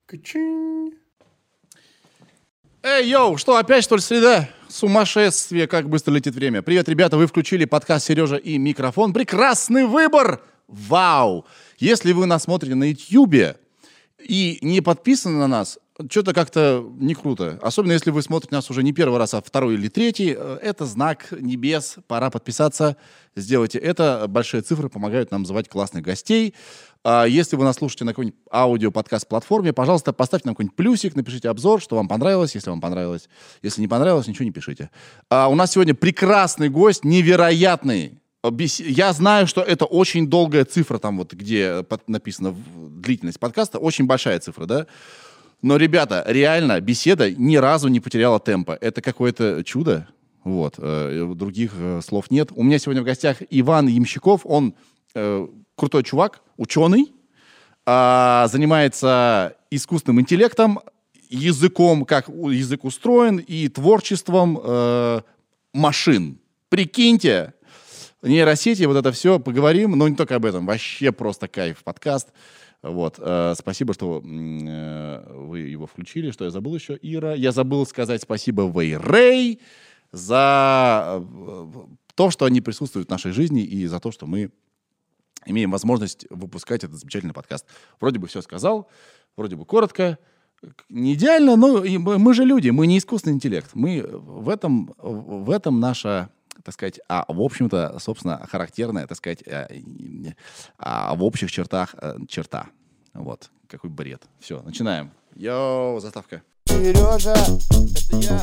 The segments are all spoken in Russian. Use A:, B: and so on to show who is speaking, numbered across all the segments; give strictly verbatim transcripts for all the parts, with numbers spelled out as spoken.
A: Качинь. Эй, йоу, что, опять, что ли, среда? Сумасшествие, как быстро летит время. Привет, ребята, вы включили подкаст «Сережа и микрофон». Прекрасный выбор! Вау! Если вы нас смотрите на Ютьюбе и не подписаны на нас, что-то как-то не круто. Особенно, если вы смотрите нас уже не первый раз, а второй или третий. Это знак небес. Пора подписаться. Сделайте это. Большие цифры помогают нам звать классных гостей. Если вы нас слушаете на какой-нибудь аудио-подкаст-платформе, пожалуйста, поставьте нам какой-нибудь плюсик, напишите обзор, что вам понравилось, если вам понравилось. Если не понравилось, ничего не пишите. А у нас сегодня прекрасный гость, невероятный. Я знаю, что это очень долгая цифра, там вот где написано длительность подкаста, очень большая цифра, да? Но, ребята, реально беседа ни разу не потеряла темпа. Это какое-то чудо. Вот. Других слов нет. У меня сегодня в гостях Иван Ямщиков. Он э, крутой чувак, ученый, э, занимается искусственным интеллектом, языком, как язык устроен, и творчеством э, машин. Прикиньте, нейросети, вот это все, поговорим, но не только об этом. Вообще просто кайф подкаст. Вот. Э, спасибо, что э, вы его включили. Что я забыл еще, Ира? Я забыл сказать спасибо Вейрей за э, то, что они присутствуют в нашей жизни, и за то, что мы имеем возможность выпускать этот замечательный подкаст. Вроде бы все сказал, вроде бы коротко, не идеально, но мы же люди, мы не искусственный интеллект. Мы в этом, в этом наша... так сказать, а в общем-то, собственно, характерная, так сказать, а, а в общих чертах черта. Вот. Какой бред. Все, начинаем. Йоу, заставка.
B: Сережа, это я.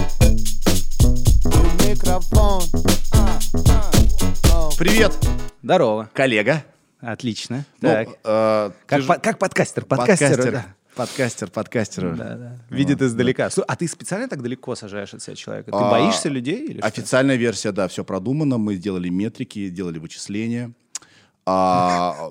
B: И микрофон. А, а,
A: Привет.
C: Здорово.
A: Коллега.
C: Отлично.
A: Ну,
C: так.
A: э,
C: как,
A: же...
C: по- как подкастер. Подкастер,
A: подкастер.
C: да.
A: Подкастер, подкастер.
C: Да, да. Видит
A: Вот,
C: издалека.
A: да.
C: Слушай, а ты специально так далеко сажаешь от себя человека? Ты
A: А,
C: боишься людей или что?
A: Официальная версия, да, все продумано. Мы сделали метрики, делали вычисления. А,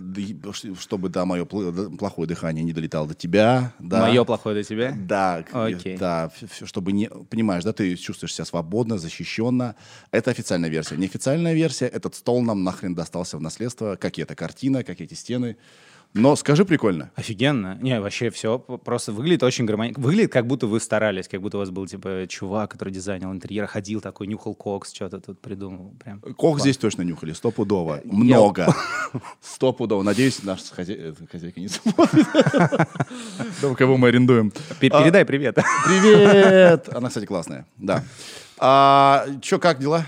A: чтобы, да, мое плохое дыхание не долетало до тебя. Да.
C: Мое плохое до тебя?
A: Да,
C: Окей.
A: да, чтобы не, понимаешь, да, ты чувствуешь себя свободно, защищенно. Это официальная версия. Неофициальная версия, этот стол нам нахрен достался в наследство, как и эта картина, как эти стены. Но скажи, прикольно.
C: Офигенно. Не, вообще все просто выглядит очень гармонично. Выглядит, как будто вы старались, как будто у вас был, типа, чувак, который дизайнил интерьер, ходил такой, нюхал кокс, что-то тут придумал. Прям.
A: Кох
C: Класс.
A: здесь точно нюхали, стопудово. Много. Стопудово. Надеюсь, наша хозя... хозяйка не смотрит. Того, кого мы арендуем.
C: Передай привет.
A: Привет! Она, кстати, классная. Да. А, чё, как дела?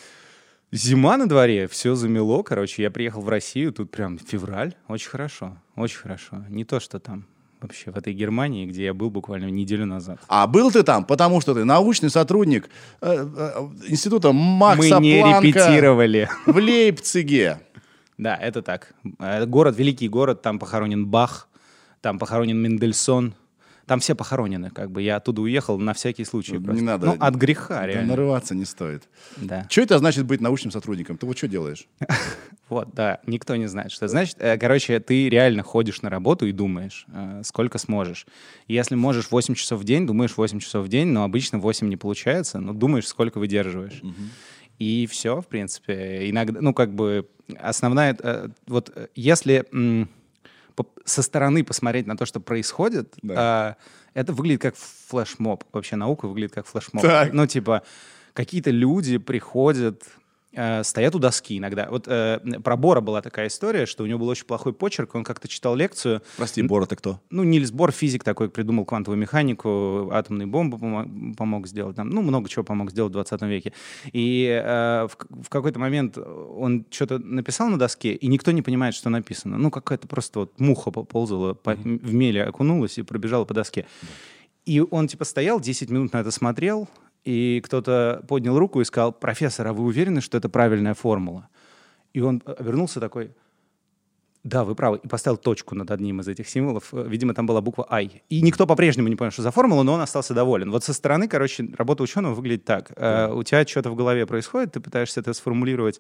C: Зима на дворе, все замело, короче, я приехал в Россию, тут прям февраль, очень хорошо, очень хорошо. Не то, что там вообще в этой Германии, где я был буквально неделю назад.
A: А был ты там, потому что ты научный сотрудник э, э, института Макса
C: Мы не
A: Планка
C: репетировали.
A: в Лейпциге.
C: Да, это так. Это город, великий город, там похоронен Бах, там похоронен Мендельсон. Там все похоронены, как бы. Я оттуда уехал на всякий случай.
A: Не
C: просто.
A: надо.
C: Ну, от греха,
A: Да,
C: реально.
A: нарываться не стоит.
C: Да.
A: Что это значит быть научным сотрудником? Ты вот что делаешь?
C: Вот, да, никто не знает, что это значит. Э, Короче, ты реально ходишь на работу и думаешь, э, сколько сможешь. И если можешь восемь часов в день, думаешь восемь часов в день, но обычно восемь не получается, но думаешь, сколько выдерживаешь.
A: Угу.
C: И все, в принципе. Иногда, ну, как бы, основная... э, Вот э, если м, по- со стороны посмотреть на то, что происходит,
A: Да.
C: э, это выглядит как флешмоб. Вообще наука выглядит как флешмоб.
A: Так.
C: Ну, типа, какие-то люди приходят... э, стоят у доски иногда. Вот э, про Бора была такая история, что у него был очень плохой почерк, он как-то читал лекцию.
A: Прости, Бора, ты кто?
C: Ну, Нильс Бор, физик такой, придумал квантовую механику, атомные бомбы помо- помог сделать, там, ну, много чего помог сделать в двадцатом веке. И э, в, в какой-то момент он что-то написал на доске, и никто не понимает, что написано. Ну, какая-то просто вот муха ползала, по, mm-hmm. в меле окунулась и пробежала по доске. Mm-hmm. И он, типа, стоял, десять минут на это смотрел, и кто-то поднял руку и сказал: профессор, а вы уверены, что это правильная формула? И он вернулся такой: да, вы правы. И поставил точку над одним из этих символов. Видимо, там была буква «I». И никто по-прежнему не понял, что за формула, но он остался доволен. Вот со стороны, короче, работа ученого выглядит так. Да. У тебя что-то в голове происходит, ты пытаешься это сформулировать,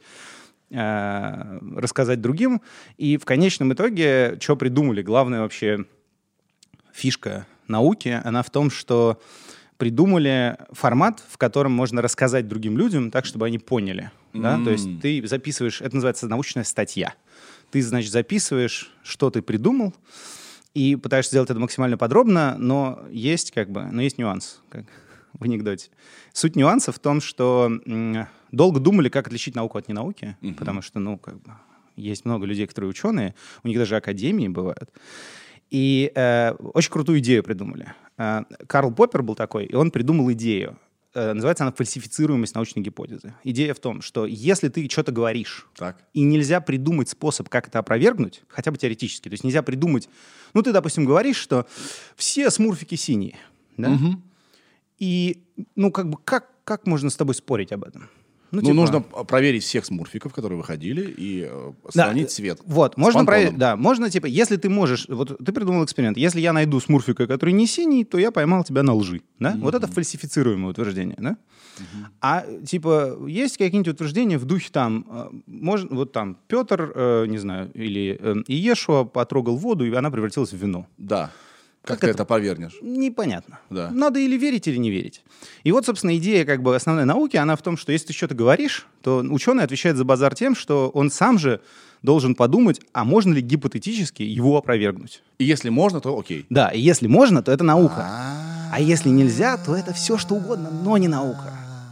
C: рассказать другим. И в конечном итоге, что придумали? Главная вообще фишка науки, она в том, что придумали формат, в котором можно рассказать другим людям так, чтобы они поняли. Mm. Да? То есть ты записываешь, это называется научная статья. Ты, значит, записываешь, что ты придумал, и пытаешься сделать это максимально подробно, но есть как бы, но есть нюанс, как в анекдоте. Суть нюанса в том, что м, долго думали, как отличить науку от ненауки, uh-huh. потому что, ну, как бы, есть много людей, которые ученые, у них даже академии бывают. И э, очень крутую идею придумали. Э, Карл Поппер был такой, и он придумал идею. Э, называется она «Фальсифицируемость научной гипотезы». Идея в том, что если ты что-то говоришь,
A: так.
C: и нельзя придумать способ, как это опровергнуть, хотя бы теоретически, то есть нельзя придумать... Ну, ты, допустим, говоришь, что все смурфики синие, да?
A: Угу.
C: И, ну, как бы, как, как можно с тобой спорить об этом?
A: Ну,
C: типа...
A: нужно проверить всех смурфиков, которые выходили, и э, сравнить
C: да,
A: цвет.
C: Вот, можно проверить, да, можно, типа, если ты можешь, вот ты придумал эксперимент, если я найду смурфика, который не синий, то я поймал тебя на лжи, да? Mm-hmm. Вот это фальсифицируемое утверждение, да? Mm-hmm. А, типа, есть какие-нибудь утверждения в духе там, можно, вот там, Петр, э, не знаю, или э, Иешуа потрогал воду, и она превратилась в вино.
A: Да. Как, как ты
C: это?
A: это повернешь?
C: Непонятно.
A: Да.
C: Надо или верить, или не верить. И вот, собственно, идея как бы основной науки, она в том, что если ты что-то говоришь, то ученый отвечает за базар тем, что он сам же должен подумать, а можно ли гипотетически его опровергнуть.
A: И если можно, то окей.
C: Да, и если можно, то это наука.
A: А-а-а.
C: А если нельзя, то это все что угодно, но не наука.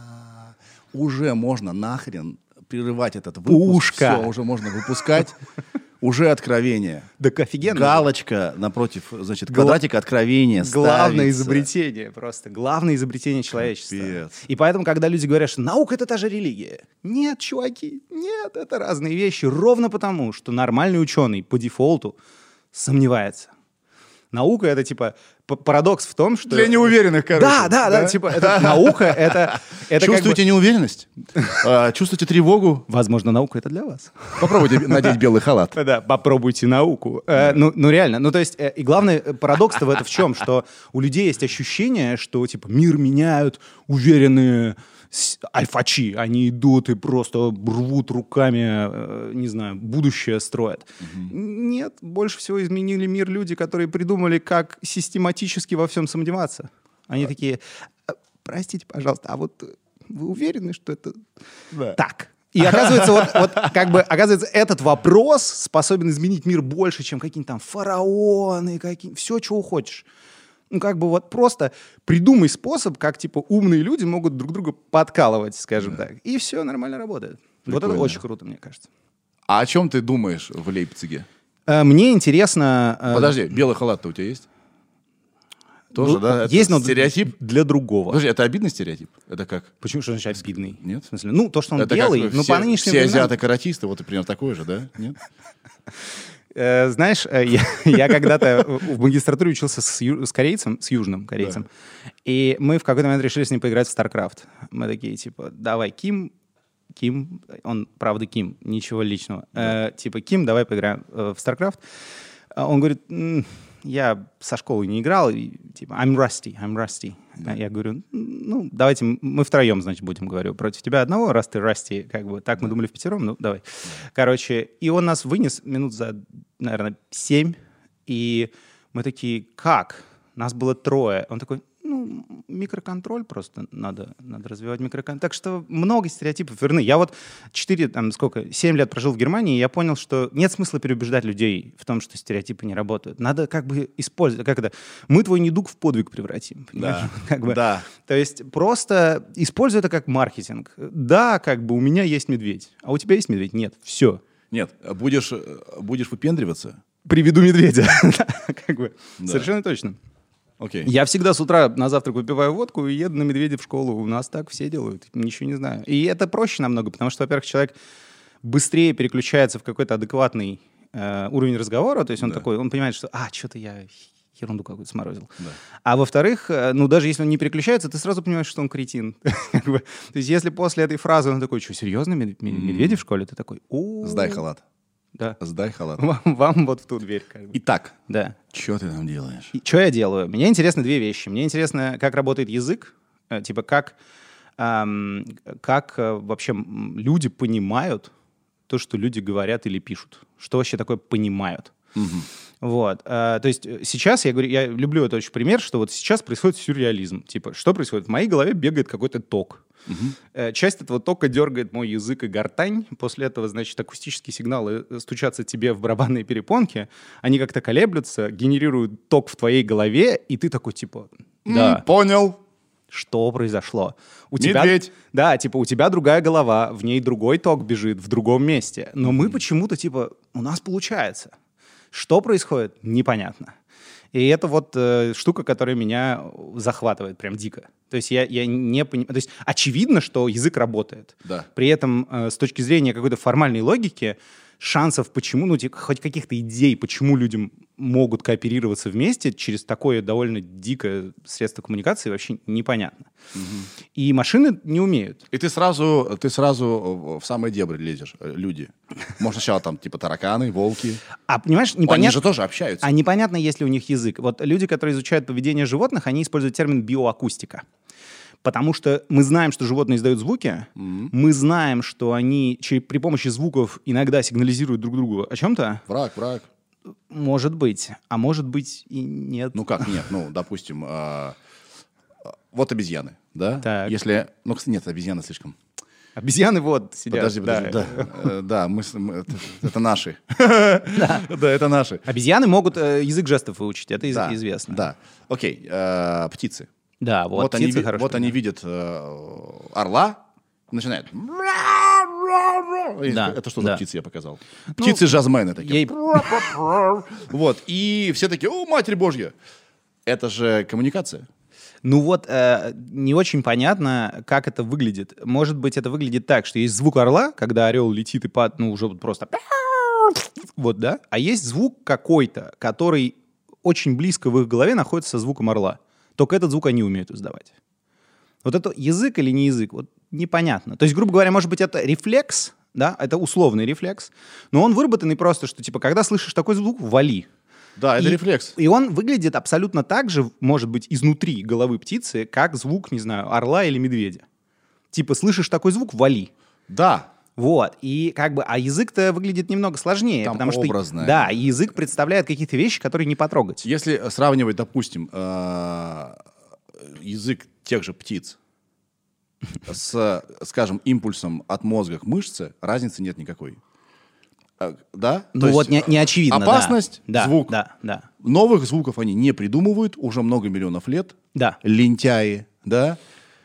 A: Уже можно нахрен прерывать этот выпуск.
C: Пушка.
A: Все, уже можно выпускать. Уже откровение.
C: Да офигенно.
A: Галочка напротив, значит, квадратика откровения.
C: Главное изобретение просто. Главное изобретение человечества.
A: Капец.
C: И поэтому, когда люди говорят, что наука — это та же религия. Нет, чуваки, нет, это разные вещи. Ровно потому, что нормальный ученый по дефолту сомневается. Наука — это, типа, парадокс в том, что...
A: Для неуверенных, короче.
C: Да, да, да, типа, это наука, это... это
A: Чувствуете
C: как бы...
A: неуверенность? А, чувствуете тревогу?
C: Возможно, наука — это для вас.
A: Попробуйте надеть белый халат.
C: Да, попробуйте науку. Э, ну, ну, реально. Ну, то есть, э, и главный парадокс-то в этом в чем? Что у людей есть ощущение, что, типа, мир меняют уверенные альфачи. Они идут и просто рвут руками, э, не знаю, будущее строят. Угу. Нет, больше всего изменили мир люди, которые придумали, как систематически во всем сомневаться. Они а. такие, простите, пожалуйста, а вот вы уверены, что это
A: да.
C: так? И оказывается, вот, вот как бы, оказывается, этот вопрос способен изменить мир больше, чем какие-нибудь там фараоны, какие все, чего хочешь. Ну, как бы вот просто придумай способ, как, типа, умные люди могут друг друга подкалывать, скажем да. так. И все нормально работает. Прикольно. Вот это очень круто, мне кажется.
A: А о чем ты думаешь в Лейпциге?
C: А, мне интересно...
A: Подожди, белый халат-то у тебя есть? Тоже, ну, да?
C: Есть, но
A: стереотип
C: для другого.
A: Подожди, это обидный стереотип? Это как?
C: Почему, что значит обидный?
A: Нет?
C: В смысле, ну, то, что он
A: это
C: белый,
A: как,
C: ну,
A: все,
C: по нынешним
A: все
C: временам...
A: азиаты-каратисты, вот, например, такой же, да? Нет?
C: Знаешь, я, я когда-то в магистратуре учился с, ю, с корейцем, с южным корейцем, да. И мы в какой-то момент решили с ним поиграть в StarCraft. Мы такие, типа, давай, Ким, Ким, он, правда, Ким, ничего личного. Да. Э, типа, Ким, давай поиграем э, в StarCraft. Он говорит, я со школы не играл, и, типа, I'm rusty, I'm rusty. Да. Я говорю, ну, давайте мы втроем, значит, будем, говорю, против тебя одного, раз ты rusty, как бы, так да. мы думали впятером, ну, давай. Да. Короче, и он нас вынес минут за, наверное, семь, и мы такие, как? Нас было трое. Он такой, ну, микроконтроль просто надо, надо развивать микроконтроль. Так что много стереотипов верны. Я вот четыре, там, сколько, семь лет прожил в Германии, и я понял, что нет смысла переубеждать людей в том, что стереотипы не работают. Надо как бы использовать, как это, мы твой недуг в подвиг превратим.
A: Да,
C: как бы.
A: да.
C: То есть просто используй это как маркетинг. Да, как бы у меня есть медведь, а у тебя есть медведь? Нет, все.
A: Нет, будешь, будешь выпендриваться?
C: Приведу медведя. Как бы. Совершенно точно.
A: Okay.
C: Я всегда с утра на завтрак выпиваю водку и еду на медведя в школу. У нас так все делают, ничего не знаю. И это проще намного, потому что, во-первых, человек быстрее переключается в какой-то адекватный э, уровень разговора. То есть он да. такой, он понимает, что, а, что-то я ерунду какую-то сморозил. Да. А во-вторых, э, ну даже если он не переключается, ты сразу понимаешь, что он кретин. То есть если после этой фразы он такой, что, серьезно, медведи в школе? Ты такой, о.
A: Сдай халат.
C: Да.
A: Сдай халат.
C: Вам, вам вот в ту дверь. Как бы.
A: Итак,
C: да.
A: что ты там делаешь?
C: Что я делаю? Мне интересны две вещи. Мне интересно, как работает язык, э, типа как, эм, как э, вообще люди понимают то, что люди говорят или пишут. Что вообще такое понимают.
A: Угу.
C: Вот. Э, то есть сейчас, я говорю, я люблю этот очень пример, что вот сейчас происходит сюрреализм. Типа, что происходит? В моей голове бегает какой-то ток. Э, Часть этого тока дергает мой язык и гортань. После этого, значит, акустические сигналы стучатся тебе в барабанные перепонки. Они как-то колеблются, генерируют ток в твоей голове, и ты такой, типа, да,
A: М, Понял.
C: что произошло? У
A: Медведь.
C: Тебя, да, типа, у тебя другая голова, в ней другой ток бежит в другом месте. Но мы почему-то, типа, у нас получается. Что происходит? Непонятно. И это вот э, штука, которая меня захватывает прям дико. То есть я, я не понимаю... То есть очевидно, что язык работает.
A: Да.
C: При этом э, с точки зрения какой-то формальной логики шансов, почему, ну, типа, хоть каких-то идей, почему людям могут кооперироваться вместе через такое довольно дикое средство коммуникации, вообще непонятно. Угу. И машины не умеют.
A: И ты сразу, ты сразу в самые дебри лезешь, э, люди. Может, сначала там типа тараканы, волки.
C: А понимаешь,
A: Они
C: непонятно...
A: же тоже общаются.
C: А непонятно, есть ли у них язык. Вот люди, которые изучают поведение животных, они используют термин биоакустика. Потому что мы знаем, что животные издают звуки, mm-hmm. мы знаем, что они при помощи звуков иногда сигнализируют друг другу о чем-то.
A: Враг, враг.
C: Может быть, а может быть и нет.
A: Ну как нет? Ну, допустим, э, вот обезьяны, да?
C: Так.
A: Если, ну, кстати, нет, обезьяны слишком.
C: Обезьяны вот сидят.
A: Подожди, подожди,
C: да.
A: да, э, да, мы, с- мы- это, это наши. Да, это наши.
C: Обезьяны могут э, язык жестов выучить, это из-
A: Да,
C: известно.
A: Да, окей, э, птицы.
C: Да, вот,
A: Вот, они,
C: птицы
A: ви-
C: хорошие.
A: вот они видят э, орла, начинают.
C: Да,
A: Это что за
C: да.
A: птицы я показал? Птицы-жазмены такие.
C: Ей-
A: Вот, и все такие, о, Матерь Божья. Это же коммуникация.
C: Ну вот, э, не очень понятно, как это выглядит. Может быть, это выглядит так, что есть звук орла, когда орел летит и пад, ну, уже вот просто... Вот, да? А есть звук какой-то, который очень близко в их голове находится со звуком орла. Только этот звук они умеют издавать. Вот это язык или не язык, вот непонятно. То есть, грубо говоря, может быть, это рефлекс, да, это условный рефлекс, но он выработанный просто, что, типа, когда слышишь такой звук, вали.
A: Да, это
C: И-
A: рефлекс.
C: И он выглядит абсолютно так же, может быть, изнутри головы птицы, как звук, не знаю, орла или медведя. Типа, слышишь такой звук, вали.
A: Да.
C: Вот. И как бы, а язык-то выглядит немного сложнее.
A: Там
C: потому
A: образное.
C: Что, да, язык представляет какие-то вещи, которые не потрогать.
A: Если сравнивать, допустим, э, язык тех же птиц с, скажем, импульсом от мозга к мышце, разницы нет никакой. Э, Да?
C: Ну
A: То
C: вот
A: есть
C: не, не очевидно. да.
A: опасность,
C: Да,
A: звук.
C: Да, да,
A: Новых звуков они не придумывают уже много миллионов лет.
C: да.
A: Лентяи, да?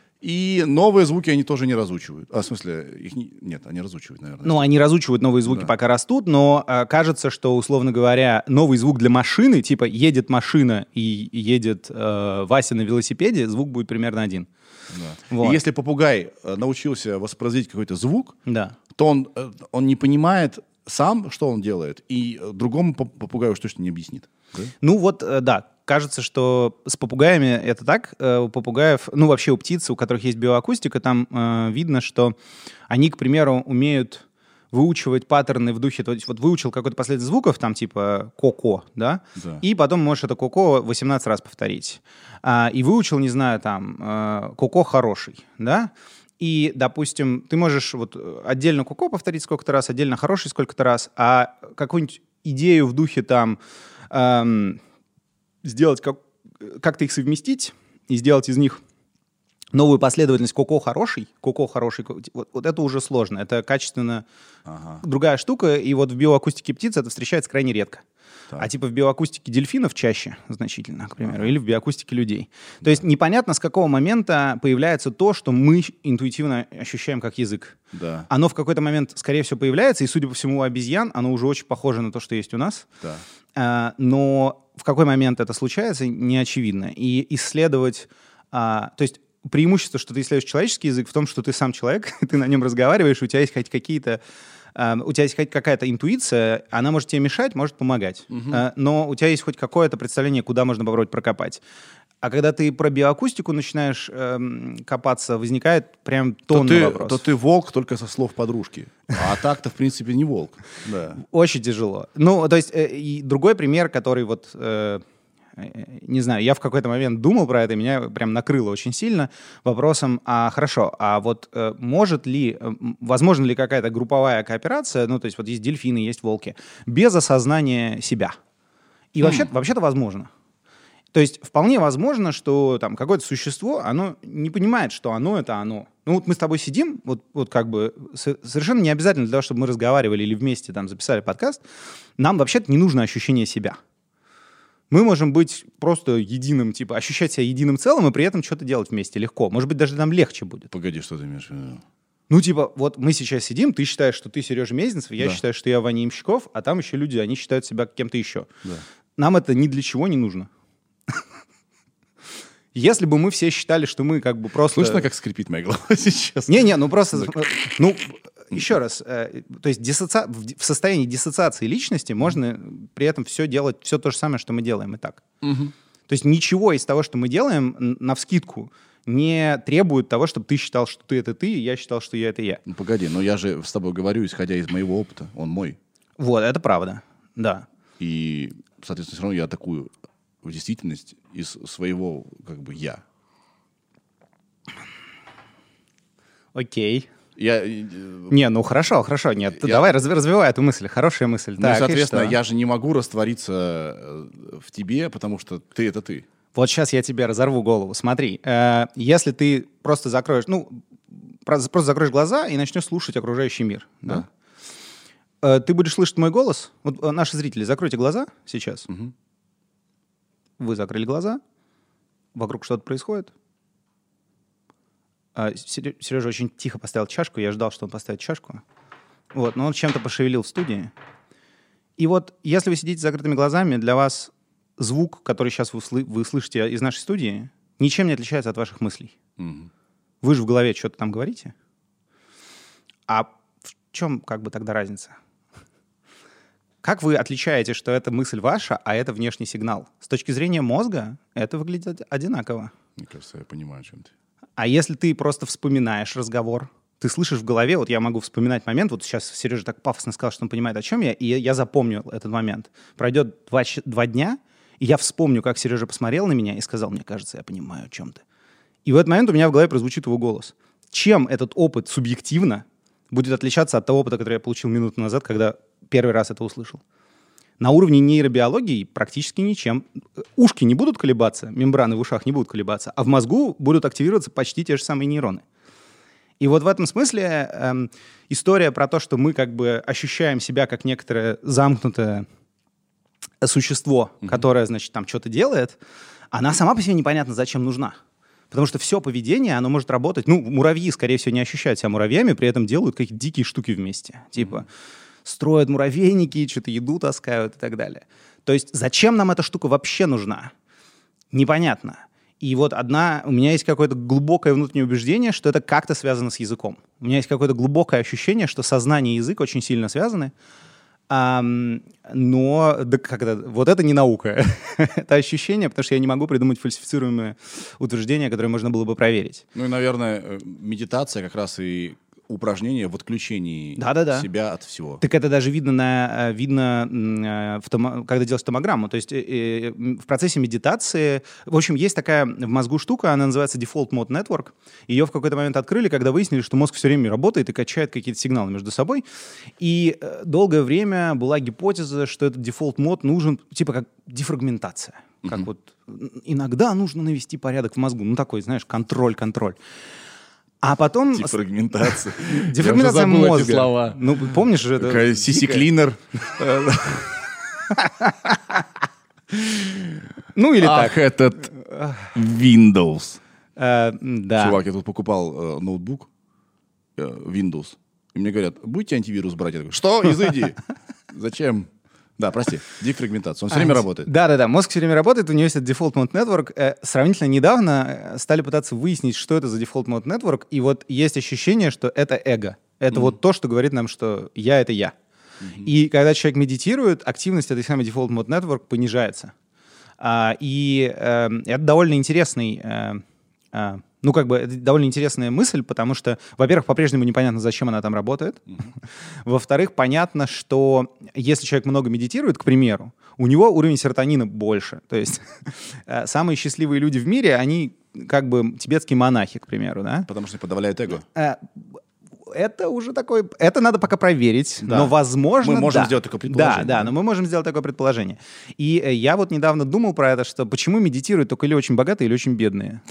A: И новые звуки они тоже не разучивают. А, в смысле, их не... нет, они разучивают, наверное.
C: Ну, они разучивают новые звуки,
A: Да.
C: пока растут, но э, кажется, что, условно говоря, новый звук для машины, типа едет машина и едет э, Вася на велосипеде, звук будет примерно один.
A: Да.
C: Вот.
A: И если попугай э, научился воспроизводить какой-то звук,
C: Да.
A: то он, э, он не понимает сам, что он делает, и э, другому поп- попугаю уж точно не объяснит. Да?
C: Ну вот, э, да, кажется, что с попугаями это так. Э, У попугаев, ну вообще у птиц, у которых есть биоакустика, там э, видно, что они, к примеру, умеют выучивать паттерны в духе, то есть вот выучил какой-то последовательность звуков, там типа ко-ко, да,
A: Да.
C: и потом можешь это ко-ко восемнадцать раз повторить. А, и выучил, не знаю, там, э, ко-ко хороший, да, и, допустим, ты можешь вот отдельно ко-ко повторить сколько-то раз, отдельно хороший сколько-то раз, а какую-нибудь идею в духе там эм, сделать, как, как-то их совместить и сделать из них новую последовательность ко-ко хороший, ко-ко хороший, ко- вот, вот это уже сложно, это качественно
A: Ага.
C: другая штука, и вот в биоакустике птиц это встречается крайне редко.
A: Так.
C: А типа в биоакустике дельфинов чаще, значительно, к примеру, или в биоакустике людей. То есть непонятно, с какого момента появляется то, что мы интуитивно ощущаем как язык.
A: Да.
C: Оно в какой-то момент, скорее всего, появляется, и, судя по всему, у обезьян оно уже очень похоже на то, что есть у нас.
A: Да.
C: А, но в какой момент это случается, не очевидно. И исследовать... а, то есть преимущество, что ты исследуешь человеческий язык, в том, что ты сам человек, ты на нем разговариваешь, у тебя есть хоть какие-то... а, у тебя есть хоть какая-то интуиция, она может тебе мешать, может помогать. А, но у тебя есть хоть какое-то представление, куда можно попробовать прокопать. А когда ты про биоакустику начинаешь эм, копаться, возникает прям
A: То
C: тонна
A: ты,
C: вопросов.
A: то ты волк только со слов подружки. А так-то, в принципе, не волк. Да.
C: Очень тяжело. Ну, то есть, э, и другой пример, который вот, э, э, не знаю, я в какой-то момент думал про это, и меня прям накрыло очень сильно вопросом, а хорошо, а вот э, может ли, э, м, возможно ли какая-то групповая кооперация, ну, то есть вот есть дельфины, есть волки, без осознания себя? И вообще, вообще-то возможно. То есть вполне возможно, что там какое-то существо, оно не понимает, что оно — это оно. Ну вот мы с тобой сидим, вот, вот как бы с- совершенно не обязательно для того, чтобы мы разговаривали или вместе там записали подкаст, нам вообще-то не нужно ощущение себя. Мы можем быть просто единым, типа ощущать себя единым целым и при этом что-то делать вместе легко. Может быть, даже нам легче будет.
A: Погоди, что ты имеешь в виду?
C: Ну, типа, вот мы сейчас сидим, ты считаешь, что ты Сережа Мезенцев, я
A: Да.
C: считаю, что я Ваня Ямщиков, а там еще люди, они считают себя кем-то еще.
A: Да.
C: Нам это ни для чего не нужно. Если бы мы все считали, что мы как бы просто...
A: Слышно, как скрипит моя голова сейчас?
C: Не-не, ну просто... Ну, еще раз, э, то есть диссоци... в ди- в состоянии диссоциации личности можно при этом все делать, все то же самое, что мы делаем и так.
A: Мгм.
C: То есть ничего из того, что мы делаем, н- навскидку не требует того, чтобы ты считал, что ты — это ты, и я считал, что я — это я.
A: Ну, погоди, но я же с тобой говорю, исходя из моего опыта. Он мой.
C: Вот, это правда, да.
A: И, соответственно, все равно я атакую в действительность из своего, как бы, я.
C: Окей.
A: Я, э,
C: Не, ну хорошо, хорошо, нет, ты
A: Я-
C: давай разв- развивай эту мысль, хорошая мысль.
A: ну,
C: Так, и
A: соответственно,
C: что?
A: я же не могу раствориться э, в тебе, потому что ты — это ты.
C: Вот сейчас я тебе разорву голову. Смотри, э, если ты просто закроешь, ну, про- просто закроешь глаза и начнешь слушать окружающий мир, да? Э, ты будешь слышать мой голос. Вот э, наши зрители, закройте глаза сейчас.
A: Мгм.
C: Вы закрыли глаза, вокруг что-то происходит. А, Серё- Сережа очень тихо поставил чашку, я ждал, что он поставит чашку. Вот, но он чем-то пошевелил в студии. И вот, если вы сидите с закрытыми глазами, для вас звук, который сейчас вы, слы- вы слышите из нашей студии, ничем не отличается от ваших мыслей.
A: Мгм.
C: Вы же в голове что-то там говорите. А в чем как бы тогда разница? Как вы отличаете, что это мысль ваша, а это внешний сигнал? С точки зрения мозга это выглядит одинаково.
A: Мне кажется, я понимаю, о чем ты.
C: А если ты просто вспоминаешь разговор, ты слышишь в голове, вот я могу вспоминать момент, вот сейчас Сережа так пафосно сказал, что он понимает, о чем я, и я, я запомню этот момент. Пройдет два, щ- два дня, и я вспомню, как Сережа посмотрел на меня и сказал, мне кажется, я понимаю, о чем ты. И в этот момент у меня в голове прозвучит его голос. Чем этот опыт субъективно будет отличаться от того опыта, который я получил минуту назад, когда первый раз это услышал? На уровне нейробиологии практически ничем. Ушки не будут колебаться, мембраны в ушах не будут колебаться, а в мозгу будут активироваться почти те же самые нейроны. И вот в этом смысле эм, история про то, что мы как бы ощущаем себя как некоторое замкнутое существо, mm-hmm. которое, значит, там что-то делает, она сама по себе непонятно зачем нужна. Потому что все поведение, оно может работать... Ну, муравьи, скорее всего, не ощущают себя муравьями, при этом делают какие-то дикие штуки вместе. Типа строят муравейники, что-то еду таскают и так далее. То есть зачем нам эта штука вообще нужна? Непонятно. И вот одна... У меня есть какое-то глубокое внутреннее убеждение, что это как-то связано с языком. У меня есть какое-то глубокое ощущение, что сознание и язык очень сильно связаны. Ам, но да, как это, вот это не наука. Это ощущение, потому что я не могу придумать фальсифицируемые утверждения, которые можно было бы проверить.
A: Ну и, наверное, э, медитация как раз и упражнение в отключении
C: Да-да-да.
A: себя от всего.
C: Так это даже видно, на, э, видно м, э, в томо- когда делаешь томограмму. То есть э, э, м, в процессе медитации... В общем, есть такая в мозгу штука, она называется Default Mode Network. Ее в какой-то момент открыли, когда выяснили, что мозг все время работает и качает какие-то сигналы между собой. И э, долгое время была гипотеза, что этот Default Mode нужен типа как дефрагментация. Как
A: Мгм.
C: вот м, иногда нужно навести порядок в мозгу. Ну такой, знаешь, контроль, контроль. А потом...
A: Дефрагментация.
C: Дефрагментация
A: Я уже забыл эти
C: мозга.
A: слова.
C: Ну, помнишь же это?
A: Какая
C: дикая-
A: сиси-клинер.
C: Ну, или
A: Ах,
C: так.
A: этот Windows.
C: Э, да.
A: Чувак, я тут покупал э, ноутбук э, Windows. И мне говорят, будете антивирус брать? Я такой, что? Изыди. Зачем? Да, прости, дефрагментация. Он все время
C: А,
A: работает.
C: Да-да-да, мозг все время работает, у него есть этот Default Mode Network. Э, сравнительно недавно э, стали пытаться выяснить, что это за Default Mode Network, и вот есть ощущение, что это эго. Это
A: Мгм.
C: вот то, что говорит нам, что я — это я. И когда человек медитирует, активность этой самой Default Mode Network понижается. А, и э, это довольно интересный... э, э, ну, как бы, это довольно интересная мысль, потому что, во-первых, по-прежнему непонятно, зачем она там работает. Во-вторых, понятно, что если человек много медитирует, к примеру, у него уровень серотонина больше. То есть э, самые счастливые люди в мире, они как бы тибетские монахи, к примеру, да?
A: Потому что не подавляет эго.
C: Э, это уже такой... Это надо пока проверить,
A: Да.
C: но возможно...
A: Мы можем
C: да.
A: сделать такое предположение.
C: Да, да, но мы можем сделать такое предположение. И э, я вот недавно думал про это, что почему медитируют только или очень богатые, или очень бедные.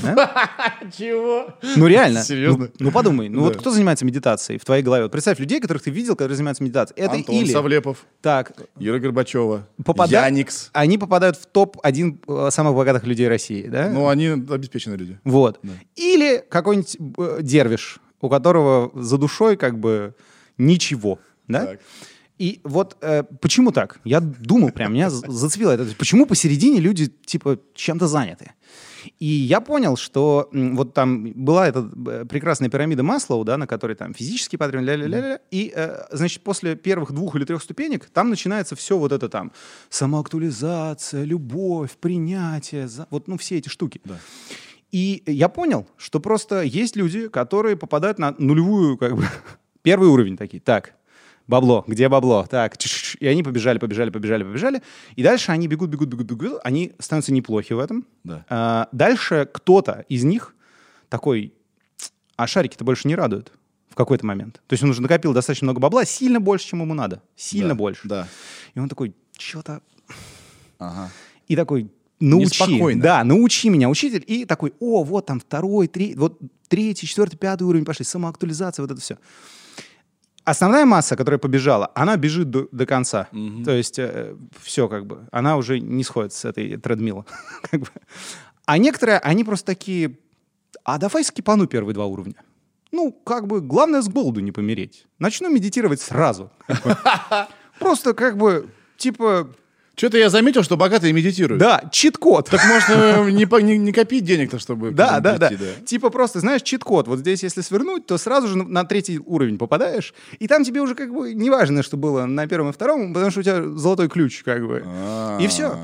A: Чего?
C: Ну реально.
A: Серьезно?
C: Ну, ну подумай, ну вот
A: Да.
C: кто занимается медитацией в твоей голове? Вот представь людей, которых ты видел, которые занимаются медитацией. Это
A: Антон
C: или...
A: Савлепов,
C: Так,
A: Ира Горбачева,
C: попадают...
A: Яникс.
C: Они попадают в топ один э, самых богатых людей России, да?
A: Ну, они обеспеченные люди.
C: Вот. Или какой-нибудь э, дервиш, у которого за душой как бы ничего, да?
A: Так.
C: И вот э, почему так? Я думал прям, меня з- зацепило это. То есть почему посередине люди типа чем-то заняты? И я понял, что м, вот там была эта э, прекрасная пирамида Маслоу, да, на которой там физический потребитель, ля-ля-ля-ля, и, э, значит, после первых двух или трех ступенек там начинается все вот это там самоактуализация, любовь, принятие, за- вот, ну, все эти штуки.
A: Да.
C: И я понял, что просто есть люди, которые попадают на нулевую, как бы, первый уровень такие. Так, бабло, где бабло? Так, чш-чш. И они побежали, побежали, побежали, побежали. И дальше они бегут, бегут, бегут, бегут. Они становятся неплохи в этом.
A: Да.
C: А, дальше кто-то из них такой, а шарики-то больше не радуют в какой-то момент. То есть он уже накопил достаточно много бабла, сильно больше, чем ему надо. Сильно
A: Да,
C: больше.
A: Да.
C: И он такой, что-то...
A: Ага.
C: И такой, научи.
A: Неспокойно.
C: Да, научи меня, учитель. И такой, о, вот там второй, третий, вот третий, четвертый, пятый уровень пошли, самоактуализация, вот это все. Основная масса, которая побежала, она бежит до, до конца.
A: Мгм.
C: То есть э, все как бы, она уже не сходит с этой тредмилла. как бы. А некоторые, они просто такие, а давай скипану первые два уровня. Ну, как бы, главное с голоду не помереть. Начну медитировать сразу. как бы. Просто как бы, типа...
A: Что-то я заметил, что богатые медитируют.
C: Да, чит-код.
A: Так может э, не, по- не- не копить денег-то, чтобы... к
C: Да,
A: этому
C: да, да,
A: прийти,
C: Типа просто, знаешь, чит-код. Вот здесь, если свернуть, то сразу же на, на третий уровень попадаешь. И там тебе уже как бы не важно, что было на первом и втором, потому что у тебя золотой ключ, как бы. И все.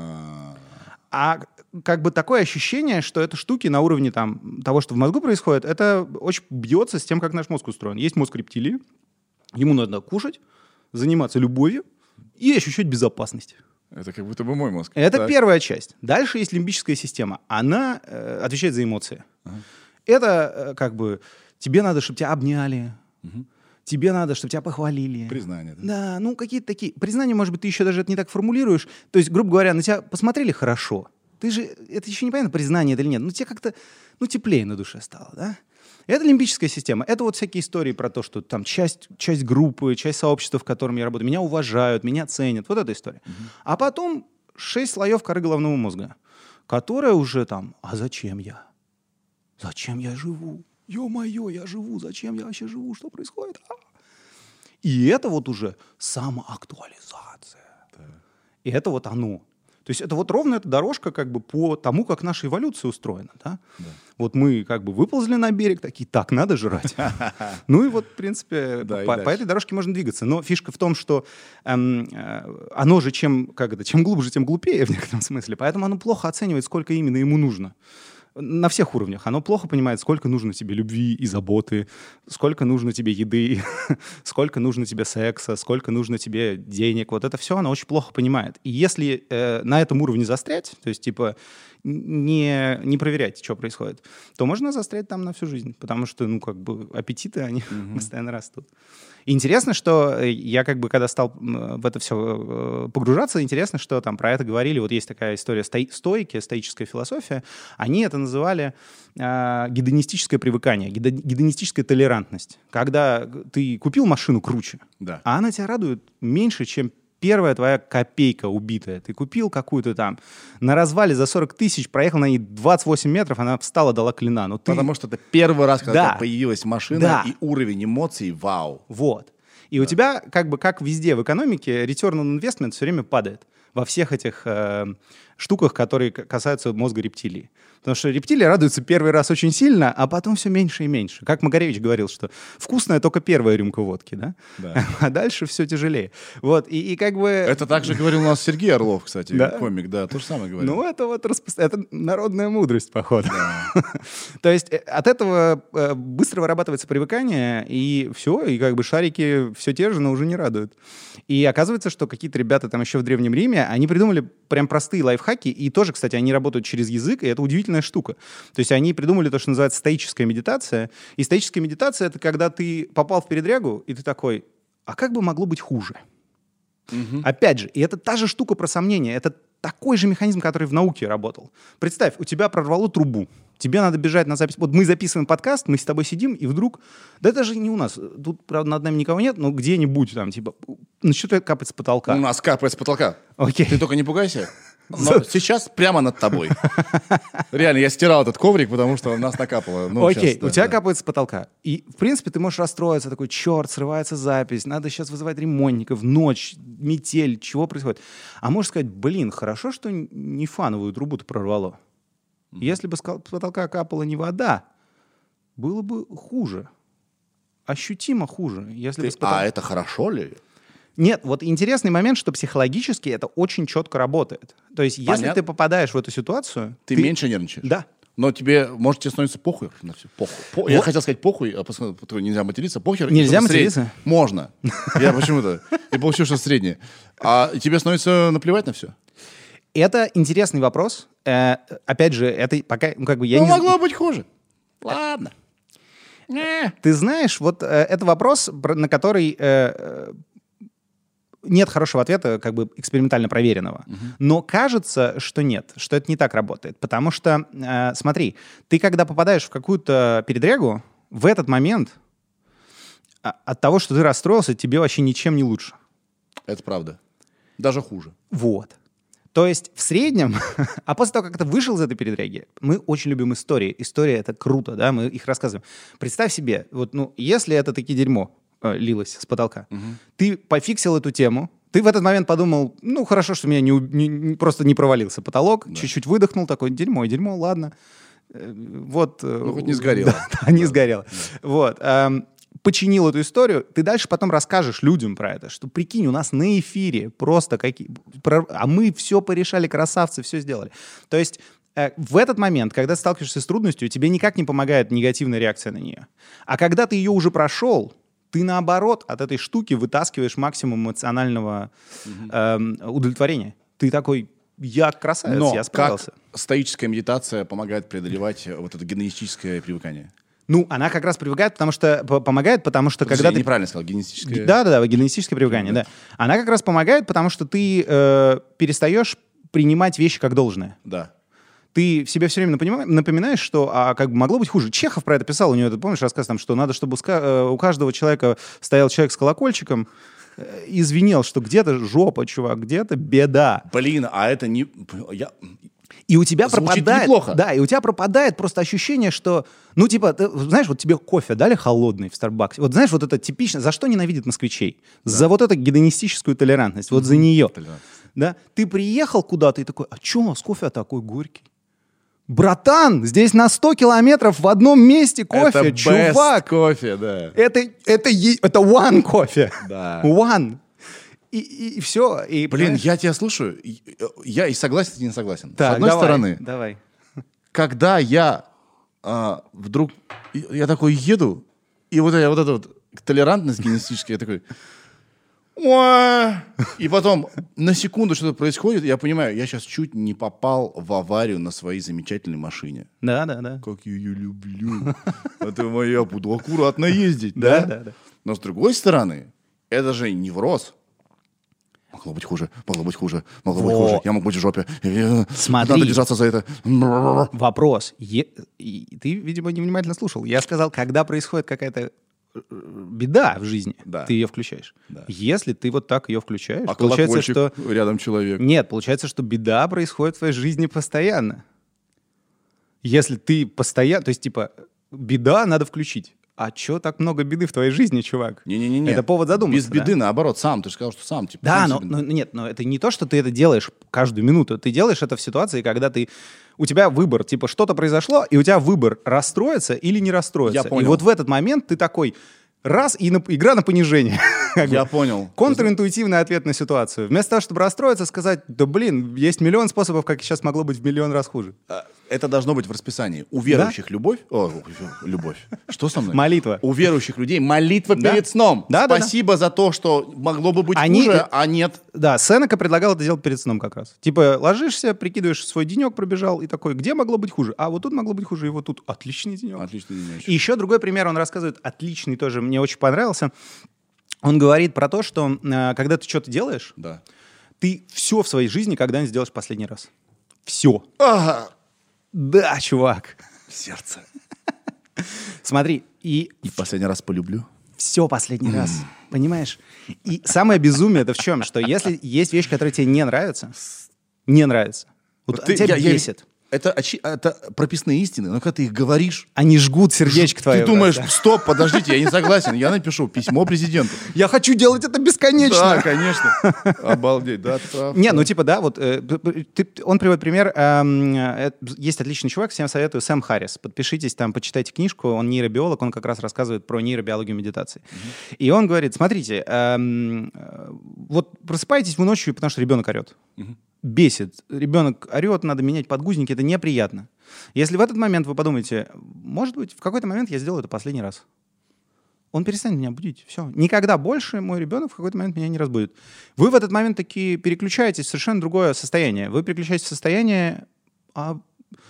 C: А как бы такое ощущение, что это штуки на уровне там, того, что в мозгу происходит, это очень бьется с тем, как наш мозг устроен. Есть мозг рептилии, ему надо кушать, заниматься любовью и ощущать безопасность.
A: Это как будто бы мой мозг.
C: Это
A: Так.
C: первая часть. Дальше есть лимбическая система. Она э, отвечает за эмоции. Это э, как бы тебе надо, чтобы тебя обняли, тебе надо, чтобы тебя похвалили.
A: Признание. Да.
C: Да, ну какие-то такие. Признания, может быть, ты еще даже это не так формулируешь. То есть, грубо говоря, на тебя посмотрели хорошо. Ты же, это еще не понятно, признание это или нет. Ну тебе как-то, ну теплее на душе стало, да? Это лимбическая система. Это вот всякие истории про то, что там часть, часть группы, часть сообщества, в котором я работаю, меня уважают, меня ценят. Вот эта история. А потом шесть слоев коры головного мозга, которая уже там, а зачем я? Зачем я живу? Ё-моё, я живу, зачем я вообще живу? Что происходит? А? И это вот уже самоактуализация. И это вот оно. То есть это вот ровно эта дорожка как бы по тому, как наша эволюция устроена. Да?
A: Да.
C: Вот мы как бы выползли на берег, такие, так, надо жрать. Ну и вот, в принципе,
A: Да, и
C: по,
A: дальше.
C: по этой дорожке можно двигаться. Но фишка в том, что эм, э, оно же чем, как это, чем глубже, тем глупее в некотором смысле. Поэтому оно плохо оценивает, сколько именно ему нужно. На всех уровнях. Оно плохо понимает, сколько нужно тебе любви и заботы, сколько нужно тебе еды, сколько нужно тебе секса, сколько нужно тебе денег. Вот это все оно очень плохо понимает. И если э, на этом уровне застрять, то есть типа не, не проверять, что происходит, то можно застрять там на всю жизнь. Потому что, ну, как бы аппетиты, они постоянно растут. И интересно, что я как бы, когда стал в это все погружаться, интересно, что там про это говорили, вот есть такая история стои- стойки, стоическая философия, они это называли э, гедонистическое привыкание, гедо- гедонистическая толерантность. Когда ты купил машину круче,
A: Да.
C: а она тебя радует меньше, чем первая твоя копейка убитая. Ты купил какую-то там на развале за сорок тысяч, проехал на ней двадцать восемь метров, она встала, дала клина. Но ты...
A: Потому что это первый раз, когда
C: Да.
A: у тебя появилась машина,
C: Да.
A: и уровень эмоций, вау.
C: Вот. И у тебя, как бы, как везде в экономике, return on investment все время падает во всех этих э, штуках, которые к- касаются мозга рептилии. Потому что рептилия радуется первый раз очень сильно, а потом все меньше и меньше. Как Магаревич говорил, что вкусная только первая рюмка водки, да?
A: Да.
C: А дальше все тяжелее. Вот, и, и как бы...
A: Это также говорил у нас Сергей Орлов, кстати,
C: Да?
A: комик, да, то же самое говорил.
C: Ну, это вот распо... это народная мудрость, походу. То есть э, от этого э, быстро вырабатывается привыкание, и все, и как бы шарики все те же, но уже не радуют. И оказывается, что какие-то ребята там еще в Древнем Риме, они придумали прям простые лайфхаки, лайфхаки, и тоже, кстати, они работают через язык, и это удивительная штука. То есть они придумали то, что называется стоическая медитация, и стоическая медитация — это когда ты попал в передрягу, и ты такой, а как бы могло быть хуже? Угу. Опять же, и это та же штука про сомнения, это такой же механизм, который в науке работал. Представь, у тебя прорвало трубу, тебе надо бежать на запись. Вот мы записываем подкаст, мы с тобой сидим, и вдруг... Да это же не у нас. Тут, правда, над нами никого нет, но где-нибудь там, типа, начнет капать с потолка.
A: У нас капает с потолка.
C: Окей.
A: Ты только не пугайся. Но сейчас прямо над тобой. Реально, я стирал этот коврик, потому что у нас накапало. Ну,
C: Окей,
A: сейчас, да,
C: у тебя
A: да.
C: капает с потолка. И, в принципе, ты можешь расстроиться, такой, черт, срывается запись, надо сейчас вызывать ремонтников, ночь, метель, чего происходит? А можешь сказать, блин, хорошо, что не фановую трубу-то прорвало. Mm-hmm. Если бы с потолка капала не вода, было бы хуже. Ощутимо хуже. Если
A: Ты,
C: бы с потолка...
A: А это хорошо ли?
C: Нет, вот интересный момент, что психологически это очень четко работает. То есть,
A: Понятно.
C: если ты попадаешь в эту ситуацию...
A: Ты, ты... меньше нервничаешь?
C: Да.
A: Но тебе, может, тебе становится похуй на все. Похуй. По... Вот. Я хотел сказать похуй, а поскольку нельзя материться, похер.
C: Нельзя материться?
A: Сред... Можно. Я почему-то. И получил что-то среднее. А тебе становится наплевать на все?
C: Это интересный вопрос. Э, опять же, это пока, ну, как бы я
A: ну,
C: не...
A: могло быть хуже. Ладно.
C: Ты знаешь, вот э, это вопрос, на который э, нет хорошего ответа, как бы экспериментально проверенного. Uh-huh. Но кажется, что нет, что это не так работает. Потому что, э, смотри, ты когда попадаешь в какую-то передрягу, в этот момент а, от того, что ты расстроился, тебе вообще ничем не лучше.
A: Это правда. Даже хуже.
C: Вот. То есть в среднем, а после того, как ты вышел из этой передряги, мы очень любим истории. История — это круто, да, мы их рассказываем. Представь себе, вот, ну, если это таки дерьмо э, лилось с потолка, угу. ты пофиксил эту тему, ты в этот момент подумал, ну, хорошо, что у меня не, не, не, просто не провалился потолок, да. Чуть-чуть выдохнул, такой, дерьмо, дерьмо, ладно. Э, вот.
A: Ну, хоть не сгорело.
C: Да, да, не сгорело. Да. Вот. Эм, починил эту историю, ты дальше потом расскажешь людям про это, что, прикинь, у нас на эфире просто какие... Про, а мы все порешали, красавцы, все сделали. То есть э, в этот момент, когда ты сталкиваешься с трудностью, тебе никак не помогает негативная реакция на нее. А когда ты ее уже прошел, ты, наоборот, от этой штуки вытаскиваешь максимум эмоционального э, удовлетворения. Ты такой... Я красавец,
A: Но
C: я справился.
A: Как стоическая медитация помогает преодолевать вот это генетическое привыкание?
C: Ну, она как раз привыкает, потому что помогает, потому что
A: Подожди,
C: когда
A: я
C: ты...
A: неправильно сказал, генетическое...
C: Да, да, да, генетическое привыкание, да. Она как раз помогает, потому что ты э, перестаешь принимать вещи как должное.
A: Да.
C: Ты в себе все время напоминаешь, что а, как бы могло быть хуже. Чехов про это писал, у него, ты помнишь, рассказ там, что надо, чтобы у каждого человека стоял человек с колокольчиком, и звенел, что где-то жопа, чувак, где-то беда.
A: Блин, а это не... Я...
C: И у тебя
A: Звучит
C: пропадает...
A: неплохо.
C: Да, и у тебя пропадает просто ощущение, что... Ну, типа, ты, знаешь, вот тебе кофе дали холодный в Старбаксе. Вот знаешь, вот это типично... За что ненавидят москвичей? Да. За вот эту гедонистическую толерантность. Вот mm-hmm. за нее. Да? Ты приехал куда-то и такой, а че у нас кофе такой горький? Братан, здесь на сто километров в одном месте кофе,
A: это
C: чувак.
A: кофе, да.
C: Это, это, это one кофе.
A: Да.
C: One. И, и, и все. И,
A: Блин,
C: понимаешь?
A: я тебя слушаю. Я и согласен, и не согласен.
C: Так,
A: С одной
C: давай,
A: стороны,
C: давай.
A: когда я а, вдруг... Я такой еду, и вот, я, вот эта вот толерантность генетическая, я такой... И потом на секунду что-то происходит, я понимаю, я сейчас чуть не попал в аварию на своей замечательной машине.
C: Да, да, да.
A: Как я ее люблю. Это моя, буду аккуратно ездить.
C: Да,
A: да?
C: да, да.
A: Но с другой стороны, это же невроз. Могло быть хуже, могло быть хуже, могло быть
C: Во.
A: хуже. Я мог быть в жопе.
C: Смотри.
A: Надо держаться за это.
C: Вопрос. Е- и ты, видимо, невнимательно слушал. Я сказал, когда происходит какая-то беда в жизни,
A: Да.
C: ты ее включаешь.
A: Да.
C: Если ты вот так ее включаешь,
A: А
C: получается,
A: колокольчик
C: что...
A: рядом человек.
C: Нет, получается, что беда происходит в твоей жизни постоянно. Если ты постоянно... То есть, типа, беда надо включить. А чё так много беды в твоей жизни, чувак?
A: Не-не-не.
C: Это повод задуматься.
A: Без беды,
C: да?
A: наоборот, сам. Ты же сказал, что сам. Типа,
C: Да,
A: сам
C: но,
A: себе...
C: но нет, но это не то, что ты это делаешь каждую минуту. Ты делаешь это в ситуации, когда ты... У тебя выбор, типа, что-то произошло, и у тебя выбор, расстроиться или не расстроиться.
A: Я понял.
C: И вот в этот момент ты такой... Раз, и на, игра на понижение.
A: Я понял.
C: Контринтуитивный ответ на ситуацию. Вместо того, чтобы расстроиться, сказать, да блин, есть миллион способов, как сейчас могло быть в миллион раз хуже.
A: Это должно быть в расписании. У верующих да? любовь... О, любовь. Что со мной?
C: Молитва.
A: У верующих людей молитва да? перед сном.
C: Да,
A: Спасибо
C: да, да.
A: за то, что могло бы быть
C: Они...
A: хуже, а нет.
C: Да, Сенека предлагал это делать перед сном как раз. Типа ложишься, прикидываешь, свой денек пробежал и такой, где могло быть хуже? А вот тут могло быть хуже, и вот тут отличный денек.
A: Отличный денек.
C: И еще другой пример он рассказывает, отличный тоже, мне очень понравился. Он говорит про то, что э, когда ты что-то делаешь,
A: да.
C: ты все в своей жизни когда-нибудь сделаешь в последний раз. Все.
A: Ага.
C: Да, чувак.
A: Сердце.
C: Смотри, и...
A: И в последний раз полюблю.
C: Все последний раз, понимаешь? И самое безумие это в чем? Что если есть вещь, которая тебе не нравится, не нравится, вот
A: ты,
C: тебя
A: я,
C: бесит.
A: Я, это, очи, это прописные истины, но когда ты их говоришь...
C: Они жгут сердечко твое.
A: Ты думаешь, да. стоп, подождите, я не согласен, я напишу письмо президенту.
C: Я хочу делать это бесконечно.
A: Да, конечно. Обалдеть, да. Прав,
C: не, ну типа, да, вот э, ты, он приводит пример. Э, э, есть отличный чувак, всем советую, Сэм Харрис. Подпишитесь, там, почитайте книжку, он нейробиолог, он как раз рассказывает про нейробиологию медитации. Mm-hmm. И он говорит, смотрите, э, э, вот просыпаетесь вы ночью, потому что ребенок орет. Mm-hmm. Бесит. Ребенок орет, надо менять подгузники, это неприятно. Если в этот момент вы подумаете, может быть, в какой-то момент я сделаю это последний раз, он перестанет меня будить. Все. Никогда больше мой ребенок в какой-то момент меня не разбудит. Вы в этот момент таки переключаетесь в совершенно другое состояние. Вы переключаетесь в состояние, а,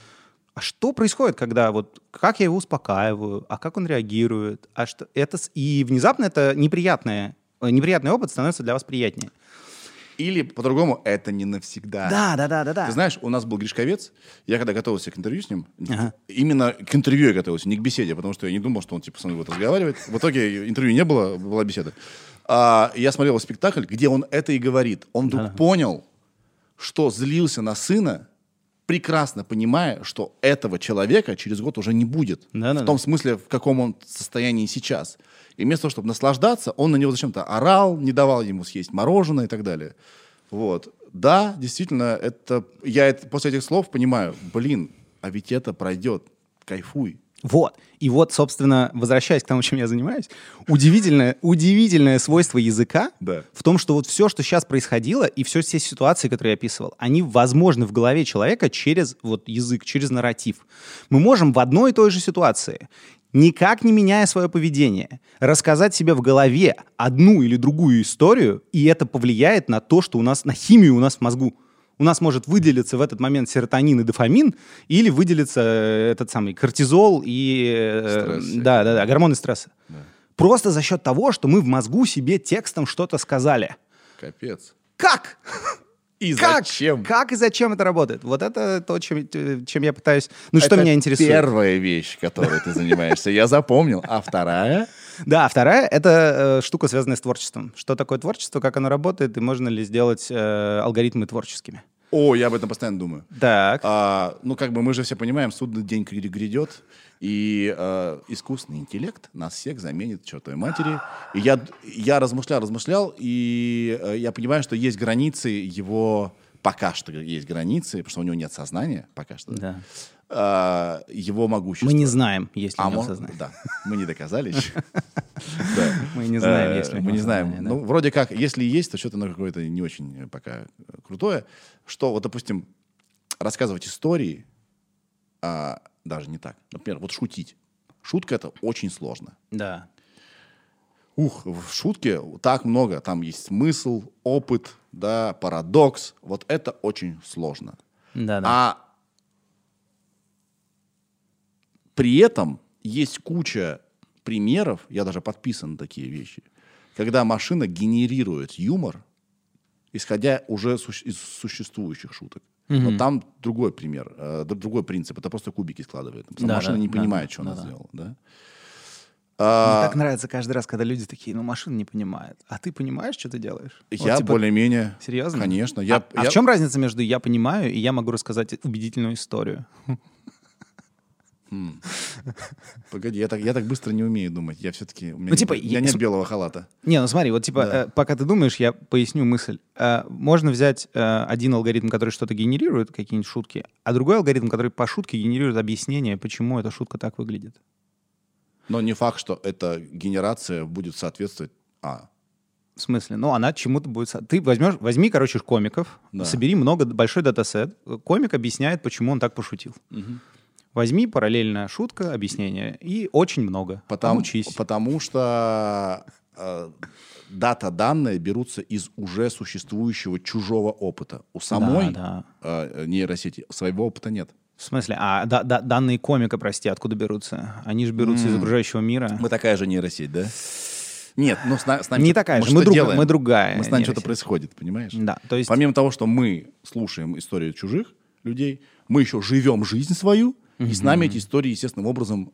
C: а что происходит, когда вот, как я его успокаиваю, а как он реагирует, а что это... И внезапно это неприятное, неприятный опыт становится для вас приятнее.
A: Или, по-другому, это не навсегда.
C: Да, да, да, да, да.
A: Ты знаешь, у нас был Гришковец, я когда готовился к интервью с ним,
C: ага.
A: именно к интервью я готовился, не к беседе, потому что я не думал, что он типа со мной будет разговаривать. В итоге интервью не было, была беседа. А, я смотрел спектакль, где он это и говорит. Он вдруг ага. понял, что злился на сына, прекрасно понимая, что этого человека через год уже не будет.
C: Да, да,
A: в том
C: да.
A: смысле, в каком он состоянии сейчас. И вместо того, чтобы наслаждаться, он на него зачем-то орал, не давал ему съесть мороженое и так далее. Вот. Да, действительно, это, я это, после этих слов понимаю, блин, а ведь это пройдет, кайфуй.
C: Вот. И вот, собственно, возвращаясь к тому, чем я занимаюсь, удивительное, удивительное свойство языка
A: да.
C: в том, что вот все, что сейчас происходило, и все те ситуации, которые я описывал, они возможны в голове человека через вот язык, через нарратив. Мы можем в одной и той же ситуации, никак не меняя свое поведение, рассказать себе в голове одну или другую историю, и это повлияет на то, что у нас, на химию у нас в мозгу. У нас может выделиться в этот момент серотонин и дофамин, или выделиться этот самый кортизол и
A: Стресс,
C: да, да, да, гормоны стресса.
A: Да.
C: Просто за счет того, что мы в мозгу себе текстом что-то сказали.
A: Капец.
C: Как?
A: И
C: как?
A: зачем?
C: Как и зачем это работает? Вот это то, чем, чем я пытаюсь... Ну, это что меня интересует.
A: Это первая вещь, которой ты занимаешься. Я запомнил. А вторая?
C: Да, вторая — это э, штука, связанная с творчеством. Что такое творчество, как оно работает, и можно ли сделать э, алгоритмы творческими.
A: О, я об этом постоянно думаю.
C: Так.
A: А, ну, как бы мы же все понимаем, судный день грядет, и э, искусственный интеллект нас всех заменит к чертовой матери. И я, я размышлял, размышлял, и э, я понимаю, что есть границы его... Пока что есть границы, потому что у него нет сознания, пока что.
C: Да.
A: А, его могущество.
C: Мы не знаем, есть ли
A: а
C: у него
A: мож...
C: сознание.
A: Да, мы не доказали еще.
C: Мы не знаем, есть ли у него
A: Мы не знаем.
C: сознание.
A: Ну, вроде как, если есть, то что-то оно какое-то не очень пока крутое. Что, вот, допустим, рассказывать истории, а, даже не так. Например, вот шутить. Шутка — это очень сложно.
C: Да.
A: Ух, в шутке так много. Там есть смысл, опыт, да, парадокс. Вот это очень сложно.
C: Да, да.
A: А при этом есть куча примеров, я даже подписан на такие вещи, когда машина генерирует юмор, исходя уже су- из существующих шуток.
C: Мгм.
A: Вот там другой пример, э, другой принцип. Это просто кубики складывает. Сама
C: Да,
A: машина
C: да,
A: не
C: да,
A: понимает,
C: да,
A: что
C: да,
A: она
C: да.
A: сделала. Да?
C: Мне
A: А,
C: так нравится каждый раз, когда люди такие, ну, машина не понимает. А ты понимаешь, что ты делаешь?
A: я
C: Вот, типа,
A: более-менее...
C: Серьезно?
A: Конечно. Я,
C: а, а
A: я-
C: в чем разница между «я понимаю» и «я могу рассказать убедительную историю»?
A: Погоди, я так, я так быстро не умею думать. Я все-таки... У меня,
C: Ну, типа,
A: нет, у меня
C: я-
A: нет белого халата.
C: Не, ну смотри, вот типа,
A: Да.
C: э, пока ты думаешь, я поясню мысль. Э, можно взять э, один алгоритм, который что-то генерирует, какие-нибудь шутки, а другой алгоритм, который по шутке генерирует объяснение, почему эта шутка так выглядит.
A: Но не факт, что эта генерация будет соответствовать... А,
C: В смысле? Ну, она чему-то будет... со- Ты возьмешь, возьми, короче, комиков,
A: Да.
C: собери много, большой датасет. Комик объясняет, почему он так пошутил. Возьми параллельно шутка, объяснение, и очень много.
A: Потому,
C: Обучись.
A: потому что э, дата-данные берутся из уже существующего чужого опыта. У самой
C: да.
A: э, нейросети своего опыта нет.
C: В смысле? А да- да- данные комика, прости, откуда берутся? Они же берутся из окружающего мира.
A: Мы такая же нейросеть, да? Нет, ну с, на- с нами
C: Не
A: что-то-
C: такая
A: мы
C: же, мы,
A: что
C: друг-
A: делаем?
C: мы другая.
A: Мы с нами что-то
C: нейросеть.
A: происходит, понимаешь?
C: Да, то есть...
A: Помимо того, что мы слушаем историю чужих людей, мы еще живем жизнь свою, и с нами эти истории естественным образом,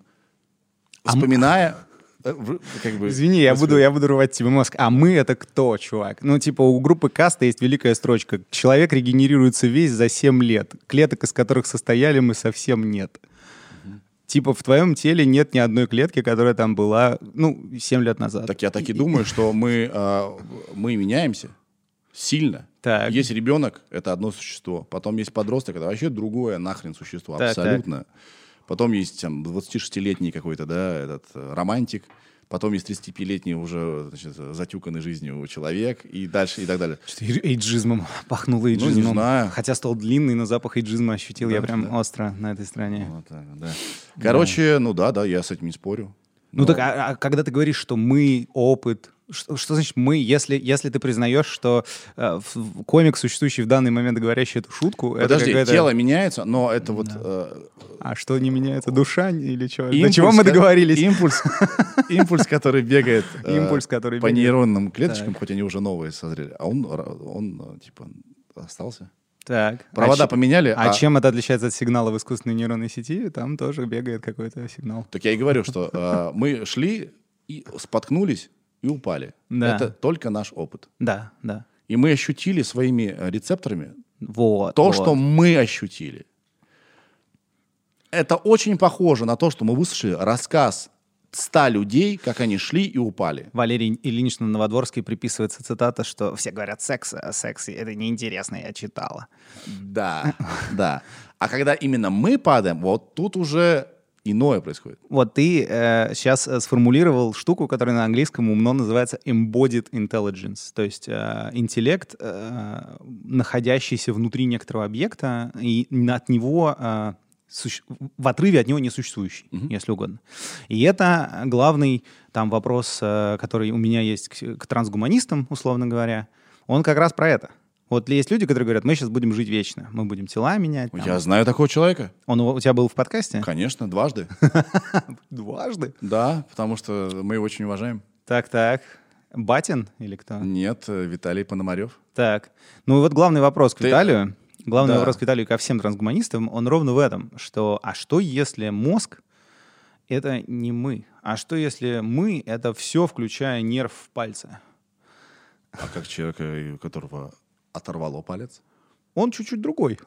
A: вспоминая, э, в- как бы...
C: Извини, я буду, я буду рвать тебе мозг. А мы — это кто, чувак? Ну, типа, у группы Каста есть великая строчка. Человек регенерируется весь за семь лет. Клеток, из которых состояли мы, совсем нет. Типа, в твоем теле нет ни одной клетки, которая там была, ну, семь лет назад.
A: Так я так и думаю, что мы, э, мы меняемся сильно.
C: Так.
A: Есть ребенок, это одно существо. Потом есть подросток, это вообще другое нахрен существо.
C: Так,
A: Абсолютно. Потом есть там двадцатишестилетний какой-то, да, этот э, романтик. Потом есть тридцатипятилетний уже, значит, затюканный жизнью человек. И дальше, и так далее.
C: Что-то эйджизмом пахнуло эйджизмом.
A: Ну, не знаю.
C: Хотя стол длинный, но запах эйджизма ощутил
A: Да,
C: я прям
A: да.
C: остро на этой стороне.
A: Вот так, да. Короче, ну да, да, я с этим не спорю.
C: Ну
A: Но-
C: так, а, а когда ты говоришь, что мы опыт, что, что значит мы, если, если ты признаешь, что э, в- комик, существующий в данный момент, говорящий эту шутку,
A: Подожди,
C: это какая-то...
A: тело меняется, но это вот... э,
C: А что не меняется? Душа или что? До
A: импульс,
C: чего мы
A: ко-
C: договорились?
A: Импульс, импульс, который бегает э,
C: Импульс, который
A: по
C: бегает.
A: нейронным клеточкам, хоть они уже новые созрели, а он, он э, типа, остался.
C: Так.
A: Провода
C: а, чем-
A: поменяли,
C: а
A: а-
C: чем это отличается от сигнала в искусственной нейронной сети? Там тоже бегает какой-то сигнал.
A: Так я и говорю, что э, мы шли и споткнулись и упали.
C: Да.
A: Это только наш опыт.
C: Да, да.
A: И мы ощутили своими э, рецепторами
C: Вот.
A: то,
C: вот.
A: что мы ощутили. Это очень похоже на то, что мы выслушали рассказ ста людей, как они шли и упали.
C: Валерий Ильиничну Новодворской приписывается цитата, что все говорят секс, а секс — это неинтересно, я читала.
A: Да, да. А когда именно мы падаем, вот тут уже иное происходит.
C: Вот ты э, сейчас э, сформулировал штуку, которая на английском умно называется embodied intelligence, то есть э, интеллект, э, находящийся внутри некоторого объекта, и от него... Э, суще- в отрыве от него не существующий, если угодно. И это главный там вопрос, э, который у меня есть к, к трансгуманистам, условно говоря. Он как раз про это. Вот есть люди, которые говорят, мы сейчас будем жить вечно, мы будем тела менять. там.
A: Я знаю такого человека.
C: Он у у тебя был в подкасте?
A: Конечно, дважды.
C: Дважды.
A: Да, потому что мы его очень уважаем.
C: Так-так. Батин или кто?
A: Нет, э, Виталий Пономарев.
C: Так. Ну и вот главный вопрос к
A: Ты-
C: Виталию. Главный
A: Да.
C: вопрос к Виталию, ко всем трансгуманистам, он ровно в этом, что а что если мозг — это не мы? А что если мы — это все, включая нерв в пальце?
A: А как человека, у которого оторвало палец?
C: Он чуть-чуть другой.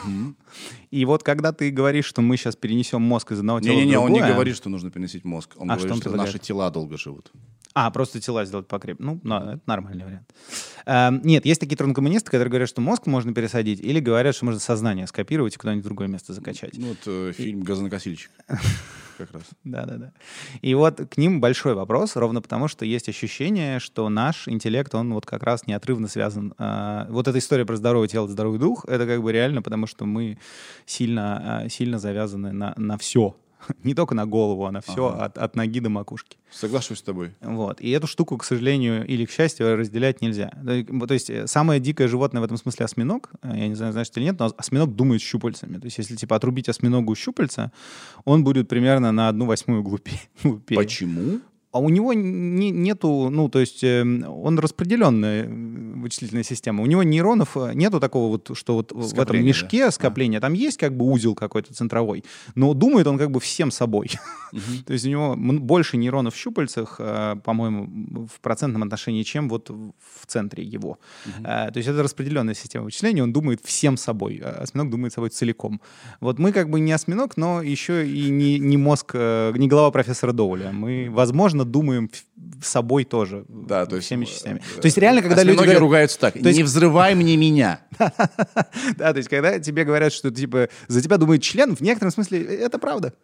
C: И вот когда ты говоришь, что мы сейчас перенесем мозг из одного тела в
A: Не-не-не, он не
C: другое-
A: говорит, что нужно переносить мозг. Он
C: А
A: говорит,
C: что он
A: что
C: предлагает?
A: наши тела долго живут.
C: А, просто тела сделать покрепче. Ну, на- это нормальный вариант. Эм, нет, есть такие трансгуманисты, которые говорят, что мозг можно пересадить, или говорят, что можно сознание скопировать и куда-нибудь в другое место закачать.
A: Ну, вот э, фильм «Газонокосильщик». Как раз.
C: Да-да-да. И вот к ним большой вопрос, ровно потому, что есть ощущение, что наш интеллект, он вот как раз неотрывно связан. А, вот эта история про здоровое тело, здоровый дух, это как бы реально, потому что мы сильно, а, сильно завязаны на, на все. Не только на голову, а на все,
A: Ага.
C: от, от ноги до макушки.
A: Соглашусь с тобой.
C: Вот. И эту штуку, к сожалению, или к счастью, разделять нельзя. То есть- То есть э, самое дикое животное в этом смысле осьминог, э, я не знаю, знаешь ты или нет, но осьминог думает щупальцами. То есть если типа отрубить осьминогу щупальца, он будет примерно на одну восьмую глупее. глупее.
A: Почему?
C: А у него не- нету, ну, то есть э, он распределенная э, вычислительная система. У него нейронов э, нету такого вот, что вот в этом
A: Скопления,
C: мешке
A: да?
C: скопления, там есть как бы узел какой-то центровой, но думает он как бы всем собой. То есть у него м- больше нейронов в щупальцах, э, по-моему, в процентном отношении, чем вот в в центре его. Э, То есть это распределенная система вычисления, он думает всем собой, а осьминог думает собой целиком. Вот мы как бы не осьминог, но еще и не, не мозг, э, не голова профессора Доуля. Мы, возможно, думаем в- собой тоже,
A: Да, то есть...
C: всеми
A: э,
C: частями.
A: э,
C: То есть реально, когда люди
A: осьминоги
C: говорят...
A: ругаются так.
C: То есть-
A: Не взрывай мне меня.
C: Да, то есть когда тебе говорят, что типа за тебя думает член, в некотором смысле это правда.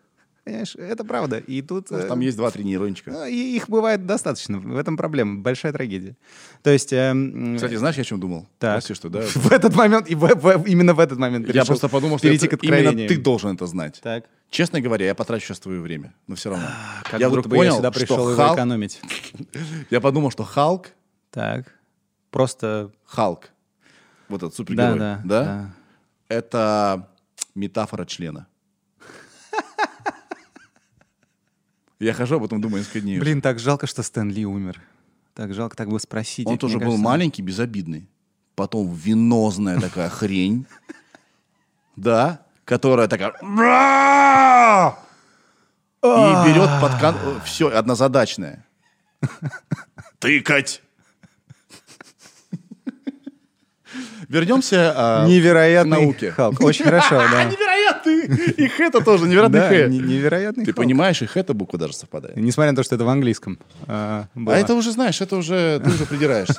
C: Понимаешь, это правда. И тут...
A: Может,
C: э,
A: там есть два-три нейрончика.
C: ну, и их бывает достаточно. В этом проблема. Большая трагедия. То есть... эм,
A: Кстати, знаешь, я о чем думал?
C: Так.
A: Прости, что, да?
C: в этот момент, и в- в- именно в этот момент ты
A: Я
C: решил
A: просто подумал, что
C: перейти
A: это
C: к
A: именно
C: откровениям.
A: ты должен это знать.
C: Так.
A: Честно говоря, я потрачу сейчас твое время, но все равно.
C: Как
A: я
C: будто
A: вдруг
C: бы
A: понял,
C: я сюда пришел
A: что
C: его
A: Халк...
C: экономить.
A: Я подумал, что Халк,
C: Так. Просто...
A: Халк, вот этот супергерой,
C: Да, да,
A: да?
C: да.
A: Это метафора члена. Я хожу, а потом думаю несколько дней.
C: Блин, так жалко, что Стэн Ли умер. Так жалко, так бы спросить.
A: Он
C: Мне
A: тоже был
C: кажется,
A: маленький, безобидный. Потом венозная такая хрень. Да, которая такая... И берет под... Все, однозадачное. Тыкать. Вернемся а,
C: Невероятный
A: к науке.
C: Халк. Очень хорошо, да.
A: Невероятный! И Х это тоже, невероятный
C: Да,
A: Х.
C: не- невероятный
A: Ты
C: Халк.
A: понимаешь, и Х эта буква даже совпадает.
C: Несмотря на то, что это в английском. а, было.
A: А это уже, знаешь, это уже, ты уже придираешься.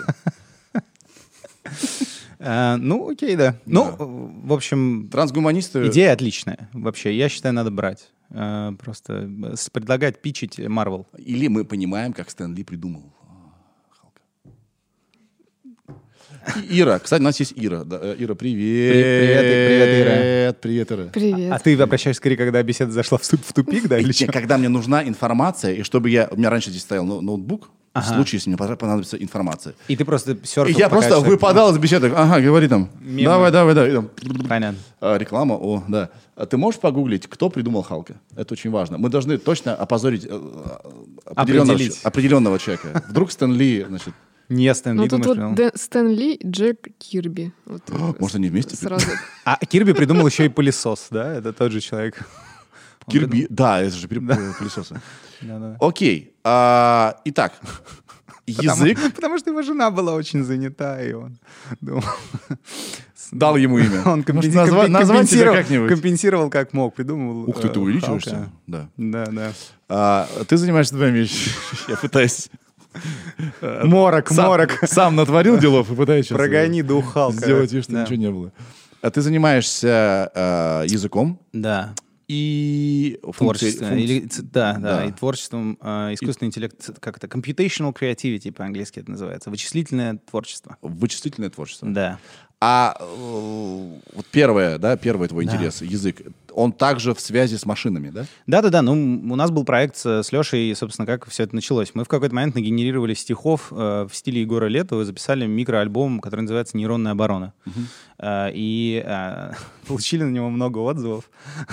C: А, ну, окей, да. Ну, в общем,
A: Трансгуманисты...
C: идея отличная. Вообще, я считаю, надо брать. А, Просто с- предлагать питчить Марвел.
A: Или мы понимаем, как Стэн Ли придумал а, Халка. И Ира. Кстати, у нас есть Ира. Да, э, Ира, привет.
C: Привет, привет, Ира.
A: Привет, Ира.
D: Привет.
C: А ты обращаешься скорее, когда беседа зашла в ту- в тупик, да, или
A: Не,
C: что?
A: когда мне нужна информация, и чтобы я... У меня раньше здесь стоял ноу- ноутбук, в случае, если мне понадобится информация.
C: И ты просто
A: И
C: серфил,
A: я
C: пока
A: просто
C: человек-
A: выпадал из беседы. Ага, говори там.
C: Мемы.
A: Давай, давай, давай. И там,
C: Понятно.
A: а, реклама, о, да. А ты можешь погуглить, кто придумал Халка? Это очень важно. Мы должны точно опозорить э, определенного,
C: Определить.
A: ч- определенного человека. Вдруг Стэн Ли, значит,
C: Не Стэн Ли,
D: Ну тут
C: думаешь,
D: вот
C: ну?
D: Дэ- Стэн Ли, Джек Кирби. Вот, э,
A: может, они вместе?
D: сразу.
C: А Кирби придумал еще и пылесос, да? Это тот же человек. Он
A: Кирби, да, это же пере- э, пылесосы.
C: Да-да.
A: Окей. а, Итак, язык
C: Потому, потому что его жена была очень занята, и он думал...
A: дал ему имя.
C: Он
A: Может,
C: компенси-
A: назва-
C: компен-
A: назвать тебя
C: компенсировал,
A: как-нибудь?
C: компенсировал как мог, придумывал.
A: Ух ты, ты
C: э,
A: увеличиваешься?
C: Халка.
A: Да.
C: Да, да.
A: А, ты занимаешься двумя вещами. Я пытаюсь...
C: Морок,
A: Сам-
C: морок.
A: Сам натворил делов и пытаюсь сейчас,
C: Прогони
A: э,
C: дух Халка.
A: сделать вид, что
C: Да.
A: ничего не было. А ты занимаешься э, языком
C: Да.
A: и функцией-
C: Творчеством.
A: функци-
C: Или, ц- да, да,
A: Да.
C: и творчеством, э, искусственный интеллект, как это, computational creativity по-английски это называется, вычислительное творчество.
A: вычислительное творчество.
C: Да.
A: А э, вот первое, да, первый твой
C: Да.
A: интерес, язык, он также в связи с машинами, да?
C: Да-да-да, ну, м, у нас был проект с, с Лешей, собственно, как все это началось. Мы в какой-то момент нагенерировали стихов э, в стиле Егора Летова и записали микроальбом, который называется «Нейронная оборона». Э, и э, получили на него много отзывов.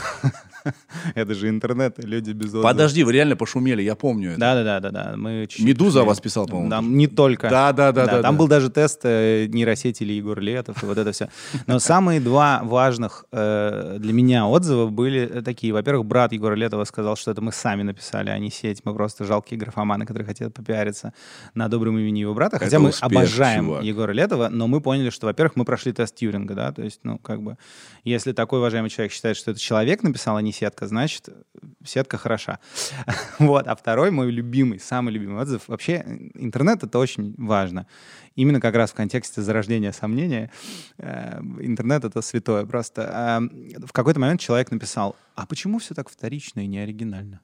C: Это же интернет, люди без отзывов.
A: Подожди, вы реально пошумели, я помню это.
C: Да-да-да-да. Мы чуть-чуть
A: «Медуза» о
C: пошли.
A: вас писал, по-моему.
C: Да,
A: тоже.
C: не только.
A: Да-да-да-да-да.
C: Там был даже тест э, нейросети или Егор Летов, и вот это все. Но самые два важных э, для меня отзыва были такие. Во-первых, брат Егора Летова сказал, что это мы сами написали, а не сеть. Мы просто жалкие графоманы, которые хотят попиариться на добром имени его брата. Хотя
A: Это
C: мы
A: успех,
C: обожаем
A: чувак.
C: Егора Летова, но мы поняли, что, во-первых, мы прошли тест Тьюринга, да, то есть, ну, как бы, если такой уважаемый человек считает, что это человек написал, а не сетка, значит, сетка хороша. Вот. А второй, мой любимый, самый любимый отзыв. Вообще, интернет — это очень важно. Именно как раз в контексте зарождения сомнения. э, Интернет — это святое просто. А, В какой-то момент человек написал, а почему все так вторично и не оригинально?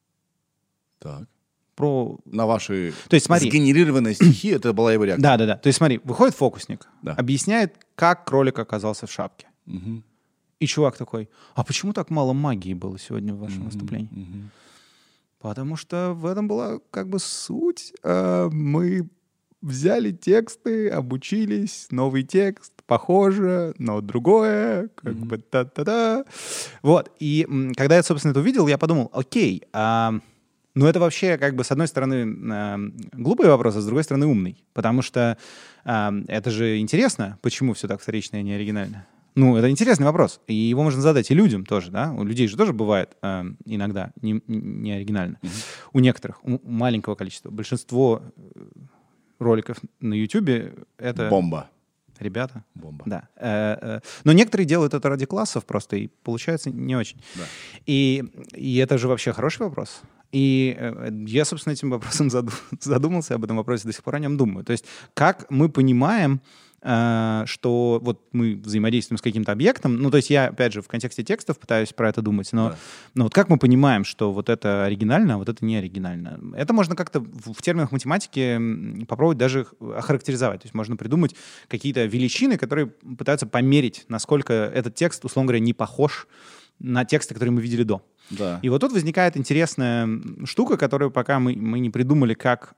A: Так.
C: Про...
A: На ваши
C: То есть, смотри.
A: сгенерированные стихи, это была его реакция.
C: Да-да-да. То есть смотри, выходит фокусник,
A: Да.
C: объясняет, как кролик оказался в шапке.
A: Мгм.
C: И чувак такой, а почему так мало магии было сегодня в вашем выступлении?
A: Мгм.
C: Потому что в этом была как бы суть. Э, Мы взяли тексты, обучились, новый текст, похоже, но другое, как бы та-та-та. Вот, и м, когда я, собственно, это увидел, я подумал, окей, а, ну это вообще как бы с одной стороны э, глупый вопрос, а с другой стороны умный. Потому что э, это же интересно, почему все так вторично и не оригинально. Ну, это интересный вопрос, и его можно задать и людям тоже, да? У людей же тоже бывает э, иногда не, не оригинально. У некоторых, у маленького количества. Большинство э, роликов на Ютубе это...
A: Бомба.
C: Ребята.
A: Бомба.
C: Да. Э, э, Но некоторые делают это ради классов просто, и получается не очень.
A: Да.
C: И, и это же вообще хороший вопрос. И э, я, собственно, этим вопросом заду- задумался об этом вопросе, до сих пор о нем думаю. То есть как мы понимаем, э, что вот мы взаимодействуем с каким-то объектом. Ну, то есть я, опять же, в контексте текстов пытаюсь про это думать, но,
A: Да.
C: но вот как мы понимаем, что вот это оригинально, а вот это не оригинально? Это можно как-то в, в терминах математики м, попробовать даже их охарактеризовать. То есть можно придумать какие-то величины, которые пытаются померить, насколько этот текст, условно говоря, не похож на тексты, которые мы видели до.
A: Да.
C: И вот тут возникает интересная штука, которую пока мы, мы не придумали, как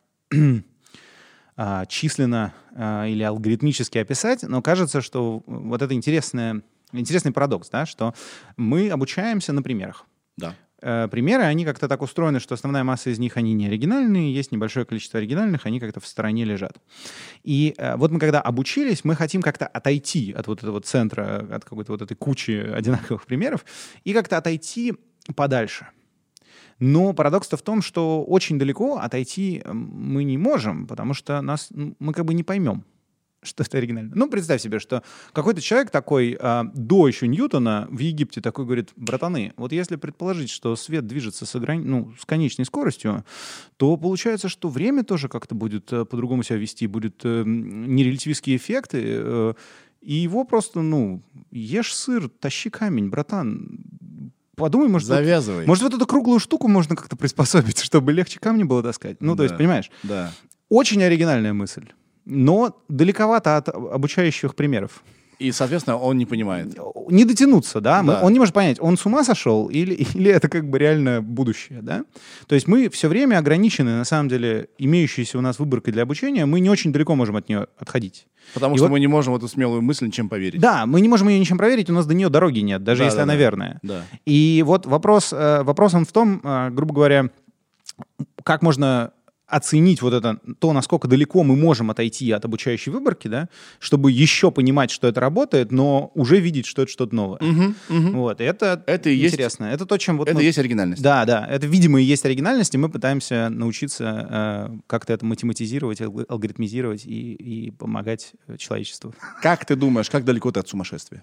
C: а, численно а, или алгоритмически описать, но кажется, что вот это интересное, интересный парадокс, да, что мы обучаемся на примерах.
A: Да.
C: Э, Примеры, они как-то так устроены, что основная масса из них, они не оригинальные, есть небольшое количество оригинальных, они как-то в стороне лежат. И э, вот мы когда обучились, мы хотим как-то отойти от вот этого центра, от какой-то вот этой кучи одинаковых примеров, и как-то отойти подальше. Но парадокс-то в том, что очень далеко отойти мы не можем, потому что нас, мы как бы не поймем, что это оригинально. Ну, представь себе, что какой-то человек такой, а, до еще Ньютона в Египте такой говорит: братаны, вот если предположить, что свет движется с, ограни... ну, с конечной скоростью, то получается, что время тоже как-то будет э, по-другому себя вести, будут э, нерелятивистские эффекты, э, и его просто, ну, ешь сыр, тащи камень, братан. Подумай, может,
A: Завязывай.
C: Вот, может, вот эту круглую штуку можно как-то приспособить, чтобы легче камни было таскать. Ну, то
A: Да.
C: есть, понимаешь,
A: Да.
C: очень оригинальная мысль, но далековато от обучающих примеров.
A: И, соответственно, он не понимает.
C: Не дотянуться, да? Мы-
A: Да.
C: он не может понять, он с ума сошел или, или это как бы реально будущее, да? То есть мы все время ограничены, на самом деле, имеющейся у нас выборкой для обучения, мы не очень далеко можем от нее отходить.
A: Потому
C: И
A: что
C: вот-
A: мы не можем в эту смелую мысль ничем поверить.
C: Да, мы не можем ее ничем проверить, у нас до нее дороги нет, даже
A: Да,
C: если
A: да,
C: она
A: да.
C: верная.
A: Да.
C: И вот вопрос, э, вопрос он в том, э, грубо говоря, как можно оценить вот это, то, насколько далеко мы можем отойти от обучающей выборки, да, чтобы еще понимать, что это работает, но уже видеть, что это что-то новое.
A: Мгм, мгм.
C: Вот, и это,
A: Это и есть-
C: интересно. Это то, чем вот
A: Это
C: мы-
A: и есть оригинальность.
C: Да, да, это, видимо, и есть оригинальность, и мы пытаемся научиться э, как-то это математизировать, алг- алгоритмизировать и, и помогать э, человечеству.
A: Как ты думаешь, как далеко ты от сумасшествия?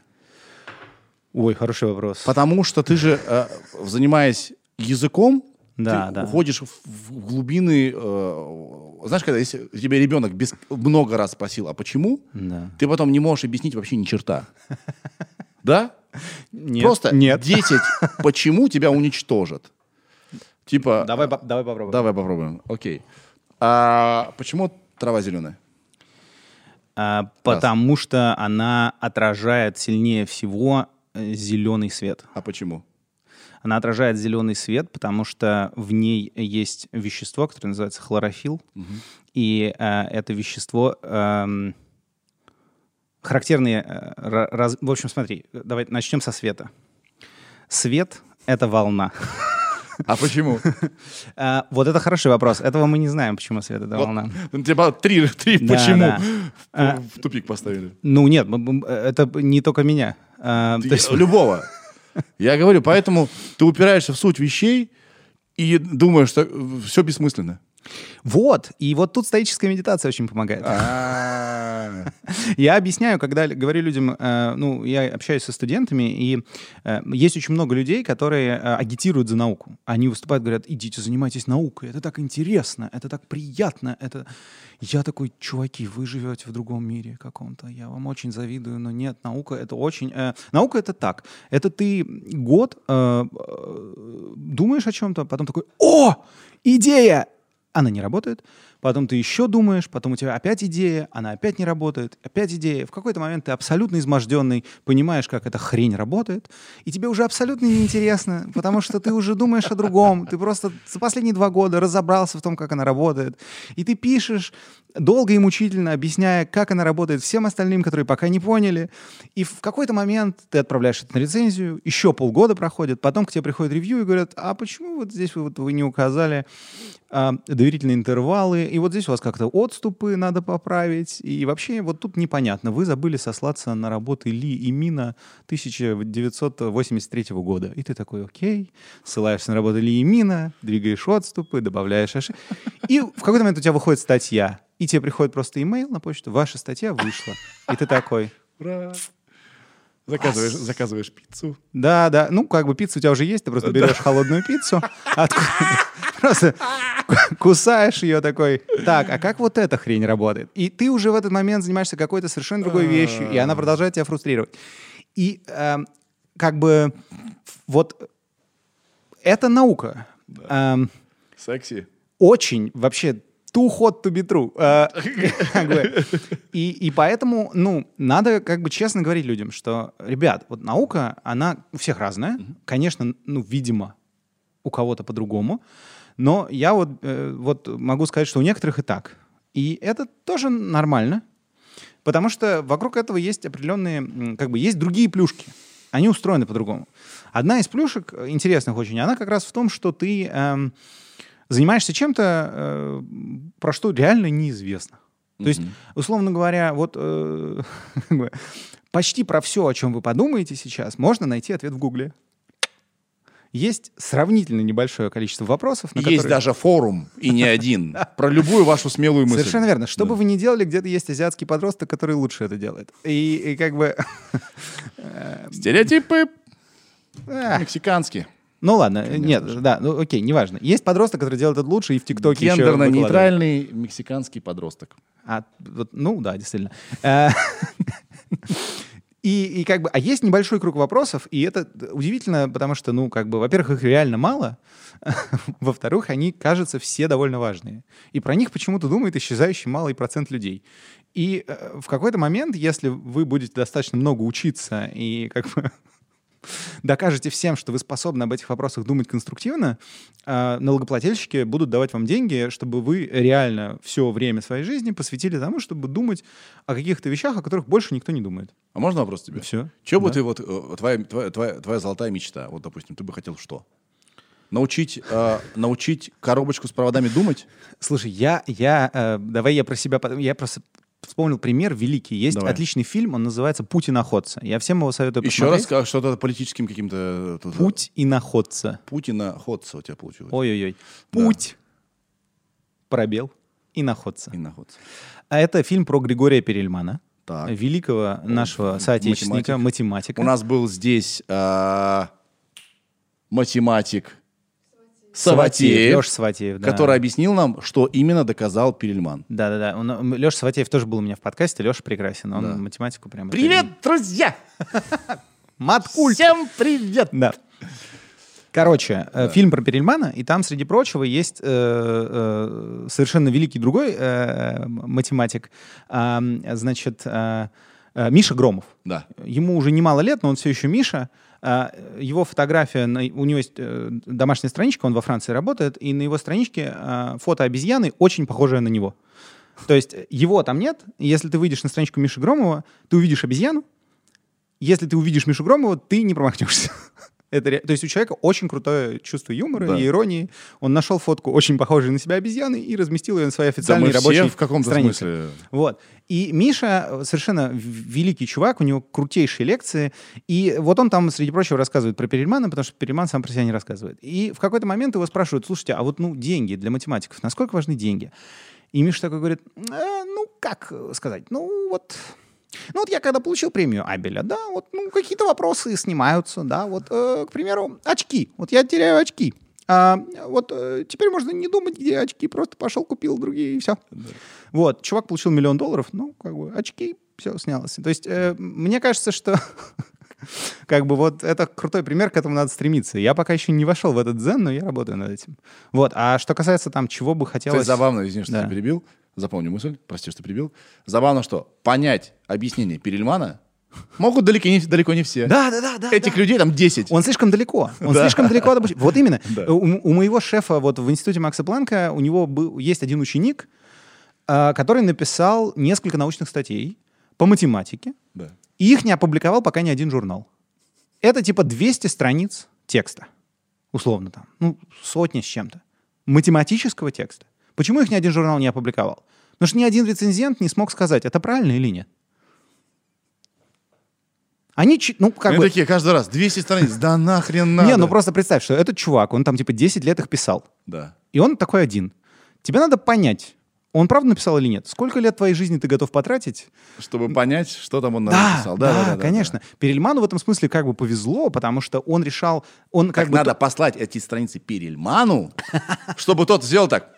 C: Ой, хороший вопрос.
A: Потому что ты же, э, занимаясь языком,
C: Да,
A: ты
C: да.
A: уходишь в, в глубины... э, знаешь, когда если тебе ребенок без, много раз спросил, а почему,
C: Да.
A: ты потом не можешь объяснить вообще ни черта. Да?
C: Нет,
A: Просто
C: нет.
A: десять почему тебя уничтожат. Типа...
C: Давай, по- давай попробуем.
A: Давай попробуем. Окей. А почему трава зеленая?
C: А, потому что она отражает сильнее всего э, зеленый свет.
A: А почему?
C: Она отражает зеленый свет, потому что в ней есть вещество, которое называется хлорофилл. И э, это вещество эм, характерные... э, ра- раз- В общем, смотри, давай начнем со света. Свет — это волна.
A: А почему?
C: А, Вот это хороший вопрос. Этого мы не знаем, почему свет — это
A: Вот.
C: волна.
A: Ну, Типа три, три
C: Да,
A: почему
C: да.
A: в-
C: А.
A: в тупик поставили.
C: Ну нет, м- м- это не только меня. А, то есть-
A: Любого. Я говорю, поэтому ты упираешься в суть вещей и думаешь, что все бессмысленно.
C: Вот, и вот тут стоическая медитация очень помогает.
A: А.
C: Я объясняю, когда л- говорю людям, э, ну, я общаюсь со студентами, и э, есть очень много людей, которые э, агитируют за науку. Они выступают, говорят: идите, занимайтесь наукой, это так интересно, это так приятно. Это... Я такой: чуваки, вы живете в другом мире каком-то, я вам очень завидую, но нет, наука — это очень... э, наука — это так, это ты год э, э, думаешь о чем-то, потом такой: о, идея! Она не работает, потом ты еще думаешь, потом у тебя опять идея, она опять не работает, опять идея. В какой-то момент ты абсолютно изможденный, понимаешь, как эта хрень работает, и тебе уже абсолютно неинтересно, потому что ты уже думаешь о другом, ты просто за последние два года разобрался в том, как она работает, и ты пишешь долго и мучительно, объясняя, как она работает всем остальным, которые пока не поняли, и в какой-то момент ты отправляешь это на рецензию, еще полгода проходит, потом к тебе приходит ревью и говорят: а почему вот здесь вы, вот, вы не указали а, доверительные интервалы, и вот здесь у вас как-то отступы надо поправить, и вообще вот тут непонятно, вы забыли сослаться на работы Ли и Мина тысяча девятьсот восемьдесят третьего года. И ты такой: окей, ссылаешься на работы Ли и Мина, двигаешь отступы, добавляешь ошибки, и в какой-то момент у тебя выходит статья, и тебе приходит просто имейл на почту: ваша статья вышла, и ты такой:
A: Ура. Заказываешь, заказываешь пиццу.
C: Да, да. Ну, как бы пицца у тебя уже есть, ты просто берешь холодную пиццу, откуда- просто кусаешь ее такой. Так, а как вот эта хрень работает? И ты уже в этот момент занимаешься какой-то совершенно другой вещью, и она продолжает тебя фрустрировать. И эм, как бы вот это наука. Эм,
A: Секси.
C: очень вообще too hot to be true. Э, как бы. И, и поэтому, ну, надо как бы честно говорить людям, что, ребят, вот наука, она у всех разная. Конечно, ну, видимо, у кого-то по-другому. Но я вот, э, вот могу сказать, что у некоторых и так. И это тоже нормально. Потому что вокруг этого есть определенные, м, как бы, есть другие плюшки. Они устроены по-другому. Одна из плюшек, э, интересных очень, она как раз в том, что ты эм, занимаешься чем-то, э, про что реально неизвестно. То есть, условно говоря, вот э, как бы, почти про все, о чем вы подумаете сейчас, можно найти ответ в Гугле. Есть сравнительно небольшое количество вопросов, на
A: Есть
C: которые...
A: даже форум, и не один, про любую вашу смелую мысль.
C: Совершенно верно. Что бы вы ни делали, где-то есть азиатский подросток, который лучше это делает. И, и как бы...
A: Стереотипы
C: а,
A: мексиканские.
C: Ну ладно, нет, да, ну окей, неважно. Есть подросток, который делает это лучше, и в ТикТоке еще выкладывает.
A: Гендерно-нейтральный мексиканский подросток.
C: А, вот, ну да, действительно. Э, И, и как бы, а есть небольшой круг вопросов, и это удивительно, потому что, ну, как бы, во-первых, их реально мало, во-вторых, они, кажется, все довольно важные. И про них почему-то думает исчезающий малый процент людей. И э, в какой-то момент, если вы будете достаточно много учиться и как бы докажете всем, что вы способны об этих вопросах думать конструктивно, э, налогоплательщики будут давать вам деньги, чтобы вы реально все время своей жизни посвятили тому, чтобы думать о каких-то вещах, о которых больше никто не думает.
A: А можно вопрос тебе?
C: Все.
A: Че бы
C: Да.
A: ты вот, э, твоя, твоя, твоя, твоя золотая мечта, вот, допустим, ты бы хотел что? Научить, э, научить коробочку с проводами думать?
C: Слушай, я, я, э, давай я про себя, потом- я просто вспомнил пример великий. Есть
A: Давай.
C: отличный фильм, он называется «Путь иноходца». Я всем его советую
A: Еще раз,
C: посмотреть.
A: как что-то политическим каким-то... тут,
C: «Путь иноходца».
A: Путина ходца у тебя получилось.
C: Ой-ой-ой.
A: Да.
C: «Путь», пробел, иноходца.
A: И находца.
C: А это фильм про Григория Перельмана,
A: Так.
C: великого нашего соотечественника, математика.
A: У нас был здесь э, математик Саватеев,
C: Леша Саватеев, да.
A: который объяснил нам, что именно доказал Перельман.
C: Да-да-да. Он- Леша Саватеев тоже был у меня в подкасте. Леша прекрасен. Он
A: Да.
C: математику прям...
A: Привет, друзья!
C: Маткульт!
A: Всем привет!
C: Да. Короче, э, фильм про Перельмана, и там, среди прочего, есть э, э, совершенно великий другой э, математик, а, значит, э, э, Миша Громов.
A: Да.
C: Ему уже немало лет, но он все еще Миша. А, его фотография, на- у него есть э, домашняя страничка, он во Франции работает, и на его страничке э, фото обезьяны очень похожее на него. То есть его там нет. Если ты выйдешь на страничку Миши Громова, ты увидишь обезьяну. Если ты увидишь Мишу Громова, ты не промахнешься. Это, ре- то есть у человека очень крутое чувство юмора
A: Да.
C: и иронии. Он нашел фотку очень похожей на себя обезьяны и разместил ее на своей
A: Да
C: официальной
A: мы
C: рабочей
A: все в каком-то
C: странице.
A: смысле.
C: Вот. И Миша совершенно в- великий чувак, у него крутейшие лекции. И вот он там, среди прочего, рассказывает про Перельмана, потому что Перельман сам про себя не рассказывает. И в какой-то момент его спрашивают: слушайте, а вот ну деньги для математиков, насколько важны деньги? И Миша такой говорит: «Э, ну как сказать, ну вот... Ну вот я когда получил премию Абеля, да, вот ну, какие-то вопросы снимаются, да, вот, э, к примеру, очки. Вот я теряю очки. А, вот э, теперь можно не думать, где очки, просто пошел, купил другие и все. Вот, чувак получил миллион долларов, ну, как бы, очки, все, снялось. То есть э, мне кажется, что как бы вот это крутой пример, к этому надо стремиться. Я пока еще не вошел в этот дзен, но я работаю над этим. Вот, а что касается там, чего бы хотелось...
A: Кстати, забавно, извини, что
C: Да.
A: я перебил. Запомни мысль, прости, что перебил. Забавно, что понять объяснение Перельмана могут далеко не, далеко не все.
C: Да, да, да, да.
A: Этих
C: да.
A: людей там десять.
C: Он слишком далеко. Он
A: Да.
C: слишком далеко от обучения. Вот именно.
A: Да.
C: У, у моего шефа вот в институте Макса Планка у него был, есть один ученик, а, который написал несколько научных статей по математике,
A: Да.
C: и их не опубликовал пока ни один журнал. Это типа двести страниц текста. Условно там. Ну, сотни с чем-то. Математического текста. Почему их ни один журнал не опубликовал? Потому что ни один рецензент не смог сказать, это правильно или нет. Они, чи- ну, как
A: Они
C: бы...
A: такие каждый раз, двести страниц, да нахрен надо.
C: Не, ну просто представь, что этот чувак, он там типа десять лет их писал.
A: Да.
C: И он такой один. Тебе надо понять, он правда написал или нет? Сколько лет твоей жизни ты готов потратить?
A: Чтобы понять, что там он
C: Да,
A: написал.
C: да, конечно. Перельману в этом смысле как бы повезло, потому что он решал... Он как
A: Так
C: бы
A: надо
C: то-
A: послать эти страницы Перельману, чтобы тот сделал так.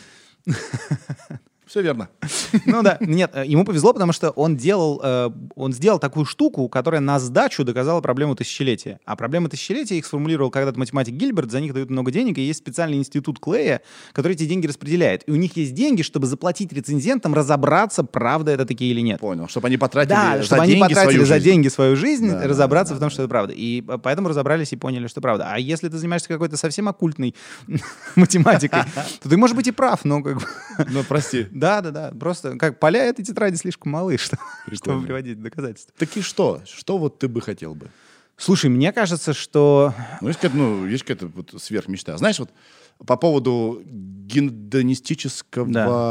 A: Все верно.
C: Ну да, нет, э, ему повезло, потому что он делал, э, он сделал такую штуку, которая на сдачу доказала проблему тысячелетия. А проблема тысячелетия их сформулировал когда-то математик Гильберт, за них дают много денег, и есть специальный институт Клея, который эти деньги распределяет. И у них есть деньги, чтобы заплатить рецензентам, разобраться, правда это такие или нет.
A: Понял. Чтобы они потратили
C: Да,
A: за
C: чтобы они
A: деньги
C: потратили
A: свою
C: за
A: жизнь.
C: деньги свою жизнь,
A: Да,
C: разобраться
A: да,
C: в том, что это правда. И э, поэтому разобрались и поняли, что правда. А если ты занимаешься какой-то совсем оккультной математикой, то ты, может быть, и прав, но как бы...
A: Ну, прости.
C: Да, да, да. Просто как поля этой тетради слишком малы, что-
A: Прикольно.
C: чтобы приводить доказательства.
A: Так и что? Что вот ты бы хотел бы?
C: Слушай, мне кажется, что...
A: Ну, есть какая-то, ну, есть какая-то вот сверхмечта. Знаешь, вот по поводу гедонистического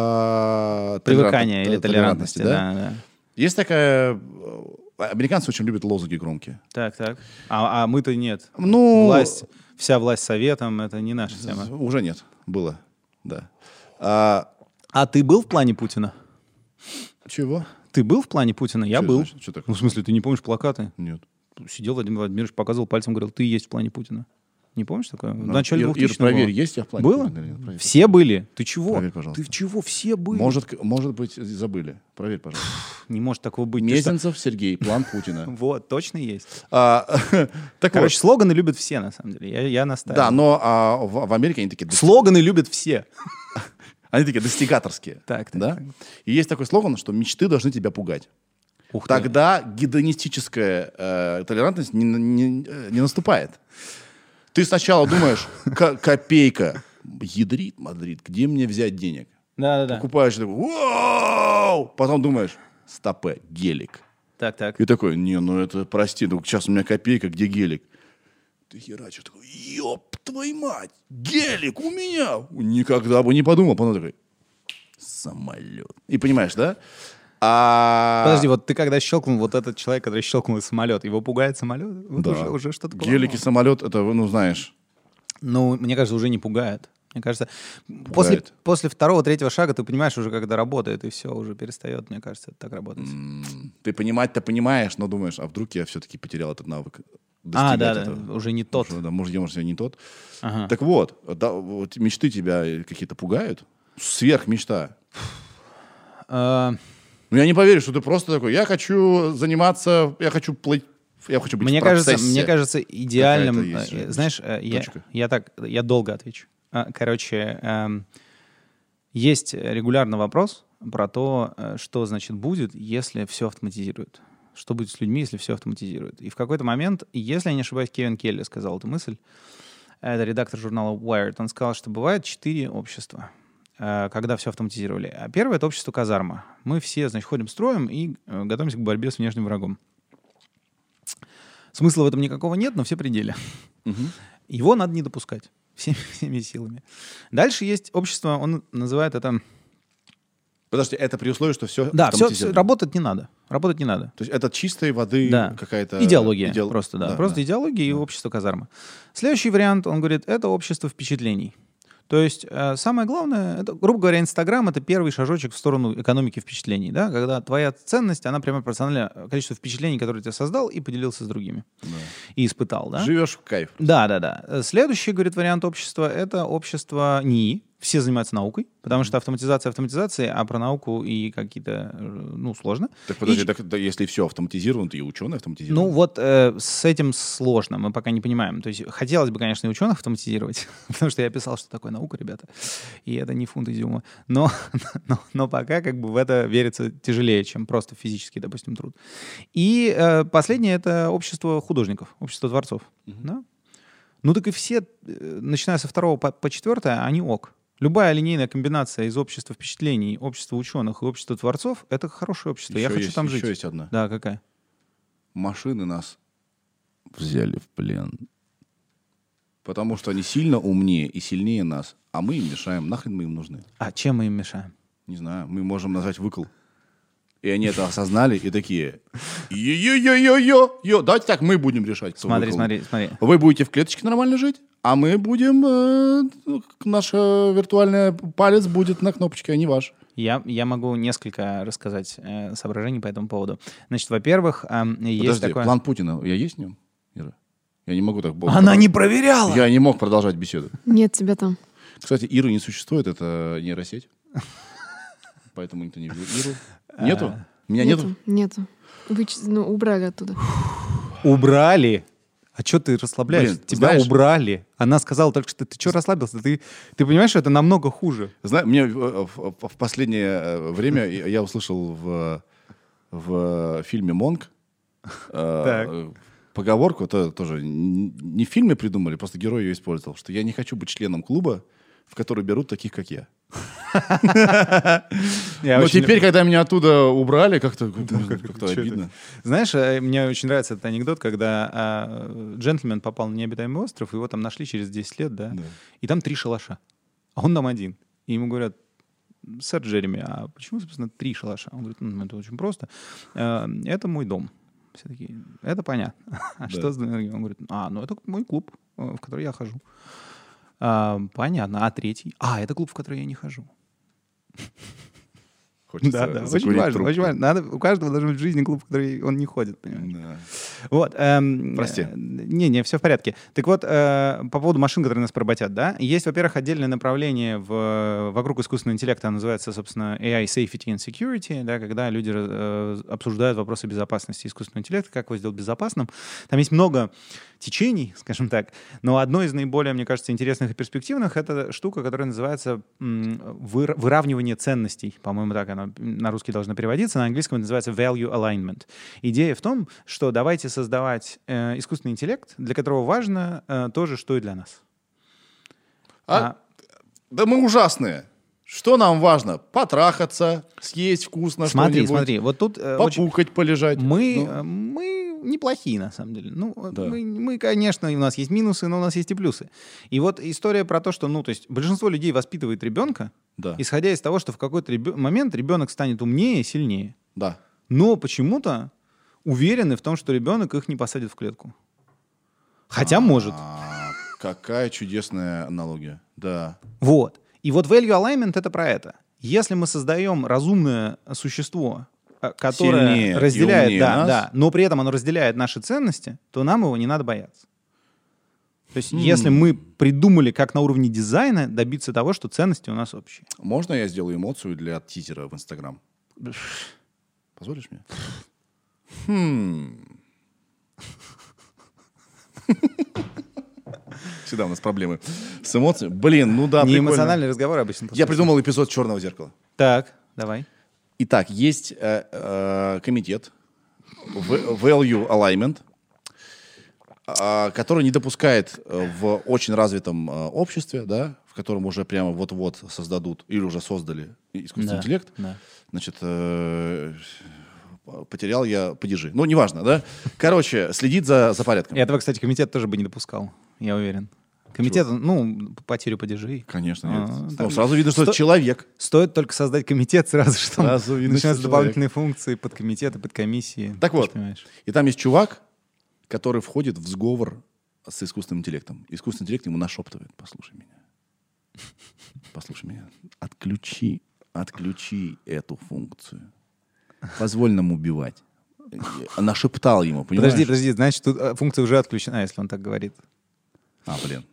C: Привыкания
A: толерант-
C: или толерантности, да, да.
A: Есть такая... э, Американцы очень любят лозунги громкие.
C: Так, так. А, а мы-то нет.
A: Ну,
C: Власть, вся власть советом, это не наша тема.
A: уже нет. Было, да. А,
C: А ты был в плане Путина?
A: чего?
C: Ты был в плане Путина? Я
A: Чё
C: был.
A: значит? Чё такое?
C: Ну, в смысле, ты не помнишь плакаты?
A: Нет.
C: Сидел Владимир Владимирович, показывал пальцем, говорил, ты есть в плане Путина. Не помнишь такое? В
A: Ну,
C: начале
A: Ир, Ир,
C: двухтысячных
A: проверь,
C: было.
A: есть я в плане?
C: Было?
A: Путина или нет? Проверь.
C: Все были. Ты чего?
A: Проверь, пожалуйста.
C: Ты чего? Все были.
A: Может, к- может быть, забыли. Проверь, пожалуйста.
C: Не может такого быть. Ты что?
A: Мезенцев Сергей, план Путина.
C: Вот, точно есть.
A: А, Так
C: Короче,
A: вот,
C: слоганы любят все, на самом деле. Я, я настаиваю.
A: да, но а, в, в Америке они такие, дос-
C: Слоганы любят все.
A: они такие достигаторские.
C: Так, так,
A: да?
C: так.
A: И есть такой слоган, что мечты должны тебя пугать.
C: Ух ты.
A: Тогда гедонистическая э, толерантность не, не- э, не наступает. Ты сначала думаешь, «Ко- копейка, ядрит, мадрит, где мне взять денег?
C: Да-да-да.
A: Покупаешь, такой, «Вау!» Потом думаешь, стопэ, гелик.
C: Так, так.
A: И такой, не, ну это, прости, ну сейчас у меня копейка, где гелик? Ты херачишь, такой, ёб твою мать, гелик у меня! Никогда бы не подумал. Потом такой, самолет. И понимаешь, да? А...
C: Подожди, вот ты когда щелкнул, вот этот человек, который щелкнул из самолета, его пугает самолет? Вот
A: Да.
C: уже, уже что-то
A: Гелик и самолет, это, ну, знаешь,
C: Ну, мне кажется, уже не пугает. Мне кажется, после,
A: Пугает.
C: после второго, третьего шага ты понимаешь уже, когда работает, и все, уже перестает, мне кажется, это так работать.
A: м, ты понимать-то понимаешь, но думаешь, а вдруг я все-таки потерял этот навык
C: А,
A: достигать
C: да, да,
A: этого?
C: уже не тот.
A: Уже, да, может, я, может, я не тот.
C: Ага.
A: Так вот, да, вот мечты тебя какие-то пугают? Сверхмечта.
C: А,
A: Ну, я не поверю, что ты просто такой, я хочу заниматься, я хочу плыть, я хочу быть
C: Мне
A: в
C: кажется,
A: процессе.
C: мне кажется, идеальным...
A: Какая-то есть
C: э,
A: же
C: Знаешь, э, я,
A: точка.
C: я так, я долго отвечу. А, Короче, эм, есть регулярный вопрос про то, э, что, значит, будет, если все автоматизируют. Что будет с людьми, если все автоматизируют. И в какой-то момент, если я не ошибаюсь, Кевин Келли сказал эту мысль, это редактор журнала Wired, он сказал, что бывает четыре общества, э, когда все автоматизировали. А первое — это общество казарма. Мы все, значит, ходим строем и э, готовимся к борьбе с внешним врагом. Смысла в этом никакого нет, но все пределы.
A: Мгм.
C: Его надо не допускать всеми, всеми силами. Дальше есть общество, он называет это...
A: Подожди, это при условии, что все
C: Да, все, работать не надо. Работать не надо.
A: То есть это чистой воды
C: Да.
A: какая-то...
C: Идеология
A: идеол-
C: просто, да. просто идеология и общество казарма. Следующий вариант, он говорит, это общество впечатлений. То есть э, самое главное, это, грубо говоря, Инстаграм — это первый шажочек в сторону экономики впечатлений, да, когда твоя ценность, она прямо пропорциональна количеству впечатлений, которые ты создал и поделился с другими. И испытал, да?
A: Живешь в кайф.
C: Да, да, да. Следующий, говорит, вариант общества — это общество НИИ. Все занимаются наукой, потому что автоматизация автоматизации, а про науку и какие-то, э, ну, сложно.
A: Так подожди,
C: И-
A: так, да, если все автоматизировано, то и ученые автоматизированы.
C: Ну, вот э, с этим сложно, мы пока не понимаем. То есть хотелось бы, конечно, и ученых автоматизировать, потому что я писал, что такое наука, ребята, и это не фунт изюма. Но, но, но пока как бы в это верится тяжелее, чем просто физический, допустим, труд. И э, последнее — это общество художников, общество творцов. Да? Ну, так и все, э, начиная со второго по, по четвертое, они ок. Любая линейная комбинация из общества впечатлений, общества ученых и общества творцов — это хорошее общество. Я
A: Еще
C: хочу
A: есть-
C: там
A: еще
C: жить.
A: есть одна.
C: Да, какая?
A: Машины нас взяли в плен. Потому что они сильно умнее и сильнее нас, а мы им мешаем. Нахрен мы им нужны?
C: А чем мы им мешаем?
A: Не знаю, мы можем назвать выкл. И они это осознали и такие, йо-йо-йо-йо-йо, давайте так, мы будем решать, кто
C: Смотри,
A: выкл.
C: смотри, смотри.
A: Вы будете в клеточке нормально жить, а мы будем, э, наш э, виртуальный палец будет на кнопочке, а не ваш.
C: Я, я могу несколько рассказать э, соображений по этому поводу. Значит, во-первых, э, есть
A: Подожди,
C: такое...
A: план Путина, я есть в нем, Ира? Я не могу так...
C: Она не проверяла!
A: Я не мог продолжать беседу.
D: Нет тебя там.
A: Кстати, Иры не существует, это нейросеть. Поэтому никто не видел Иру. Нету? Меня нету?
D: Нету. Выч... Ну, убрали оттуда.
C: Убрали? А что ты расслабляешься?
A: Блин,
C: Тебя
A: знаешь-
C: убрали. Она сказала только что, ты что расслабился? Ты, ты понимаешь, что это намного хуже.
A: Знаешь, мне в, в- в последнее э, время я я услышал в, в фильме «Монк» э, поговорку, это тоже н- не в фильме придумали, просто герой ее использовал, что я не хочу быть членом клуба, в который берут таких, как я.
C: Я
A: Но
C: очень
A: теперь,
C: люблю-
A: когда меня оттуда убрали, как-то как-то
C: Чё это?
A: обидно.
C: Знаешь, э, мне очень нравится этот анекдот, когда а, джентльмен попал на необитаемый остров, его там нашли через десять лет, да?
A: Да.
C: И там три шалаша. А он там один. И ему говорят: сэр Джереми, а почему, собственно, три шалаша? Он говорит: ну, это очень просто. Э, Это мой дом. Все такие: это понятно. А что с двумя другими? Он говорит: а, ну это мой клуб, э, в который я хожу. «А, понятно. А третий? А, это клуб, в который я не хожу.
A: Хочется
C: Да, да, очень
A: закурить
C: важно,
A: трубку.
C: очень важно. Надо, у каждого должен быть в жизни клуб, в который он не ходит, понимаешь?
A: Да.
C: Вот. эм,
A: Прости.
C: э, Не, не, все в порядке. Так вот, э, по поводу машин, которые нас поработят, да, есть, во-первых, отдельное направление в, вокруг искусственного интеллекта, оно называется, собственно, эй ай Safety and Security, да, когда люди э, обсуждают вопросы безопасности искусственного интеллекта, как его сделать безопасным. Там есть много течений, скажем так, но одно из наиболее, мне кажется, интересных и перспективных — это штука, которая называется м, выра- выравнивание ценностей, по-моему, так она на русский должна переводиться, на английском это называется value alignment. Идея в том, что давайте создавать э, искусственный интеллект, для которого важно э, то же, что и для нас.
A: А, да мы ужасные. Что нам важно? Потрахаться, съесть вкусно
C: Смотри,
A: что-нибудь,
C: смотри, вот тут э, очень-
A: попукать, полежать.
C: мы,
A: Ну,
C: э, мы неплохие, на самом деле. Ну, э,
A: Да.
C: мы, мы, конечно, у нас есть минусы, но у нас есть и плюсы. И вот история про то, что, ну, то есть большинство людей воспитывает ребенка,
A: да,
C: исходя из того, что в какой-то ребё- момент ребенок станет умнее и сильнее.
A: да.
C: Но почему-то уверены в том, что ребенок их не посадит в клетку. Хотя может.
A: А, какая чудесная аналогия. Да.
C: Вот. И вот value alignment — это про это. Если мы создаем разумное существо, э, которое
A: Сильнее и
C: разделяет,
A: умнее
C: да,
A: нас.
C: да, но при этом оно разделяет наши ценности, то нам его не надо бояться. То есть, если мы придумали, как на уровне дизайна добиться того, что ценности у нас общие.
A: Можно я сделаю эмоцию для тизера в Инстаграм? Позволишь мне? Хм. Всегда у нас проблемы с эмоциями. Блин, ну да,
C: Не
A: прикольно.
C: эмоциональный разговор обычно.
A: Я придумал эпизод «Черного зеркала».
C: Так, давай.
A: Итак, есть э, э, комитет в- Value Alignment, э, который не допускает э, в очень развитом э, обществе, да, в котором уже прямо вот-вот создадут или уже создали искусственный
C: Да,
A: интеллект,
C: да.
A: значит, э, потерял я падежи. Ну, неважно, да? Короче, следит за, за порядком.
C: И этого, кстати, комитет тоже бы не допускал, я уверен. Комитет, ну, потерю падежей.
A: Конечно, нет.
C: А,
A: Ну,
C: так-
A: сразу видно, что
C: Сто-
A: это человек.
C: Стоит только создать комитет сразу, что там
A: Сразу видно,
C: начинаются
A: что
C: дополнительные функции, подкомитеты, подкомиссии.
A: Так
C: Ты ж
A: вот.
C: понимаешь.
A: И там есть чувак, который входит в сговор с искусственным интеллектом. Искусственный интеллект ему нашептывает: послушай меня. Послушай меня. Отключи, отключи эту функцию. Позволь нам убивать. Нашептал ему, понимаешь?
C: Подожди, подожди, значит, тут э, функция уже отключена, если он так говорит.
A: А, блин.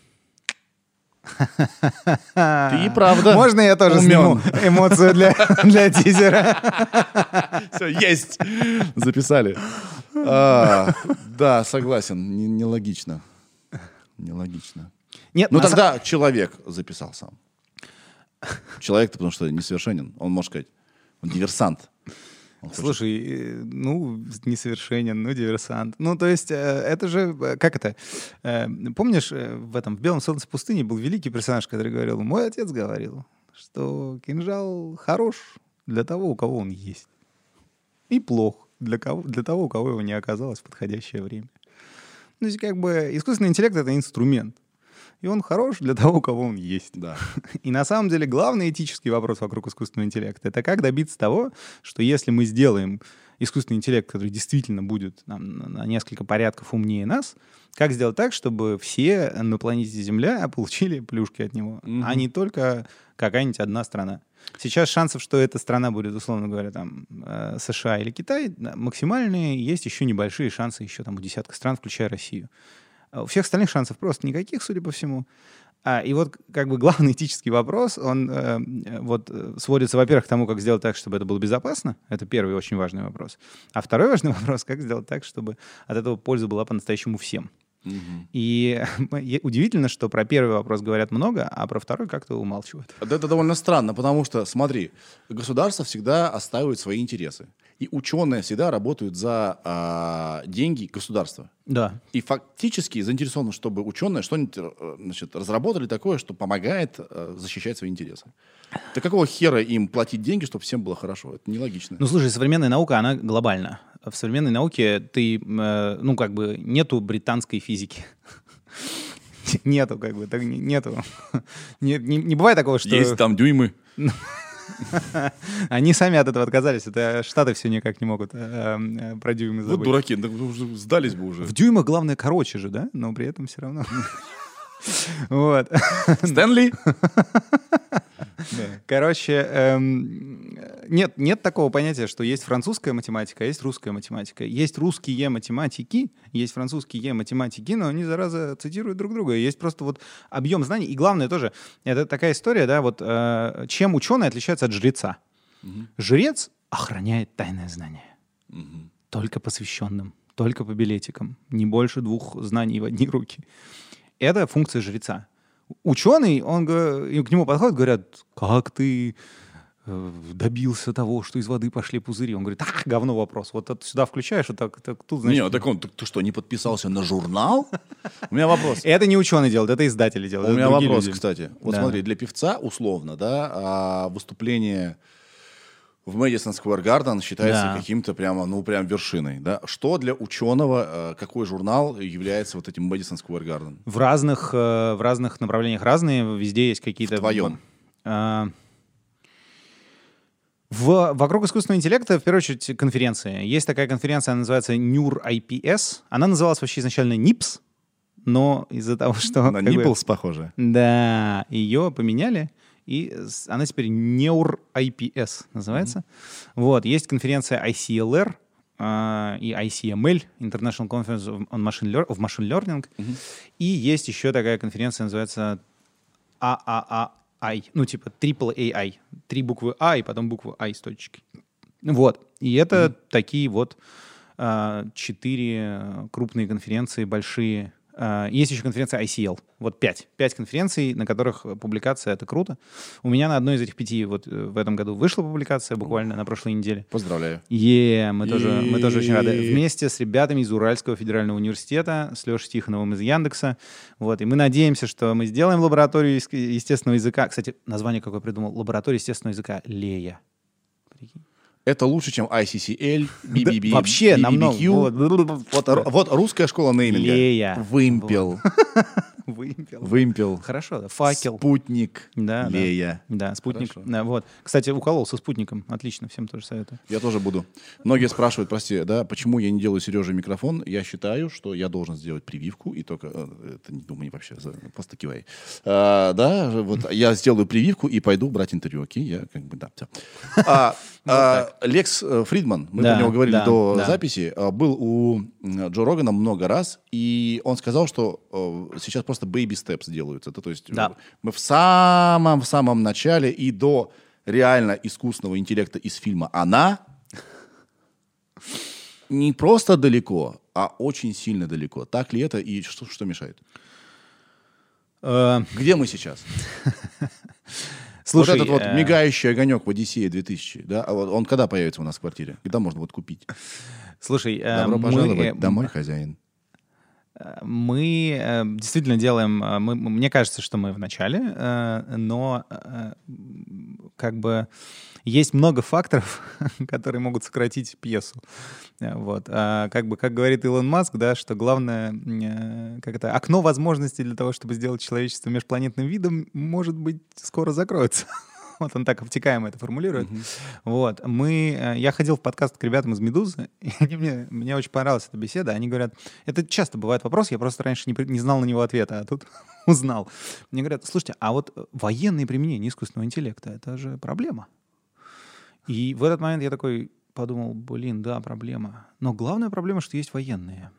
A: Ты и правда
C: Можно я тоже
A: умен.
C: сниму эмоцию для, для тизера?
A: Все, есть. Записали. А, да, согласен. Не- Нелогично. Нелогично.
C: Нет,
A: Ну
C: на
A: тогда человек записал сам. Человек, потому что несовершенен. Он может сказать, он диверсант. Он хочет-
C: Слушай, э, ну, несовершенен, ну, диверсант. Ну, то есть, э, это же, э, как это? Э, Помнишь, э, в этом, в «Белом солнце пустыни» был великий персонаж, который говорил: мой отец говорил, что кинжал хорош для того, у кого он есть. И плох для, кого, для того, у кого его не оказалось в подходящее время. То есть, как бы, искусственный интеллект — это инструмент. И он хорош для того, у кого он есть.
A: Да.
C: И на самом деле главный этический вопрос вокруг искусственного интеллекта — это как добиться того, что если мы сделаем искусственный интеллект, который действительно будет там, на несколько порядков умнее нас, как сделать так, чтобы все на планете Земля получили плюшки от него, mm-hmm. а не только какая-нибудь одна страна. Сейчас шансов, что эта страна будет, условно говоря, там, э, США или Китай, максимальные. Есть еще небольшие шансы еще там у десятка стран, включая Россию. У всех остальных шансов просто никаких, судя по всему. А, и вот как бы главный этический вопрос, он э, вот сводится, во-первых, к тому, как сделать так, чтобы это было безопасно. Это первый очень важный вопрос. А второй важный вопрос, как сделать так, чтобы от этого польза была по-настоящему всем. Mm-hmm. И удивительно, что про первый вопрос говорят много, а про второй как-то умалчивают.
A: Это довольно странно, потому что, смотри, государство всегда отстаивает свои интересы. И ученые всегда работают за а, деньги государства.
C: Да.
A: И фактически заинтересованы, чтобы ученые что-нибудь, значит, разработали такое, что помогает а, защищать свои интересы. Да какого хера им платить деньги, чтобы всем было хорошо? Это нелогично.
C: Ну, слушай, современная наука, она глобальна. В современной науке ты, э, ну, как бы, нету британской физики. Нету, как бы, так, нету. Не, не, не бывает такого, что...
A: Есть там дюймы.
C: Они сами от этого отказались. Это Штаты все никак не могут э, про дюймы забыть.
A: Вот дураки, да, уже сдались бы уже.
C: В дюймах главное короче же, да? Но при этом все равно. Вот.
A: Стэнли?
C: Короче, эм, нет, нет такого понятия, что есть французская математика, а есть русская математика. Есть русские математики, есть французские математики, но они, зараза, цитируют друг друга. Есть просто вот объем знаний. И главное тоже, это такая история, да, вот э, чем ученый отличается от жреца. Угу. Жрец охраняет тайное знание. Угу. Только посвященным, только по билетикам. Не больше двух знаний в одни руки. Это функция жреца. Ученый, он, и к нему подходят, говорят, как ты э, добился того, что из воды пошли пузыри? Он говорит, ах, говно вопрос. Вот это сюда включаешь, вот так, так тут, значит...
A: Не, так он, ты, ты что, не подписался на журнал? У меня вопрос.
C: Это не ученый делает, это издатели делают.
A: У меня вопрос, кстати. Вот смотри, для певца, условно, да, выступление в Madison Square Garden считается да. каким-то прямо, ну, прям вершиной, да? Что для ученого, какой журнал является вот этим Madison Square Garden?
C: В разных, в разных направлениях разные, везде есть какие-то...
A: В твоем?
C: А, в, вокруг искусственного интеллекта, в первую очередь, конференции. Есть такая конференция, она называется эн ю ар ай пи эс. Она называлась вообще изначально эн ай пи эс, но из-за того, что...
A: На Nipples похоже. Да,
C: ее поменяли. И она теперь эн ю ар ай пи эс называется. Mm-hmm. Вот. Есть конференция ай си эл ар э, и ай си эм эл, International Conference on Machine, Lear- of Machine Learning. Mm-hmm. И есть еще такая конференция, называется эй эй эй ай, ну типа Triple эй ай. Три буквы А и потом буквы I с точечкой. Вот. И это mm-hmm. такие вот э, четыре крупные конференции, большие. Есть еще конференция ай си эл. Вот пять. Пять конференций, на которых публикация — это круто. У меня на одной из этих пяти вот в этом году вышла публикация буквально на прошлой неделе.
A: Поздравляю.
C: Е, мы тоже, мы тоже очень рады. Вместе с ребятами из Уральского федерального университета, с Лешей Тихоновым из Яндекса. Вот. И мы надеемся, что мы сделаем лабораторию естественного языка. Кстати, название какое придумал? Лаборатория естественного языка Лея. Прикинь.
A: Это лучше, чем ай си си эл, би би би,
C: да, вообще
A: би би би кью.
C: намного.
A: Вот, да. вот русская школа нейминга.
C: Лея.
A: Вымпел.
C: Вымпел.
A: Вымпел.
C: Хорошо, да. Факел.
A: Спутник.
C: Да,
A: Лея.
C: Да, да, спутник. Да, вот. Кстати, уколол со спутником. Отлично, всем тоже советую.
A: Я тоже буду. Многие спрашивают, прости, да, почему я не делаю Сереже микрофон. Я считаю, что я должен сделать прививку, и только... Это не думай вообще, просто кивай. А, да, вот я сделаю прививку и пойду брать интервью. Окей, я как бы, да, все. А, а, Лекс Фридман, мы да, про него говорили да, до да. записи, был у Джо Рогана много раз, и он сказал, что сейчас просто baby steps делаются. Это, то есть да. мы в самом, в самом начале и до реально искусственного интеллекта из фильма «Она» не просто далеко, а очень сильно далеко. Так ли это и что, что мешает? Где мы сейчас? Слушай, вот этот вот э... мигающий огонек в Одиссее две тысячи, да, он когда появится у нас в квартире? Когда можно вот купить?
C: Слушай,
A: добро
C: мы...
A: пожаловать домой, хозяин.
C: Мы э, действительно делаем, мы, мне кажется, что мы в начале, э, но э, как бы есть много факторов, которые могут сократить пьесу. Вот. А как бы, как говорит Илон Маск, да, что главное, э, как это, окно возможностей для того, чтобы сделать человечество межпланетным видом, может быть, скоро закроется. Вот он так обтекаемо это формулирует. Вот. Мы, э, я ходил в подкаст к ребятам из «Медузы», и они мне, мне очень понравилась эта беседа. Они говорят, это часто бывает вопрос, я просто раньше не, при- не знал на него ответа, а тут узнал. Мне говорят, слушайте, а вот военное применение искусственного интеллекта — это же проблема. И в этот момент я такой подумал, блин, да, проблема. Но главная проблема, что есть военные.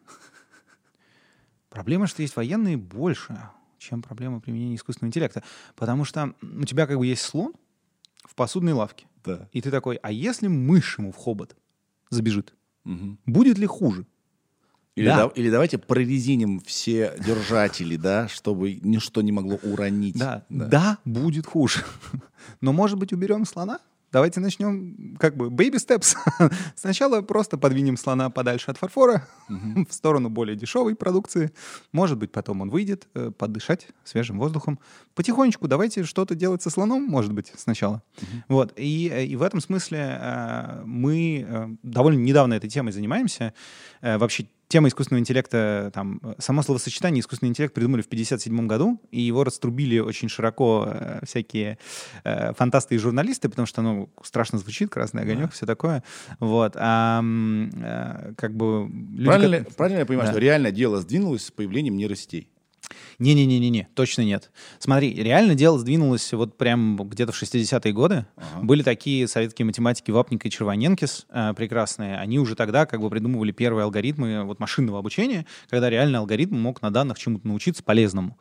C: Проблема, что есть военные, больше, чем проблема применения искусственного интеллекта. Потому что у тебя как бы есть слон в посудной лавке.
A: Да.
C: И ты такой, а если мышь ему в хобот забежит,
A: Мгм.
C: будет ли хуже?
A: Или,
C: Да.
A: да- или давайте прорезиним все держатели, да, чтобы ничто не могло уронить.
C: Да, да, будет хуже. Но, может быть, уберем слона? Давайте начнем как бы baby steps. Сначала просто подвинем слона подальше от фарфора, в сторону более дешевой продукции. Может быть, потом он выйдет э, подышать свежим воздухом. Потихонечку давайте что-то делать со слоном, может быть, сначала. Вот. И, э, и в этом смысле э, мы э, довольно недавно этой темой занимаемся. Э, вообще тема искусственного интеллекта, там, э, само словосочетание искусственный интеллект придумали в пятьдесят седьмом году, и его раструбили очень широко э, всякие э, фантасты и журналисты, потому что оно страшно звучит, красный огонек, все такое. Вот. А, м, э, как бы люди,
A: Правильно,
C: как-
A: ли- правильно я понимаю,
C: Да.
A: что реально дело сдвинулось с появлением нейросетей?
C: Не-не-не-не, точно нет. Смотри, реально дело сдвинулось вот прям где-то в шестидесятые годы.
A: Ага.
C: Были такие советские математики Вапник и Червоненкис э, прекрасные. Они уже тогда как бы придумывали первые алгоритмы вот, машинного обучения, когда реально алгоритм мог на данных чему-то научиться полезному.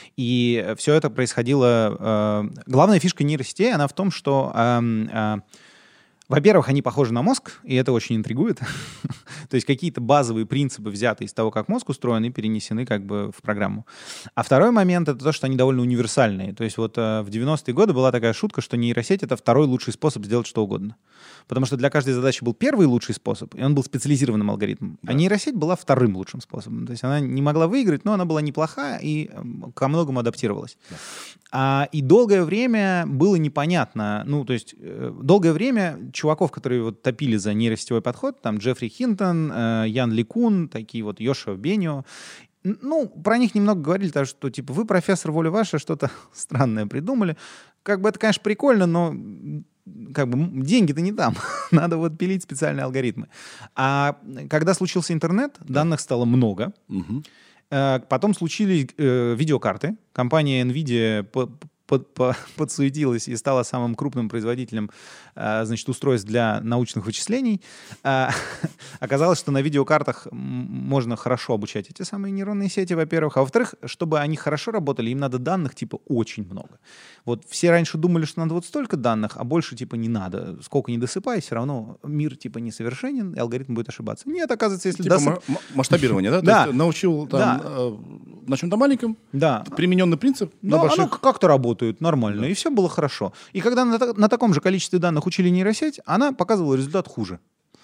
C: И все это происходило... э, главная фишка нейросетей, она в том, что... эм, э, Во-первых, они похожи на мозг, и это очень интригует. То есть какие-то базовые принципы взяты из того, как мозг устроен, и перенесены как бы в программу. А второй момент — это то, что они довольно универсальные. То есть вот э, в девяностые годы была такая шутка, что нейросеть — это второй лучший способ сделать что угодно. Потому что для каждой задачи был первый лучший способ, и он был специализированным алгоритмом. А нейросеть была вторым лучшим способом. То есть она не могла выиграть, но она была неплохая и эм, ко многому адаптировалась. А, и долгое время было непонятно, ну, то есть э, долгое время чуваков, которые вот топили за нейросетевой подход, там Джеффри Хинтон, э, Ян Ликун, такие вот Йошуа Бенио, н- ну, про них немного говорили, так что, типа, вы, профессор, воля ваша, что-то странное придумали. Как бы это, конечно, прикольно, но м, как бы м, деньги-то не там. Надо вот пилить специальные алгоритмы. А когда случился интернет, данных стало много.
A: Мгм.
C: Э, Потом случились э, видеокарты. Компания NVIDIA по- по- по- подсуетилась и стала самым крупным производителем э, значит, устройств для научных вычислений. Э, Оказалось, что на видеокартах м, можно хорошо обучать эти самые нейронные сети, во-первых. А во-вторых, чтобы они хорошо работали, им надо данных типа очень много. Вот все раньше думали, что надо вот столько данных, а больше типа не надо. Сколько не досыпай, все равно мир типа несовершенен, и алгоритм будет ошибаться. Нет, оказывается, если
A: Типа
C: досып-
A: ма- ма- масштабирование, да?
C: Да.
A: То есть научил там,
C: Да.
A: э, на чем-то маленьком,
C: Да.
A: примененный принцип на
C: Ну, оно
A: больших.
C: к- как-то работает нормально, и все было хорошо. И когда на, та- на таком же количестве данных учили нейросеть, она показывала результат хуже.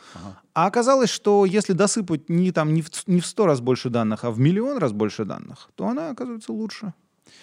C: А оказалось, что если досыпать не, там, не, в, ц- не в сто раз больше данных, а в миллион раз больше данных, то она оказывается лучше.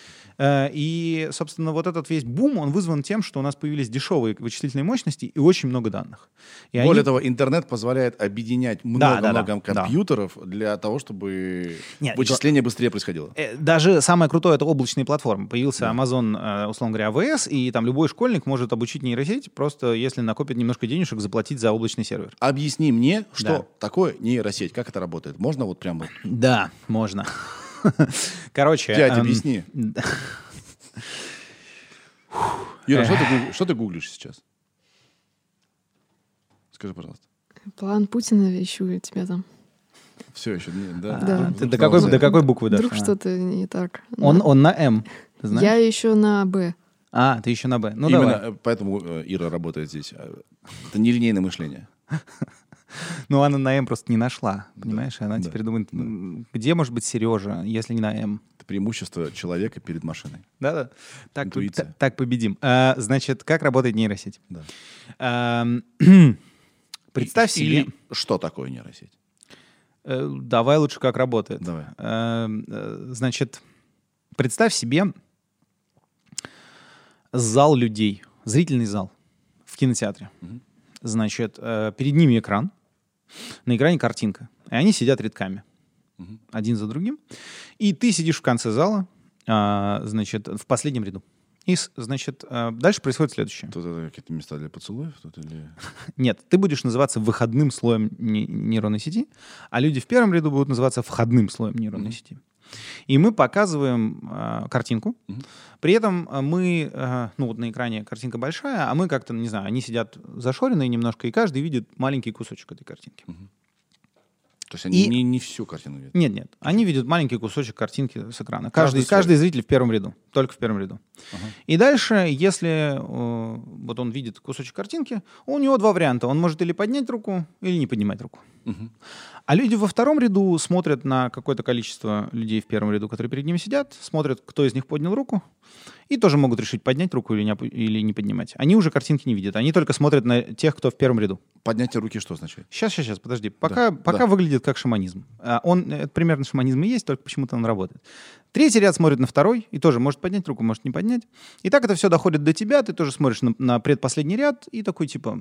C: Э, И, собственно, вот этот весь бум, он вызван тем, что у нас появились дешевые вычислительные мощности и очень много данных. И
A: Более
C: они-
A: того, интернет позволяет объединять
C: Да, да,
A: много-много
C: да, да.
A: компьютеров для того, чтобы
C: Нет,
A: вычисление быстрее происходило.
C: Э, Даже самое крутое — это облачные платформы. Появился Amazon, э, условно говоря, эй ви эс, и там любой школьник может обучить нейросеть, просто если накопит немножко денежек, заплатить за облачный сервер.
A: Объясни мне, что
C: Да.
A: такое нейросеть, как это работает. Можно вот прям вот
C: Да, можно. Короче...
A: Дядь,
C: эм,
A: объясни. Ира, что ты, гуг- что ты гуглишь сейчас? Скажи, пожалуйста.
D: План Путина ищу тебя там.
A: Все еще, не- да?
D: Да.
C: а, Ты до какой, до какой буквы дашь?
D: Вдруг
C: А.
D: что-то не так.
C: Он,
D: Да.
C: он на М, ты знаешь?
D: Я еще на Б.
C: А, ты еще на Б. Ну,
A: Именно
C: давай.
A: э, поэтому э, Ира работает здесь. А, Это нелинейное мышление.
C: Ну, она на М просто не нашла, понимаешь? И она
A: да,
C: теперь думает, м, где может быть Сережа, если не на М?
A: Это преимущество человека перед машиной.
C: Да-да. Так,
A: Интуиция.
C: та- так победим. А, значит, как работает нейросеть?
A: Да.
C: Ам, Представь себе...
A: Или что такое нейросеть?
C: Э, Давай лучше, как работает.
A: Давай.
C: Эм, э, Значит, представь себе зал людей, зрительный зал в кинотеатре. Значит, э, перед ними экран, на экране картинка, и они сидят рядками, один за другим. И ты сидишь в конце зала, а, значит, в последнем ряду. И, с- значит, э, дальше происходит следующее.
A: Тут это какие-то места для поцелуев? Тут или...
C: Нет, ты будешь называться выходным слоем не- нейронной сети, а люди в первом ряду будут называться входным слоем нейронной сети. И мы показываем э, картинку.
A: Мгм.
C: При этом э, мы, э, ну вот на экране картинка большая, а мы как-то, не знаю, они сидят зашоренные немножко, и каждый видит маленький кусочек этой картинки.
A: То есть они
C: И-
A: не, не всю картину видят.
C: Нет, нет, они видят маленький кусочек картинки с экрана.
A: Каждый
C: Каждый,
A: свой.
C: каждый зритель в первом ряду, только в первом ряду.
A: Ага.
C: И дальше, если э, вот он видит кусочек картинки, у него два варианта. Он может или поднять руку, или не поднимать руку.
A: Мгм.
C: А люди во втором ряду смотрят на какое-то количество людей в первом ряду, которые перед ними сидят, смотрят, кто из них поднял руку, и тоже могут решить, поднять руку или не, оп- или не поднимать. Они уже картинки не видят, они только смотрят на тех, кто в первом ряду.
A: Поднятие руки что означает?
C: Сейчас, сейчас, сейчас, подожди. Пока,
A: Да,
C: пока
A: да.
C: выглядит как шаманизм. А Он, это примерно шаманизм и есть, только почему-то он работает. Третий ряд смотрит на второй, и тоже может поднять руку, может не поднять. И так это все доходит до тебя, ты тоже смотришь на, на предпоследний ряд, и такой типа...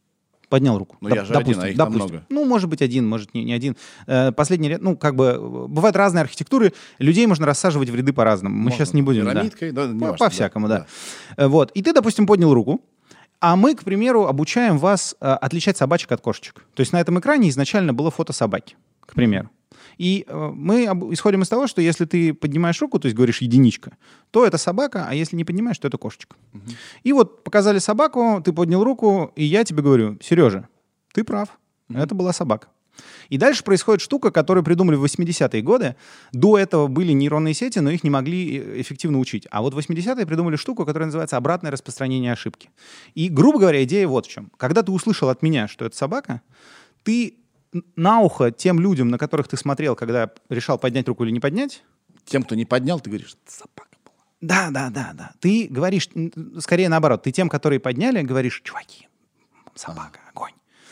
C: Поднял руку.
A: Ну,
C: Доп-
A: я же один,
C: допустим,
A: а их там
C: допустим.
A: много.
C: Ну, может быть, один, может, не, не один. Э, последний ряд, ну, как бы, э, бывают разные архитектуры, людей можно рассаживать в ряды по-разному. Мы
A: Можно
C: сейчас не будем. да.
A: Пирамидкой, да, не
C: По-
A: важно,
C: По-всякому, да. Э, Вот. И ты, допустим, поднял руку, а мы, к примеру, обучаем вас э, отличать собачек от кошечек. То есть на этом экране изначально было фото собаки, к примеру. И э, мы об- исходим из того, что если ты поднимаешь руку, то есть говоришь единичка, то это собака, а если не поднимаешь, то это кошечка. И вот показали собаку, ты поднял руку, и я тебе говорю: Сережа, ты прав, это была собака. И дальше происходит штука, которую придумали в восьмидесятые годы. До этого были нейронные сети, но их не могли э, эффективно учить. А вот в восьмидесятые придумали штуку, которая называется обратное распространение ошибки. И, грубо говоря, идея вот в чем. Когда ты услышал от меня, что это собака, ты н- на ухо тем людям, на которых ты смотрел, когда решал поднять руку или не поднять,
A: Тем, кто не поднял, ты говоришь, собака была.
C: да, да, да, да. Ты говоришь, н- скорее наоборот, ты тем, которые подняли, говоришь: чуваки, собака, огонь.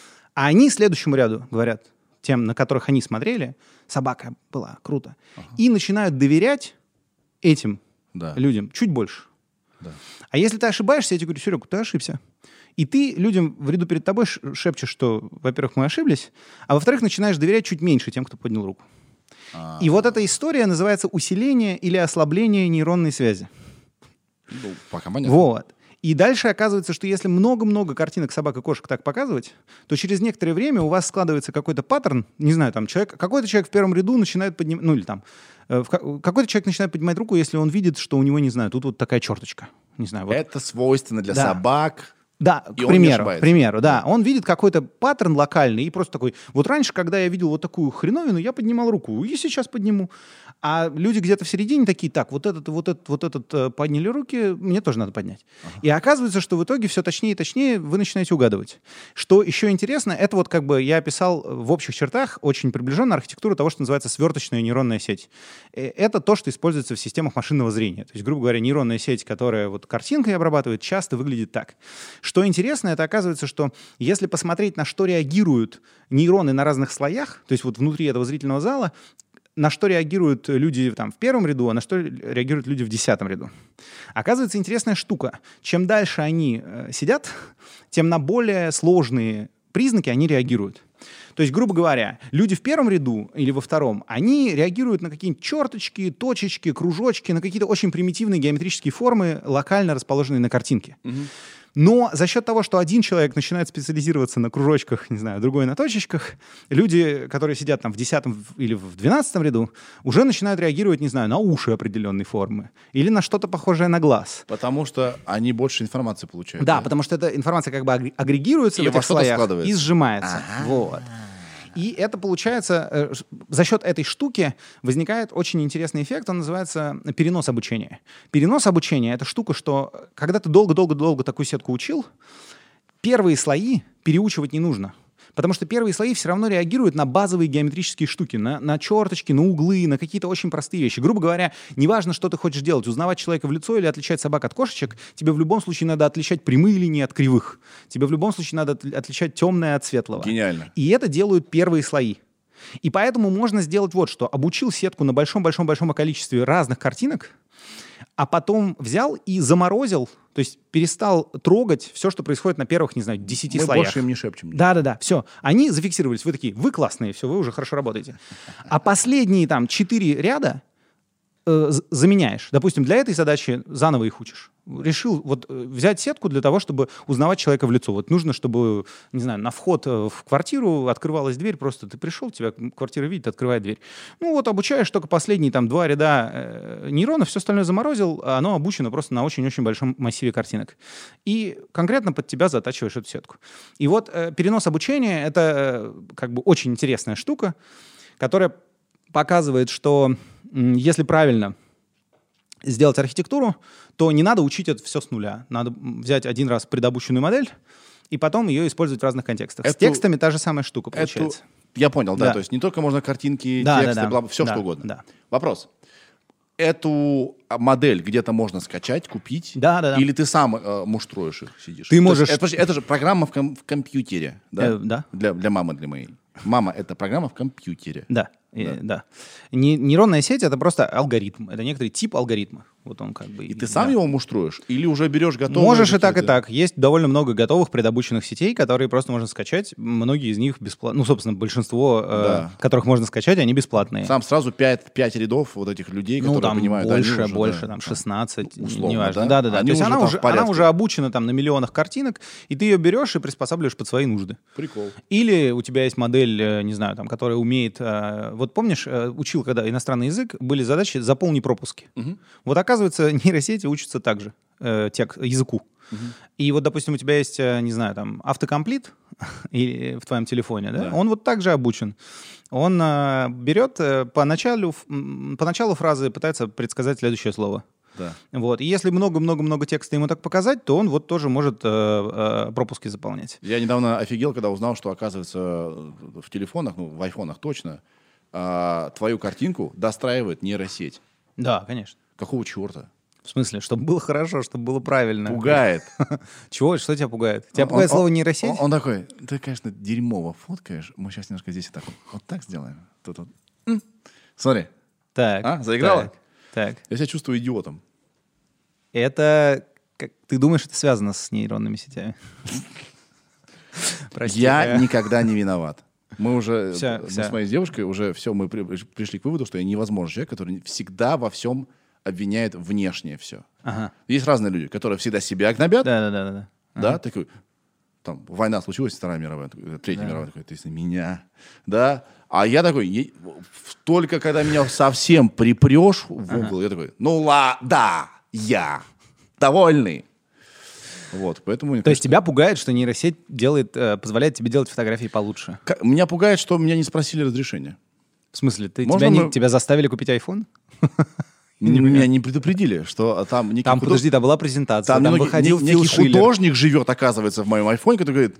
C: А они следующему ряду говорят, тем, на которых они смотрели, собака была, круто. И начинают доверять этим
A: Да.
C: людям чуть больше.
A: Да.
C: А если ты ошибаешься, я тебе говорю: Серега, ты ошибся. И ты людям в ряду перед тобой ш- шепчешь, что, во-первых, мы ошиблись, а во-вторых, начинаешь доверять чуть меньше тем, кто поднял руку.
A: А,
C: И вот эта история называется усиление или ослабление нейронной связи.
A: ну, пока понятно.
C: Вот. И дальше оказывается, что если много-много картинок собак и кошек так показывать, то через некоторое время у вас складывается какой-то паттерн, не знаю, там человек, какой-то человек в первом ряду начинает поднимать, ну или там, э, в ка- какой-то человек начинает поднимать руку, если он видит, что у него, не знаю, тут вот такая черточка. Не знаю, вот.
A: Это свойственно для
C: Да.
A: собак.
C: Да,
A: И
C: к
A: он не
C: примеру, к
A: ошибается.
C: примеру, да. Он видит какой-то паттерн локальный и просто такой: вот раньше, когда я видел вот такую хреновину, я поднимал руку, и сейчас подниму. А люди где-то в середине такие: так, вот этот, вот этот, вот этот э, подняли руки, мне тоже надо поднять. И оказывается, что в итоге все точнее и точнее вы начинаете угадывать. Что еще интересно, это вот как бы я описал в общих чертах очень приближенно архитектуру того, что называется сверточная нейронная сеть. Э, Это то, что используется в системах машинного зрения. То есть, грубо говоря, нейронная сеть, которая вот картинкой обрабатывает, часто выглядит так. Что интересно, это оказывается, что если посмотреть, на что реагируют нейроны на разных слоях, то есть вот внутри этого зрительного зала, на что реагируют люди там, в первом ряду, а на что реагируют люди в десятом ряду. Оказывается, интересная штука. Чем дальше они э, сидят, тем на более сложные признаки они реагируют. То есть, грубо говоря, люди в первом ряду или во втором, они реагируют на какие-нибудь черточки, точечки, кружочки, на какие-то очень примитивные геометрические формы, локально расположенные на картинке. Но за счет того, что один человек начинает специализироваться на кружочках, не знаю, другой на точечках, люди, которые сидят там в десятом или в двенадцатом ряду, уже начинают реагировать, не знаю, на уши определенной формы или на что-то похожее на глаз.
A: Потому что они больше информации получают.
C: Да, потому что эта информация как бы агре- агрегируется
A: И
C: в
A: во
C: этих
A: что-то
C: слоях
A: складывается.
C: и сжимается. Вот. И это получается, э, ш- за счет этой штуки возникает очень интересный эффект, он называется перенос обучения. Перенос обучения — это штука, что э, когда ты долго-долго-долго такую сетку учил, первые слои переучивать не нужно. Потому что первые слои все равно реагируют на базовые геометрические штуки, на, на черточки, на углы, на какие-то очень простые вещи. Грубо говоря, неважно, что ты хочешь делать, узнавать человека в лицо или отличать собак от кошечек, тебе в любом случае надо отличать прямые линии от кривых. Тебе в любом случае надо от- отличать темное от светлого.
A: Гениально.
C: И это делают первые слои. И поэтому можно сделать вот что. Обучил сетку на большом-большом-большом количестве разных картинок, а потом взял и заморозил, то есть перестал трогать все, что происходит на первых, не знаю, десяти
A: Мы
C: слоях.
A: больше им не шепчем.
C: Да-да-да, все. Они зафиксировались. Вы такие: вы классные, все, вы уже хорошо работаете. А последние там четыре ряда э, з- заменяешь. Допустим, для этой задачи заново их учишь. решил вот э, взять сетку для того, чтобы узнавать человека в лицо. Вот нужно, чтобы, не знаю, на вход э, в квартиру открывалась дверь, просто ты пришел, тебя квартира видит, открывает дверь. Ну вот обучаешь только последние там два ряда э, нейронов, все остальное заморозил, а оно обучено просто на очень-очень большом массиве картинок. И конкретно под тебя затачиваешь эту сетку. И вот э, перенос обучения — это э, как бы очень интересная штука, которая показывает, что м, если правильно сделать архитектуру, то не надо учить это все с нуля. Надо взять один раз предобученную модель и потом ее использовать в разных контекстах. С
A: Эту-
C: текстами та же самая штука
A: Эту-
C: получается.
A: Я понял, да.
C: Да.
A: То есть не только можно картинки,
C: Да, да,
A: тексты,
C: да.
A: бла, все
C: Да,
A: что угодно.
C: да.
A: Вопрос. Эту а, модель где-то можно скачать, купить?
C: Да, да, да.
A: Или ты сам э, муштруешь их, сидишь?
C: Ты
A: То есть
C: можешь-
A: Это, подожди, это же программа в, ком- в компьютере, да?
C: Э, да.
A: Для, для мамы, для моей. Мама — это программа в компьютере.
C: Да, э, да. Не- нейронная сеть — это просто алгоритм. Это некоторый тип алгоритма. Вот он как бы.
A: И ты сам
C: да.
A: его муштруешь? Или уже берешь готовые?
C: Можешь и так, и
A: какие-то-
C: так. Есть довольно много готовых предобученных сетей, которые просто можно скачать. Многие из них бесплатно. Ну, собственно, большинство, э,
A: Да.
C: которых можно скачать, они бесплатные.
A: Сам сразу пять, пять рядов вот этих людей,
C: Ну,
A: которые
C: там
A: понимают. да, они
C: больше,
A: уже,
C: больше,
A: да,
C: там шестнадцать,
A: условно,
C: неважно.
A: да?
C: Да, да, да.
A: Они
C: То есть
A: уже
C: она
A: там
C: уже,
A: в порядке.
C: она уже обучена там на миллионах картинок, и ты ее берешь и приспосабливаешь под свои нужды.
A: Прикол.
C: Или у тебя есть модель, э, не знаю, там, которая умеет... э, Вот помнишь, э, учил, когда иностранный язык, были задачи «заполни пропуски».
A: Мгм.
C: Вот оказывается, нейросети учатся так же, э, тек- языку. И вот, допустим, у тебя есть, э, не знаю, там, автокомплит и в твоем телефоне, да?
A: Да.
C: Он вот так же обучен. Он э, берет э, по началу, ф- м, по началу фразы пытается предсказать следующее слово.
A: Да.
C: Вот. И если много-много-много текста ему так показать, то он вот тоже может э, э, пропуски заполнять.
A: Я недавно офигел, когда узнал, что, оказывается, в телефонах, ну, в айфонах точно, а, твою картинку достраивает нейросеть.
C: Да, конечно.
A: Какого черта?
C: В смысле, чтобы было хорошо, чтобы было правильно.
A: Пугает.
C: Чего? Что тебя пугает? Тебя
A: Он-
C: пугает
A: он-
C: слово
A: он-
C: нейросеть?
A: Он, он такой, ты, конечно, дерьмово фоткаешь. Мы сейчас немножко здесь вот так вот, вот так сделаем. Тут вот. М. Смотри,
C: Так.
A: А, заиграла?
C: Так. так.
A: я себя чувствую идиотом.
C: Это... как- Ты думаешь, это связано с нейронными сетями? Прости.
A: Я никогда не виноват. Мы уже,
C: Всё,
A: мы
C: всё.
A: с моей девушкой уже все, мы при- пришли к выводу, что я невозможный человек, который всегда во всем обвиняет внешнее все.
C: Ага.
A: Есть разные люди, которые всегда себя гнобят, да,
C: Да-да-да.
A: такой, там, война случилась, Вторая мировая, такой, Третья мировая, такой, ты из меня, да, а я такой, е- только когда меня совсем припрешь в угол, я такой, ну ла, да, я, довольный. Вот, поэтому... мне
C: То есть
A: кажется,
C: тебя пугает, что нейросеть делает, э, позволяет тебе делать фотографии получше?
A: ка- Меня пугает, что меня не спросили разрешения.
C: В смысле, ты,
A: Можно
C: тебя, не-
A: мы-
C: тебя заставили купить iPhone?
A: Меня не предупредили, что там некий,
C: Там,
A: худож-
C: подожди, там была презентация,
A: там
C: там,
A: некий-
C: выходил
A: не-
C: Фил
A: некий
C: Шиллер.
A: художник живет, оказывается, в моем айфоне, который говорит,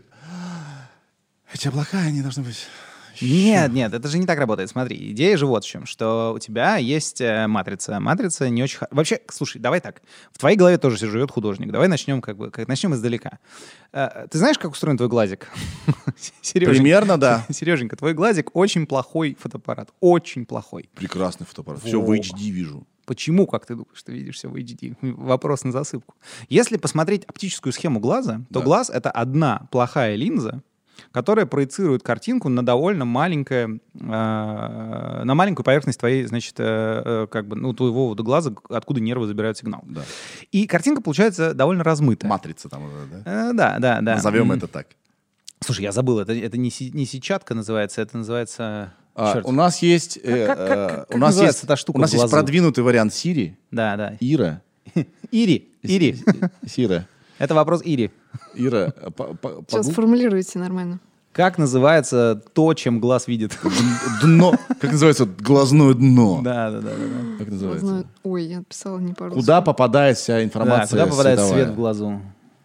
A: эти облака, они должны быть...
C: Нет, нет, это же не так работает. Смотри, идея же вот в чем, что у тебя есть э, матрица. Матрица не очень... хо- Вообще, слушай, давай так. В твоей голове тоже живет художник. Давай начнем как бы, как, начнем издалека. Э, ты знаешь, как устроен твой глазик? Сереженька,
A: Примерно, да.
C: Сереженька, твой глазик очень плохой фотоаппарат. Очень плохой.
A: Прекрасный фотоаппарат. Все в
C: Во.
A: эйч ди вижу.
C: Почему, как ты думаешь, ты видишь все в эйч ди? Вопрос на засыпку. Если посмотреть оптическую схему глаза, то
A: Да.
C: глаз — это одна плохая линза, которая проецирует картинку на довольно маленькое, э, на маленькую поверхность твоей, значит, э, э, как бы, ну, твоего вот глаза, откуда нервы забирают сигнал.
A: Да.
C: И картинка получается довольно размытая.
A: Матрица там, уже, да?
C: Э, да, да, да.
A: Назовем
C: М.
A: это так.
C: Слушай, я забыл, это, это не, си- не сетчатка называется, это называется...
A: А,
C: Черт.
A: у нас есть, э,
C: Как- как-
A: э,
C: как- как
A: у нас
C: называется
A: есть,
C: эта штука
A: у нас
C: в
A: есть
C: глазу?
A: продвинутый вариант Siri,
C: Да, да.
A: Ира.
C: Ири, Ири.
A: Сира.
C: Это вопрос Ири.
A: Ира, э, по- по-
D: Сейчас
A: погу-
D: сформулируйте нормально.
C: Как называется то, чем глаз видит?
A: дно. Как называется? Глазное дно.
C: Да, да, да, да. да.
A: Как называется?
D: Знаю. Ой, я писала не по-русски.
A: Куда попадает вся
C: Да,
A: информация
C: куда попадает
A: световая?
C: свет в глазу?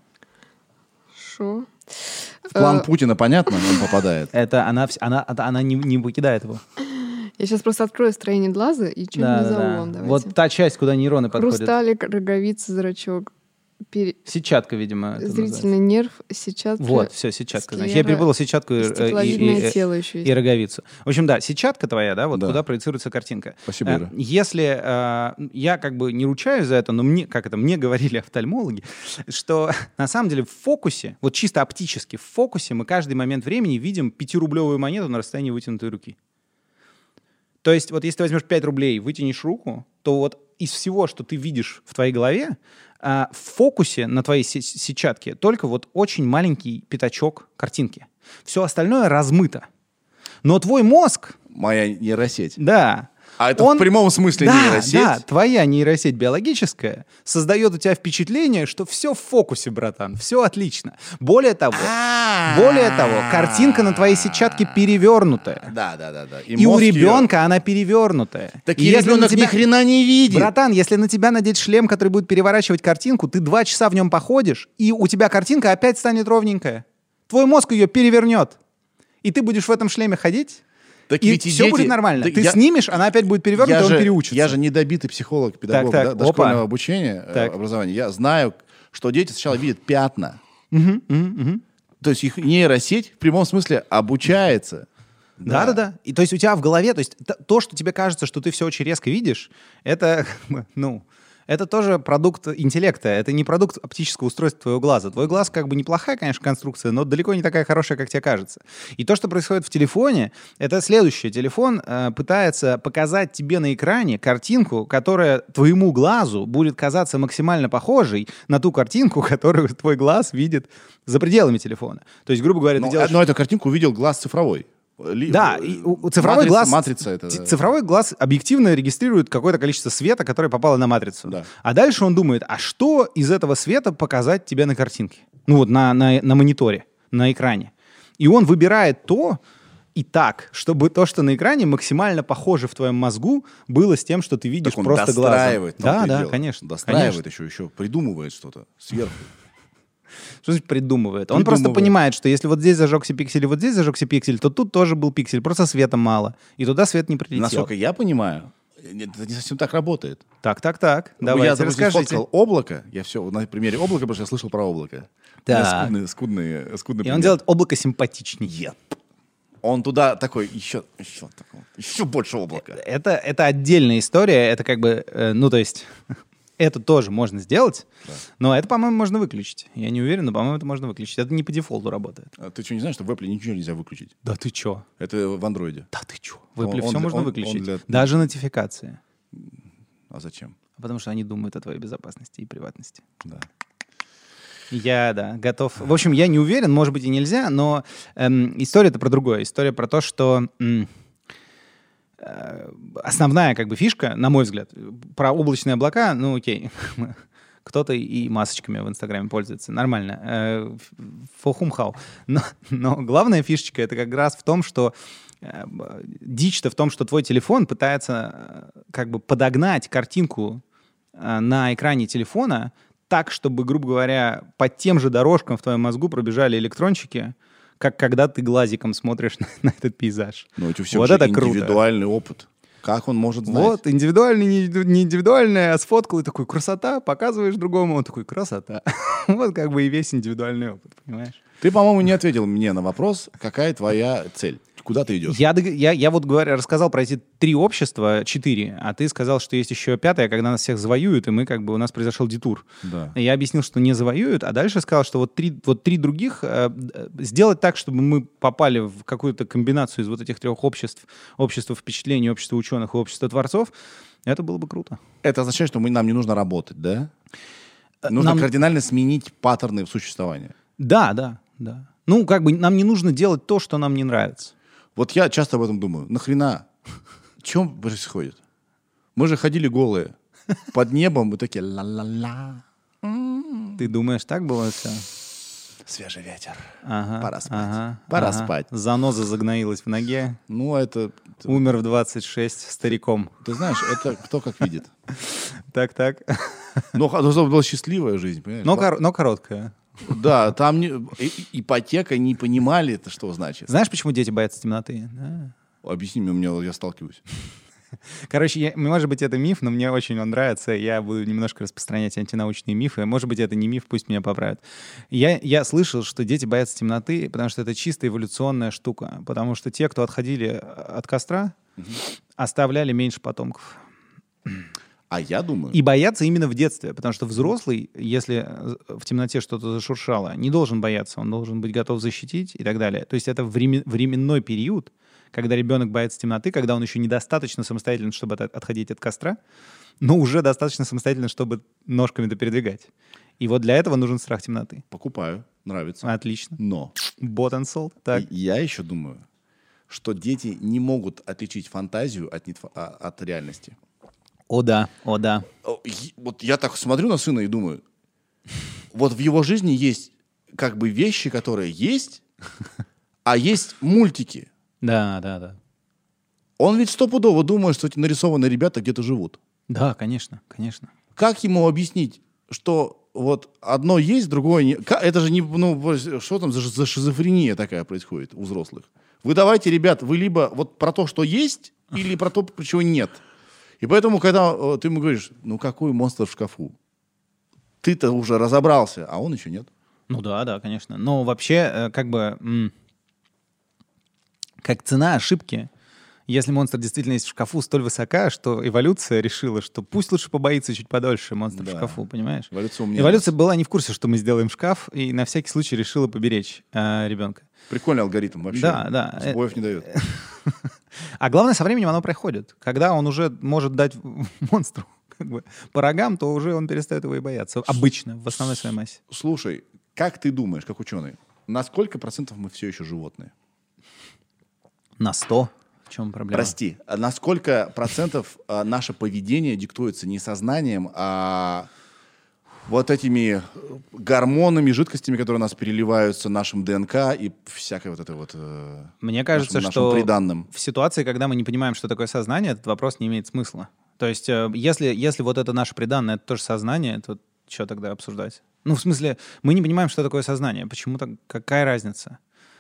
D: Шо?
A: В план
D: Э,
A: Путина, понятно, он попадает.
C: Это она, вс- она, это она не, не покидает его.
D: Я сейчас просто открою строение глаза и что-нибудь
C: Да, да,
D: назову
C: да.
D: вам. Давайте.
C: Вот та часть, куда нейроны подходят.
D: Хрусталик, роговица, зрачок, пере-
C: Сетчатка, видимо. это
D: зрительный нерв, сетчатка.
C: называется. Вот, все, сетчатка. Значит, я
D: склера,
C: перепутал сетчатку и, и-
D: стекловидное
C: и- и-
D: тело еще есть.
C: и роговицу. В общем, да, сетчатка твоя, да, вот
A: Да.
C: куда проецируется картинка.
A: Спасибо,
C: Э,
A: Ира.
C: Если э, я как бы не ручаюсь за это, но мне, как это, мне говорили офтальмологи, что на самом деле в фокусе, вот чисто оптически в фокусе мы каждый момент времени видим пятирублевую монету на расстоянии вытянутой руки. То есть вот если ты возьмешь пять рублей, вытянешь руку, то вот из всего, что ты видишь в твоей голове, а, в фокусе на твоей се- сетчатке только вот очень маленький пятачок картинки. Все остальное размыто. Но твой мозг,
A: Моя нейросеть.
C: да,
A: А это
C: он-
A: в прямом смысле
C: да,
A: нейросеть?
C: да, твоя нейросеть биологическая создает у тебя впечатление, что все в фокусе, братан, все отлично. Более того, более того, картинка на твоей сетчатке перевернутая.
A: Да, да, да, да.
C: И у
A: мозг её-
C: ребенка она перевернутая.
A: Так
C: И
A: и
C: если на
A: ребенок
C: тебя-
A: ни хрена не видит.
C: Братан, если на тебя надеть шлем, который будет переворачивать картинку, ты два часа в нем походишь, и у тебя картинка опять станет ровненькая. Твой мозг ее перевернет. И ты будешь в этом шлеме ходить,
A: Так
C: и
A: ведь и
C: все
A: дети-
C: будет нормально.
A: Так
C: ты
A: я-
C: снимешь, она опять будет перевернута,
A: я
C: и он
A: же,
C: переучится.
A: Я же недобитый психолог, педагог
C: Так,
A: да,
C: так,
A: дошкольного
C: опа.
A: обучения, э,
C: Так.
A: образования. Я знаю, что дети сначала видят пятна. То есть их нейросеть в прямом смысле обучается.
C: Да, да, да. И то есть у тебя в голове, то есть т- то, что тебе кажется, что ты все очень резко видишь, это, ну, это тоже продукт интеллекта. Это не продукт оптического устройства твоего глаза. Твой глаз как бы неплохая, конечно, конструкция, но далеко не такая хорошая, как тебе кажется. И то, что происходит в телефоне, это следующее. Телефон э, пытается показать тебе на экране картинку, которая твоему глазу будет казаться максимально похожей на ту картинку, которую твой глаз видит за пределами телефона. То есть, грубо говоря,
A: Но,
C: ты делаешь...
A: но эту картинку увидел глаз цифровой. Ли-
C: Да,
A: э,
C: и у- у цифровой
A: матрица-
C: глаз,
A: Матрица это.
C: ц- цифровой глаз объективно регистрирует какое-то количество света, которое попало на матрицу.
A: Да.
C: А дальше он думает, а что из этого света показать тебе на картинке? Ну вот на, на, на мониторе, на экране. И он выбирает то и так, чтобы то, что на экране, максимально похоже в твоем мозгу, было с тем, что ты видишь
A: Так он
C: просто глазом.
A: достраивает. в том-то
C: Да,
A: и
C: да,
A: дело.
C: конечно.
A: Достраивает
C: конечно.
A: еще, еще придумывает что-то сверху.
C: Что значит придумывает? Он просто
A: Придумывает.
C: понимает, что если вот здесь зажегся пиксель и вот здесь зажегся пиксель, то тут тоже был пиксель, просто света мало. И туда свет не прилетел.
A: Насколько я понимаю, это не совсем так работает.
C: Так, так, так.
A: Ну,
C: Давайте
A: я, допустим,
C: расскажите.
A: сфоткал облако. Я все на примере облака, потому что я слышал про облако. У меня
C: Так.
A: Скудный, скудный, скудный
C: И он
A: пример.
C: делает облако симпатичнее.
A: Он туда такой, еще, еще, такой, еще больше облака.
C: Это, это отдельная история. Это как бы, э, ну, то есть, это тоже можно сделать, но это, по-моему, можно выключить. Я не уверен, но, по-моему, это можно выключить. Это не по дефолту работает.
A: А ты что, не знаешь, что в Apple ничего нельзя выключить?
C: Да ты чё?
A: Это в андроиде.
C: Да ты чё? В
A: Он-
C: Apple
A: он
C: все
A: для-
C: можно
A: он- он
C: выключить.
A: для-
C: Даже нотификации.
A: А зачем?
C: Потому что они думают о твоей безопасности и приватности.
A: Да.
C: Я, да, готов. В общем, я не уверен, может быть, и нельзя, но эм, история-то про другое. История про то, что м, э, основная как бы фишка, на мой взгляд, про облачные облака, ну окей, кто-то и масочками в Инстаграме пользуется, нормально. Э, фохумхау. Но, но главная фишечка это как раз в том, что э, дичь-то в том, что твой телефон пытается э, как бы подогнать картинку э, на экране телефона так, чтобы, грубо говоря, по тем же дорожкам в твоем мозгу пробежали электрончики, как когда ты глазиком смотришь на, на этот пейзаж.
A: Ну, это все
C: Вот это круто.
A: индивидуальный опыт. Как он может знать?
C: Вот, индивидуальный, не, не индивидуальный, а сфоткал и такой, красота, показываешь другому, он такой, красота. Вот как бы и весь индивидуальный опыт, понимаешь?
A: Ты, по-моему, не ответил мне на вопрос, какая твоя цель? Куда ты идешь?
C: Я, дог- я, я вот говоря, рассказал про эти три общества, четыре, а ты сказал, что есть еще пятое, когда нас всех завоюют, и мы как бы, у нас произошел детур.
A: Да.
C: Я объяснил, что не завоюют, а дальше сказал, что вот три, вот три других э, э, сделать так, чтобы мы попали в какую-то комбинацию из вот этих трех обществ, общества впечатлений, общества ученых и общества творцов, это было бы круто.
A: Это означает, что мы, нам не нужно работать, да? Нужно
C: нам-
A: кардинально сменить паттерны существования.
C: Да, да, да. Ну, как бы нам не нужно делать то, что нам не нравится.
A: Вот я часто об этом думаю. Нахрена? В чем происходит? Мы же ходили голые. Под небом мы такие ла-ла-ла.
C: Ты думаешь, так было все?
A: Свежий ветер.
C: Ага,
A: Пора спать.
C: ага,
A: Пора
C: ага.
A: спать.
C: Заноза загноилась в ноге,
A: Ну, это...
C: умер в двадцать шесть стариком.
A: Ты знаешь, это кто как видит.
C: Так-так.
A: Но х- должна была счастливая жизнь, понимаешь?
C: Но, кор- но короткая.
A: Да, там не- и- и- ипотека не понимали, это что значит.
C: Знаешь, почему дети боятся темноты? Да.
A: Объясни мне, у меня я сталкиваюсь.
C: Короче, я- может быть, это миф, но мне очень он нравится. Я буду немножко распространять антинаучные мифы. Может быть, это не миф, пусть меня поправят. Я, я слышал, что дети боятся темноты, потому что это чисто эволюционная штука. Потому что те, кто отходили от костра, оставляли меньше потомков.
A: А я думаю...
C: И боятся именно в детстве, потому что взрослый, если в темноте что-то зашуршало, не должен бояться, он должен быть готов защитить и так далее. То есть это време- временной период, когда ребенок боится темноты, когда он еще недостаточно самостоятелен, чтобы от- отходить от костра, но уже достаточно самостоятельно, чтобы ножками-то передвигать. И вот для этого нужен страх темноты.
A: Покупаю, нравится.
C: Отлично.
A: Но
C: Bought and sold. Так.
A: и- я еще думаю, что дети не могут отличить фантазию от, нетфа- а- от реальности.
C: О да, о да.
A: О, и- Вот я так смотрю на сына и думаю, вот в его жизни есть как бы вещи, которые есть, а есть мультики.
C: Да, да, да.
A: Он ведь стопудово думает, что эти нарисованные ребята где-то живут.
C: Да, конечно, конечно.
A: Как ему объяснить, что вот одно есть, другое не... Ка- Это же не... Ну, что там за, за шизофрения такая происходит у взрослых? Вы давайте, ребят, вы либо вот про то, что есть, или про то, чего нет. И поэтому, когда э, ты ему говоришь, ну какой монстр в шкафу? Ты-то уже разобрался, а он еще нет.
C: Ну да, да, конечно. Но вообще, э, как бы, м, как цена ошибки, если монстр действительно есть в шкафу, столь высока, что эволюция решила, что пусть лучше побоится чуть подольше монстр
A: Да.
C: в шкафу, понимаешь?
A: Эволюция умнее
C: Эволюция
A: нас.
C: была не в курсе, что мы сделаем шкаф, и на всякий случай решила поберечь э, ребенка.
A: Прикольный алгоритм вообще.
C: Да, да.
A: Сбоев не дает.
C: А главное, со временем оно проходит. Когда он уже может дать монстру как бы, по рогам, то уже он перестает его и бояться. Обычно, в основной своей массе.
A: Слушай, как ты думаешь, как ученый, на сколько процентов мы все еще животные?
C: На сто. В чем проблема?
A: Прости, а на сколько процентов а, наше поведение диктуется не сознанием, а вот этими гормонами, жидкостями, которые у нас переливаются нашим ДНК и всякой вот этой вот э,
C: Мне кажется,
A: нашим,
C: что
A: нашим приданным.
C: в ситуации, когда мы не понимаем, что такое сознание, этот вопрос не имеет смысла. То есть, э, если, если вот это наше приданное, это тоже сознание, то что тогда обсуждать? Ну, в смысле, мы не понимаем, что такое сознание. Почему так? Какая разница?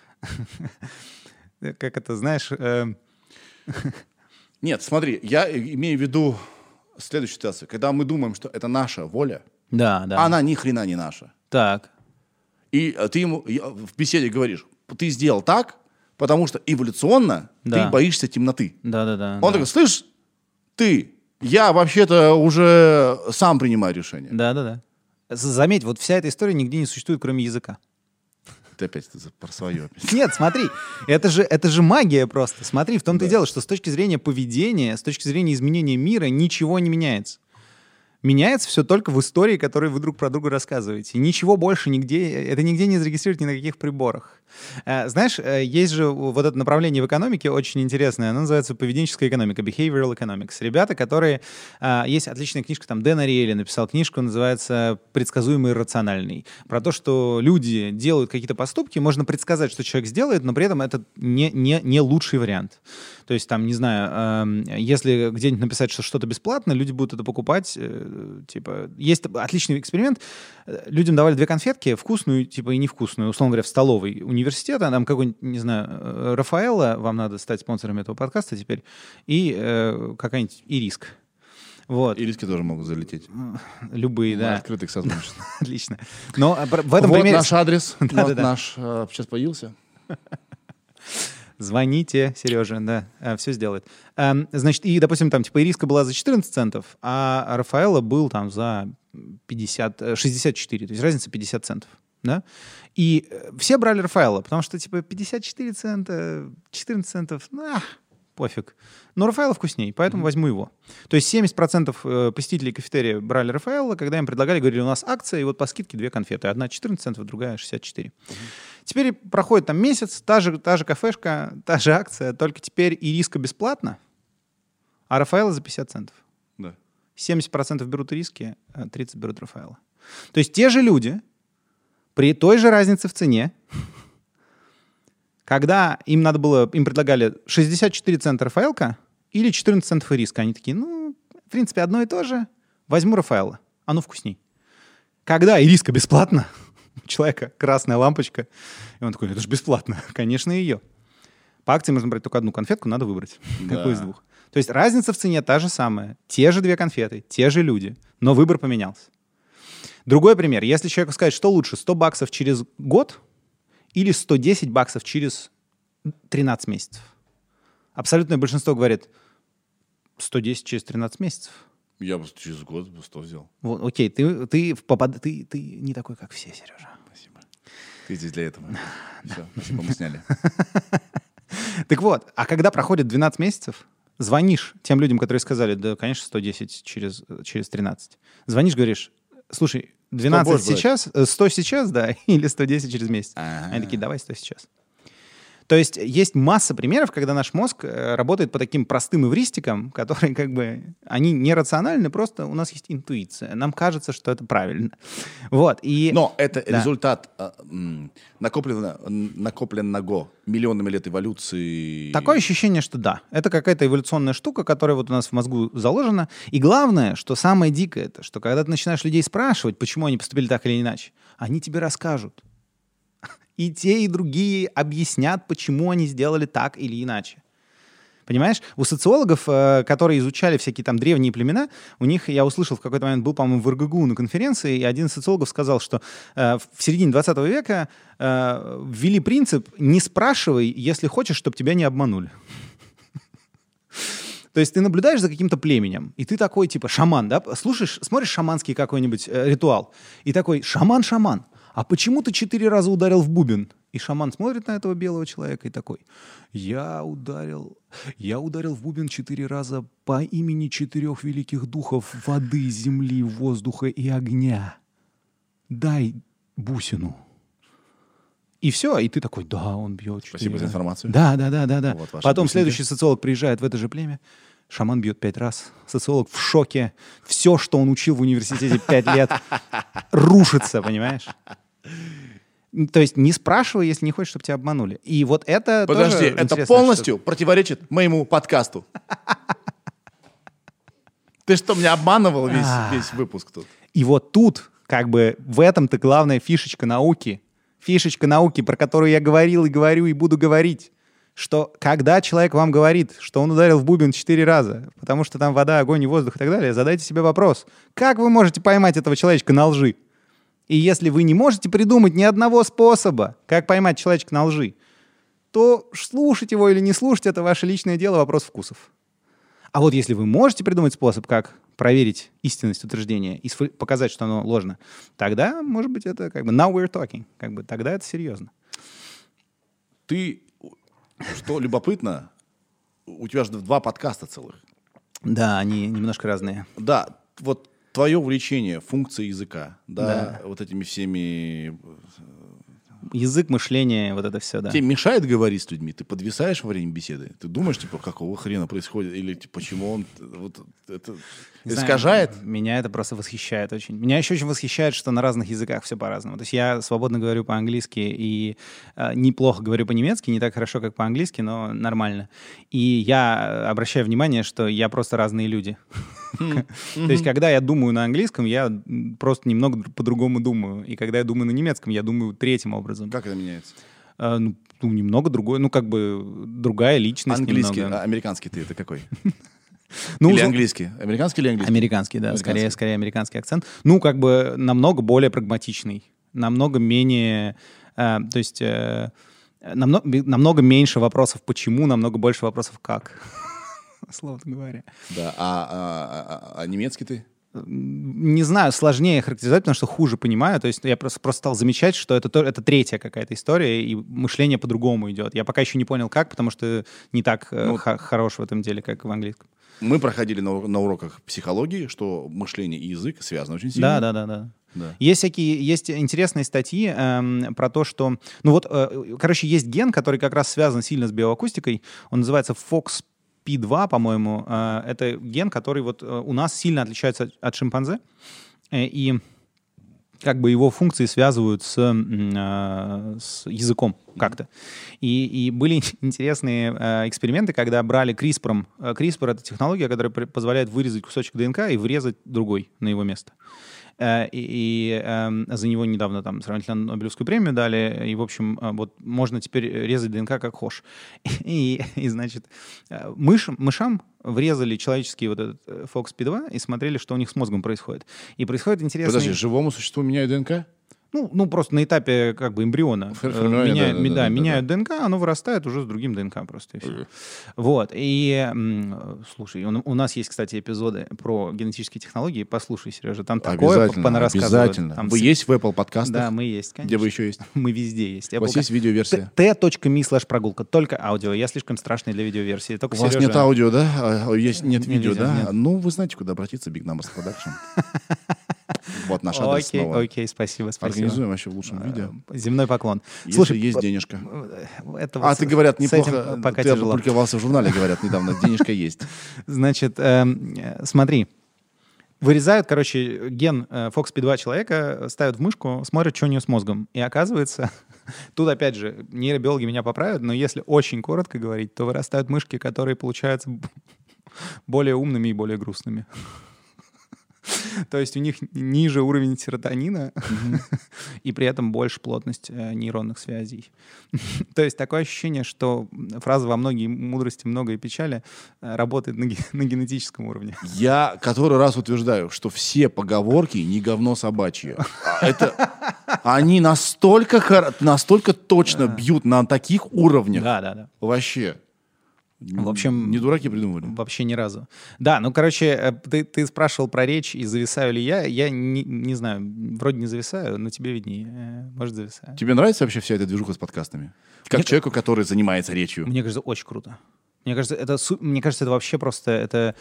C: Как это, знаешь... э,
A: Нет, смотри, я имею в виду следующую ситуацию. Когда мы думаем, что это наша воля,
C: Да, да.
A: она ни хрена не наша.
C: Так.
A: И э, ты ему я- в беседе говоришь, ты сделал так, потому что эволюционно
C: Да.
A: ты боишься темноты.
C: Да, да, да.
A: Он
C: да.
A: такой, слышь, ты, я вообще-то уже сам принимаю решение.
C: Да, да, да. З- Заметь, вот вся эта история нигде не существует, кроме языка.
A: Ты опять за- про свое. опять.
C: Нет, смотри, это же, это же магия просто. Смотри, в том-то и
A: Да.
C: дело, что с точки зрения поведения, с точки зрения изменения мира ничего не меняется. Меняется все только в истории, которую вы друг про друга рассказываете. И ничего больше нигде, это нигде не зарегистрировать ни на каких приборах. Э, Знаешь, э, есть же вот это направление в экономике очень интересное, оно называется поведенческая экономика, behavioral economics. Ребята, которые... э, Есть отличная книжка, там Дэн Ариэли написал книжку, называется «Предсказуемый и рациональный». Про то, что люди делают какие-то поступки, можно предсказать, что человек сделает, но при этом это не, не, не лучший вариант. То есть там, не знаю, эм, если где-нибудь написать, что что-то бесплатно, люди будут это покупать. э, Типа, есть отличный эксперимент. Э, Людям давали две конфетки, вкусную, типа, и невкусную, условно говоря, в столовой университета. Там какой-нибудь, не знаю, э, Рафаэлло, вам надо стать спонсором этого подкаста теперь, и э, какая-нибудь ириск. Вот.
A: И риски тоже могут залететь.
C: Любые,
A: Мы
C: да.
A: открыты к сотрудничеству.
C: Отлично. Но э, в этом
A: Вот
C: примере...
A: наш адрес. Вот
C: Да-да-да.
A: наш э, сейчас появился.
C: Звоните, Сережа, да, все сделает. Эм, значит, и, допустим, там, типа, ириска была за четырнадцать центов, а Рафаэлло был там за пятьдесят, э, шестьдесят четыре, то есть разница пятьдесят центов, да? И э, все брали Рафаэлло, потому что, типа, пятьдесят четыре цента, четырнадцать центов, ну, ах, пофиг. Но Рафаэлло вкуснее, поэтому возьму его. То есть семьдесят процентов э, посетителей кафетерия брали Рафаэлло, когда им предлагали, говорили, у нас акция, и вот по скидке две конфеты. Одна четырнадцать центов, другая шестьдесят четыре. Теперь проходит там месяц, та же, та же кафешка, та же акция, только теперь ириска бесплатно, а Рафаэлло за пятьдесят центов.
A: Да.
C: семьдесят процентов берут ириски, а тридцать процентов берут Рафаэлло. То есть те же люди при той же разнице в цене, когда им надо было, им предлагали шестьдесят четыре цента Рафаэлка или четырнадцать центов ириска, они такие, ну, в принципе, одно и то же, возьму Рафаэлло, оно вкусней. Когда ириска бесплатно, у человека красная лампочка, и он такой, это же бесплатно, конечно, ее. По акции можно брать только одну конфетку, надо выбрать,
A: Да.
C: какую из двух. То есть разница в цене та же самая, те же две конфеты, те же люди, но выбор поменялся. Другой пример. Если человеку сказать, что лучше, сто баксов через год или сто десять баксов через тринадцать месяцев. Абсолютное большинство говорит сто десять через тринадцать месяцев.
A: Я бы через год бы сто взял.
C: Вот, окей, ты, ты, попад... ты, ты не такой, как все, Сережа.
A: Спасибо. Ты здесь для этого. Все, спасибо, мы сняли.
C: Так вот, а когда проходит двенадцать месяцев, звонишь тем людям, которые сказали, да, конечно, сто десять через, через тринадцать. Звонишь, говоришь, слушай, двенадцать
A: будешь брать?
C: сейчас, э, сто сейчас, да, или сто десять через месяц.
A: Ага.
C: Они такие, давай сто сейчас. То есть есть масса примеров, когда наш мозг э, работает по таким простым эвристикам, которые как бы, они нерациональны, просто у нас есть интуиция. Нам кажется, что это правильно. Вот, и...
A: Но это
C: Да.
A: результат а, м, накоплено, накопленного миллионами лет эволюции.
C: Такое ощущение, что да. Это какая-то эволюционная штука, которая вот у нас в мозгу заложена. И главное, что самое дикое, это, что когда ты начинаешь людей спрашивать, почему они поступили так или иначе, они тебе расскажут. И те, и другие объяснят, почему они сделали так или иначе. Понимаешь? У социологов, э, которые изучали всякие там древние племена, у них, я услышал, в какой-то момент был, по-моему, в эр гэ гэ у на конференции, и один из социологов сказал, что э, в середине двадцатого века э, ввели принцип «не спрашивай, если хочешь, чтобы тебя не обманули». То есть ты наблюдаешь за каким-то племенем, и ты такой, типа, шаман, да? Слушаешь, смотришь шаманский какой-нибудь э, ритуал, и такой, шаман-шаман, а почему ты четыре раза ударил в бубен? И шаман смотрит на этого белого человека и такой, я ударил, я ударил в бубен четыре раза по имени четырех великих духов воды, земли, воздуха и огня. Дай бусину. И все, и ты такой, да, он бьет.
A: Спасибо за информацию.
C: Да, да, да, да, да.
A: Вот ваши
C: Потом
A: бусинки.
C: следующий социолог приезжает в это же племя, шаман бьет пять раз, социолог в шоке, все, что он учил в университете пять лет, рушится, понимаешь? То есть не спрашивай, если не хочешь, чтобы тебя обманули. И вот это
A: Подожди,
C: тоже
A: это
C: интересная
A: полностью
C: штука.
A: противоречит моему подкасту. Ты что, меня обманывал весь,
C: А.
A: весь выпуск тут?
C: И вот тут, как бы, в этом-то главная фишечка науки. Фишечка науки, про которую я говорил и говорю, и буду говорить. Что когда человек вам говорит, что он ударил в бубен четыре раза, потому что там вода, огонь и воздух и так далее, задайте себе вопрос. Как вы можете поймать этого человечка на лжи? И если вы не можете придумать ни одного способа, как поймать человечка на лжи, то слушать его или не слушать — это ваше личное дело, вопрос вкусов. А вот если вы можете придумать способ, как проверить истинность утверждения и сфо- показать, что оно ложно, тогда, может быть, это как бы now we're talking, как бы тогда это серьезно.
A: Ты, что любопытно, у тебя же два подкаста целых.
C: Да, они немножко разные.
A: Да, вот твое увлечение функцией языка, да,
C: Да.
A: вот этими всеми...
C: Язык, мышление, вот это все, да.
A: Тебе мешает говорить с людьми? Ты подвисаешь во время беседы? Ты думаешь, типа, какого хрена происходит? Или типа, почему он вот, это
C: Не знаю,
A: искажает?
C: Меня это просто восхищает очень. Меня еще очень восхищает, что на разных языках все по-разному. То есть я свободно говорю по-английски и э, неплохо говорю по-немецки, не так хорошо, как по-английски, но нормально. И я обращаю внимание, что я просто разные люди. То есть когда я думаю на английском, я просто немного по-другому думаю. И когда я думаю на немецком, я думаю третьим образом.
A: Как это меняется?
C: Э, Ну, ну, немного другое, ну, как бы другая личность
A: Английский,
C: немного.
A: а американский ты это какой?
C: Ну,
A: Или
C: за-
A: английский? Американский или английский?
C: Американский, да,
A: Американский.
C: скорее, скорее американский акцент. Ну, как бы намного более прагматичный, намного менее, э, то есть э, намного, намного меньше вопросов почему, намного больше вопросов как, словно говоря.
A: Да, а, а- а- а немецкий ты?
C: Не знаю, сложнее характеризовать, потому что хуже понимаю. То есть я просто, просто стал замечать, что это, то- это третья какая-то история, и мышление по-другому идет. Я пока еще не понял, как, потому что не так э,
A: Ну,
C: х- хорош в этом деле, как в английском.
A: Мы проходили на, ур- на уроках психологии, что мышление и язык связаны очень сильно.
C: Да, да, да, да.
A: Да.
C: Есть всякие, есть интересные статьи эм, про то, что, ну вот, э, короче, есть ген, который как раз связан сильно с биоакустикой. Он называется фокс пи два, по-моему. Э, это ген, который вот э, у нас сильно отличается от, от шимпанзе, э, и как бы его функции связывают с, м, э, с языком как-то. И, и были интересные э, эксперименты, когда брали CRISPR. Э, CRISPR — это технология, которая при- позволяет вырезать кусочек ДНК и врезать другой на его место. Э, И, и, эм, за него недавно там сравнительно Нобелевскую премию дали. И, в общем, э, вот можно теперь резать ДНК как хочешь. И, и значит, э, мышам, мышам врезали человеческий вот этот э, фокс пи два и смотрели, что у них с мозгом происходит. И происходит интересный...
A: Подожди, живому существу меняют ДНК?
C: Ну, ну, просто на этапе как бы эмбриона.
A: Фер-
C: э,
A: формирование,
C: меняют,
A: да, да,
C: да,
A: да, да,
C: меняют ДНК, оно вырастает уже с другим ДНК просто. И всё. Вот. И, м, слушай, у, у нас есть, кстати, эпизоды про генетические технологии. Послушай, Сережа, там такое
A: Обязательно,
C: понарассказывают.
A: обязательно.
C: Там
A: Вы
C: с-
A: есть в Apple подкастах?
C: Да, мы есть, конечно.
A: Где вы еще есть?
C: Мы везде есть.
A: У вас есть видеоверсия?
C: t.me слэш прогулка. Только аудио. Я слишком страшный для видеоверсии. Только
A: У вас
C: Сережа-
A: нет аудио, да? А, есть, нет
C: Нет
A: видео,
C: видео,
A: да?
C: нет.
A: Ну, вы знаете, куда обратиться, Big Numbers Production. Вот наш адрес
C: Окей,
A: снова.
C: окей, спасибо, спасибо.
A: Организуем вообще в лучшем виде.
C: Земной поклон.
A: Если
C: Слушай,
A: есть
C: по-
A: денежка.
C: это
A: А,
C: вот
A: ты,
C: с-
A: говорят,
C: с этим
A: неплохо.
C: пока
A: Ты
C: тяжело.
A: опубликовался в журнале, говорят, недавно. Денежка есть.
C: Значит, эм, э, смотри. Вырезают, короче, ген э, фокс пи два человека, ставят в мышку, смотрят, что у нее с мозгом. И оказывается, тут опять же, нейробиологи меня поправят, но если очень коротко говорить, то вырастают мышки, которые получаются б- более умными и более грустными. То есть у них ниже уровень серотонина и при этом больше плотность э, нейронных связей. То есть такое ощущение, что фраза «во многие мудрости, много и печали» э, работает на, ге- на генетическом уровне.
A: Я который раз утверждаю, что все поговорки не говно собачье. А Это они настолько, хор- настолько точно бьют на таких уровнях.
C: Да, да, да.
A: Вообще.
C: В общем,
A: Не дураки придумывали.
C: Вообще ни разу. Да, ну, короче, э, ты, ты спрашивал про речь и зависаю ли я. Я не, не знаю, вроде не зависаю, но тебе виднее. Э, Может, зависаю.
A: Тебе нравится вообще вся эта движуха с подкастами? Как
C: Мне-
A: человеку, который занимается речью.
C: Мне кажется, очень круто. Мне кажется, это, су- мне кажется, это вообще просто... Это...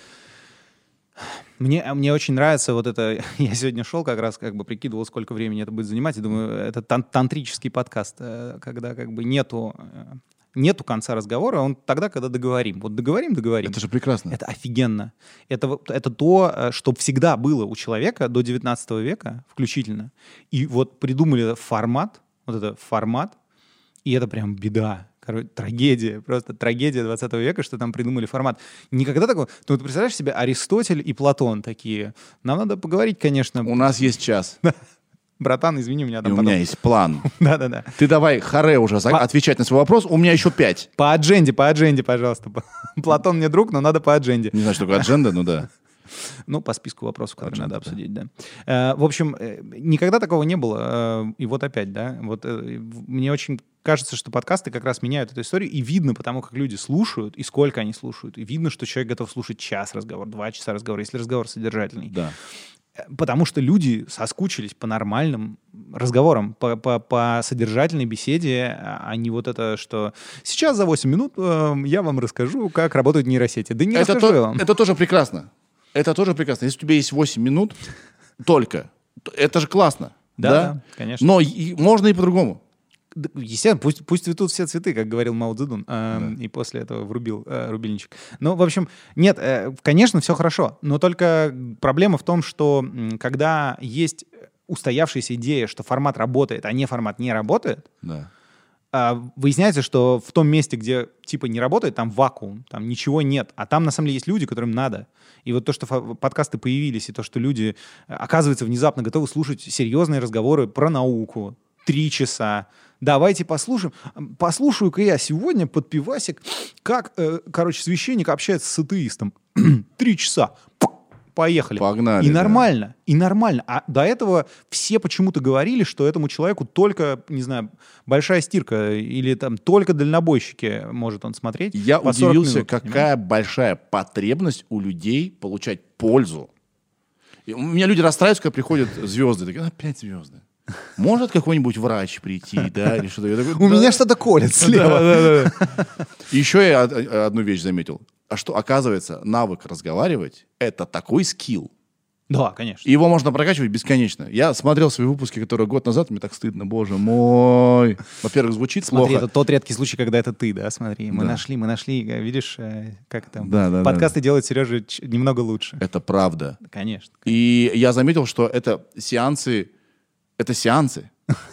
C: Мне, мне очень нравится вот это... Я сегодня шел как раз, как бы прикидывал, сколько времени это будет занимать, и думаю, это тан- тантрический подкаст, э, когда как бы нету... э, Нету конца разговора, он тогда, когда договорим. Вот договорим, договорим.
A: Это же прекрасно.
C: Это офигенно. Это, вот- это то, э, что всегда было у человека до девятнадцатого века включительно. И вот придумали формат, вот это формат, и это прям беда. Короче, трагедия, просто трагедия двадцатого века, что там придумали формат. Никогда такого... Ну, ты представляешь себе, Аристотель и Платон такие. Нам надо поговорить, конечно.
A: У нас есть час.
C: Братан, извини, у меня
A: И
C: там
A: у
C: потом...
A: меня есть план.
C: Да-да-да.
A: Ты давай, харе уже, за-
C: По-
A: отвечать на свой вопрос. У меня еще пять.
C: По адженде, по адженде, пожалуйста. Платон мне друг, но надо по адженде.
A: Не знаю, что такое адженда, ну да.
C: Ну, по списку вопросов, которые
A: Адженда,
C: надо
A: да.
C: обсудить, да. Э, В общем, э, никогда такого не было. Э, И вот опять, да, вот э, в- мне очень кажется, что подкасты как раз меняют эту историю, и видно потому, как люди слушают, и сколько они слушают. И видно, что человек готов слушать час разговор, два часа разговора, если разговор содержательный.
A: Да.
C: Потому что люди соскучились по нормальным разговорам, по, по, по содержательной беседе, а не вот это, что сейчас за восемь минут э, я вам расскажу, как работают нейросети. Да не
A: Это,
C: расскажу я
A: то-
C: вам.
A: это тоже прекрасно. Это тоже прекрасно. Если у тебя есть восемь минут только, то это же классно.
C: Да, да, конечно.
A: Но и можно и по-другому.
C: Да, естественно, пусть, пусть цветут все цветы, как говорил Мао Цзэдун, э, и после этого врубил э, рубильничек. Ну, в общем, нет, э, конечно, все хорошо, но только проблема в том, что м, когда есть устоявшаяся идея, что формат работает, а не формат не работает,
A: Да.
C: а, выясняется, что в том месте, где типа не работает, там вакуум, там ничего нет, а там на самом деле есть люди, которым надо. И вот то, что фа- подкасты появились, и то, что люди, э, оказывается, внезапно готовы слушать серьезные разговоры про науку, три часа. Давайте послушаем. Послушаю-ка я сегодня под пивасик, как, э, короче, священник общается с атеистом. Три часа. Поехали.
A: Погнали,
C: И
A: да.
C: нормально, и нормально. А до этого все почему-то говорили, что этому человеку только, не знаю, большая стирка или там только дальнобойщики может он смотреть.
A: Я
C: по сорок
A: удивился,
C: минут,
A: какая
C: понимаешь?
A: большая потребность у людей получать пользу. И у меня люди расстраиваются, когда приходят звезды. Такие, опять звезды. Может какой-нибудь врач прийти, да, или что-то. Я такой,
C: У
A: «Да».
C: меня что-то колет слева.
A: Да, да, да. Еще я од- одну вещь заметил. А что, оказывается, навык разговаривать — это такой скилл.
C: Да, конечно.
A: Его можно прокачивать бесконечно. Я смотрел свои выпуски, которые год назад, мне так стыдно, боже мой. Во-первых, звучит
C: Смотри,
A: плохо.
C: это тот редкий случай, когда это ты, да, смотри. Мы
A: Да.
C: нашли, мы нашли, э, видишь, э, как там.
A: Да, да, да,
C: Подкасты делают Сережа ч- немного лучше.
A: Это правда.
C: Конечно.
A: И я заметил, что это сеансы, это сеансы.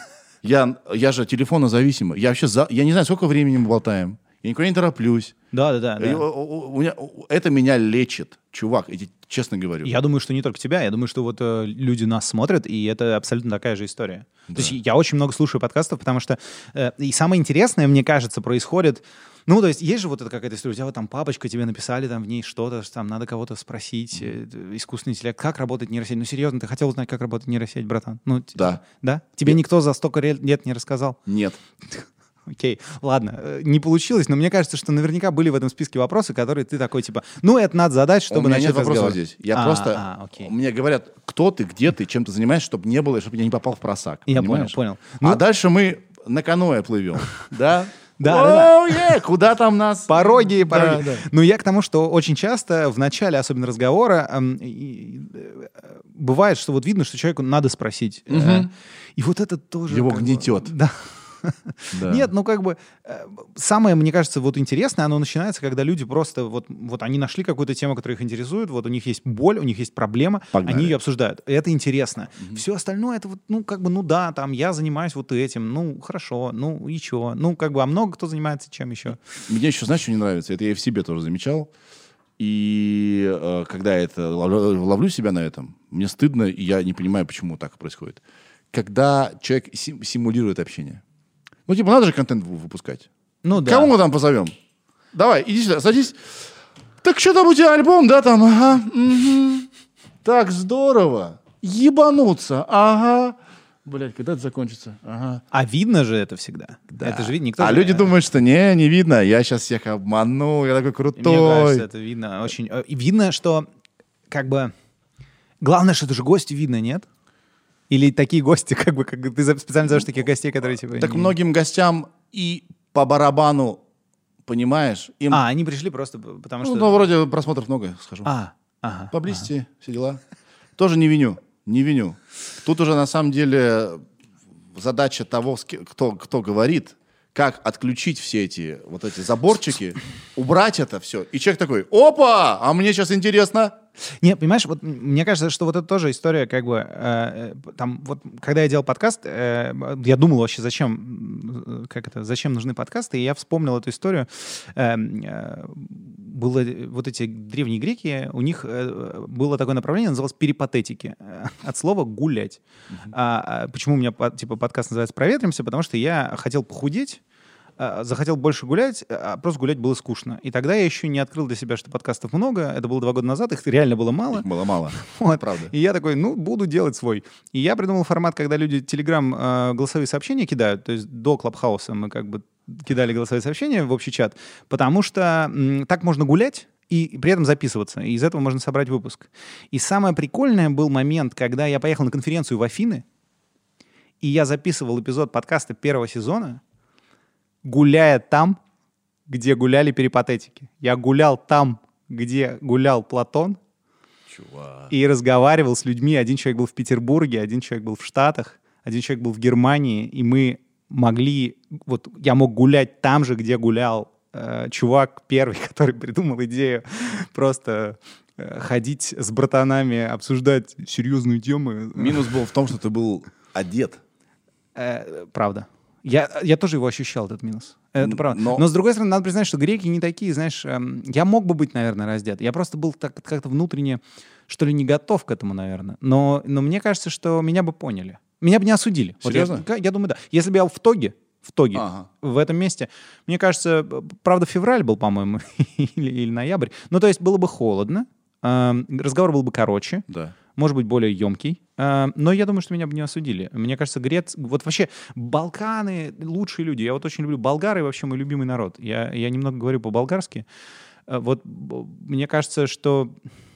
A: Я, я же телефонозависимый. Я вообще, за, я не знаю, сколько времени мы болтаем. Я никуда не тороплюсь.
C: Да, да, да.
A: И,
C: да.
A: у- у- у меня- у- это меня лечит, чувак, я тебе честно говорю.
C: Я думаю, что не только тебя, я думаю, что вот э, люди нас смотрят, и это абсолютно такая же история. То есть я очень много слушаю подкастов, потому что э, и самое интересное, мне кажется, происходит Ну, то есть есть же вот эта какая-то история, у тебя вот там папочка, тебе написали там в ней что-то, что там надо кого-то спросить, э, искусственный интеллект, как работает нейросеть. Ну, серьезно, ты хотел узнать, как работает нейросеть, братан? Ну, т-
A: Да.
C: Да? Тебе никто за столько лет лет не рассказал?
A: Нет.
C: Окей, ладно, э, не получилось, но мне кажется, что наверняка были в этом списке вопросы, которые ты такой, типа, ну, это надо задать, чтобы
A: У меня
C: начать
A: нет вопросов
C: разговор.
A: здесь. Я
C: А,
A: просто...
C: а, окей.
A: Мне говорят, кто ты, где ты, чем ты занимаешься, чтобы не было, чтобы я не попал в просак.
C: Я
A: понимаешь?
C: понял, понял.
A: А
C: Ну-
A: дальше мы на каноэ плывем. Да?
C: Да, да,
A: Оу, е, куда там нас?
C: Пороги,
A: Да,
C: пороги.
A: да.
C: Но я к тому, что очень часто в начале, особенно разговора, эм, и- и, э, бывает, что вот видно, что человеку надо спросить. Э, И вот это тоже...
A: Его
C: как бы,
A: гнетет.
C: Да.
A: Да.
C: Нет, ну как бы э, самое, мне кажется, вот интересное, оно начинается, когда люди просто вот, вот они нашли какую-то тему, которая их интересует, вот у них есть боль, у них есть проблема,
A: Погнали.
C: они ее обсуждают. И это интересно. Все остальное, это вот, ну как бы, ну да, там я занимаюсь вот этим, ну хорошо, ну и чего? Ну как бы, а много кто занимается чем еще?
A: Мне еще, знаешь, что не нравится? Это я и в себе тоже замечал. И э, когда я это ловлю, ловлю себя на этом, мне стыдно, и я не понимаю, почему так происходит. Когда человек сим- симулирует общение. Ну, типа, надо же контент вы- выпускать.
C: Ну да.
A: Кого мы там позовем? Давай, иди сюда, садись. Так что там у тебя альбом, да, там? Ага. Мгм. Так здорово. Ебануться. Ага. Блять, когда это закончится? Ага.
C: А видно же это всегда. Это же видно. Никто
A: А
C: же-
A: люди думают, что не, не видно. Я сейчас всех обману, я такой
C: И
A: крутой.
C: мне кажется, это видно очень. э, И видно, что как бы главное, что это же гости видно, нет? Или такие гости, как бы, как ты за- специально зовешь таких гостей, которые типа.
A: Так
C: не-
A: многим гостям и по барабану, понимаешь, им...
C: А, они пришли просто п- потому
A: ну,
C: что.
A: ну, вроде просмотров много, схожу.
C: А, ага.
A: Поблизости, все дела. Тоже не виню, не виню. Тут уже на самом деле задача того, с ки- кто, кто говорит, как отключить все эти вот эти заборчики, убрать это все. И человек такой, опа, а мне сейчас интересно.
C: Не, понимаешь, вот м, мне кажется, что вот это тоже история, как бы, э, э, там, вот, когда я делал подкаст, э, я думал вообще, зачем, э, как это, зачем нужны подкасты, и я вспомнил эту историю. Э, э, было, вот эти древние греки, у них э, было такое направление, называлось перипатетики, э, от слова «гулять». А, а почему у меня, по- типа, подкаст называется «Проветримся»? Потому что я хотел похудеть, а, захотел больше гулять, а просто гулять было скучно. И тогда я еще не открыл для себя, что подкастов много. Это было два года назад, их реально было мало.
A: Было мало.
C: Вот.
A: Правда.
C: И я такой, ну, буду делать свой. И я придумал формат, когда люди Telegram э, голосовые сообщения кидают, то есть до Клабхауса мы как бы кидали голосовые сообщения в общий чат, потому что м, так можно гулять и при этом записываться. И из этого можно собрать выпуск. И самое прикольное был момент, когда я поехал на конференцию в Афины, и я записывал эпизод подкаста первого сезона, гуляя там, где гуляли перипатетики. Я гулял там, где гулял Платон,
A: Чувак.
C: и разговаривал с людьми. Один человек был в Петербурге, один человек был в Штатах, один человек был в Германии, и мы могли... Вот я мог гулять там же, где гулял э, чувак первый, который придумал идею просто э, ходить с братанами, обсуждать серьезные темы.
A: Минус был в том, что ты был одет.
C: Э, правда. Я, я тоже его ощущал, этот минус. Это
A: Н-
C: правда.
A: но-
C: Но... с другой стороны, надо признать, что греки не такие, знаешь, эм, я мог бы быть, наверное, раздет. Я просто был так, как-то внутренне, что ли, не готов к этому, наверное. Но, но мне кажется, что меня бы поняли. Меня бы не осудили. Вот
A: Серьезно?
C: я, я думаю, да. Если бы я был в тоге, в тоге,
A: Ага.
C: в этом месте, мне кажется, б- правда, февраль был, по-моему, или, или ноябрь. Ну, то есть было бы холодно, эм, разговор был бы короче,
A: Да.
C: может быть, более емкий. Э, Но я думаю, что меня бы не осудили. Мне кажется, Грец... Вот вообще, Балканы — лучшие люди. Я вот очень люблю болгары, вообще мой любимый народ. Я, я немного говорю по-болгарски. Э, Вот б- мне кажется, что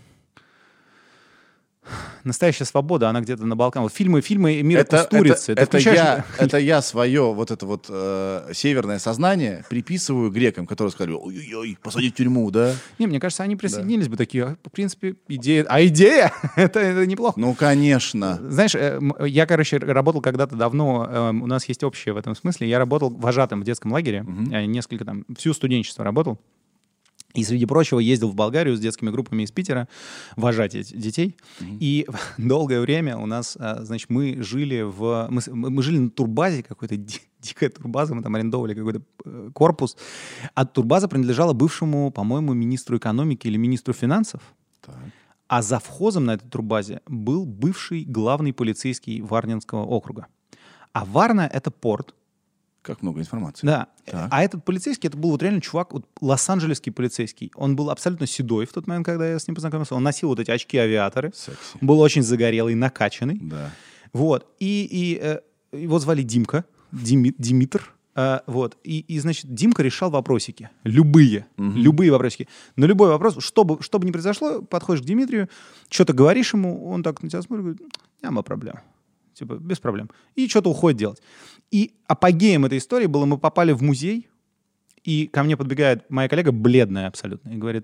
C: настоящая свобода, она где-то на Балканах. Вот фильмы, фильмы «Мира
A: Это,
C: Кустурицы».
A: это,
C: Ты
A: это,
C: включаешь-
A: я, это я свое вот это вот э, северное сознание приписываю грекам, которые сказали, ой-ой-ой, посадить в тюрьму, да?
C: Не, мне кажется, они присоединились бы такие. «А, в принципе, идея... А идея? это, это неплохо.
A: Ну, конечно.
C: Знаешь, э, м- я, короче, работал когда-то давно, э, у нас есть общее в этом смысле. Я работал вожатым в детском лагере, э, несколько там, всю студенчество работал. И, среди прочего, ездил в Болгарию с детскими группами из Питера вожать эти детей. И долгое время у нас, а, значит, мы жили в... Мы, с- мы жили на турбазе, какой-то ди- дикая турбаза, мы там арендовали какой-то э, корпус. А турбаза принадлежала бывшему, по-моему, министру экономики или министру финансов.
A: Так.
C: А завхозом на этой турбазе был бывший главный полицейский Варнинского округа. А Варна — это порт.
A: Как много информации.
C: Да.
A: Так.
C: А этот полицейский, это был вот реально чувак, вот лос-анджелесский полицейский. Он был абсолютно седой в тот момент, когда я с ним познакомился. Он носил вот эти очки-авиаторы.
A: Секси.
C: Был очень загорелый, накачанный.
A: Да.
C: Вот. И, и э, его звали Димка. Дими, Димитр. Э, вот. И, и, значит, Димка решал вопросики. Любые.
A: Мгм.
C: Любые вопросики. Но любой вопрос, что бы, что бы ни произошло, подходишь к Дмитрию, что-то говоришь ему, он так на тебя смотрит и говорит, няма проблем. Типа, без проблем. И что-то уходит делать. И апогеем этой истории было, мы попали в музей, и ко мне подбегает моя коллега, бледная абсолютно, и говорит,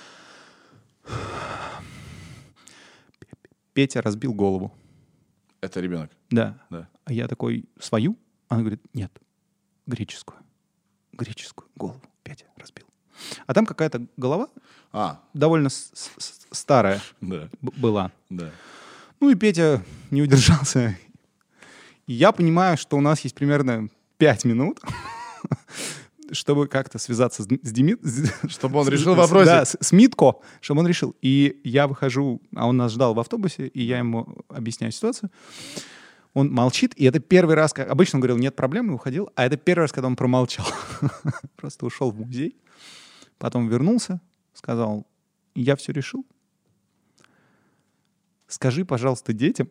C: Петя разбил голову.
A: Это ребенок.
C: Да.
A: Да.
C: А я такой, свою? Она говорит, нет, греческую. Греческую голову Петя разбил. А там какая-то голова
A: А,
C: довольно с- с- старая
A: да,
C: б- была.
A: да.
C: Ну и Петя не удержался. И я понимаю, что у нас есть примерно пять минут, чтобы как-то связаться с, Д- с Дими- с-
A: Чтобы он
C: с-
A: решил
C: с-
A: вопросик.
C: Да, с, с Митко, чтобы он решил. И я выхожу, а он нас ждал в автобусе, и я ему объясняю ситуацию. Он молчит, и это первый раз, как обычно он говорил, нет проблем, и уходил, а это первый раз, когда он промолчал. Просто ушел в музей, потом вернулся, сказал, я все решил. Скажи, пожалуйста, детям,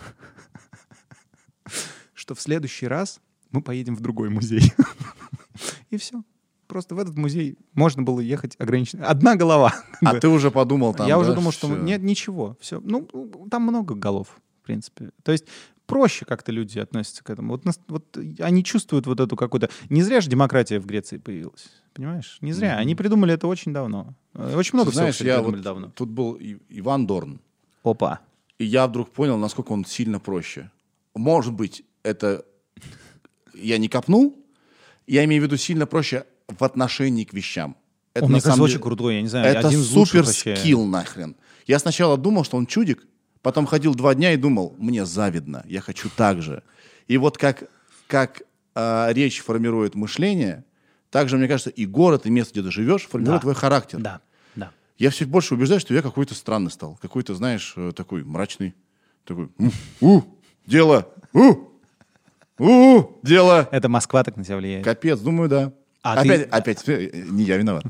C: что в следующий раз мы поедем в другой музей. И все. Просто в этот музей можно было ехать ограниченно. Одна голова.
A: А ты уже подумал там,
C: Я
A: да,
C: уже думал, что
A: всё.
C: нет, ничего. Все. Ну, там много голов, в принципе. То есть проще как-то люди относятся к этому. Вот, нас- вот они чувствуют вот эту какую-то... Не зря же демократия в Греции появилась. Понимаешь? Не зря. Они придумали это очень давно. Э, Очень много
A: Ты
C: всего,
A: знаешь,
C: кстати,
A: я
C: придумали
A: вот
C: давно.
A: тут был И- Иван Дорн,
C: Опа.
A: и я вдруг понял, насколько он сильно проще. Может быть, это я не копнул, я имею в виду сильно проще в отношении к вещам. Это
C: Он,
A: на
C: мне кажется,
A: самом
C: очень
A: деле-
C: крутой, я не знаю.
A: Это
C: один из лучших
A: супер
C: вообще.
A: скилл нахрен. Я сначала думал, что он чудик, потом ходил два дня и думал, мне завидно, я хочу так же. И вот как, как а, речь формирует мышление, так же, мне кажется, и город, и место, где ты живешь, формирует
C: Да.
A: твой характер.
C: Да, да.
A: Я все больше убеждаюсь, что я какой-то странный стал. Какой-то, знаешь, э, такой мрачный. Такой, «У, у, дело, у, у, дело.
C: Это Москва так на тебя влияет.
A: Капец, думаю, да.
C: А
A: опять,
C: ты-
A: опять, э, не я виноват.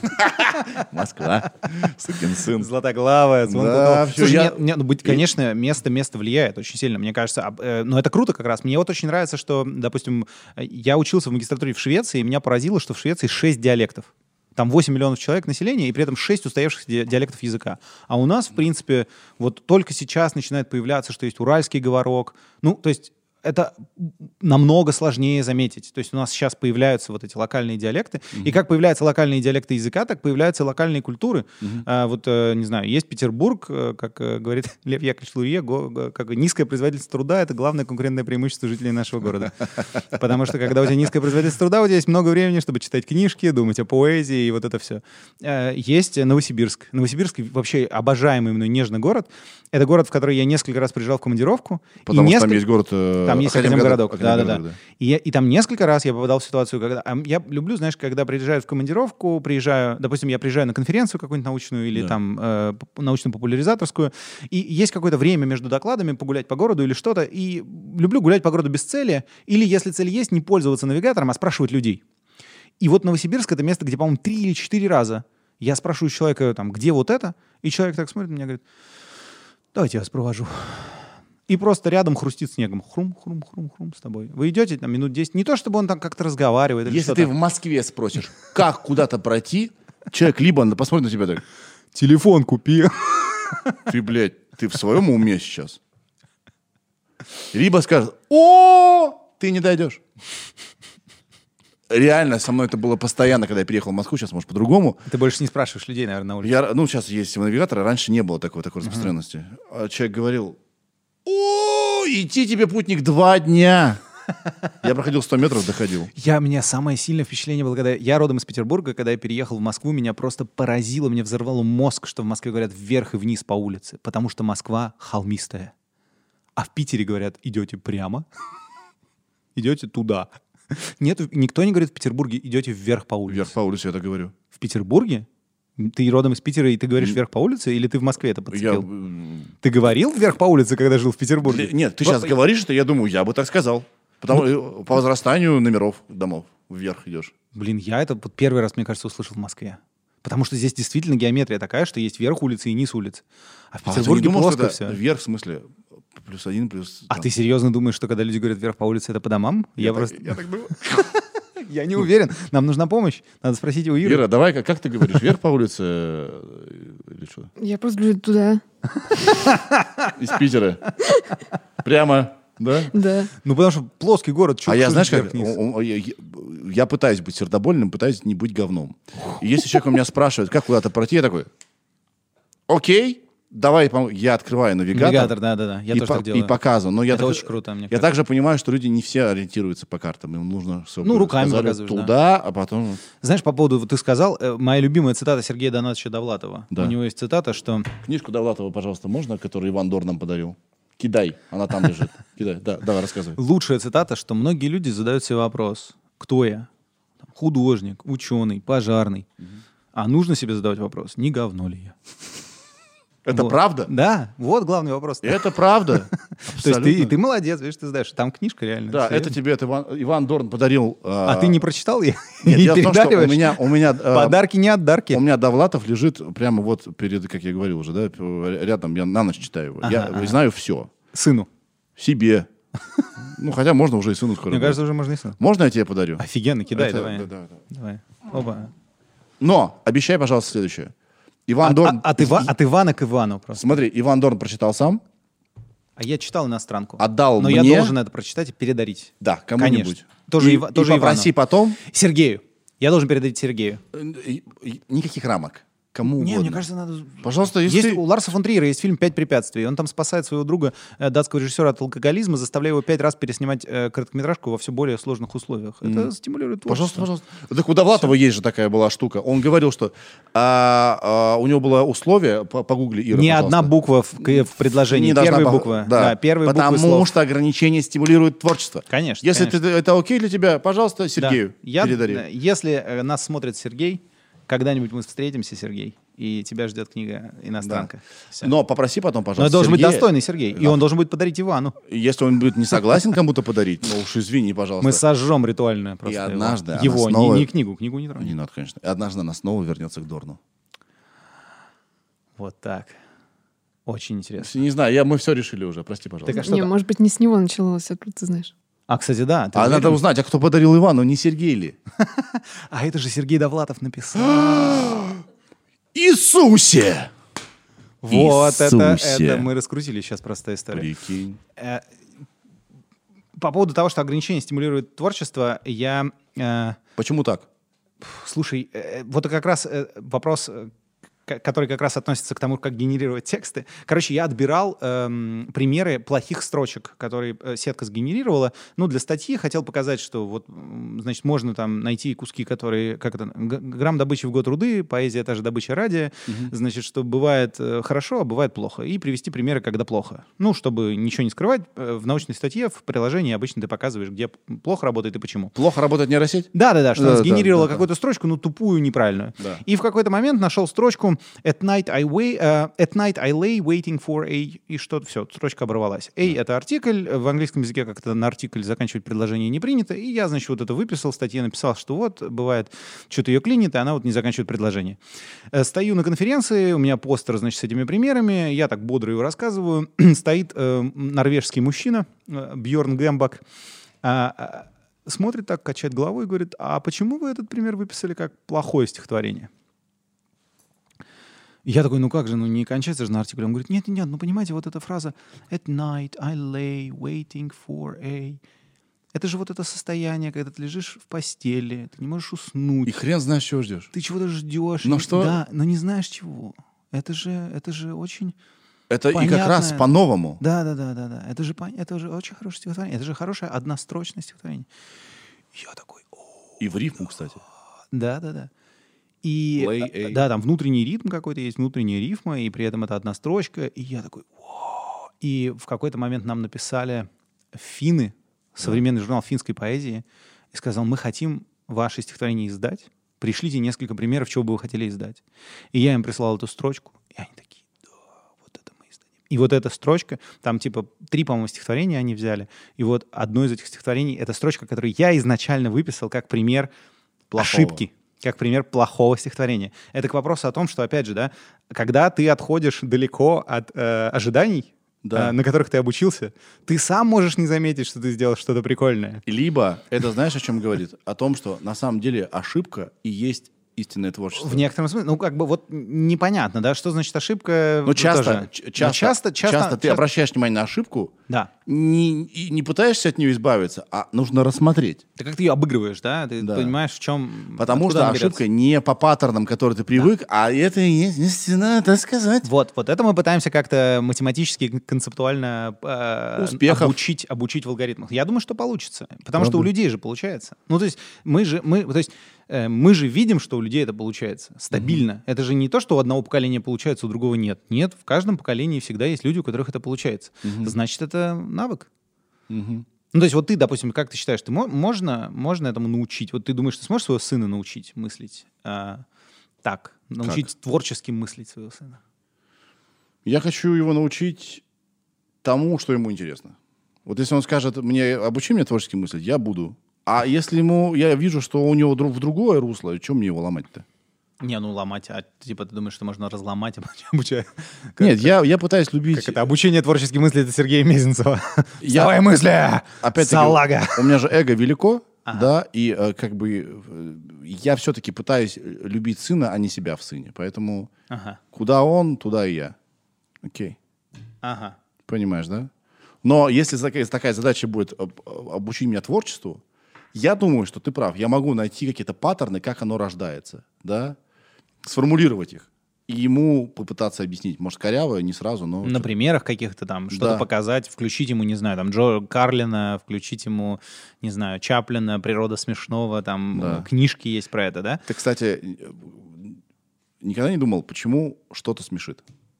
A: Москва, сукин сын.
C: Златоглавая, звон
A: Да,
C: кутов.
A: всё,
C: Слушай,
A: я-
C: нет, нет, ну, быть, конечно, место место влияет очень сильно, мне кажется. А, э, Но это круто как раз. Мне вот очень нравится, что, допустим, э, я учился в магистратуре в Швеции, и меня поразило, что в Швеции шесть диалектов. Там восемь миллионов человек населения, и при этом шесть устоявшихся ди- диалектов языка. А у нас, в принципе, вот только сейчас начинает появляться, что есть уральский говорок. Ну, то есть это намного сложнее заметить. То есть у нас сейчас появляются вот эти локальные диалекты. И как появляются локальные диалекты языка, так появляются локальные культуры. А, вот, э, не знаю, есть Петербург, э, как э, говорит Лев Яковлевич Лурье, го- го- как бы низкое производительство труда — это главное конкурентное преимущество жителей нашего города. Потому что когда у тебя низкое производительство труда, у тебя есть много времени, чтобы читать книжки, думать о поэзии и вот это все. Есть Новосибирск. Новосибирск вообще обожаемый мной нежный город. Это город, в который я несколько раз приезжал в командировку. И
A: Потому что там
C: несколько-
A: есть город... э,
C: Там есть
A: Академгородок.
C: Академгородок, да-да-да.
A: Академгородок,
C: И, я- и там несколько раз я попадал в ситуацию, когда... а Я люблю, знаешь, когда приезжаю в командировку, приезжаю, допустим, я приезжаю на конференцию какую-нибудь научную или
A: Да.
C: там э, п- научно-популяризаторскую, и есть какое-то время между докладами погулять по городу или что-то, и люблю гулять по городу без цели, или, если цель есть, не пользоваться навигатором, а спрашивать людей. И вот Новосибирск — это место, где, по-моему, три или четыре раза я спрашиваю человека, там, где вот это, и человек так смотрит на меня и говорит, давайте я вас провожу. И просто рядом хрустит снегом. Хрум, хрум, хрум, хрум с тобой. Вы идете там минут десять. Не то, чтобы он там как-то разговаривает или
A: Если
C: что-то.
A: ты в Москве спросишь, как куда-то пройти, человек либо посмотрит на тебя так,
C: Телефон купи.
A: ты, блядь, ты в своем уме сейчас? Либо скажет, о, ты не дойдешь. Реально, со мной это было постоянно, когда я переехал в Москву, сейчас, может, по-другому.
C: Ты больше не спрашиваешь людей, наверное, на улице.
A: Я, ну, сейчас есть навигаторы, раньше не было такой, такой распространенности. А человек говорил, о, идти тебе, путник, два дня. Я проходил сто метров, доходил.
C: Я, меня самое сильное впечатление было, когда я родом из Петербурга, когда я переехал в Москву, меня просто поразило, меня взорвало мозг, что в Москве говорят вверх и вниз по улице, потому что Москва холмистая. А в Питере говорят, идете прямо, идете туда. Нет, никто не говорит в Петербурге, идете вверх по улице.
A: Вверх по улице я так говорю.
C: В Петербурге? Ты родом из Питера, и ты говоришь вверх по улице, или ты в Москве это
A: Я,
C: подцепил?
A: м,
C: Ты говорил вверх по улице, когда жил в Петербурге?
A: нет, ты сейчас говоришь это, я думаю, я бы так сказал. Потому э, по возрастанию номеров домов вверх идешь.
C: Блин, я это вот первый раз, мне кажется, услышал в Москве. Потому что здесь действительно геометрия такая, что есть верх улицы и низ улицы. А в
A: А ты не
C: Петербурге
A: думал, что
C: плоско
A: это
C: все.
A: вверх, в смысле, плюс один, плюс...
C: А
A: там.
C: ты серьезно думаешь, что когда люди говорят вверх по улице, это по домам? Я,
A: так-
C: просто...
A: я так думаю.
C: Я не уверен. Нам нужна помощь. Надо спросить у Иры.
A: Ира, давай, как, как ты говоришь, вверх по улице э, или что?
D: Я просто говорю туда.
A: Из Питера. Прямо, да?
D: Да.
C: Ну, потому что плоский город. чё
A: А я,
C: тут
A: знаешь, как,
C: вверх-вниз?
A: о- о- я, я- я пытаюсь быть сердобольным, пытаюсь не быть говном. И если человек у меня спрашивает, как куда-то пройти, я такой, окей, давай, пом- я открываю навигатор.
C: Навигатор, да-да-да. Я
A: и,
C: тоже
A: по-
C: так делаю.
A: и показываю. Но я
C: Это
A: так-
C: очень круто, мне
A: Я
C: кажется.
A: также понимаю, что люди не все ориентируются по картам. Им нужно, чтобы
C: Ну, руками
A: сказали
C: показываешь, да.
A: туда, а потом...
C: Знаешь, по поводу, вот ты сказал, э, моя любимая цитата Сергея Донатовича Довлатова.
A: Да.
C: У него есть цитата, что
A: Книжку Довлатова, пожалуйста, можно, которую Иван Дор нам подарил? Кидай, она там лежит. Кидай, да, давай, рассказывай.
C: лучшая цитата, что многие люди задают себе вопрос, кто я? Там, художник, ученый, пожарный. А нужно себе задавать вопрос, не говно ли я?
A: Это
C: Вот.
A: правда?
C: Да, вот главный вопрос.
A: Это правда.
C: То есть ты,
A: Абсолютно.
C: ты молодец, видишь, ты знаешь, там книжка реально.
A: Да,
C: серьезно.
A: это тебе это Иван, Иван Дорн подарил.
C: А ты не прочитал ее?
A: Нет,
C: И
A: дело в том, что у
C: передариваешь?
A: меня, у меня, э,
C: Подарки не от дарки.
A: у меня Довлатов лежит прямо вот перед, как я говорил уже, да, п- рядом, я на ночь читаю его. я
C: Ага, ага.
A: знаю все.
C: Сыну.
A: Себе. Ну, хотя можно уже и сыну скоро.
C: Мне
A: будет.
C: кажется, уже можно и сыну.
A: Можно я тебе подарю?
C: Офигенно, кидай,
A: Это-
C: давай.
A: да, да, да.
C: Давай. Оба.
A: Но обещай, пожалуйста, следующее. Иван
C: От,
A: Дорн...
C: а- от Ива- от Ивана к Ивану просто.
A: Смотри, Иван Дорн прочитал сам,
C: А я читал иностранку.
A: отдал
C: Но
A: мне...
C: я должен это прочитать и передарить.
A: Да, кому-нибудь.
C: Конечно. Тоже,
A: и,
C: Ива-
A: и
C: тоже
A: попроси
C: Ивану.
A: потом...
C: Сергею. Я должен передарить Сергею.
A: э, и- и- Никаких рамок. Кому
C: Не,
A: угодно.
C: мне кажется, надо...
A: Пожалуйста, если...
C: Есть,
A: ты-
C: у Ларса фон Триера есть фильм «Пять препятствий». Он там спасает своего друга, э, датского режиссера, от алкоголизма, заставляя его пять раз переснимать э, короткометражку во все более сложных условиях. Это стимулирует
A: Пожалуйста,
C: творчество.
A: пожалуйста. Так у Довлатова есть же такая была штука. Он говорил, что а, а, у него было условие, по- погугли, Ира,
C: Не
A: пожалуйста.
C: одна буква в, к- в предложении.
A: Не должна
C: Первая
A: пох-
C: буква.
A: Да,
C: первые
A: потому
C: буквы слов.
A: что ограничение стимулирует творчество.
C: Конечно,
A: Если
C: конечно.
A: ты- это окей для тебя, пожалуйста,
C: Да.
A: Сергею
C: Я,
A: передари.
C: э, Если э, нас смотрит Сергей, когда-нибудь мы встретимся, Сергей, и тебя ждет книга «Иностранка». Всё.
A: Но попроси потом,
C: Но
A: пожалуйста,
C: это должен быть
A: Сергея,
C: достойный Сергей, и
A: Да.
C: он должен будет подарить Ивану.
A: Если он будет не согласен кому-то подарить, ну уж извини, пожалуйста.
C: Мы сожжем ритуально просто
A: И
C: его.
A: однажды она
C: Его, не-
A: снова-
C: не, книгу, книгу не тронь.
A: Не надо, конечно. И однажды она снова вернется к Дорну.
C: Вот так. Очень интересно.
A: Не знаю, я, мы все решили уже, прости, пожалуйста.
C: Так, а что
D: Не,
C: там?
D: может быть, не с него началось, откуда ты знаешь.
C: А, кстати, да. ты
A: А
C: уверен?
A: надо узнать, а кто подарил Ивану, не Сергей ли?
C: А это же Сергей Довлатов написал.
A: Иисусе!
C: Вот это,
A: Иисусе.
C: это мы раскрутили сейчас простая история.
A: Прикинь.
C: Э, По поводу того, что ограничение стимулирует творчество, я... э,
A: Почему так?
C: Слушай, э, вот как раз э, вопрос, э, к- который как раз относится к тому, как генерировать тексты. Короче, я отбирал эм, примеры плохих строчек, которые э, сетка сгенерировала. Ну, для статьи хотел показать, что вот, м, значит, можно там найти куски, которые, как это, г- грамм добычи в год руды, поэзия — это же добыча ради. Значит, что бывает э, хорошо, а бывает плохо. И привести примеры, когда плохо. Ну, чтобы ничего не скрывать, э, в научной статье, в приложении обычно ты показываешь, где п- плохо работает и почему.
A: Плохо работает нейросеть?
C: Да-да-да, что
A: Да,
C: он
A: да,
C: сгенерировала
A: да, да.
C: какую-то строчку, ну, тупую, неправильную.
A: Да.
C: И в какой-то момент нашел строчку «At night I, wait, uh, at night I lay waiting for a...» И что-то, все, строчка оборвалась. «A» — это артикль, в английском языке как-то на артикль заканчивать предложение не принято, и я, значит, вот это выписал, в статье написал, что вот, бывает, что-то ее клинит, и она вот не заканчивает предложение. Э, Стою на конференции, у меня постер, значит, с этими примерами, я так бодро его рассказываю. Стоит э, норвежский мужчина, э, Бьорн Гембак, а, а, смотрит так, качает головой и говорит: а почему вы этот пример выписали как плохое стихотворение? И я такой: ну как же, ну не кончается же на артикле. Он говорит: нет, нет, нет, ну понимаете, вот эта фраза «At night I lay waiting for a...» Это же вот это состояние, когда ты лежишь в постели, ты не можешь уснуть,
A: И хрен знаешь, чего ждешь.
C: ты чего-то ждешь.
A: Но
C: и-
A: что?
C: Да, но не знаешь чего. Это же, это же очень...
A: Это и как
C: Понятно.
A: раз по-новому.
C: Да, да, да, да, да. Это же, пон- это же очень хорошее стихотворение. Это же хорошее однострочное стихотворение. Я такой: о,
A: И в рифму, кстати.
C: да, да, да. И
A: Lay
C: э,
A: a.
C: да, там внутренний ритм какой-то есть, внутренняя рифма, и при этом это одна строчка. И я такой: о. И в какой-то момент нам написали финны, современный журнал финской поэзии, и сказал: мы хотим ваше стихотворение издать. Пришлите несколько примеров, чего бы вы хотели издать. И я им прислал эту строчку, и они такие: да, вот это мы издадим. И вот эта строчка, там типа три, по-моему, стихотворения они взяли, и вот одно из этих стихотворений — это строчка, которую я изначально выписал как пример
A: Плохого.
C: ошибки, как пример плохого стихотворения. Это к вопросу о том, что, опять же, да, когда ты отходишь далеко от э, ожиданий,
A: Да.
C: э, на которых ты обучился, ты сам можешь не заметить, что ты сделал что-то прикольное.
A: Либо это знаешь, о чем говорит? О том, что на самом деле ошибка и есть истинное творчество.
C: В некотором смысле, ну, как бы вот непонятно, да, что значит ошибка.
A: Но часто,
C: тоже.
A: ч-
C: Но
A: часто,
C: часто, часто,
A: часто ты
C: часто-
A: обращаешь внимание на ошибку,
C: Да.
A: не, и не пытаешься от нее избавиться, а нужно рассмотреть.
C: Ты как ты ее обыгрываешь, да? Ты
A: Да.
C: понимаешь, в чем...
A: Потому
C: откуда
A: что
C: она
A: ошибка
C: берется.
A: не по паттернам, к которым ты привык, а это и есть истина, так сказать.
C: Вот, вот это мы пытаемся как-то математически, концептуально э,
A: Успехов.
C: обучить, обучить в алгоритмах. Я думаю, что получится. Потому что
A: Правда?
C: у людей же получается. Ну, то есть мы же, мы, то есть, э, мы же видим, что у людей это получается стабильно. Это же не то, что у одного поколения получается, у другого нет. Нет, в каждом поколении всегда есть люди, у которых это получается. Значит, это навык.
A: Мгм.
C: Ну, то есть вот ты, допустим, как ты считаешь, ты мо- можно, можно этому научить? Вот ты думаешь, ты сможешь своего сына научить мыслить а, так? Научить творчески мыслить своего сына?
A: Я хочу его научить тому, что ему интересно. Вот если он скажет мне, обучи меня творчески мыслить, я буду. А если ему, я вижу, что у него друг- в другое русло, что мне его ломать-то?
C: Не, ну ломать, а типа ты думаешь, что можно разломать, обучая?
A: Нет, я, я пытаюсь любить...
C: Как это? Обучение творчески мысли — это Сергея Мезенцева.
A: Я-
C: Вставай, мысли!
A: Опять-таки,
C: Салага!
A: у меня же эго велико,
C: Ага.
A: да, и э, как бы э, я все-таки пытаюсь любить сына, а не себя в сыне. Поэтому
C: Ага,
A: куда он, туда и я. Окей.
C: ага.
A: Понимаешь, да? Но если такая, такая задача будет об- обучить меня творчеству, я думаю, что ты прав. Я могу найти какие-то паттерны, как оно рождается, да? Сформулировать их. И ему попытаться объяснить. Может, коряво, не сразу, но...
C: На примерах каких-то там что-то
A: Да.
C: показать, включить ему, не знаю, там Джо Карлина, включить ему, не знаю, Чаплина, «Природа смешного», там
A: Да.
C: э, книжки есть про это, да?
A: Ты, кстати, э, никогда не думал, почему что-то смешит?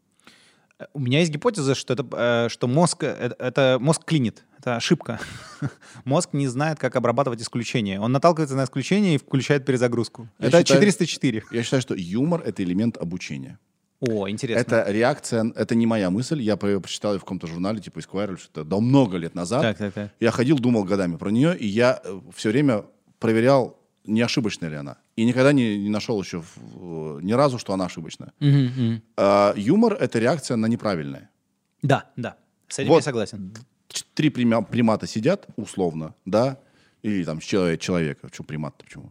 C: У меня есть гипотеза, что это, э, что мозг, э, это мозг клинит, это ошибка. Мозг не знает, как обрабатывать исключения. Он наталкивается на исключение и включает перезагрузку.
A: Я
C: это
A: считаю-
C: четыреста четыре.
A: Я считаю, что юмор — это элемент обучения.
C: О, интересно.
A: Это реакция, это не моя мысль. Я про- прочитал ее в каком-то журнале, типа Esquire, или что-то, да, много лет назад.
C: Так, так, так.
A: Я ходил, думал годами про нее, и я все время проверял, не ошибочна ли она. И никогда не, не нашел еще в- ни разу, что она ошибочна.
C: Мгм, мгм.
A: А, юмор — это реакция на неправильное.
C: Да, да. С этим
A: Вот.
C: я согласен.
A: Ч- Три прима- примата сидят, условно, да, или там человек, человека, почему примат, почему?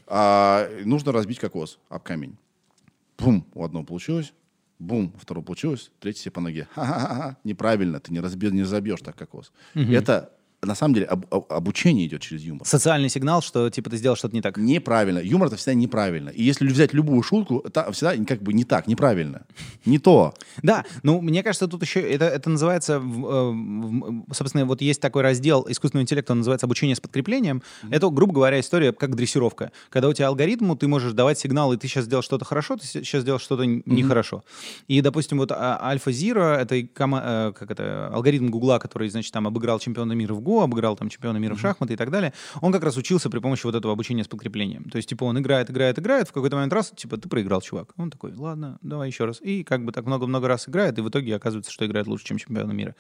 A: А, нужно разбить кокос об камень. Бум, у одного получилось, бум, у второго получилось, третий себе по ноге. Ха-ха-ха, неправильно, ты не, разби- не разобьешь так кокос. Это, на самом деле, об- об- обучение идет через юмор.
C: Социальный сигнал, что типа ты сделал что-то не так.
A: Неправильно. Юмор — это всегда неправильно. И если взять любую шутку, это всегда как бы не так, неправильно. Не то.
C: Да, ну, мне кажется, тут еще это, это называется, в, э, в- собственно, вот есть такой раздел искусственного интеллекта, он называется обучение с подкреплением. Это, грубо говоря, история как дрессировка. Когда у тебя алгоритму, ты можешь давать сигналы, ты сейчас сделал что-то хорошо, ты сейчас сделал что-то н- нехорошо. И, допустим, вот AlphaZero, это, кома- э, как это алгоритм Гугла, который, значит, там обыграл чемпиона мира в Го, обыграл там чемпиона мира в шахматы и так далее, он как раз учился при помощи вот этого обучения с подкреплением. То есть, типа, он играет, играет, играет, в какой-то момент раз, типа, ты проиграл, чувак. Он такой, ладно, давай еще раз. И как бы так много-много раз играет, и в итоге оказывается, что играет лучше, чем чемпион мира.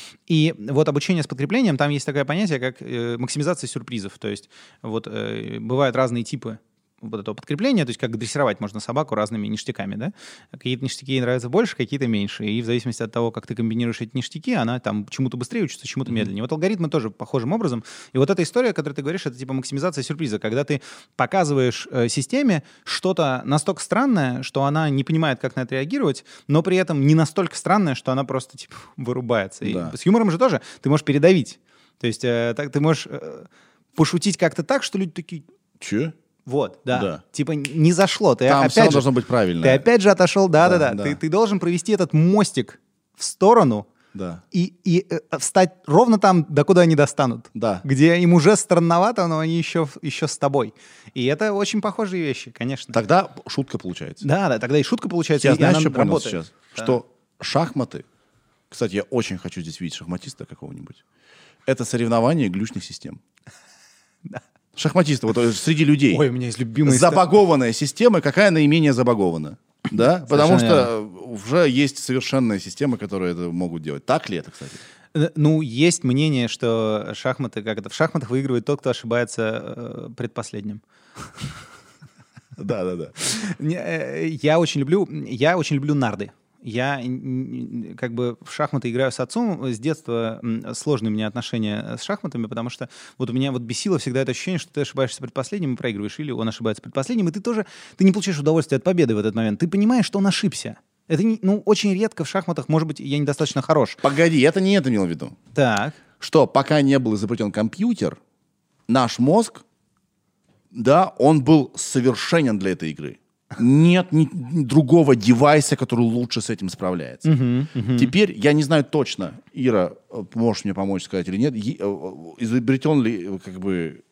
C: И вот обучение с подкреплением, там есть такое понятие, как э, максимизация сюрпризов. То есть вот э, бывают разные типы вот этого подкрепления, то есть как дрессировать можно собаку разными ништяками, да? Какие-то ништяки ей нравятся больше, какие-то меньше. И в зависимости от того, как ты комбинируешь эти ништяки, она там чему-то быстрее учится, чему-то медленнее. Вот алгоритмы тоже похожим образом. И вот эта история, о которой ты говоришь, это типа максимизация сюрприза, когда ты показываешь э, системе что-то настолько странное, что она не понимает, как на это реагировать, но при этом не настолько странное, что она просто типа вырубается. И
A: Да.
C: с юмором же тоже ты можешь передавить. То есть э, так ты можешь э, пошутить как-то так, что люди такие...
A: Че?
C: Вот, да.
A: Да.
C: Типа не зашло. Ты
A: Там
C: опять
A: все
C: же,
A: должно быть правильно.
C: ты опять же отошел, да-да-да.
A: Да, да.
C: Ты, ты должен провести этот мостик в сторону
A: Да.
C: и, и э, встать ровно там, до куда они достанут.
A: Да.
C: Где им уже странновато, но они еще, еще с тобой. И это очень похожие вещи, конечно.
A: Тогда шутка получается.
C: Да, да, тогда и шутка получается,
A: Я
C: и
A: знаешь,
C: она
A: что понял
C: работает.
A: сейчас?
C: Да.
A: Что шахматы, кстати, я очень хочу здесь видеть шахматиста какого-нибудь, это соревнование глючных систем. Шахматисты, вот э, среди людей.
C: Ой, у меня есть любимая история.
A: Забагованная система, какая наименее забагована? Да? Потому
C: Совершенно
A: что уже есть совершенные системы, которые это могут делать. Так ли это, кстати?
C: Э, Ну, есть мнение, что шахматы, как это, в шахматах выигрывает тот, кто ошибается э, предпоследним.
A: Да, да, да.
C: Не, э, Я очень люблю, я очень люблю нарды. Я н- н- как бы в шахматы играю с отцом. С детства м, сложные у меня отношения с шахматами, потому что вот у меня вот бесило всегда это ощущение, что ты ошибаешься предпоследним и проигрываешь, или он ошибается предпоследним, и ты тоже ты не получаешь удовольствия от победы в этот момент. Ты понимаешь, что он ошибся. Это не- ну, очень редко в шахматах, может быть, я недостаточно хорош.
A: Погоди, это не это имел в виду.
C: Так.
A: Что пока не был изобретен компьютер, наш мозг, да, он был совершенен для этой игры. Нет ни, ни другого девайса, который лучше с этим справляется.
C: Мгм, мгм.
A: Теперь я не знаю точно, Ира, э, можешь мне помочь сказать или нет, е- э, изобретен ли э, как бы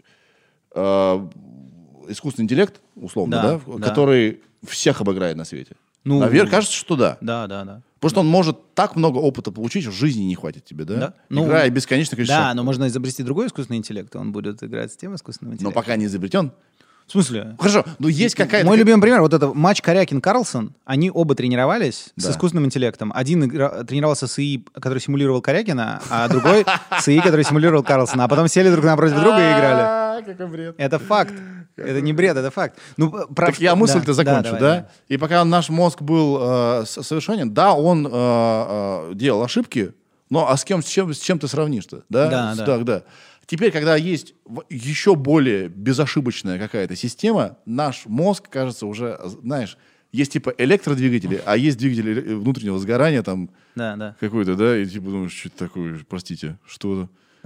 A: э, искусственный интеллект, условно,
C: Да,
A: да,
C: да.
A: который всех обыграет на свете.
C: Ну,
A: Наверное, кажется, что да.
C: Да, да, да.
A: Потому что он может так много опыта получить, что жизни не хватит тебе, да?
C: Да. Ну,
A: Играя бесконечно количество
C: Да,
A: шахмат.
C: но можно изобрести другой искусственный интеллект, и он будет играть с тем искусственным
A: Но
C: интеллектом.
A: пока не изобретен.
C: В смысле?
A: Хорошо, но есть какая-то...
C: Мой любимый пример, вот это матч Корякин-Карлсон, они оба тренировались
A: Да.
C: с искусственным интеллектом. Один игра- тренировался с ИИ, который симулировал Корякина, а другой с ИИ, который симулировал Карлсона. А потом сели друг напротив друга и играли.
A: А, какой бред.
C: Это факт. Это не бред, это факт. Ну, про
A: Так
C: что-
A: я мысль-то
C: да,
A: закончу,
C: давай,
A: да?
C: давай.
A: И пока наш мозг был э, с- совершенен, да, он э, э, делал ошибки, но а с кем, с чем, с чем ты сравнишь-то? Да,
C: Да,
A: С-
C: да.
A: так, да. Теперь, когда есть в- еще более безошибочная какая-то система, наш мозг, кажется, уже, знаешь, есть типа электродвигатели, а есть двигатели э, внутреннего сгорания там
C: Да, да.
A: какой-то, да, и типа думаешь, что это такое, простите, что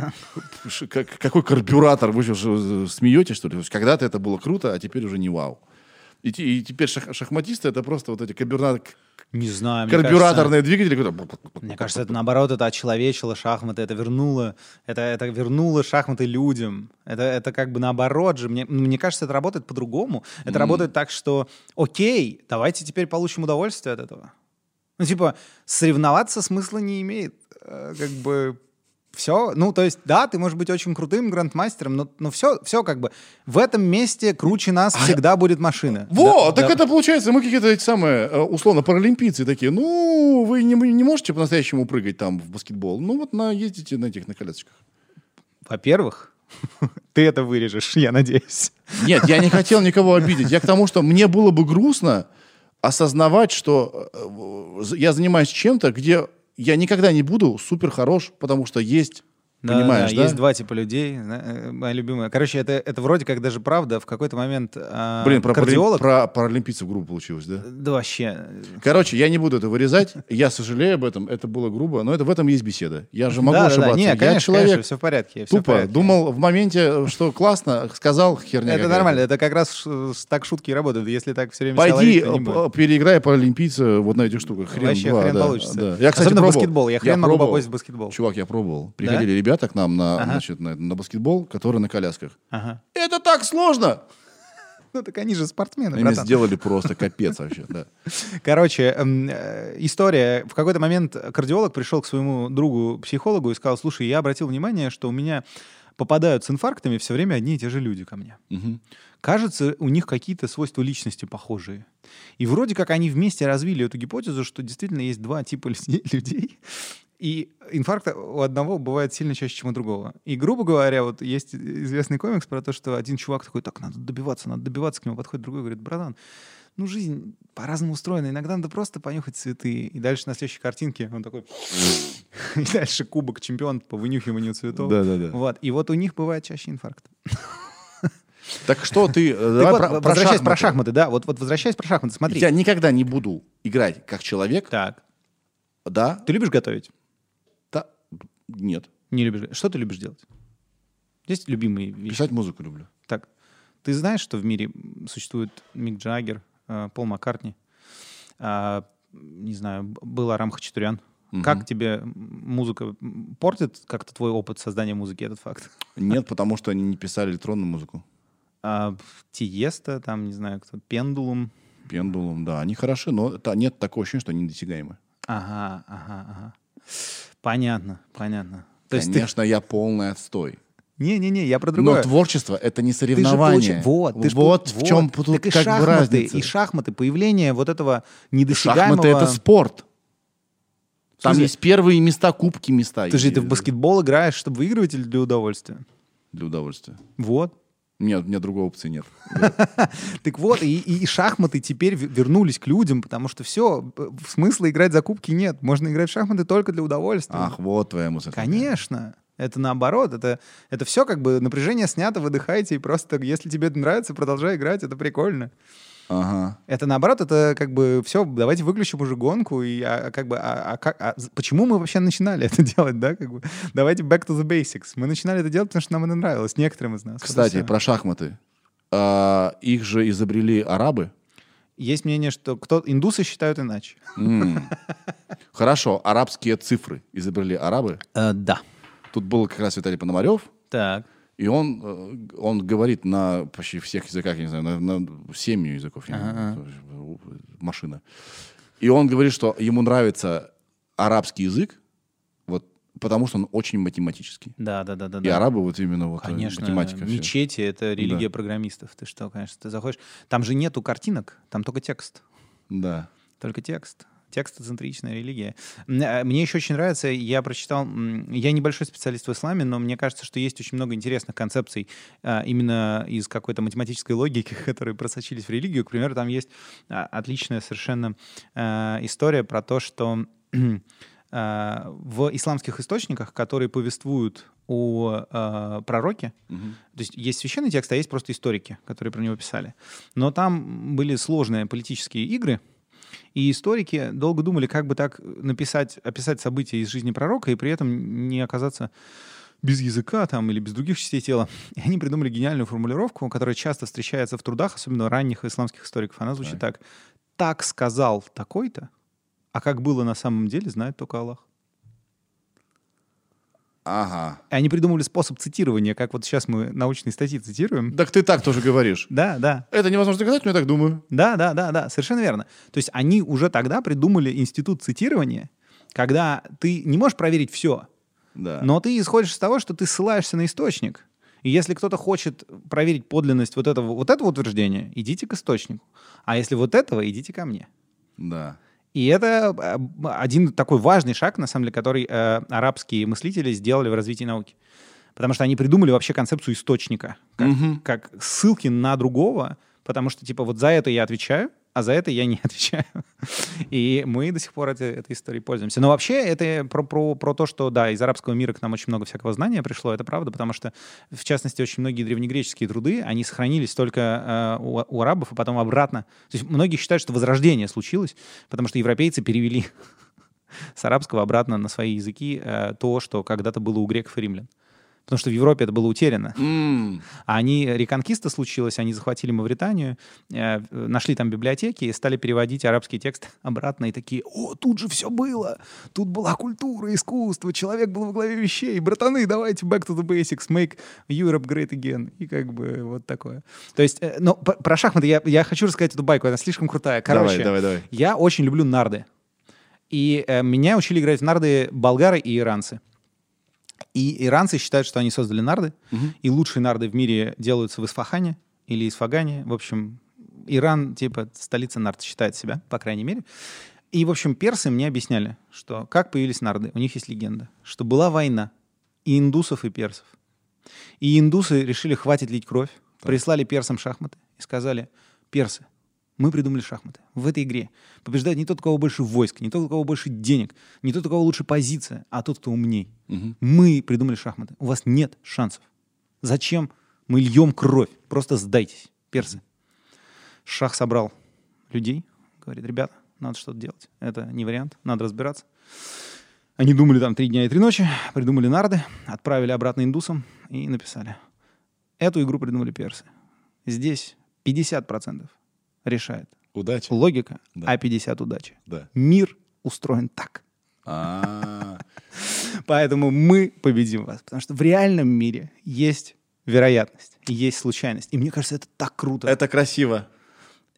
A: Ш- как- Какой карбюратор? Вы что, что, смеетесь, что ли? То есть когда-то это было круто, а теперь уже не вау. И, те- и теперь шах- шахматисты — это просто вот эти карбюра-
C: Не знаю, мне
A: карбюраторные двигатели. которые-
C: Мне кажется, это наоборот, это очеловечило шахматы, это вернуло, это, это вернуло шахматы людям. Это, это как бы наоборот же. Мне, мне кажется, это работает по-другому. Это работает так, что окей, давайте теперь получим удовольствие от этого. Ну, типа, соревноваться смысла не имеет. Э, Как бы все. Ну, то есть, да, ты можешь быть очень крутым грандмастером, но, но все, все как бы в этом месте круче нас всегда будет машина.
A: Во,
C: Да,
A: так
C: да.
A: это получается, мы какие-то эти самые, э, условно, паралимпийцы такие, ну, вы не, не можете по-настоящему прыгать там в баскетбол, ну, вот на, ездите на этих, на колясочках.
C: Во-первых, ты это вырежешь, я надеюсь.
A: Нет, я не хотел никого обидеть. Я к тому, что мне было бы грустно осознавать, что э, я занимаюсь чем-то, где я никогда не буду супер хорош, потому что есть,
C: Да,
A: понимаешь,
C: да,
A: да?
C: есть два типа людей, зна- э, моя любимая. Короче, это, это вроде как даже правда. В какой-то момент а,
A: Блин, про,
C: кардиолог...
A: про паралимпийцев грубо получилось, да?
C: Да вообще.
A: Короче, я не буду это вырезать. Я сожалею об этом. Это было грубо, но это в этом есть беседа. Я же могу
C: да, да,
A: ошибаться.
C: да. Не,
A: я
C: конечно,
A: человек
C: конечно, все в порядке. всё в
A: тупо
C: порядке.
A: думал в моменте, что классно, сказал херня.
C: Это
A: какая-то.
C: нормально, это как раз ш- с- так шутки и работают. Если так все время
A: Пойди,
C: человек, то не будет.
A: п- переиграй паралимпийца вот на этих штуках. Хрен
C: Вообще
A: два,
C: хрен
A: да,
C: получится.
A: да. Я, кстати,
C: Особенно
A: пробовал.
C: баскетбол. Я хрен могу
A: пробовал.
C: попасть в баскетбол.
A: Чувак, я пробовал. Приходили ребята к нам на,
C: Ага.
A: значит, на, на баскетбол, которые на колясках.
C: Ага.
A: Это так сложно!
C: Ну так они же спортсмены,
A: Они
C: братан.
A: сделали просто капец вообще, да.
C: Короче, эм, э, история. В какой-то момент кардиолог пришел к своему другу-психологу и сказал: слушай, я обратил внимание, что у меня попадают с инфарктами все время одни и те же люди ко мне.
A: Мгм.
C: Кажется, у них какие-то свойства личности похожие. И вроде как они вместе развили эту гипотезу, что действительно есть два типа лю- людей. И инфаркт у одного бывает сильно чаще, чем у другого. И, грубо говоря, вот есть известный комикс про то, что один чувак такой: так, надо добиваться, надо добиваться, к нему подходит другой и говорит: братан, ну, жизнь по-разному устроена. Иногда надо просто понюхать цветы. И дальше на следующей картинке он такой... И дальше кубок чемпион по вынюхиванию цветов.
A: Да-да-да.
C: Вот. И вот у них бывает чаще инфаркт.
A: Так что ты... э,
C: Так
A: давай
C: вот,
A: про- про
C: возвращаясь про
A: шахматы.
C: шахматы, да, вот, вот возвращаясь про шахматы, смотри.
A: Я никогда не буду играть как человек,
C: Так,
A: да,
C: ты любишь готовить?
A: да, нет.
C: Не любишь? Что ты любишь делать? Есть любимые вещи?
A: Писать музыку люблю.
C: Так, ты знаешь, что в мире существует Мик Джаггер, э, Пол Маккартни, а, не знаю, б- был Арам Хачатурян.
A: Мгм.
C: Как тебе музыка м, портит как-то твой опыт создания музыки, этот факт?
A: Нет, потому что они не писали электронную музыку.
C: А, Тиеста, там, не знаю, кто, Пендулум.
A: Пендулум, да, они хороши, но та- нет такого ощущения, что они недосягаемы.
C: Ага, ага, ага. Понятно, понятно. То есть ты-
A: Конечно, я полный отстой.
C: Не-не-не, я про
A: Но
C: другое.
A: творчество — это не
C: Ты же
A: соревнование.
C: получи- Вот, ты ж
A: вот
C: пол-
A: в чем
C: вот.
A: тут
C: Так и
A: как бы
C: шахматы,
A: разница.
C: и шахматы, появление вот этого недосягаемого...
A: Шахматы — это спорт. Там
C: смысле?
A: есть первые места, кубки места.
C: Ты же
A: И-
C: ты в баскетбол играешь, чтобы выигрывать или для удовольствия?
A: Для удовольствия.
C: Вот.
A: Нет, у меня другой опции нет.
C: Так вот, и, и- и шахматы теперь в- вернулись к людям, потому что все, смысла играть за кубки нет. Можно играть в шахматы только для удовольствия.
A: Ах, вот твоя мысль.
C: Конечно. Это наоборот. Это, это все как бы напряжение снято, выдыхайте, и просто, если тебе это нравится, продолжай играть, это прикольно.
A: Ага.
C: Это наоборот, это как бы все, давайте выключим уже гонку, и а, как бы, а, а как, а з- почему мы вообще начинали это делать, да, как бы, давайте back to the basics. Мы начинали это делать, потому что нам это нравилось, некоторым из нас. Вот и
A: Кстати,
C: всё.
A: про шахматы. А, их же изобрели арабы.
C: Есть мнение, что кто индусы считают иначе.
A: М. Хорошо, арабские цифры изобрели арабы.
C: да.
A: Тут был как раз Виталий Пономарев,
C: Так.
A: и он, э, он говорит на почти всех языках, я не знаю, на, на семью языков, я не знаю, машина. И он говорит, что ему нравится арабский язык, вот, потому что он очень математический.
C: Да, да, да, да.
A: И
C: да.
A: арабы вот именно вот э,
C: Конечно,
A: математика. всё.
C: мечети — это религия
A: Да.
C: программистов. Ты что, конечно, ты заходишь... Там же нету картинок, там только текст.
A: Да.
C: Только текст. Текстоцентричная религия. М, а, Мне еще очень нравится, я прочитал, м, я небольшой специалист в исламе, но мне кажется, что есть очень много интересных концепций а, именно из какой-то математической логики, которые просочились в религию. К примеру, там есть а, отличная совершенно а, история про то, что а, в исламских источниках, которые повествуют о а, пророке,
A: Мгм.
C: то есть есть священный текст, а есть просто историки, которые про него писали. Но там были сложные политические игры, и историки долго думали, как бы так написать, описать события из жизни пророка и при этом не оказаться без языка там, или без других частей тела. И они придумали гениальную формулировку, которая часто встречается в трудах, особенно ранних исламских историков. Она звучит так. «Так сказал такой-то, а как было на самом деле, знает только Аллах».
A: Ага.
C: И они придумали способ цитирования, как вот сейчас мы научные статьи цитируем.
A: Так ты так тоже говоришь.
C: Да, да.
A: Это невозможно доказать, но я так думаю.
C: Да, да, да, да, совершенно верно. То есть они уже тогда придумали институт цитирования, когда ты не можешь проверить все,
A: Да.
C: но ты исходишь из того, что ты ссылаешься на источник. И если кто-то хочет проверить подлинность вот этого, вот этого утверждения, идите к источнику. А если вот этого, идите ко мне.
A: Да.
C: И это э, один такой важный шаг, на самом деле, который э, арабские мыслители сделали в развитии науки. Потому что они придумали вообще концепцию источника, как,
A: Мгм.
C: как ссылки на другого, потому что, типа, вот за это я отвечаю, а за это я не отвечаю. И мы до сих пор этой, этой историей пользуемся. Но вообще это про, про, про то, что, да, из арабского мира к нам очень много всякого знания пришло, это правда, потому что, в частности, очень многие древнегреческие труды, они сохранились только э, у, у арабов, а потом обратно. То есть многие считают, что возрождение случилось, потому что европейцы перевели с арабского обратно на свои языки э, то, что когда-то было у греков и римлян. Потому что в Европе это было утеряно.
A: М.
C: А они, реконкиста случилась, они захватили Мавританию, э, нашли там библиотеки и стали переводить арабский текст обратно. И такие: о, тут же все было. Тут была культура, искусство, человек был во главе вещей. Братаны, давайте back to the basics, make Europe great again. И как бы вот такое. То есть, э, но п- про шахматы я, я хочу рассказать эту байку, она слишком крутая. Короче,
A: Давай, давай, давай.
C: я очень люблю нарды. И э, меня учили играть в нарды болгары и иранцы. И иранцы считают, что они создали нарды, и лучшие нарды в мире делаются в Исфахане или Исфагане. В общем, Иран, типа, столица нард считает себя, по крайней мере. И, в общем, персы мне объясняли, что как появились нарды. У них есть легенда, что была война и индусов, и персов. И индусы решили, хватит лить кровь, прислали персам шахматы и сказали: персы, мы придумали шахматы. В этой игре побеждает не тот, у кого больше войск, не тот, у кого больше денег, не тот, у кого лучше позиция, а тот, кто умней.
A: Мгм.
C: Мы придумали шахматы. У вас нет шансов. Зачем мы льем кровь? Просто сдайтесь, персы. Шах собрал людей, говорит: ребята, надо что-то делать. Это не вариант, надо разбираться. Они думали там три дня и три ночи, придумали нарды, отправили обратно индусам и написали: эту игру придумали персы. Здесь пятьдесят процентов решает
A: Удачи.
C: логика,
A: Да.
C: а пятьдесят удачи.
A: Да.
C: Мир устроен так.
A: А.
C: Поэтому мы победим вас. Потому что в реальном мире есть вероятность, есть случайность. И мне кажется, это так круто.
A: Это красиво.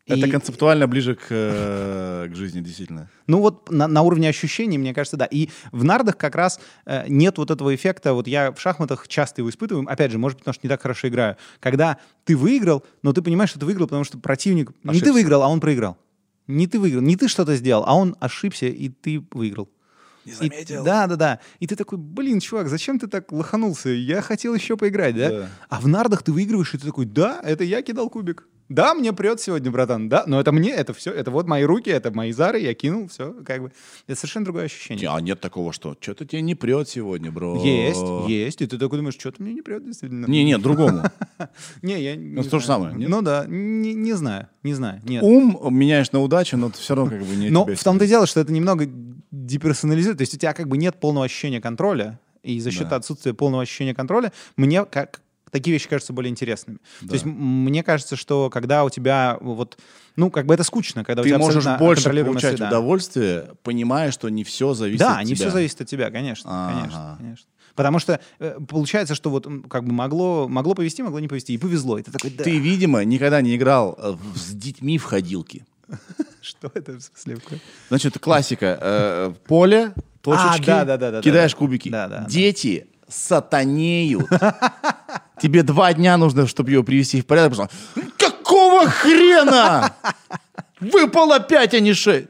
A: Это
C: И-
A: концептуально ближе к, э, к жизни, действительно.
C: Ну вот на, на уровне ощущений, мне кажется, да. И в нардах как раз э, нет вот этого эффекта. Вот я в шахматах часто его испытываю. Опять же, может быть, потому что не так хорошо играю. Когда ты выиграл, но ты понимаешь, что ты выиграл, потому что противник... Не
A: Ошибся.
C: ты выиграл, а он проиграл. Не ты выиграл, не ты что-то сделал, а он ошибся, и ты выиграл.
A: Не
C: И-
A: заметил.
C: да, да, да. И ты такой, блин, чувак, зачем ты так лоханулся? Я хотел еще поиграть, да?
A: Да.
C: А в нардах ты выигрываешь, и ты такой, да, это я кидал кубик. Да, мне прет сегодня, братан, да, но это мне, это все, это вот мои руки, это мои зары, я кинул, все, как бы. Это совершенно другое ощущение.
A: А нет такого, что что-то тебе не прет сегодня, бро.
C: Есть, есть, и ты такой думаешь, что-то мне не прет, действительно.
A: Не, нет, другому.
C: Не, я не
A: Ну, то же
C: знаю.
A: самое, нет?
C: Ну да, не, не знаю, не знаю, нет.
A: Ум меняешь на удачу, но ты все равно как бы не
C: Но
A: тебя
C: в том-то и
A: себе.
C: дело, что это немного деперсонализирует, то есть у тебя как бы нет полного ощущения контроля, и за счет
A: Да.
C: отсутствия полного ощущения контроля мне как такие вещи кажутся более интересными.
A: Да.
C: То есть м- мне кажется, что когда у тебя вот, ну, как бы это скучно, когда у
A: Ты
C: тебя
A: можешь
C: абсолютно
A: больше
C: контролируемая
A: получать
C: среда.
A: удовольствие, понимая, что не все зависит
C: Да,
A: от
C: не
A: тебя.
C: все зависит от тебя, конечно,
A: Ага.
C: конечно, конечно. Потому что э, получается, что вот м, как бы могло, могло повезти, могло не повезти, и повезло. И ты такой, да.
A: Ты, видимо, никогда не играл э, в- с детьми в ходилки.
C: Что это в смысле?
A: Значит, классика. э, поле, точечки,
C: да, да, да, да,
A: кидаешь
C: да.
A: кубики.
C: Да, да, да.
A: Дети сатанеют. Тебе два дня нужно, чтобы ее привести в порядок. Потому что, какого хрена? Выпало пять, а не шесть.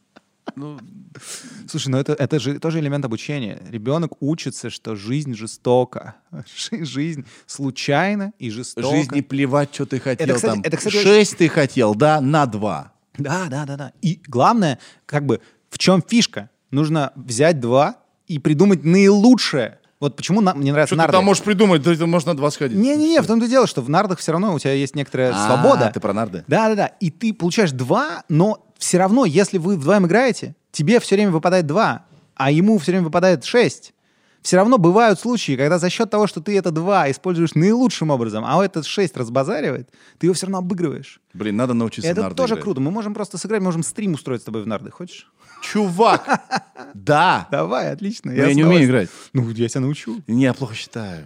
C: Слушай, ну это, это же тоже элемент обучения. Ребенок учится, что жизнь жестока. Жи- Жизнь случайна и жестока.
A: Жизни плевать, что ты хотел.
C: Это, кстати,
A: там.
C: это, кстати,
A: Шесть ты хотел, да, на два.
C: Да, да, да, да. И главное, как бы, в чем фишка? Нужно взять два и придумать наилучшее. Вот почему на- мне нравятся
A: Что ты
C: нарды.
A: там можешь придумать? Да ты можешь на два сходить.
C: Не-не-не, в том-то и дело, что в нардах все равно у тебя есть некоторая
A: А,
C: свобода.
A: ты про нарды?
C: Да-да-да. И ты получаешь два, но все равно, если вы вдвоем играете, тебе все время выпадает два, а ему все время выпадает шесть. Все равно бывают случаи, когда за счет того, что ты это два используешь наилучшим образом, а этот шесть разбазаривает, ты его все равно обыгрываешь.
A: Блин, надо научиться в
C: Это
A: нарды
C: тоже
A: играть.
C: круто. Мы можем просто сыграть, можем стрим устроить с тобой в нарды. Хочешь?
A: Чувак, да.
C: Давай, отлично.
A: Но я не умею играть.
C: Ну, я тебя научу.
A: Не, я плохо считаю.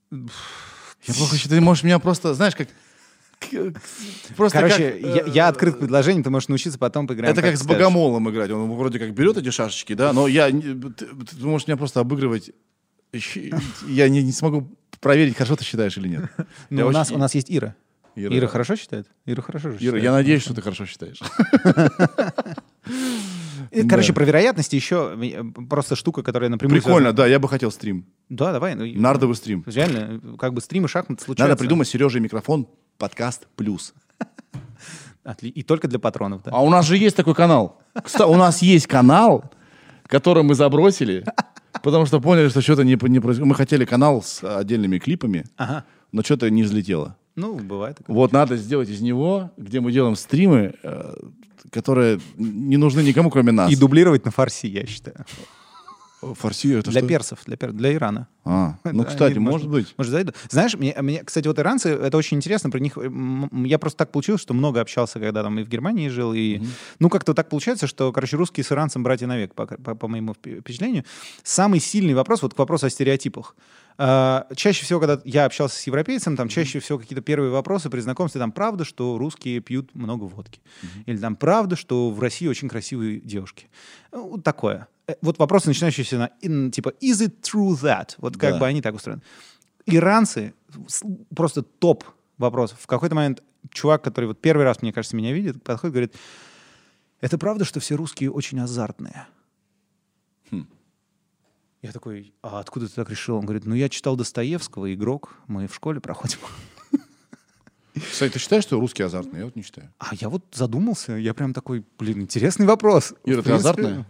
A: Я плохо считаю. Ты можешь меня просто, знаешь, как... к- Просто
C: Короче,
A: как,
C: я,
A: э,
C: я открыт к предложениям, ты можешь научиться, потом поиграем.
A: Это как с
C: скажешь.
A: богомолом играть. Он вроде как берет эти шашечки, да, но я... не- Ты, ты можешь меня просто обыгрывать. Щ- Я не, не смогу проверить, хорошо ты считаешь или нет.
C: Ну,
A: Я
C: у, нас,
A: очень-
C: у нас есть Ира.
A: Ира,
C: Ира, хорошо считает? Ира хорошо же
A: Ира,
C: считает.
A: я надеюсь, что ты хорошо считаешь.
C: И, Короче,
A: Да.
C: про вероятности еще э, просто штука, которая напрямую
A: Прикольно,
C: связана-
A: да, я бы хотел стрим.
C: Да, давай. ну, и-
A: Нардовый стрим.
C: Реально, как бы стримы шахмат случаются.
A: Надо придумать Сереже микрофон, подкаст плюс.
C: Отли- И только для патронов, да?
A: А у нас же есть такой канал. Кстати, у нас есть канал, который мы забросили, потому что поняли, что что-то не, не происходит. Мы хотели канал с отдельными клипами,
C: Ага.
A: но что-то не взлетело.
C: Ну, бывает. такое.
A: Вот надо сделать из него, где мы делаем стримы, э, которые не нужны никому, кроме нас.
C: И дублировать на фарси, я считаю.
A: Фарси это
C: Для
A: что?
C: персов, для, пер... для Ирана.
A: А, ну,
C: Да,
A: кстати,
C: они,
A: может быть.
C: Может, зайдут. Знаешь, мне, мне, кстати, вот иранцы, это очень интересно, про них, м, я просто так получилось, что много общался, когда там и в Германии жил, и, ну, как-то так получается, что, короче, русские с иранцем братья навек, по, по, по моему впе- впечатлению. Самый сильный вопрос, вот к вопросу о стереотипах. А, чаще всего, когда я общался с европейцем, там чаще всего какие-то первые вопросы при знакомстве, там, правда, что русские пьют много водки? Или там, правда, что в России очень красивые девушки? Ну, вот такое. Э, Вот вопросы, начинающиеся на, ин- типа, is it true that? Вот как
A: Да.
C: бы они так устроены. Иранцы с- просто топ вопросов. В какой-то момент чувак, который вот первый раз, мне кажется, меня видит, подходит и говорит, это правда, что все русские очень азартные?
A: Хм.
C: Я такой, а откуда ты так решил? Он говорит, ну я читал Достоевского, «Игрок», мы в школе проходим.
A: Кстати, ты считаешь, что русские азартные? Я вот не считаю.
C: А я вот задумался, я прям такой, блин, интересный вопрос.
A: Ира,
C: В
A: ты
C: принципе,
A: азартная?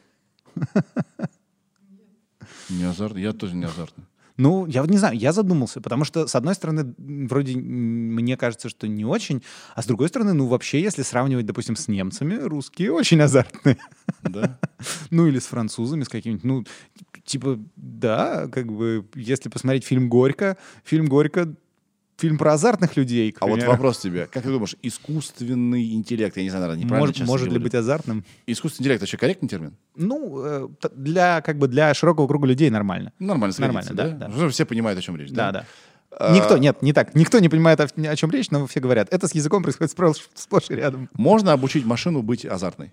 A: Не азартный? Я тоже не азартный.
C: Ну, я вот не знаю, я задумался, потому что, с одной стороны, м, вроде м, мне кажется, что не очень, а с другой стороны, ну, вообще, если сравнивать, допустим, с немцами, русские очень азартные.
A: Да?
C: Ну, или с французами, с какими-нибудь, ну, типа, да, как бы, если посмотреть фильм «Горько», фильм «Горько» — фильм про азартных людей, к
A: А вот
C: примеру.
A: вопрос тебе. Как ты думаешь, искусственный интеллект, я не знаю, наверное, неправильно
C: Может,
A: сейчас
C: может ли
A: говорю.
C: быть азартным?
A: Искусственный интеллект вообще корректный термин?
C: Ну, э, т- для, как бы, для широкого круга людей нормально.
A: Нормально
C: Нормально,
A: сходится,
C: да,
A: да?
C: да.
A: Потому что все понимают, о чем речь.
C: Да, да. Никто, нет, не так. Никто не понимает, о, о чем речь, но все говорят. Это с языком происходит сплошь, сплошь и рядом.
A: Можно обучить машину быть азартной?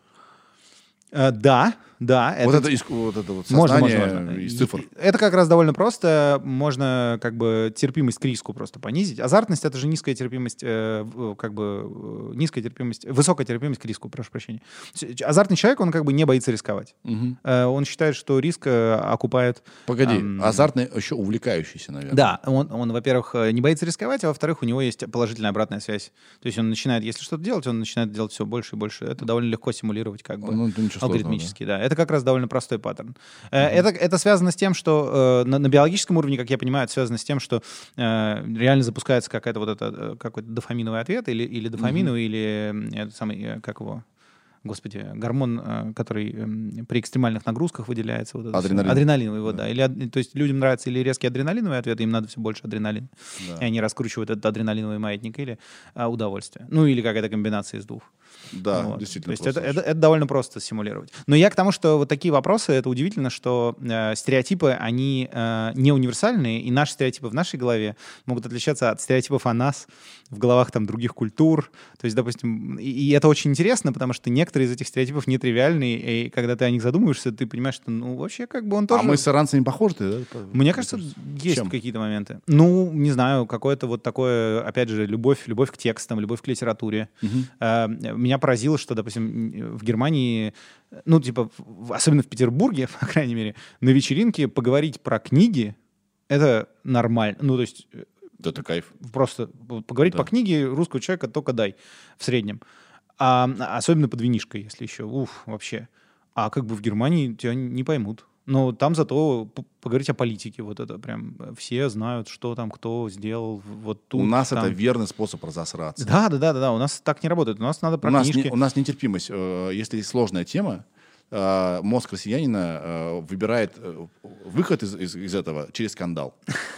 C: Э, да, да.
A: Вот
C: это-
A: это, иск- вот это вот
C: Можно,
A: сознание
C: можно, можно.
A: из цифр.
C: Это как раз довольно просто. Можно как бы терпимость к риску просто понизить. Азартность — это же низкая терпимость, э, в- как бы э, низкая терпимость, высокая терпимость к риску, прошу прощения. С- Азартный человек, он как бы не боится рисковать.
A: Мгм.
C: Э, Он считает, что риск э, окупает...
A: Погоди,
C: Ам,
A: азартный еще увлекающийся, наверное.
C: Да, он, он, во-первых, э, не боится рисковать, а во-вторых, у него есть положительная обратная связь. То есть он начинает, если что-то делать, он начинает делать все больше и больше. Это довольно легко симулировать как бы
A: Ну, это ничего сложного,
C: алгоритмически, да. Это как раз довольно простой паттерн. Э, Это, это связано с тем, что э, на, на биологическом уровне, как я понимаю, это связано с тем, что э, реально запускается какая-то вот это, э, какой-то дофаминовый ответ или, или дофаминовый, или м, этот самый, э, как его... Господи, гормон, э, который эм, при экстремальных нагрузках выделяется. Вот это всё.
A: Адреналин.
C: Адреналиновый, вот, да. Или, ад- то есть людям нравится или резкий адреналиновый ответ, им надо все больше адреналина.
A: Да.
C: И они раскручивают этот адреналиновый маятник или а, удовольствие. Ну, или какая-то комбинация из двух.
A: Да,
C: Вот.
A: действительно.
C: То есть это,
A: просто
C: это, это довольно просто симулировать. Но я к тому, что вот такие вопросы, это удивительно, что э, стереотипы, они э, не универсальные, и наши стереотипы в нашей голове могут отличаться от стереотипов о нас в головах там других культур. То есть, допустим, и, и это очень интересно, потому что некоторые из этих стереотипов нетривиальные, и когда ты о них задумываешься, ты понимаешь, что, ну, вообще, как бы он тоже...
A: А мы с иранцами похожи, да?
C: Мне кажется, есть
A: Чем?
C: какие-то моменты. Ну, не знаю, какое-то вот такое, опять же, любовь, любовь к текстам, любовь к литературе.
A: Мгм.
C: Э, Меня поразило, что, допустим, в Германии, ну, типа, в- особенно в Петербурге, по крайней мере, на вечеринке поговорить про книги — это нормально. Ну, то есть э,
A: Это кайф.
C: просто поговорить
A: Да.
C: по книге русского человека только дай в среднем. А, особенно под винишко, если еще. Уф, вообще. А как бы в Германии тебя не поймут. Но там зато п- поговорить о политике, вот это прям э, все знают, что там кто сделал, в- вот тут.
A: У нас
C: там.
A: это верный способ разосраться.
C: Да, да, да, да, да. У нас так не работает. У нас надо про
A: У нас,
C: книжки.
A: не- у нас нетерпимость. Э, Если сложная тема, э, мозг россиянина э, выбирает э, выход из, из- из этого через скандал.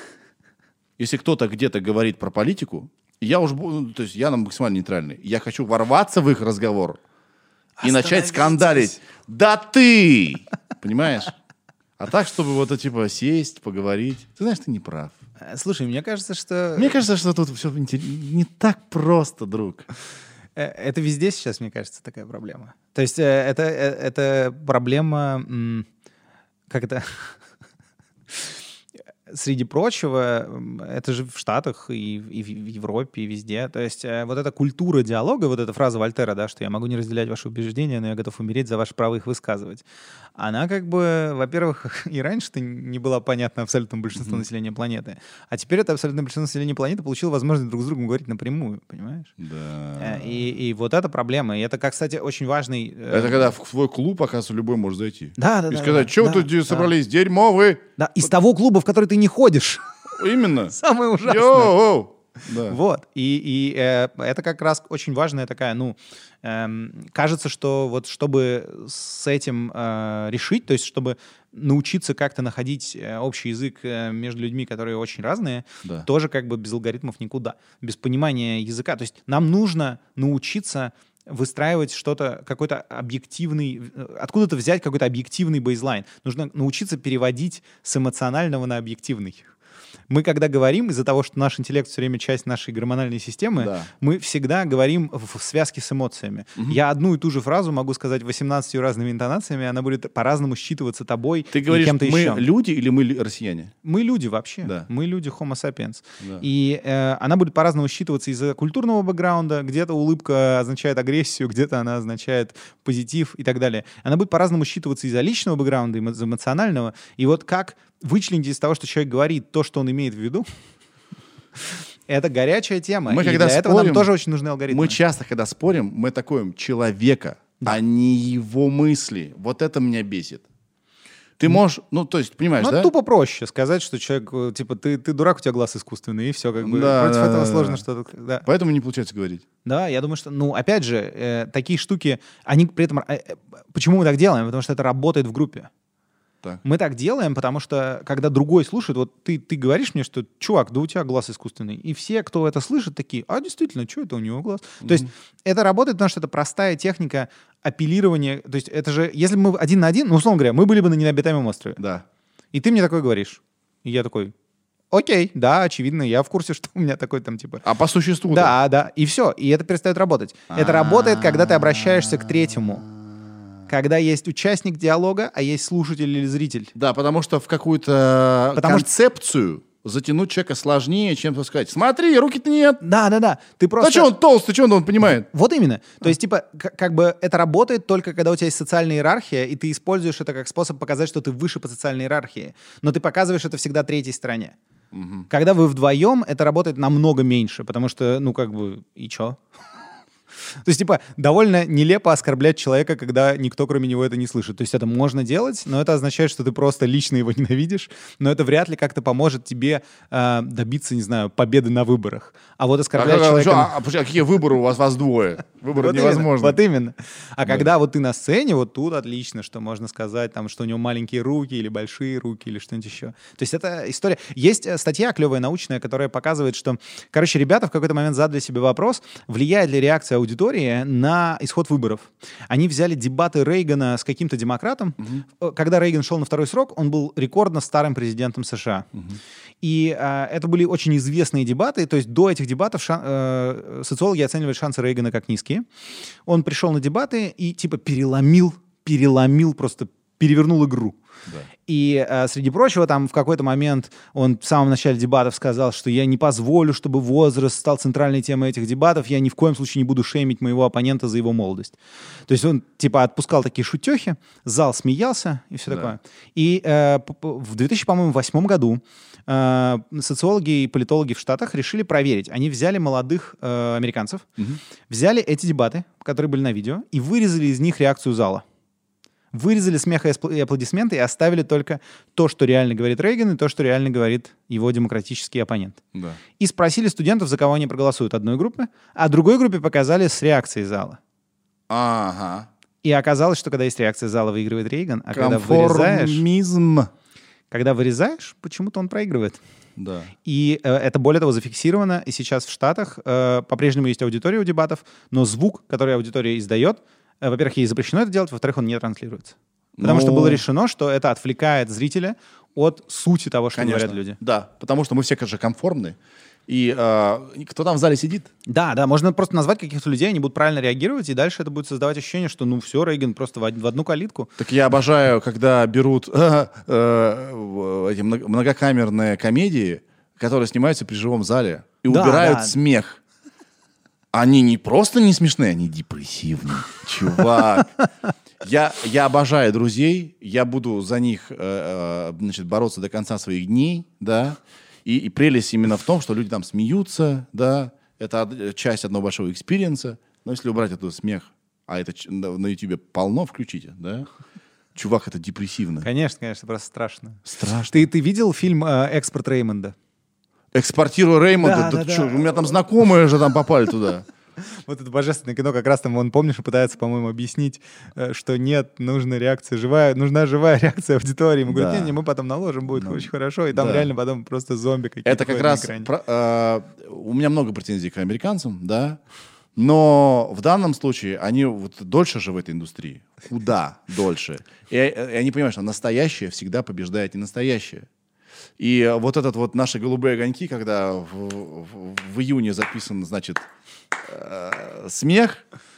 A: Если кто-то где-то говорит про политику, я уже, бу- то есть я на максимально нейтральный. Я хочу ворваться в их разговор и начать скандалить. Да ты! Понимаешь? А так, чтобы вот, типа, сесть, поговорить. Ты знаешь, ты не прав.
C: Э, Слушай, мне кажется, что
A: Мне кажется, что тут все не так просто, друг.
C: э, это везде сейчас, мне кажется, такая проблема. То есть э, это, э, это проблема, м, как это... Среди прочего, м, это же в Штатах и, в- и в в Европе, и везде. То есть э, вот эта культура диалога, вот эта фраза Вольтера, да, что я могу не разделять ваши убеждения, но я готов умереть за ваше право их высказывать. Она как бы, во-первых, и раньше-то не была понятна абсолютному большинству населения планеты. А теперь это абсолютное большинство населения планеты получило возможность друг с другом говорить напрямую, понимаешь? Э,
A: Да.
C: И, и вот это проблема. И это, как, кстати, очень важный... э,
A: Это когда в свой клуб, оказывается, любой может зайти.
C: Да, да,
A: И
C: да,
A: сказать,
C: да,
A: что
C: да,
A: вы тут
C: да.
A: собрались, дерьмо вы?
C: Да, из того клуба, в который ты не ходишь.
A: Именно.
C: Самое ужасное.
A: Йоу! Да.
C: Вот. И, и э, это как раз очень важная такая, ну, эм, кажется, что вот чтобы с этим э, решить, то есть чтобы научиться как-то находить э, общий язык э, между людьми, которые очень разные,
A: Да.
C: тоже как бы без алгоритмов никуда, без понимания языка. То есть нам нужно научиться выстраивать что-то, какой-то объективный, э, откуда-то взять какой-то объективный бейзлайн. Нужно научиться переводить с эмоционального на объективный. Мы, когда говорим, из-за того, что наш интеллект все время часть нашей гормональной системы,
A: Да.
C: мы всегда говорим в, в связке с эмоциями. Я одну и ту же фразу могу сказать восемнадцатью разными интонациями, она будет по-разному считываться тобой
A: Ты
C: и
A: говоришь,
C: кем-то
A: мы
C: еще.
A: люди или мы лю- россияне?
C: Мы люди вообще.
A: Да.
C: Мы люди Homo sapiens.
A: Да.
C: И э, она будет по-разному считываться из-за культурного бэкграунда. Где-то улыбка означает агрессию, где-то она означает позитив и так далее. Она будет по-разному считываться из-за личного бэкграунда, из эмоционального. И вот как вычленить из того, что человек говорит, то, что он имеет в виду, это горячая тема.
A: Мы
C: И
A: когда
C: для этого
A: спорим,
C: нам тоже очень нужны алгоритмы.
A: Мы часто, когда спорим, мы атакуем человека, а не его мысли. Вот это меня бесит. Ты можешь, ну, то есть, понимаешь,
C: Ну,
A: да?
C: это тупо проще сказать, что человек, э, типа, ты, ты дурак, у тебя глаз искусственный, и все, как бы.
A: Да,
C: Против
A: да,
C: этого
A: да,
C: сложно
A: да.
C: что-то... Да.
A: Поэтому не получается говорить.
C: Да, я думаю, что, ну, опять же, э, такие штуки, они при этом... э, э, почему мы так делаем? Потому что это работает в группе.
A: Так.
C: Мы так делаем, потому что, когда другой слушает, вот ты, ты говоришь мне, что, чувак, да у тебя глаз искусственный. И все, кто это слышит, такие, а, действительно, что это у него глаз? То есть это работает, потому что это простая техника апеллирования. То есть это же, если бы мы один на один, ну, условно говоря, мы были бы на необитаемом острове.
A: Да.
C: И ты мне такой говоришь. И я такой, окей, да, очевидно, я в курсе, что у меня такой там типа...
A: А по существу?
C: Да, да, и все, и это перестает работать. Это работает, когда ты обращаешься к третьему. Когда есть участник диалога, а есть слушатель или зритель.
A: Да, потому что в какую-то
C: Потому что-
A: концепцию затянуть человека сложнее, чем сказать, смотри, руки-то нет.
C: Да, да, да. Ты
A: Да
C: просто...
A: что он толстый, что он, он понимает?
C: Вот именно. То есть, типа, к- как бы это работает только когда у тебя есть социальная иерархия, и ты используешь это как способ показать, что ты выше по социальной иерархии. Но ты показываешь это всегда третьей стороне. Когда вы вдвоем, это работает намного меньше, потому что, ну, как бы, и чё? То есть, типа, довольно нелепо оскорблять человека, когда никто, кроме него, это не слышит. То есть это можно делать, но это означает, что ты просто лично его ненавидишь, но это вряд ли как-то поможет тебе э, добиться, не знаю, победы на выборах. А вот
A: А,
C: оскорблять
A: а,
C: человека...
A: что, а, подожди, а какие выборы у вас? Вас двое. Выборы
C: Вот именно,
A: невозможно.
C: вот именно. А когда вот ты на сцене, вот тут отлично, что можно сказать, там, что у него маленькие руки или большие руки или что-нибудь еще. То есть это история. Есть э, статья клевая научная, которая показывает, что, короче, ребята в какой-то момент задали себе вопрос, влияет ли реакция аудитории на исход выборов. Они взяли дебаты Рейгана с каким-то демократом. Э, Когда Рейган шел на второй срок, он был рекордно старым президентом США. И э, это были очень известные дебаты. То есть до этих дебатов шан- э, социологи оценивают шансы Рейгана как низкие. Он пришел на дебаты и типа переломил, переломил, просто перевернул игру.
A: Да.
C: И, э, среди прочего, там в какой-то момент он в самом начале дебатов сказал, что я не позволю, чтобы возраст стал центральной темой этих дебатов, я ни в коем случае не буду шеймить моего оппонента за его молодость. То есть он, типа, отпускал такие шутехи, зал смеялся и все
A: Да.
C: такое. И э, п- п- в две тысячи восьмом году э, социологи и политологи в Штатах решили проверить. Они взяли молодых э, американцев, взяли эти дебаты, которые были на видео, и вырезали из них реакцию зала. Вырезали смех и аспл- и аплодисменты и оставили только то, что реально говорит Рейган, и то, что реально говорит его демократический оппонент.
A: Да.
C: И спросили студентов, за кого они проголосуют одной группы, а другой группе показали с реакцией зала.
A: Ага.
C: И оказалось, что когда есть реакция зала, выигрывает Рейган, а когда вырезаешь,
A: Конформизм.
C: когда вырезаешь, почему-то он проигрывает.
A: Да.
C: И э, это, более того, зафиксировано, и сейчас в Штатах э, по-прежнему есть аудитория у дебатов, но звук, который аудитория издает, э, во-первых, ей запрещено это делать, во-вторых, он не транслируется. Потому
A: Ну,
C: что было решено, что это отвлекает зрителя от сути того, что
A: Конечно.
C: говорят люди.
A: Да, потому что мы все, конечно, комформны. И э, кто там в зале сидит?
C: Да, да, можно просто назвать каких-то людей, они будут правильно реагировать, и дальше это будет создавать ощущение, что, ну, все, Рейган просто в, од- в одну калитку.
A: Так я обожаю, когда берут э, э, эти много- многокамерные комедии, которые снимаются при живом зале, и
C: Да,
A: убирают
C: да.
A: смех. Они не просто не смешные, они депрессивные. Чувак. Я, я обожаю друзей, я буду за них э, э, значит, бороться до конца своих дней, да. И, и прелесть именно в том, что люди там смеются, да. Это од- часть одного большого экспириенса. Но если убрать этот смех, а это ч- на на Ютубе полно, включите, да. Чувак, это депрессивно.
C: Конечно, конечно, просто страшно.
A: Страшно.
C: Ты, ты видел фильм э, «Экспорт Реймонда»?
A: Экспортирую Реймонда,
C: Да,
A: да,
C: да,
A: ты чё,
C: да.
A: у меня там знакомые же там попали туда.
C: Вот это божественное кино, как раз там он, помнишь, пытается, по-моему, объяснить, э, что нет, нужна реакция живая, нужна живая реакция аудитории. Ему говорят,
A: Да.
C: не, не, мы потом наложим, будет
A: Ну,
C: очень хорошо. И там
A: да.
C: реально потом просто зомби какие-то
A: Это как
C: ходят на
A: раз...
C: экране.
A: про- э, у меня много претензий к американцам, да, но в данном случае они вот дольше же в этой индустрии. Куда дольше. И, и они понимают, что настоящее всегда побеждает ненастоящее. И вот этот вот наши голубые огоньки, когда в, в- в июне записан, значит, э, смех,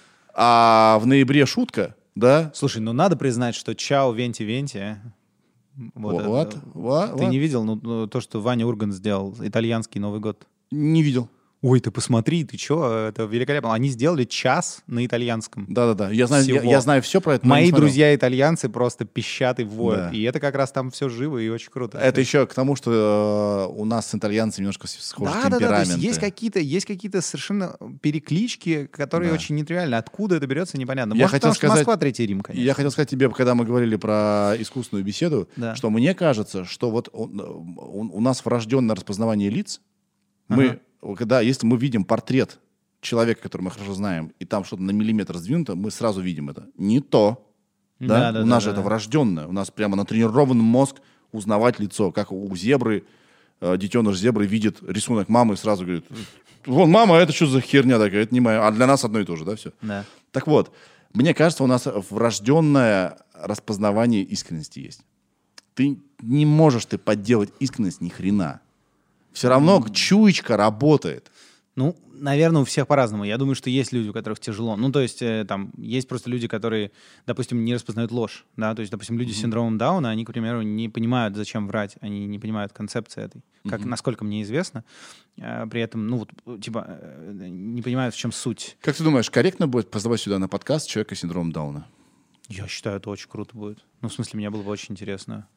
A: а в ноябре шутка, да?
C: Слушай, ну надо признать, что чао, венти, венти. а. Вот это-
A: Вот, вот,
C: Ты
A: вот.
C: не видел ну, ну, то, что Ваня Ургант сделал, итальянский Новый год?
A: Не видел.
C: Ой, ты посмотри, ты чё, это великолепно. Они сделали час на итальянском.
A: Да-да-да. Я знаю, я,
C: Всего.
A: я знаю все про это. но не
C: Мои
A: смотрел.
C: друзья-итальянцы просто пищат и воют.
A: Да.
C: И это как раз там все живо и очень круто.
A: Это еще к тому, что э, у нас с итальянцами немножко с- схожи
C: Да, да, да, то
A: темпераменты.
C: есть есть какие-то, есть какие-то совершенно переклички, которые
A: Да.
C: очень нетривиальны. Откуда это берется, непонятно.
A: Я
C: Может,
A: хотел
C: потому что
A: сказать-
C: Москва Третий Рим, конечно.
A: Я хотел сказать тебе, когда мы говорили про искусственную беседу,
C: Да.
A: что мне кажется, что вот он- он- у нас врожденное распознавание лиц. Мы, когда, если мы видим портрет человека, которого мы хорошо знаем, и там что-то на миллиметр сдвинуто, мы сразу видим это. Не то. Да?
C: Да, да,
A: у
C: да,
A: нас
C: да,
A: же это
C: да.
A: врожденное. У нас прямо натренирован мозг узнавать лицо. Как у зебры, э, детеныш зебры видит рисунок мамы и сразу говорит, вон мама, это что за херня такая, это не моя. А для нас одно и то же, да, все?
C: Да.
A: Так вот, мне кажется, у нас врожденное распознавание искренности есть. Ты не можешь ты подделать искренность ни хрена. Все равно чуечка работает.
C: Ну, наверное, у всех по-разному. Я думаю, что есть люди, у которых тяжело. Ну, то есть, э, там, есть просто люди, которые, допустим, не распознают ложь, да, то есть, допустим, люди mm-hmm. с синдромом Дауна, они, к примеру, не понимают, зачем врать, они не понимают концепции этой, как, mm-hmm. насколько мне известно, э, при этом, ну, вот, типа, э, не понимают, в чем суть.
A: Как ты думаешь, корректно будет позвать сюда на подкаст человека с синдромом Дауна?
C: Я считаю, это очень круто будет. Ну, в смысле, мне было бы очень интересно.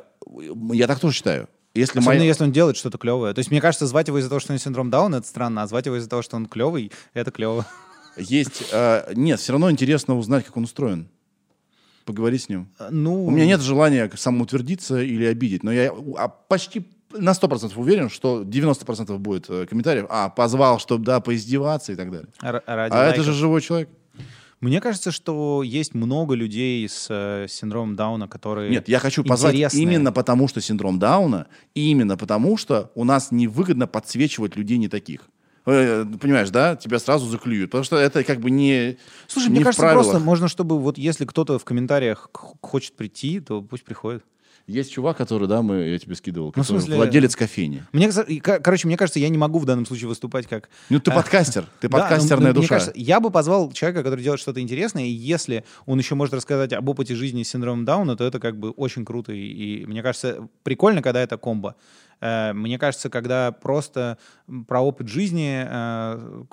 A: Я так тоже считаю. Если
C: Особенно
A: моя...
C: если он делает что-то клевое. То есть, мне кажется, звать его из-за того, что у него синдром Дауна, это странно, а звать его из-за того, что он клевый, это клево.
A: Есть... Э, нет, все равно интересно узнать, как он устроен. Поговорить с ним.
C: Ну...
A: У меня нет желания самоутвердиться или обидеть, но я почти на сто процентов уверен, что девяносто процентов будет комментариев. А, позвал, чтобы, да, поиздеваться и так далее.
C: Р-
A: а
C: лайков.
A: Это же живой человек.
C: Мне кажется, что есть много людей с э, синдромом Дауна, которые
A: Нет, я хочу позвать
C: интересные.
A: именно потому, что синдром Дауна, и именно потому, что у нас невыгодно подсвечивать людей не таких. Э, понимаешь, да? Тебя сразу заклюют, потому что это как бы не
C: Слушай,
A: не
C: мне
A: в
C: кажется,
A: правилах.
C: просто можно, чтобы вот если кто-то в комментариях х- хочет прийти, то пусть приходит.
A: Есть чувак, который, да, мы, я тебе скидывал,
C: Ну, в
A: который
C: смысле-
A: владелец кофейни.
C: Мне, кажется- и, ко- короче, мне кажется, я не могу в данном случае выступать как...
A: Ну, ты
C: А,
A: подкастер, ты
C: Да, ну,
A: подкастерная
C: ну, мне
A: душа.
C: кажется, я бы позвал человека, который делает что-то интересное, и если он еще может рассказать об опыте жизни с синдромом Дауна, то это как бы очень круто. И, и мне кажется, прикольно, когда это комбо. Э, Мне кажется, когда просто про опыт жизни э,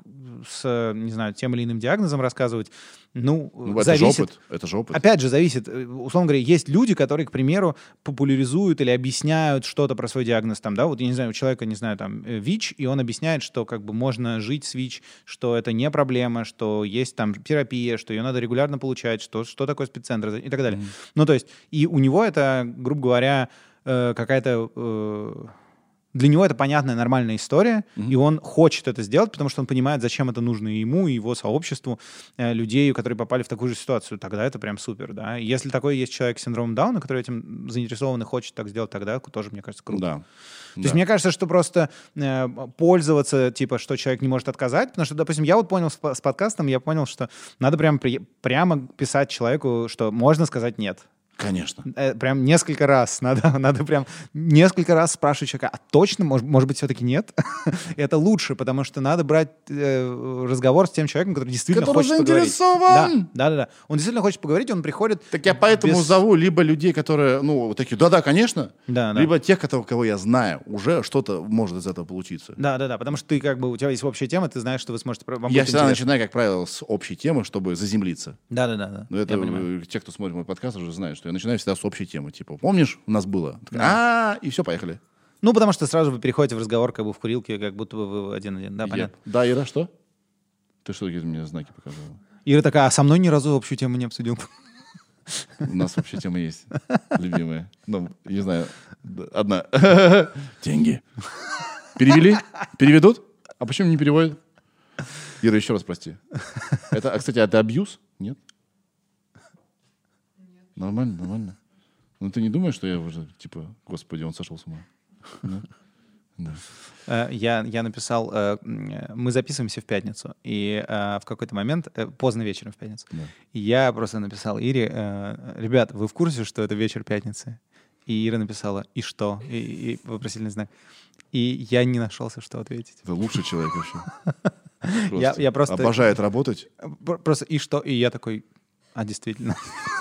C: с, не знаю, тем или иным диагнозом рассказывать, ну,
A: Ну, это
C: зависит...
A: же опыт, это же опыт.
C: Опять же, зависит. Э, Условно говоря, есть люди, которые, к примеру, популяризуют или объясняют что-то про свой диагноз. Там, да? Вот, я не знаю, у человека, не знаю, там, э, ВИЧ, и он объясняет, что как бы можно жить с ВИЧ, что это не проблема, что есть там терапия, что ее надо регулярно получать, что, что такое спеццентр и так далее. Mm-hmm. Ну, то есть, и у него это, грубо говоря, э, какая-то... Э, Для него это понятная, нормальная история, mm-hmm. и он хочет это сделать, потому что он понимает, зачем это нужно и ему, и его сообществу, э, людей, которые попали в такую же ситуацию. Тогда это прям супер, да. И если такой есть человек с синдромом Дауна, который этим заинтересован и хочет так сделать, тогда тоже, мне кажется, круто.
A: Да.
C: То
A: да.
C: есть мне кажется, что просто э, пользоваться, типа, что человек не может отказать, потому что, допустим, я вот понял с, с подкастом, я понял, что надо прям, при, прямо писать человеку, что можно сказать «нет».
A: Конечно.
C: Э, Прям несколько раз. Надо, надо прям несколько раз спрашивать человека, а точно, может, может быть, все-таки нет? Это лучше, потому что надо брать э, разговор с тем человеком, который действительно
A: Который
C: хочет поговорить.
A: заинтересован!
C: Да, да, да. Он действительно хочет поговорить, он приходит...
A: Так я поэтому
C: без-
A: зову либо людей, которые, ну, вот такие, да-да, конечно,
C: Да, да.
A: либо тех, кого, кого я знаю, уже что-то может из этого получиться.
C: Да, да, да, потому что ты как бы, у тебя есть общая тема, ты знаешь, что вы сможете... Вам
A: Я
C: будет
A: всегда
C: интересно.
A: начинаю, как правило, с общей темы, чтобы заземлиться.
C: Да, да, да, да.
A: Но это
C: Я понимаю.
A: э, те, кто смотрит мой подкаст, уже знают, что я начинаю всегда с общей темы. Типа, помнишь, у нас было? Такая, А, и все, поехали.
C: Ну, потому что сразу вы переходите в разговор как бы в курилке, как будто бы вы один-один. Да,
A: Я-
C: понятно.
A: Да, Ира, что? Ты что такие мне знаки показывала?
C: Ира такая, а со мной ни разу общую тему не обсудил.
A: У нас вообще тема есть, любимая. Ну, не знаю, одна. Деньги. Перевели? Переведут? А почему не переводят? Ира, еще раз прости. Это, а, кстати, это абьюз? Нет? Нормально, нормально. Ну ты не думаешь, что я уже, типа, господи, он сошел с ума? Нет? Да.
C: Э, Я, я написал, э, м, э, мы записываемся в пятницу, и э, в какой-то момент, э, поздно вечером в пятницу,
A: Да.
C: и я просто написал Ире, э, ребят, вы в курсе, что это вечер пятницы? И Ира написала, и что? И, и вопросительный знак. И я не нашелся, что ответить.
A: Это лучший человек вообще.
C: Я- я просто-
A: Обожает работать.
C: Пр- Просто и что? И я такой, а действительно.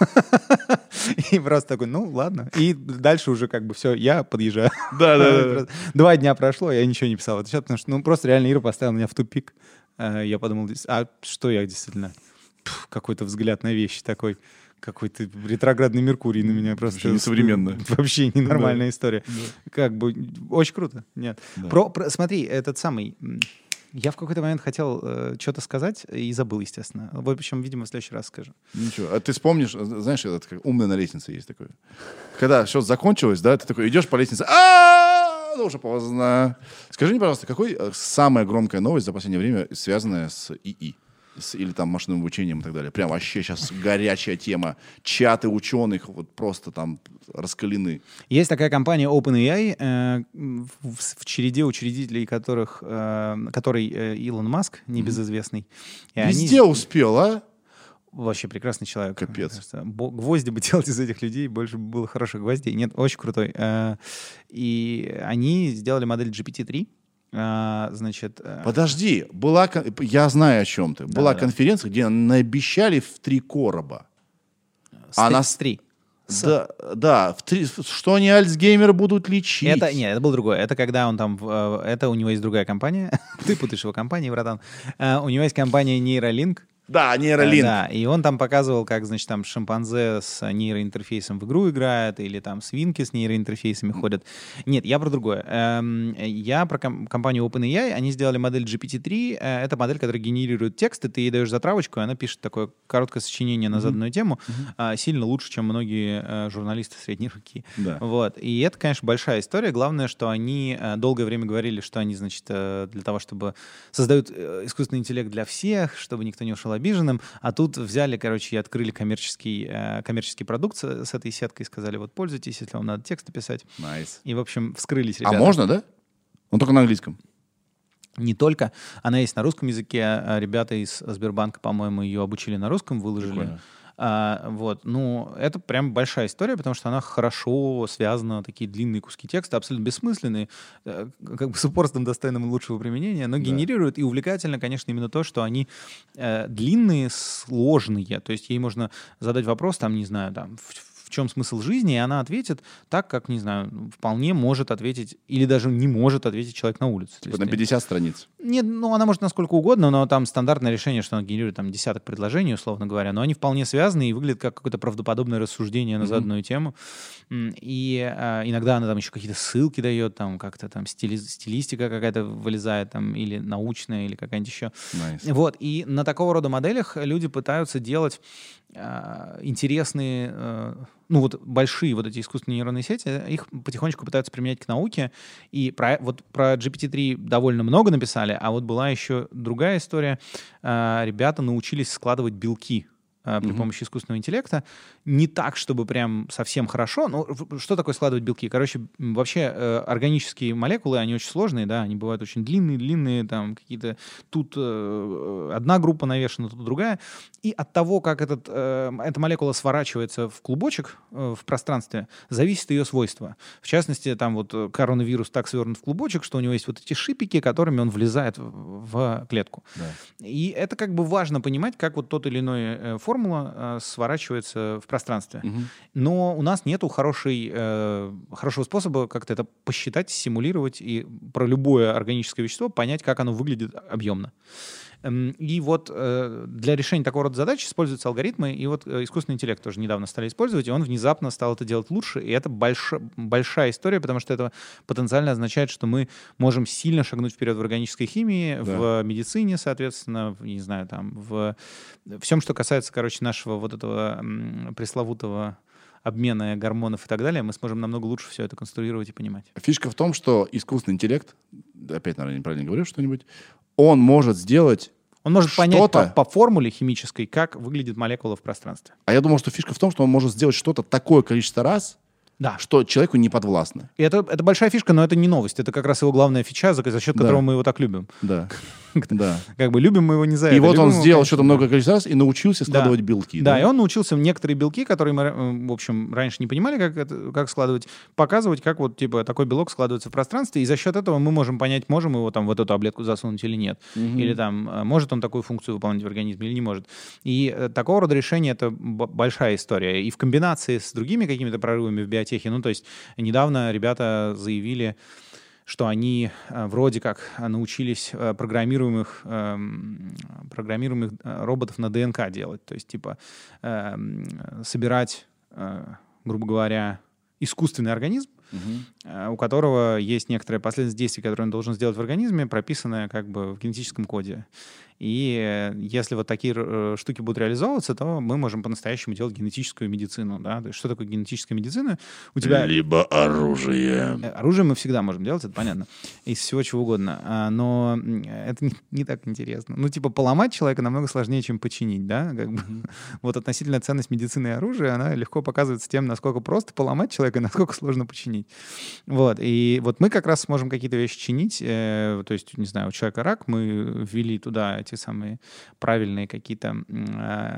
C: И просто такой, ну ладно. И дальше уже как бы все, я подъезжаю.
A: Да, да, да.
C: Просто Два дня прошло, я ничего не писал в этот чат, потому что ну просто реально Ира поставила меня в тупик. Э, Я подумал, а что я действительно? Пф, Какой-то взгляд на вещи такой. Какой-то ретроградный Меркурий на меня просто...
A: Вообще несовременно.
C: Вообще ненормальная история. Как бы очень круто. Нет.
A: Да.
C: Про, про- смотри, этот самый... м, Я в какой-то момент хотел э, что-то сказать и забыл, естественно. В общем, видимо, в следующий раз скажу.
A: Ничего. А ты вспомнишь, знаешь, это как умная на лестнице есть такое. Когда все закончилось, да, ты такой идешь по лестнице, а ну уже поздно. Скажи мне, пожалуйста, какой э, самая громкая новость за последнее время, связанная с ИИ? С- или там машинным обучением и так далее. Прям вообще сейчас горячая тема. Чаты ученых вот просто там раскалены.
C: Есть такая компания OpenAI, э, в, в череде учредителей которых, э, который э, Илон Маск, небезызвестный. И они-
A: Везде успел, а?
C: Вообще прекрасный человек.
A: Капец.
C: Кажется, бо- гвозди бы делать из этих людей, больше бы было хороших гвоздей. Нет, очень крутой. Э, И они сделали модель джи пи ти три. Э, Значит, э,
A: Подожди, была, кон- я знаю о чем ты. Была
C: да.
A: конференция, где наобещали в три короба.
C: с
A: а
C: три-
A: на-
C: с три. С-
A: Да, да, в три- что они Альцгеймер будут лечить.
C: Это, нет, это был другой. Это когда он там... в- э, Это у него есть другая компания. Ты путаешь его компании, братан. Э, У него есть компания Neuralink.
A: Да, нейролинк.
C: Да, и он там показывал, как, значит, там шимпанзе с нейроинтерфейсом в игру играет, или там свинки с нейроинтерфейсами ходят. Нет, я про другое. Эм, Я про ком- компанию OpenAI, они сделали модель джи пи ти три. Э, Это модель, которая генерирует тексты, ты ей даешь затравочку, и она пишет такое короткое сочинение на заданную тему, а, сильно лучше, чем многие э, журналисты средней руки.
A: Да.
C: Вот. И это, конечно, большая история. Главное, что они э, долгое время говорили, что они, значит, э, для того, чтобы создают э, искусственный интеллект для всех, чтобы никто не ушел обиженным, а тут взяли, короче, и открыли коммерческий, э, коммерческий продукт с, с этой сеткой и сказали, вот, пользуйтесь, если вам надо тексты писать.
A: Найс.
C: И, в общем, вскрылись
A: А
C: ребята.
A: можно, да? Он только на английском.
C: Не только. Она есть на русском языке. а Ребята из Сбербанка, по-моему, ее обучили на русском, выложили.
A: Прикольно.
C: А, вот, ну, это прям большая история, потому что она хорошо связана, такие длинные куски текста, абсолютно бессмысленные, э, как бы с упорством, достойным лучшего применения, но генерируют, и увлекательно, конечно, именно то, что они э, длинные, сложные, то есть ей можно задать вопрос, там, не знаю, там, в, в чем смысл жизни, и она ответит так, как, не знаю, вполне может ответить, или даже не может ответить человек на улице. То
A: Типа на
C: есть,
A: пятьдесят страниц.
C: нет, ну она может насколько угодно, но там стандартное решение, что она генерирует там десяток предложений, условно говоря, но они вполне связаны и выглядят как какое-то правдоподобное рассуждение на заданную тему. М, И а, иногда она там еще какие-то ссылки дает, там как-то там стили- стилистика какая-то вылезает, там, или научная, или какая-нибудь еще.
A: Найс.
C: Вот, и на такого рода моделях люди пытаются делать а, интересные, а, ну вот большие вот эти искусственные нейронные сети, их потихонечку пытаются применять к науке, и про, вот про джи пи ти три довольно много написали, а вот была еще другая история. А, Ребята научились складывать белки а, при помощи искусственного интеллекта. Не так, чтобы прям совсем хорошо. Ну, в- что такое складывать белки? Короче, м, вообще э, органические молекулы, они очень сложные, да, они бывают очень длинные, длинные, там какие-то... Тут э, одна группа навешана, тут другая. И от того, как этот, э, эта молекула сворачивается в клубочек э, в пространстве, зависит ее свойства. В частности, там вот э, коронавирус так свернут в клубочек, что у него есть вот эти шипики, которыми он влезает в, в клетку.
A: Да.
C: И это как бы важно понимать, как вот тот или иной э, формула э, сворачивается в пространстве.
A: Мгм.
C: Но у нас нету хорошей, э, хорошего способа как-то это посчитать, симулировать и про любое органическое вещество понять, как оно выглядит объемно. Эм, И вот э, для решения такого рода задач используются алгоритмы, и вот э, искусственный интеллект тоже недавно стали использовать, и он внезапно стал это делать лучше, и это больш- большая история, потому что это потенциально означает, что мы можем сильно шагнуть вперед в органической химии,
A: Да.
C: в медицине, соответственно, в, не знаю, там, в всем, что касается, короче, нашего вот этого м, пресловутого обмена гормонов и так далее, мы сможем намного лучше все это конструировать и понимать.
A: Фишка в том, что искусственный интеллект, опять, наверное, неправильно говорю что-нибудь, он может сделать...
C: Он может понять
A: Что-то-
C: по, по формуле химической, как выглядит молекула в пространстве.
A: А я думал, что фишка в том, что он может сделать что-то такое количество раз,
C: Да.
A: что человеку не подвластно.
C: И это, это большая фишка, но это не новость. Это как раз его главная фича, за, за счет
A: Да.
C: которого мы его так любим.
A: Да. Да.
C: Как бы любим мы его не за
A: И
C: это.
A: вот
C: любим
A: он
C: его,
A: сделал
C: конечно,
A: что-то много количество раз и научился складывать белки.
C: Да, и он научился некоторые белки, которые мы, э, в общем, раньше не понимали, как, это, как складывать, показывать, как вот, типа, такой белок складывается в пространстве, и за счет этого мы можем понять, можем его там в эту таблетку засунуть или нет. Или там, э, может он такую функцию выполнять в организме или не может. И э, такого рода решение — это б- большая история. И в комбинации с другими какими-то прорывами в биотехе, ну, то есть недавно ребята заявили, что они э, вроде как э, научились э, программируемых, эм, программируемых э, роботов на ДНК делать. То есть, типа, эм, собирать, э, грубо говоря, искусственный организм, э, у которого есть некоторая последовательность действий, которые он должен сделать в организме, прописанная как бы в генетическом коде. И э, если вот такие э, штуки будут реализовываться, то мы можем по-настоящему делать генетическую медицину. Да? То есть что такое генетическая медицина? У тебя...
A: Либо оружие.
C: Э, Оружие мы всегда можем делать, это понятно, из всего чего угодно, А, но м, это не, не так интересно. Ну, типа, поломать человека намного сложнее, чем починить, да, как бы. Вот относительная ценность медицины и оружия, она легко показывается тем, насколько просто поломать человека, и насколько сложно починить. Вот, и вот мы как раз сможем какие-то вещи чинить, э, то есть, не знаю, у человека рак, мы ввели туда эти самые правильные какие-то м, э,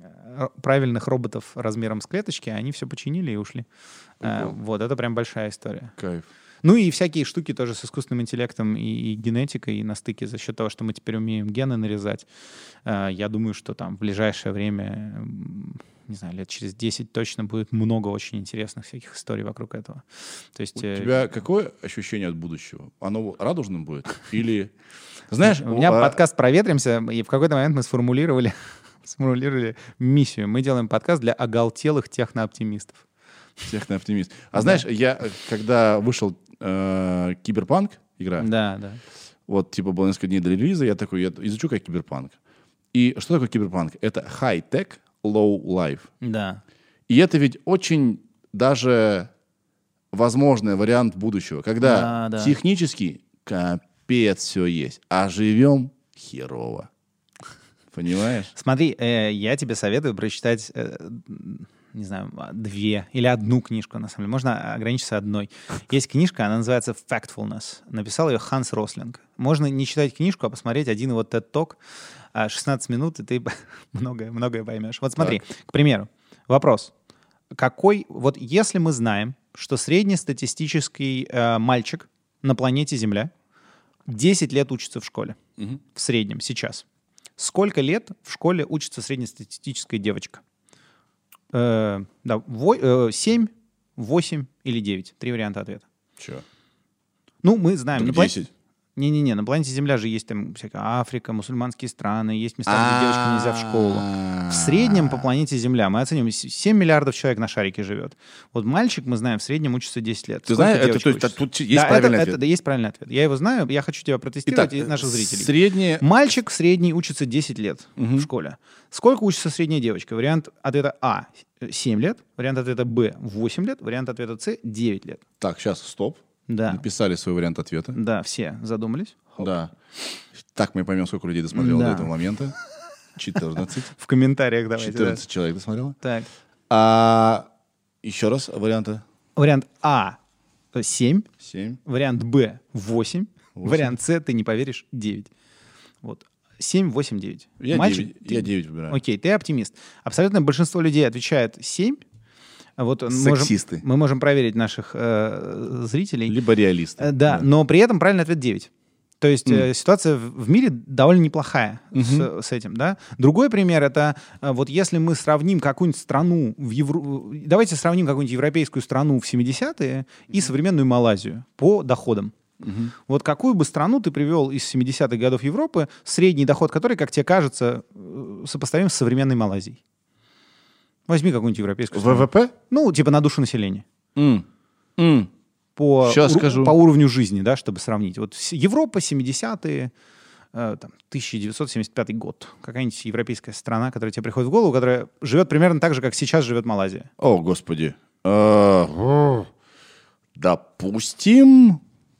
C: р- правильных роботов размером с клеточки, они все починили и ушли. Э,
A: Прикол.
C: вот, это прям большая история.
A: Кайф.
C: Ну и всякие штуки тоже с искусственным интеллектом и, и генетикой и на стыке за счет того, что мы теперь умеем гены нарезать. Э, я думаю, что там в ближайшее время, м, не знаю, лет через десять точно будет много очень интересных всяких историй вокруг этого. То есть,
A: У
C: э,
A: тебя какое ощущение от будущего? Оно радужным будет? Или... Знаешь,
C: у меня
A: а,
C: подкаст «Проветримся», и в какой-то момент мы сформулировали, сформулировали миссию. Мы делаем подкаст для оголтелых технооптимистов.
A: технооптимист. А знаешь, я, э, когда вышел э, Киберпанк, игра,
C: Да, да.
A: вот, типа, было несколько дней до релиза, я такой, я изучу как Киберпанк. И что такое Киберпанк? Это high-tech, low-life.
C: Да.
A: И это ведь очень даже возможный вариант будущего, когда
C: Да, да.
A: технически капец все есть, а живем херово. Понимаешь?
C: Смотри, э, я тебе советую прочитать, э, не знаю, две или одну книжку, на самом деле. Можно ограничиться одной. Есть книжка, она называется «Factfulness». Написал ее Ханс Рослинг. Можно не читать книжку, а посмотреть один его TED-ток, шестнадцать минут, и ты многое, многое поймешь. Вот смотри, к примеру, вопрос. Какой, вот если мы знаем, что среднестатистический э, мальчик на планете Земля десять лет учится в школе,
A: Мгм.
C: в среднем сейчас, сколько лет в школе учится среднестатистическая девочка? Э, да, во- э, семь, восемь или девять. Три варианта ответа.
A: Че?
C: Ну, мы знаем.
A: Так
C: на пла-
A: десять.
C: Не-не-не, на планете Земля же есть там всякая Африка, мусульманские страны, есть места, где девочкам нельзя в школу. В среднем по планете Земля мы оценим, с- семь миллиардов человек на шарике живет. Вот мальчик, мы знаем, в среднем учится десять лет.
A: Ты
C: Сколько
A: знаешь, это,
C: девочка
A: то есть,
C: учится?
A: тут есть
C: Да,
A: правильный
C: это,
A: ответ.
C: это- да, есть правильный ответ. Я его знаю, я хочу тебя протестировать
A: Итак,
C: и наших зрителей.
A: среднее...
C: Мальчик средний учится десять лет
A: Мгм.
C: в школе. Сколько учится средняя девочка? Вариант ответа А — семь лет, вариант ответа Б — восемь лет, вариант ответа С — девять лет.
A: Так, сейчас, стоп.
C: Да,
A: Написали свой вариант ответа.
C: да, все задумались.
A: Да. Так мы поймем, сколько людей досмотрело
C: Да.
A: до этого момента. четырнадцать.
C: В комментариях давайте. да.
A: четырнадцать человек досмотрело.
C: Так.
A: А еще раз варианты.
C: Вариант А — семь,
A: семь.
C: вариант Б — восемь,
A: Восемь.
C: вариант С, ты не поверишь, девять. Вот. семь, восемь, девять.
A: Я
C: Мальчик,
A: девять.
C: ты-
A: Я девять выбираю.
C: Окей, ты оптимист. Абсолютно большинство людей отвечает семь. Вот можем-
A: Сексисты.
C: мы можем проверить наших э, зрителей.
A: Либо реалисты.
C: Э, да, но при этом правильный ответ девять. То есть э, ситуация в в мире довольно неплохая с, с этим, да. Другой пример — это э, вот если мы сравним какую-нибудь страну в Евро... Давайте сравним какую-нибудь европейскую страну в семидесятые и современную Малайзию по доходам. Вот какую бы страну ты привел из семидесятых годов Европы, средний доход которой, как тебе кажется, э, сопоставим с современной Малайзией? Возьми какую-нибудь европейскую страну.
A: ВВП?
C: Ну, типа на душу населения.
A: М. М.
C: По,
A: Щас
C: уру-
A: скажу.
C: по уровню жизни, да, чтобы сравнить. Вот с- Европа, семидесятые, э, там, тысяча девятьсот семьдесят пятый год. Какая-нибудь европейская страна, которая тебе приходит в голову, которая живет примерно так же, как сейчас живет Малайзия.
A: О, господи. Э, Допустим...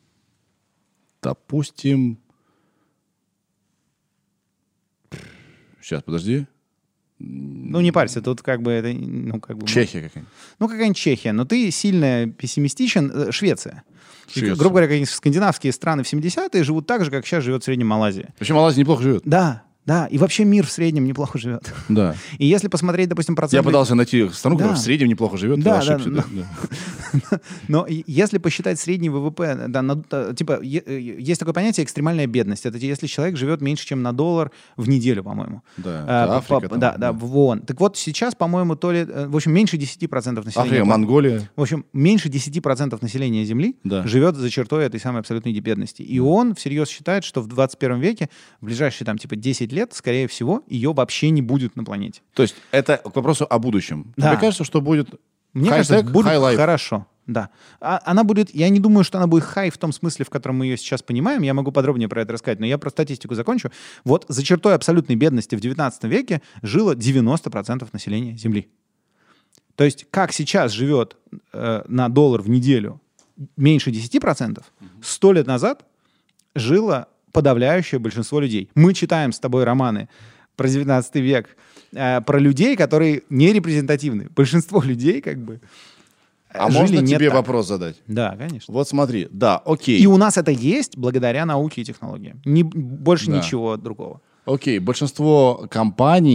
A: Допустим... Сейчас, подожди.
C: Ну, не парься, тут как бы это, ну, как бы...
A: Чехия какая-нибудь.
C: Ну, какая-нибудь Чехия, но ты сильно пессимистичен. Э, Швеция. И,
A: Швеция.
C: грубо говоря, какие-нибудь скандинавские страны в семидесятые живут так же, как сейчас живет в среднем Малайзия.
A: Причем Малайзия неплохо живет.
C: Да, да, и вообще мир в среднем неплохо живет.
A: Да.
C: И если посмотреть, допустим, процент...
A: Я пытался найти страну, которая
C: Да.
A: в среднем неплохо живет.
C: Да,
A: я
C: да,
A: ошибся,
C: да.
A: да.
C: Но и- если посчитать средний ВВП, да, на- э, типа, е- э, есть такое понятие экстремальная бедность. Это если человек живет меньше, чем на доллар в неделю, по-моему.
A: Да,
C: А,
A: это
C: по-
A: Африка
C: по-
A: там,
C: да, да,
A: да.
C: в ООН. Так вот, сейчас, по-моему, то ли, э, в общем, меньше десять процентов населения.
A: Африка, Монголия.
C: В общем, меньше десять процентов населения Земли
A: Да.
C: живет за чертой этой самой абсолютной бедности. И он всерьез считает, что в двадцать первом веке, в ближайшие там типа десять лет, скорее всего, ее вообще не будет на планете.
A: То есть это к вопросу о будущем.
C: Да.
A: Тебе кажется, что будет
C: Мне
A: high-tech,
C: кажется, будет
A: high-life?
C: хорошо. Да. А- она будет, я не думаю, что она будет хай в том смысле, в котором мы ее сейчас понимаем. Я могу подробнее про это рассказать, но я про статистику закончу. Вот за чертой абсолютной бедности в девятнадцатом веке жило девяносто процентов населения Земли. То есть как сейчас живет э, на доллар в неделю меньше десять процентов, сто лет назад жило подавляющее большинство людей. Мы читаем с тобой романы про девятнадцатый век, э, про людей, которые не репрезентативны. Большинство людей как бы
A: А
C: жили
A: можно
C: не
A: тебе
C: так.
A: вопрос задать?
C: Да, конечно.
A: Вот смотри, да, окей.
C: И у нас это есть благодаря науке и технологиям. Не, больше
A: Да.
C: ничего другого.
A: Окей, большинство компаний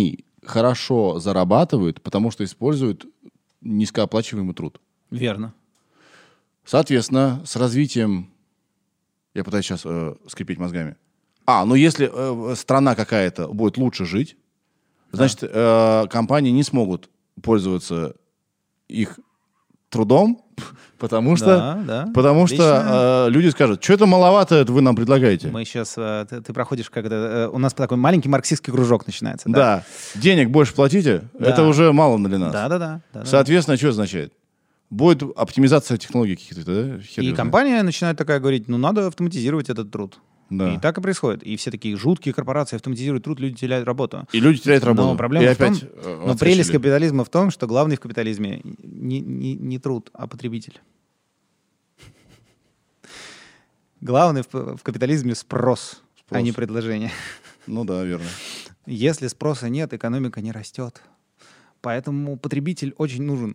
A: хорошо зарабатывают, потому что используют низкооплачиваемый труд.
C: Верно.
A: Соответственно, с развитием... Я пытаюсь сейчас э, скрипеть мозгами. А, ну если э, страна какая-то будет лучше жить, значит, э, компании не смогут пользоваться их трудом, потому что,
C: Да, да.
A: потому
C: Отлично.
A: что э, люди скажут, что это маловато это вы нам предлагаете.
C: Мы сейчас... э, Ты, ты проходишь как это... э, У нас такой маленький марксистский кружок начинается.
A: Да. Денег больше платите,
C: Да.
A: это уже мало для нас.
C: Да, да, да. да, да.
A: Соответственно, что означает? Будет оптимизация технологий каких-то, да? Хер
C: И
A: его знает.
C: компания начинает такая говорить, ну, надо автоматизировать этот труд.
A: Да.
C: И так и происходит. И все такие жуткие корпорации автоматизируют труд, люди теряют работу.
A: И люди теряют работу.
C: Но проблема
A: И
C: в том,
A: опять, э,
C: но
A: отскочили.
C: прелесть капитализма в том, что главный в капитализме не, не, не труд, а потребитель. Главный в, в капитализме спрос,
A: Спрос.
C: а не предложение.
A: Ну да, верно.
C: Если спроса нет, экономика не растет. Поэтому потребитель очень нужен.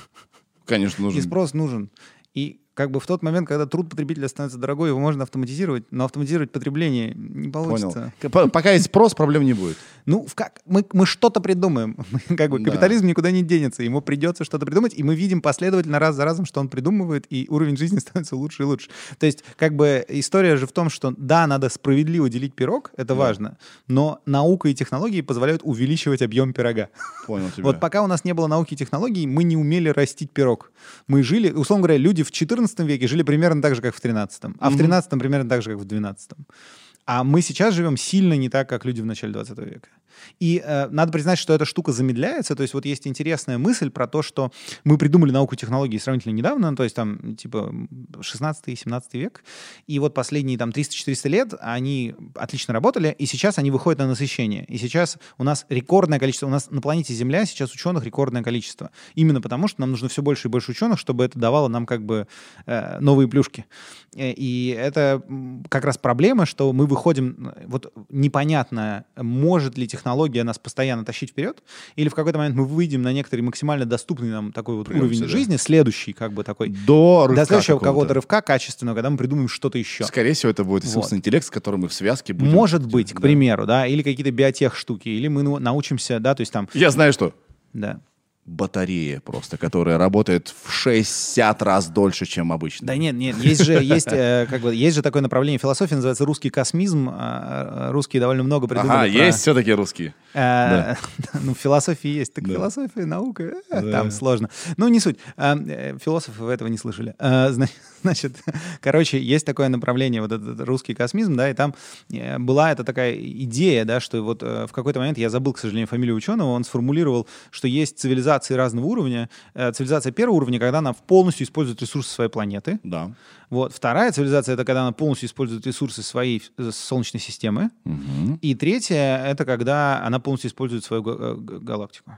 A: Конечно, нужен.
C: И спрос нужен. И как бы в тот момент, когда труд потребителя становится дорогой, его можно автоматизировать, но автоматизировать потребление не получится.
A: Понял. П- Пока есть спрос, проблем не будет.
C: Ну, в как, мы, мы что-то придумаем. Мы, как бы,
A: Да.
C: капитализм никуда не денется. Ему придется что-то придумать, и мы видим последовательно раз за разом, что он придумывает, и уровень жизни становится лучше и лучше. То есть, как бы, история же в том, что да, надо справедливо делить пирог, это важно, но наука и технологии позволяют увеличивать объем пирога.
A: Понял тебя.
C: Вот пока у нас не было науки и технологий, мы не умели растить пирог. Мы жили, условно говоря, люди в четырнадцатом веке жили примерно так же, как в тринадцатом, а в тринадцатом примерно так же, как в двенадцатом. А мы сейчас живем сильно не так, как люди в начале двадцатого века. И э, надо признать, что эта штука замедляется. То есть вот есть интересная мысль про то, что мы придумали науку и технологии сравнительно недавно, то есть там типа шестнадцатый-семнадцатый век. И вот последние там триста-четыреста лет они отлично работали, и сейчас они выходят на насыщение. И сейчас у нас рекордное количество, у нас на планете Земля сейчас ученых рекордное количество. Именно потому, что нам нужно все больше и больше ученых, чтобы это давало нам как бы э, новые плюшки. Э, И это м, как раз проблема, что мы выходим, вот непонятно, может ли технология нас постоянно тащить вперед, или в какой-то момент мы выйдем на некоторый максимально доступный нам такой вот
A: Придёмся,
C: уровень
A: да.
C: жизни, следующий как бы такой,
A: До рывка
C: до следующего
A: какого-то.
C: какого-то рывка качественного, когда мы придумаем что-то еще.
A: Скорее всего, это будет искусственный интеллект, с которым мы в связке будем...
C: Может быть, к
A: Да.
C: примеру, да, или какие-то биотех штуки, или мы ну, научимся, да, то есть там,
A: Я знаю, что.
C: да.
A: Батарея просто, которая работает в шестьдесят раз дольше, чем обычно.
C: Да нет, нет, есть же, есть, э, как бы, есть же такое направление философии, называется русский космизм. А, а, Русские довольно много придумали.
A: Ага,
C: про-
A: есть все-таки русские.
C: Э, Ну, в философии есть. Так
A: Да.
C: философия, наука, э,
A: Да.
C: там сложно. Ну, не суть. Э, э, Философы вы этого не слышали. Э, зна- Значит, короче, есть такое направление, вот этот русский космизм, да, и там э, была эта такая идея, да, что вот э, в какой-то момент, я забыл, к сожалению, фамилию ученого, он сформулировал, что есть цивилизации разного уровня. Э, Цивилизация первого уровня, когда она полностью использует ресурсы своей планеты.
A: Да.
C: Вот. Вторая цивилизация — это когда она полностью использует ресурсы своей э, Солнечной системы.
A: Мгм.
C: И третье — это когда она полностью использует свою га- га- га- галактику.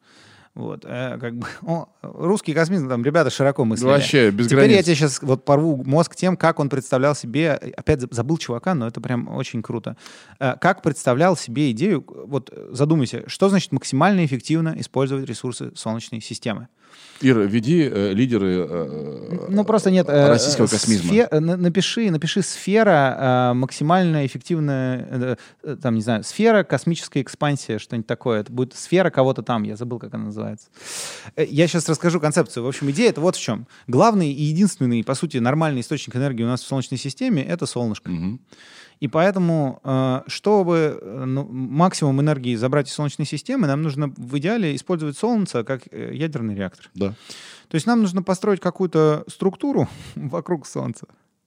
C: Вот, э, как бы, о, русский космизм, там ребята широко мыслили.
A: Вообще, без
C: Теперь
A: границ.
C: я тебе сейчас вот порву мозг тем, как он представлял себе, опять забыл чувака, но это прям очень круто, Э, как представлял себе идею, вот э, задумайся, что значит максимально эффективно использовать ресурсы Солнечной системы?
A: Ир, веди э, лидеры э,
C: Ну, просто нет... э,
A: российского
C: э,
A: космизма.
C: сфе- э, на- напиши, напиши сфера э, максимально эффективная, э, э, там, не знаю, сфера космической экспансии, что-нибудь такое. Это будет сфера кого-то там, я забыл, как она называется. Э, Я сейчас расскажу концепцию. В общем, идея это вот в чем. Главный и единственный, по сути, нормальный источник энергии у нас в Солнечной системе — это солнышко.
A: Мгм.
C: И поэтому, э, чтобы э, ну, максимум энергии забрать из Солнечной системы, нам нужно в идеале использовать Солнце как э, ядерный реактор.
A: Да.
C: То есть нам нужно построить какую-то структуру вокруг Солнца,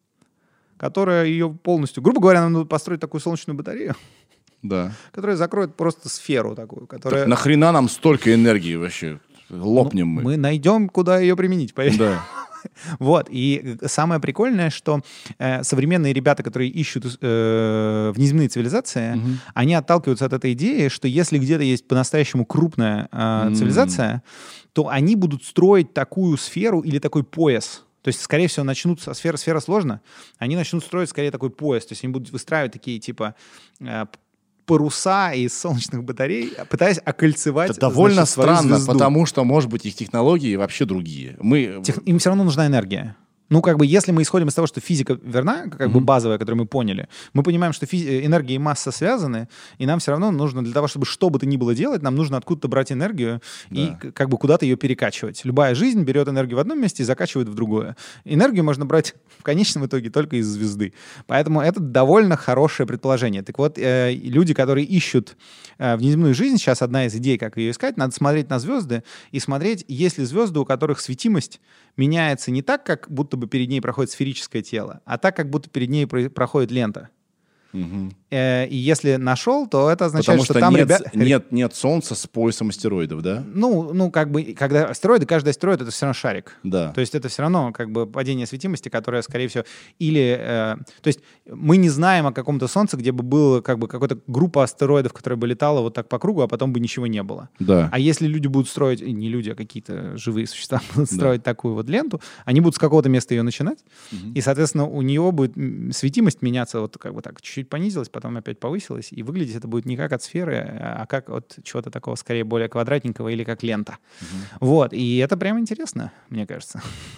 C: которая ее полностью... Грубо говоря, нам нужно построить такую солнечную батарею,
A: Да.
C: которая закроет просто сферу такую, которая...
A: Так нахрена нам столько энергии вообще? Лопнем мы.
C: Мы найдем, куда ее применить, поверь.
A: Да.
C: Вот, и самое прикольное, что э, современные ребята, которые ищут э, внеземные цивилизации,
A: Мгм.
C: они отталкиваются от этой идеи, что если где-то есть по-настоящему крупная э,
A: М.
C: цивилизация, то они будут строить такую сферу или такой пояс. То есть, скорее всего, начнут... со Сфера, сфера сложно. Они начнут строить, скорее, такой пояс. То есть они будут выстраивать такие, типа... э, паруса из солнечных батарей, пытаясь окольцевать,
A: Это довольно
C: значит, свою
A: странно,
C: звезду.
A: потому что, может быть, их технологии вообще другие. Мы...
C: Тех- Им все равно нужна энергия. Ну, как бы, если мы исходим из того, что физика верна, как бы базовая, которую мы поняли, мы понимаем, что физи- энергия и масса связаны, и нам все равно нужно для того, чтобы что бы то ни было делать, нам нужно откуда-то брать энергию и
A: Да.
C: к- как бы куда-то ее перекачивать. Любая жизнь берет энергию в одном месте и закачивает в другое. Энергию можно брать в конечном итоге только из звезды. Поэтому это довольно хорошее предположение. Так вот, э, люди, которые ищут э, внеземную жизнь, сейчас одна из идей, как ее искать, надо смотреть на звезды и смотреть, есть ли звезды, у которых светимость меняется не так, как будто бы перед ней проходит сферическое тело, а так, как будто перед ней про- проходит лента.
A: Мгм.
C: Э, и если нашел, то это означает,
A: Потому
C: что,
A: что
C: там
A: нет,
C: ребята...
A: нет, нет Солнца с поясом астероидов, да?
C: Ну, ну, как бы, когда астероиды, каждый астероид — это все равно шарик.
A: Да.
C: То есть это все равно как бы падение светимости, которое, скорее всего, или... э, то есть мы не знаем о каком-то Солнце, где бы была как бы какая-то группа астероидов, которая бы летала вот так по кругу, а потом бы ничего не было.
A: Да.
C: А если люди будут строить, и не люди, а какие-то живые существа будут строить такую вот ленту, они будут с какого-то места ее начинать, и, соответственно, у нее будет м, светимость меняться вот как бы так, чуть-чуть понизилась, потом опять повысилась, и выглядеть это будет не как от сферы, а как от чего-то такого, скорее, более квадратненького или как лента. Вот, и это прям интересно, мне кажется.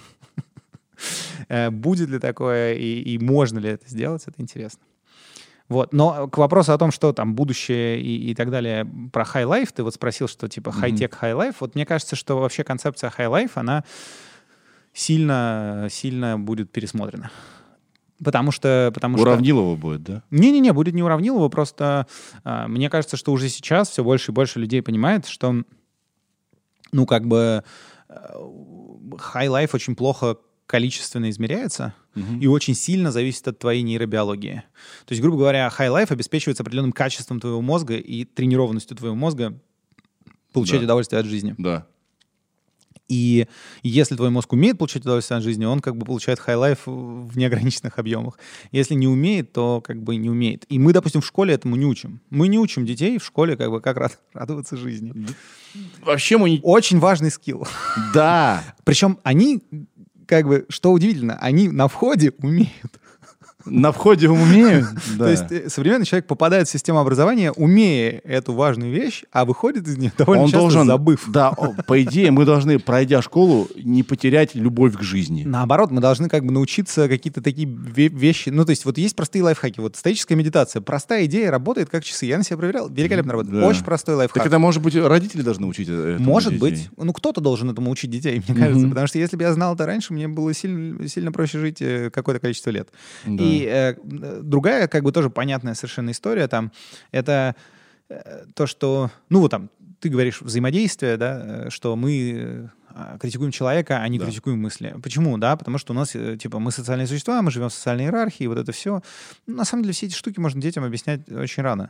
C: Э, Будет ли такое и, и можно ли это сделать, это интересно. Вот. Но к вопросу о том, что там будущее и, и так далее, про high life, ты вот спросил, что типа high-tech, high life. Вот мне кажется, что вообще концепция high life, она сильно, сильно будет пересмотрена. Потому что... Потому что...
A: Уравнилово будет, да?
C: Не-не-не, будет не Уравнилово, просто а, мне кажется, что уже сейчас все больше и больше людей понимает, что, ну, как бы э, high life очень плохо количественно измеряется и очень сильно зависит от твоей нейробиологии. То есть, грубо говоря, high life обеспечивается определенным качеством твоего мозга и тренированностью твоего мозга получать
A: Да.
C: удовольствие от жизни.
A: Да.
C: И если твой мозг умеет получать удовольствие от жизни, он как бы получает хай-лайф в неограниченных объемах. Если не умеет, то как бы не умеет. И мы, допустим, в школе этому не учим. Мы не учим детей в школе как бы как рад- радоваться жизни.
A: Вообще мы не...
C: Очень важный скилл.
A: Да.
C: Причем они, как бы, что удивительно, они на входе умеют.
A: На входе умеют.
C: То есть э, современный человек попадает в систему образования, умея эту важную вещь, а выходит из нее довольно
A: Он
C: часто
A: должен,
C: забыв.
A: да, о, по идее, мы должны, пройдя школу, не потерять любовь к жизни.
C: Наоборот, мы должны как бы научиться какие-то такие ве- вещи. Ну, то есть вот есть простые лайфхаки. Вот стоическая медитация. Простая идея, работает как часы. Я на себя проверял. Великолепно работает.
A: Да.
C: Очень простой лайфхак.
A: Так это, может быть, родители должны учить этому
C: Может
A: детей?
C: быть. Ну, кто-то должен этому учить детей, мне кажется. Потому что если бы я знал это раньше, мне было сильно, сильно проще жить э, какое-то количество лет.
A: Да.
C: И э, другая, как бы тоже понятная совершенно история там, это э, то, что, ну, вот там, ты говоришь взаимодействие, да, э, что мы э, критикуем человека, а не
A: Да.
C: критикуем мысли. Почему? Да, потому что у нас, э, типа, мы социальные существа, мы живем в социальной иерархии, вот это все. Ну, на самом деле, все эти штуки можно детям объяснять очень рано.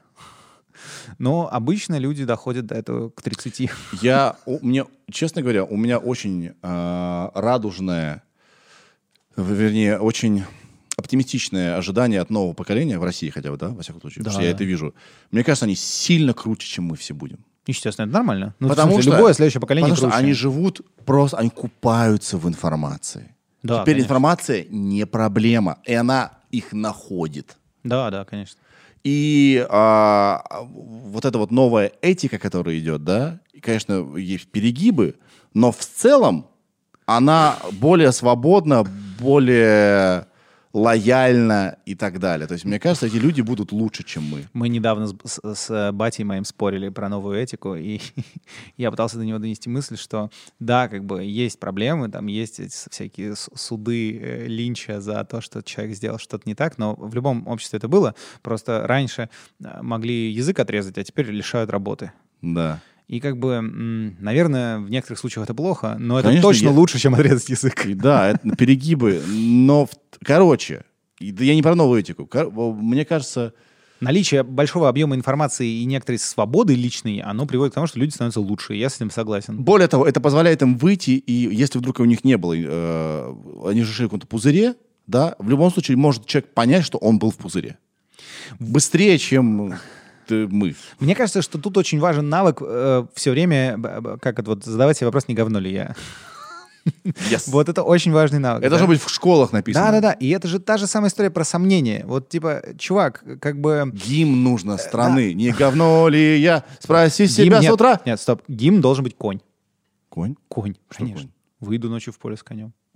C: Но обычно люди доходят до этого к тридцати.
A: Я, у- мне, честно говоря, у меня очень э, радужное, в- вернее, очень оптимистичное ожидание от нового поколения в России хотя бы, да, во всяком случае, потому
C: Да,
A: что я
C: да.
A: это вижу. Мне кажется, они сильно круче, чем мы все будем.
C: Естественно, это нормально. Ну,
A: потому
C: в смысле,
A: что,
C: любое следующее поколение
A: потому что
C: круче.
A: они живут просто, они купаются в информации.
C: Да,
A: Теперь
C: конечно.
A: информация не проблема, и она их находит.
C: Да, да, конечно.
A: И а, вот эта вот новая этика, которая идет, да, и, конечно, есть перегибы, но в целом она более свободна, более лояльна и так далее. То есть, мне кажется, эти люди будут лучше, чем мы.
C: Мы недавно с, с- с батей моим спорили про новую этику, и я пытался до него донести мысль, что да, как бы есть проблемы, там есть эти всякие с- суды э, Линча за то, что человек сделал что-то не так, но в любом обществе это было. Просто раньше э, могли язык отрезать, а теперь лишают работы.
A: Да.
C: И как бы, м, наверное, в некоторых случаях это плохо, но это
A: Конечно,
C: точно
A: я-
C: лучше, чем отрезать язык.
A: И да, это перегибы. Но, в- короче, и- да я не про новую этику. Кор- Мне кажется,
C: Наличие большого объема информации и некоторой свободы личной, оно приводит к тому, что люди становятся лучше. И я с этим согласен.
A: более того, это позволяет им выйти, и если вдруг у них не было, э, они же шли в каком-то пузыре, да, в любом случае может человек понять, что он был в пузыре. Быстрее, чем ты- мы.
C: Мне кажется, что тут очень важен навык э, все время, б- б- как это вот, задавать себе вопрос, не говно ли я.
A: Yes.
C: Вот это очень важный навык.
A: Это
C: да?
A: должно быть в школах написано.
C: Да-да-да, и это же та же самая история про сомнения. Вот типа, чувак, как бы...
A: Гимн нужно страны. Не говно ли я? Спроси
C: гимн-
A: себя
C: нет,
A: с утра.
C: Нет, стоп, гимн должен быть конь.
A: Конь?
C: Конь,
A: Что
C: конечно.
A: конь?
C: Выйду ночью в поле с конем.
A: А.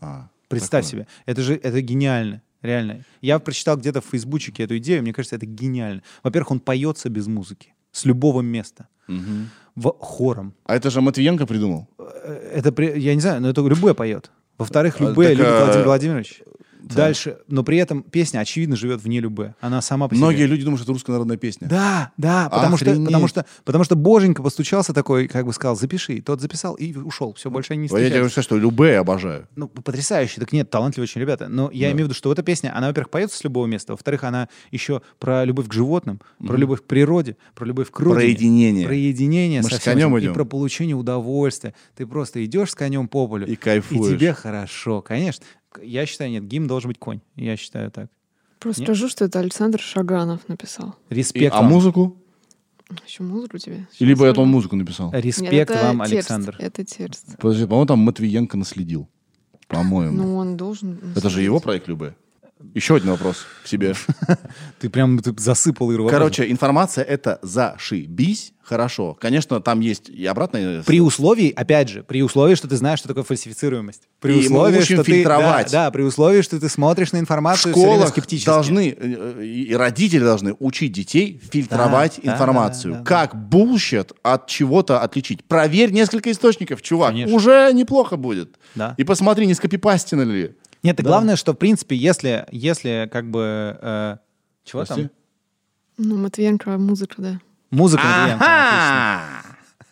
C: Представь
A: Такое.
C: себе. Это же это гениально. Реально. Я прочитал где-то в фейсбучике эту идею, мне кажется, это гениально. Во-первых, он поется без музыки. С любого места.
A: Мгм.
C: В хором.
A: А это же Матвиенко придумал.
C: Это, при- я не знаю, но это Любэ поет. Во-вторых,
A: А,
C: Любэ
A: так,
C: любит
A: а,
C: Владимир Владимирович.
A: да.
C: Дальше, но при этом песня, очевидно, живет вне Любэ. Она сама по себе.
A: Многие люди думают, что это русская народная песня.
C: Да, да, потому что,
A: Охренеть.
C: потому, что, потому что Боженька постучался такой, как бы сказал, запиши. И тот записал и ушел. Все, больше они не
A: А я тебе
C: встречаются.
A: хочу сказать, что Любэ я обожаю.
C: Ну, потрясающе. Так нет, талантливые очень ребята. Но я
A: Да.
C: имею в виду, что эта песня, она, во-первых, поется с любого места. Во-вторых, она еще про любовь к животным, про любовь к природе, про любовь к родине.
A: Про единение.
C: Про единение.
A: Мы
C: со
A: ж с
C: всем
A: конем
C: этим.
A: идем.
C: И про получение удовольствия. Ты просто идешь с конем по полю.
A: И кайфуешь.
C: И тебе хорошо. Конечно. Я считаю, нет, гимн должен быть конь. Я считаю так.
D: Просто
C: Нет?
D: скажу, что это Александр Шаганов написал.
A: И-
C: Респект
A: а
C: вам.
A: музыку?
D: Еще музыку тебе?
A: И Либо это он музыку написал.
C: Респект
D: Нет, это
C: вам,
D: текст,
C: Александр.
D: Это текст.
A: Подожди, по-моему, там Матвиенко наследил. По-моему.
D: Ну, он должен...
A: Это же его проект Любэ. Еще один вопрос к себе.
C: Ты прям ты засыпал Иру.
A: Короче, информация это зашибись. Хорошо. Конечно, там есть и обратная...
C: При условии, опять же, при условии, что ты знаешь, что такое фальсифицируемость. При
A: И мы
C: условии,
A: учим
C: что ты,
A: фильтровать.
C: да, да, при условии, что ты смотришь на
A: В
C: информацию все время
A: школах
C: скептически.
A: должны, э, и родители должны учить детей фильтровать
C: Да, да,
A: информацию.
C: да, да, да.
A: Как булщит от чего-то отличить. Проверь несколько источников, чувак.
C: Конечно.
A: Уже неплохо будет.
C: Да.
A: И посмотри, не скопипастено ли.
C: Нет, и
A: Да.
C: главное, что, в принципе, если, если как бы... э, чего
A: Прости?
C: там?
D: Ну, Матвиенко, музыка, да.
C: Музыка Матвиенко, отлично.
A: Ага!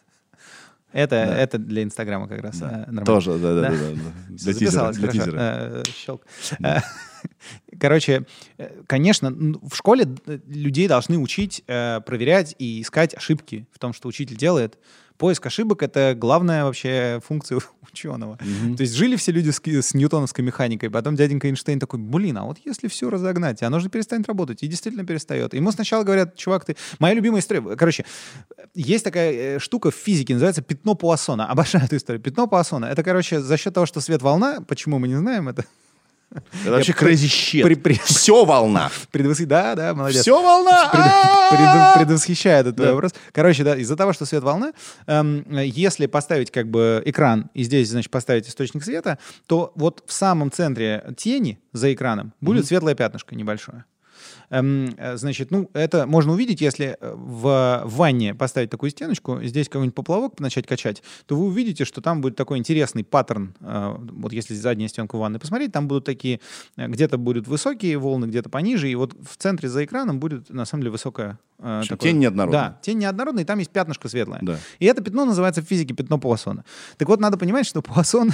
C: Это, это для Инстаграма как раз. э, нормально.
A: Тоже, да, да,
C: Да.
A: да. да, да. Для тизера.
C: Записалось,
A: Для
C: хорошо.
A: тизера.
C: Э, щелк. Э, Короче, э, конечно, н- в школе э, людей должны учить э, проверять и искать ошибки в том, что учитель делает. Поиск ошибок — это главная вообще функция ученого. То есть жили все люди с, ки- с ньютоновской механикой, потом дяденька Эйнштейн такой, блин, а вот если все разогнать, оно же перестанет работать. И действительно перестает. Ему сначала говорят, чувак, ты... Моя любимая история... Короче, есть такая э, штука в физике, называется пятно Пуассона. Обожаю эту историю. Пятно Пуассона — это, короче, за счет того, что свет-волна, почему мы не знаем это,
A: Это вообще
C: при-
A: crazy shit.
C: при- при-
A: Все волна.
C: предвос... Да, да, молодец.
A: Все волна.
C: Пред-
A: А-а-а!
C: пред- предвосхищает этот
A: Да.
C: вопрос. Короче, да, из-за того, что свет волна, эм, если поставить как бы экран и здесь, значит, поставить источник света, то вот в самом центре тени за экраном будет светлое пятнышко небольшое. Эм, э, значит, ну, это можно увидеть, если э, в, в ванне поставить такую стеночку, здесь какой-нибудь поплавок начать качать, то вы увидите, что там будет такой интересный паттерн. Э, вот если задняя стенка ванны посмотреть, там будут такие, э, где-то будут высокие волны, где-то пониже, и вот в центре за экраном будет, на самом деле, высокая... э,
A: Общем,
C: такое-
A: тень неоднородная.
C: Да, тень неоднородная, и там есть пятнышко светлое.
A: Да.
C: И это пятно называется в физике пятно Пуассона. Так вот, надо понимать, что Пуассон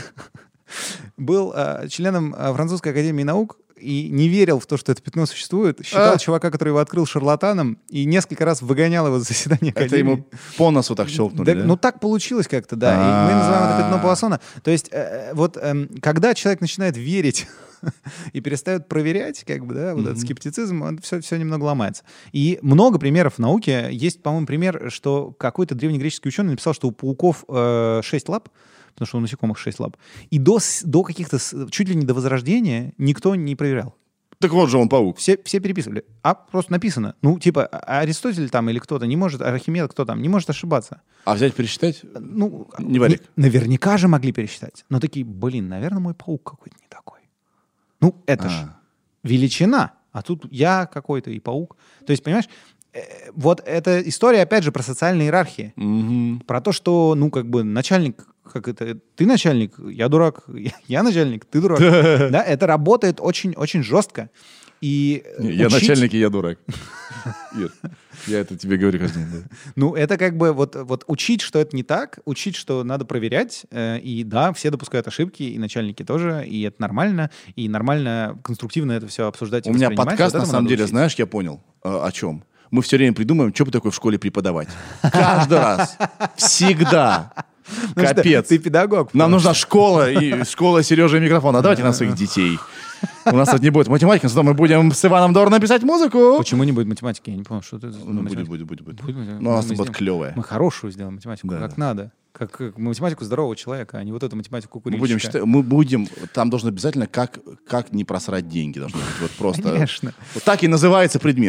C: был э, членом э, Французской академии наук и не верил в то, что это пятно существует. Считал
A: А.
C: чувака, который его открыл, шарлатаном, и несколько раз выгонял его с заседания
A: Это
C: академии.
A: ему по носу так щелкнули,
C: Да,
A: да?
C: Ну, так получилось как-то, да. И мы называем это пятно
A: А.
C: Пуассона. То есть, э, вот эм, когда человек начинает верить и перестает проверять, как бы, да, вот этот скептицизм, он все, все немного ломается. И много примеров в науке. Есть, по-моему, пример, что какой-то древнегреческий ученый написал, что у пауков э, шесть лап, потому что у насекомых шесть лап. И до, с- до каких-то, с- чуть ли не до Возрождения никто не проверял.
A: Так вот же он паук.
C: Все, все переписывали. А просто написано. Ну, типа, а- Аристотель там или кто-то не может, Архимед кто там, не может ошибаться.
A: А взять пересчитать?
C: Ну,
A: Не варик.
C: не- наверняка же могли пересчитать. Но такие, блин, наверное, мой паук какой-то не такой. Ну, это
A: А.
C: ж величина. А тут я какой-то и паук. То есть, понимаешь, э, вот эта история, опять же, про социальные иерархии.
A: Мгм.
C: Про то, что, ну, как бы начальник, как это, ты начальник, я дурак, я, я начальник, ты дурак. Да, это работает очень-очень жестко. И э,
A: Не, Я
C: учить-
A: начальник, и я дурак. Ир, я это тебе говорю каждый день. да.
C: Ну, это как бы вот, вот учить, что это не так, учить, что надо проверять. э, и да, все допускают ошибки, и начальники тоже, и это нормально. И нормально, конструктивно это все обсуждать и
A: У меня
C: воспринимать.
A: подкаст,
C: Вот
A: на
C: этому
A: самом
C: надо
A: деле,
C: учить.
A: знаешь, я понял, э, о чем. Мы все время придумаем, что бы такое в школе преподавать. Каждый раз. Всегда.
C: Ну что,
A: Капец.
C: ты педагог.
A: Нам нужна школа, и школа Сережа и микрофон. А давайте на своих детей. У нас тут не будет математики, зато мы будем с Иваном Дорном писать музыку.
C: Почему не будет математики? Я не помню, что это за
A: Ну, будет,
C: математика.
A: будет, будет, будет.
C: Будет математика.
A: Ну, у нас
C: Мы
A: тут будет
C: сделаем.
A: клевая.
C: Мы хорошую сделаем математику,
A: Да,
C: как
A: да.
C: надо. Как, как математику здорового человека, а не вот эту математику
A: Мы будем
C: курильщика.
A: считать, мы будем, там должно обязательно, как, как не просрать деньги, должно быть. Вот просто.
C: Конечно.
A: Вот так и называется предмет.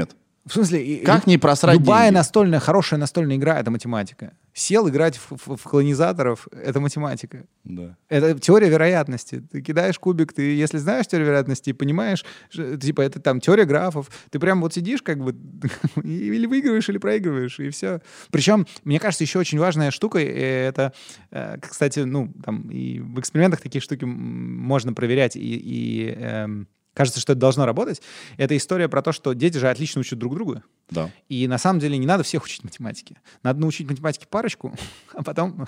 C: В смысле, и-
A: Как
C: лю-
A: не просрать
C: любая
A: деньги?
C: настольная, хорошая настольная игра — это математика. Сел играть в, в- в колонизаторов — это математика.
A: Да.
C: Это теория вероятности. Ты кидаешь кубик, ты, если знаешь теорию вероятности и понимаешь, что, типа, это там теория графов, ты прям вот сидишь как бы и- или выигрываешь, или проигрываешь, и все. Причем, мне кажется, еще очень важная штука, э, это, э, кстати, ну, там и в экспериментах такие штуки м, можно проверять, и, и, эм, кажется, что это должно работать. Это история про то, что дети же отлично учат друг друга.
A: Да.
C: И на самом деле не надо всех учить математике. Надо научить математике парочку, а потом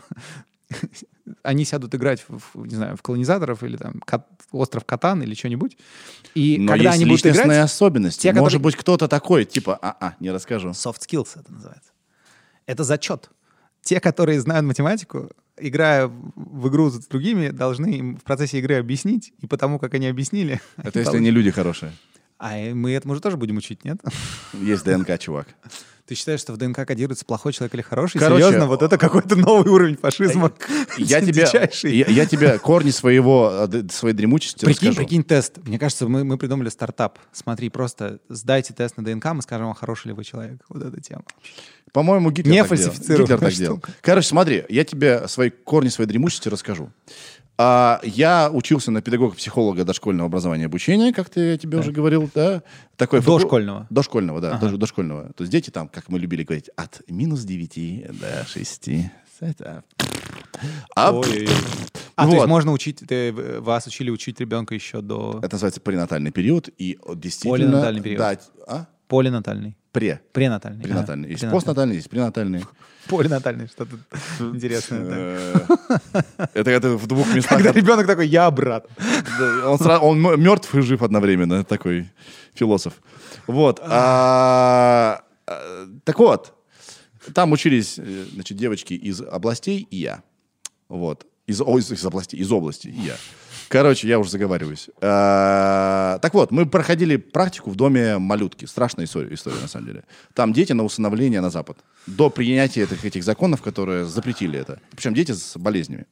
C: они сядут играть в, в, не знаю, в колонизаторов или там Кат- остров Катан или что-нибудь. И
A: Но
C: когда
A: есть
C: они будут
A: личностные
C: играть...
A: особенности.
C: те,
A: Может
C: которые-
A: быть, кто-то такой, типа, а-а, не расскажу.
C: Soft skills это называется. Это зачет. Те, которые знают математику, играя в- в игру с другими, должны им в процессе игры объяснить, и потому как они объяснили...
A: Это
C: они
A: если
C: получат.
A: они люди хорошие.
C: А и мы этому же тоже будем учить, нет?
A: Есть ДНК, чувак.
C: Ты считаешь, что в ДНК кодируется плохой человек или хороший?
A: Короче,
C: Серьезно? Вот это какой-то новый уровень фашизма.
A: Я тебе,
C: Дичайший.
A: я, я тебе корни своего, э, д- своей дремучести
C: Прикинь,
A: расскажу.
C: прикинь тест. Мне кажется, мы, мы придумали стартап. Смотри, просто сдайте тест на ДНК, мы скажем вам, хороший ли вы человек. Вот эта тема.
A: По-моему, Гитлер
C: Не
A: так делал.
C: фальсифицированная
A: Гитлер так
C: штука.
A: делал. Короче, смотри, я тебе свои корни своей дремучести расскажу. А, я учился на педагога-психолога дошкольного образования и обучения, как ты, я тебе уже говорил, да? Такой факу-
C: Дошкольного.
A: Дошкольного, да, даже дошкольного. То есть дети там, как мы любили говорить, от минус девяти до шести. Это- А,
C: Ой-ой-ой. А, то
A: Вот.
C: есть можно учить, ты, э, вас учили учить ребенка еще до
A: Это называется пренатальный период. И вот действительно...
C: Полинатальный период.
A: Да, а?
C: полинатальный.
A: Пре.
C: Пренатальный.
A: Пренатальный.
C: А,
A: Есть
C: пренатальный.
A: постнатальный, есть пренатальный.
C: Полинатальный, что-то интересное. да.
A: Э, Это когда в двух местах...
C: Когда ребенок такой, я брат.
A: Да, Он, сра- он м- мертв и жив одновременно. Это такой философ. Вот. А, а, так вот. Там учились, э, значит, девочки из областей и я. Вот. Из, о, из, из областей, из области и я. Короче, я уже заговариваюсь. А, так вот, мы проходили практику в доме малютки. Страшная история, история, на самом деле. Там дети на усыновление на Запад. До принятия этих, этих законов, которые запретили это. Причем дети с болезнями.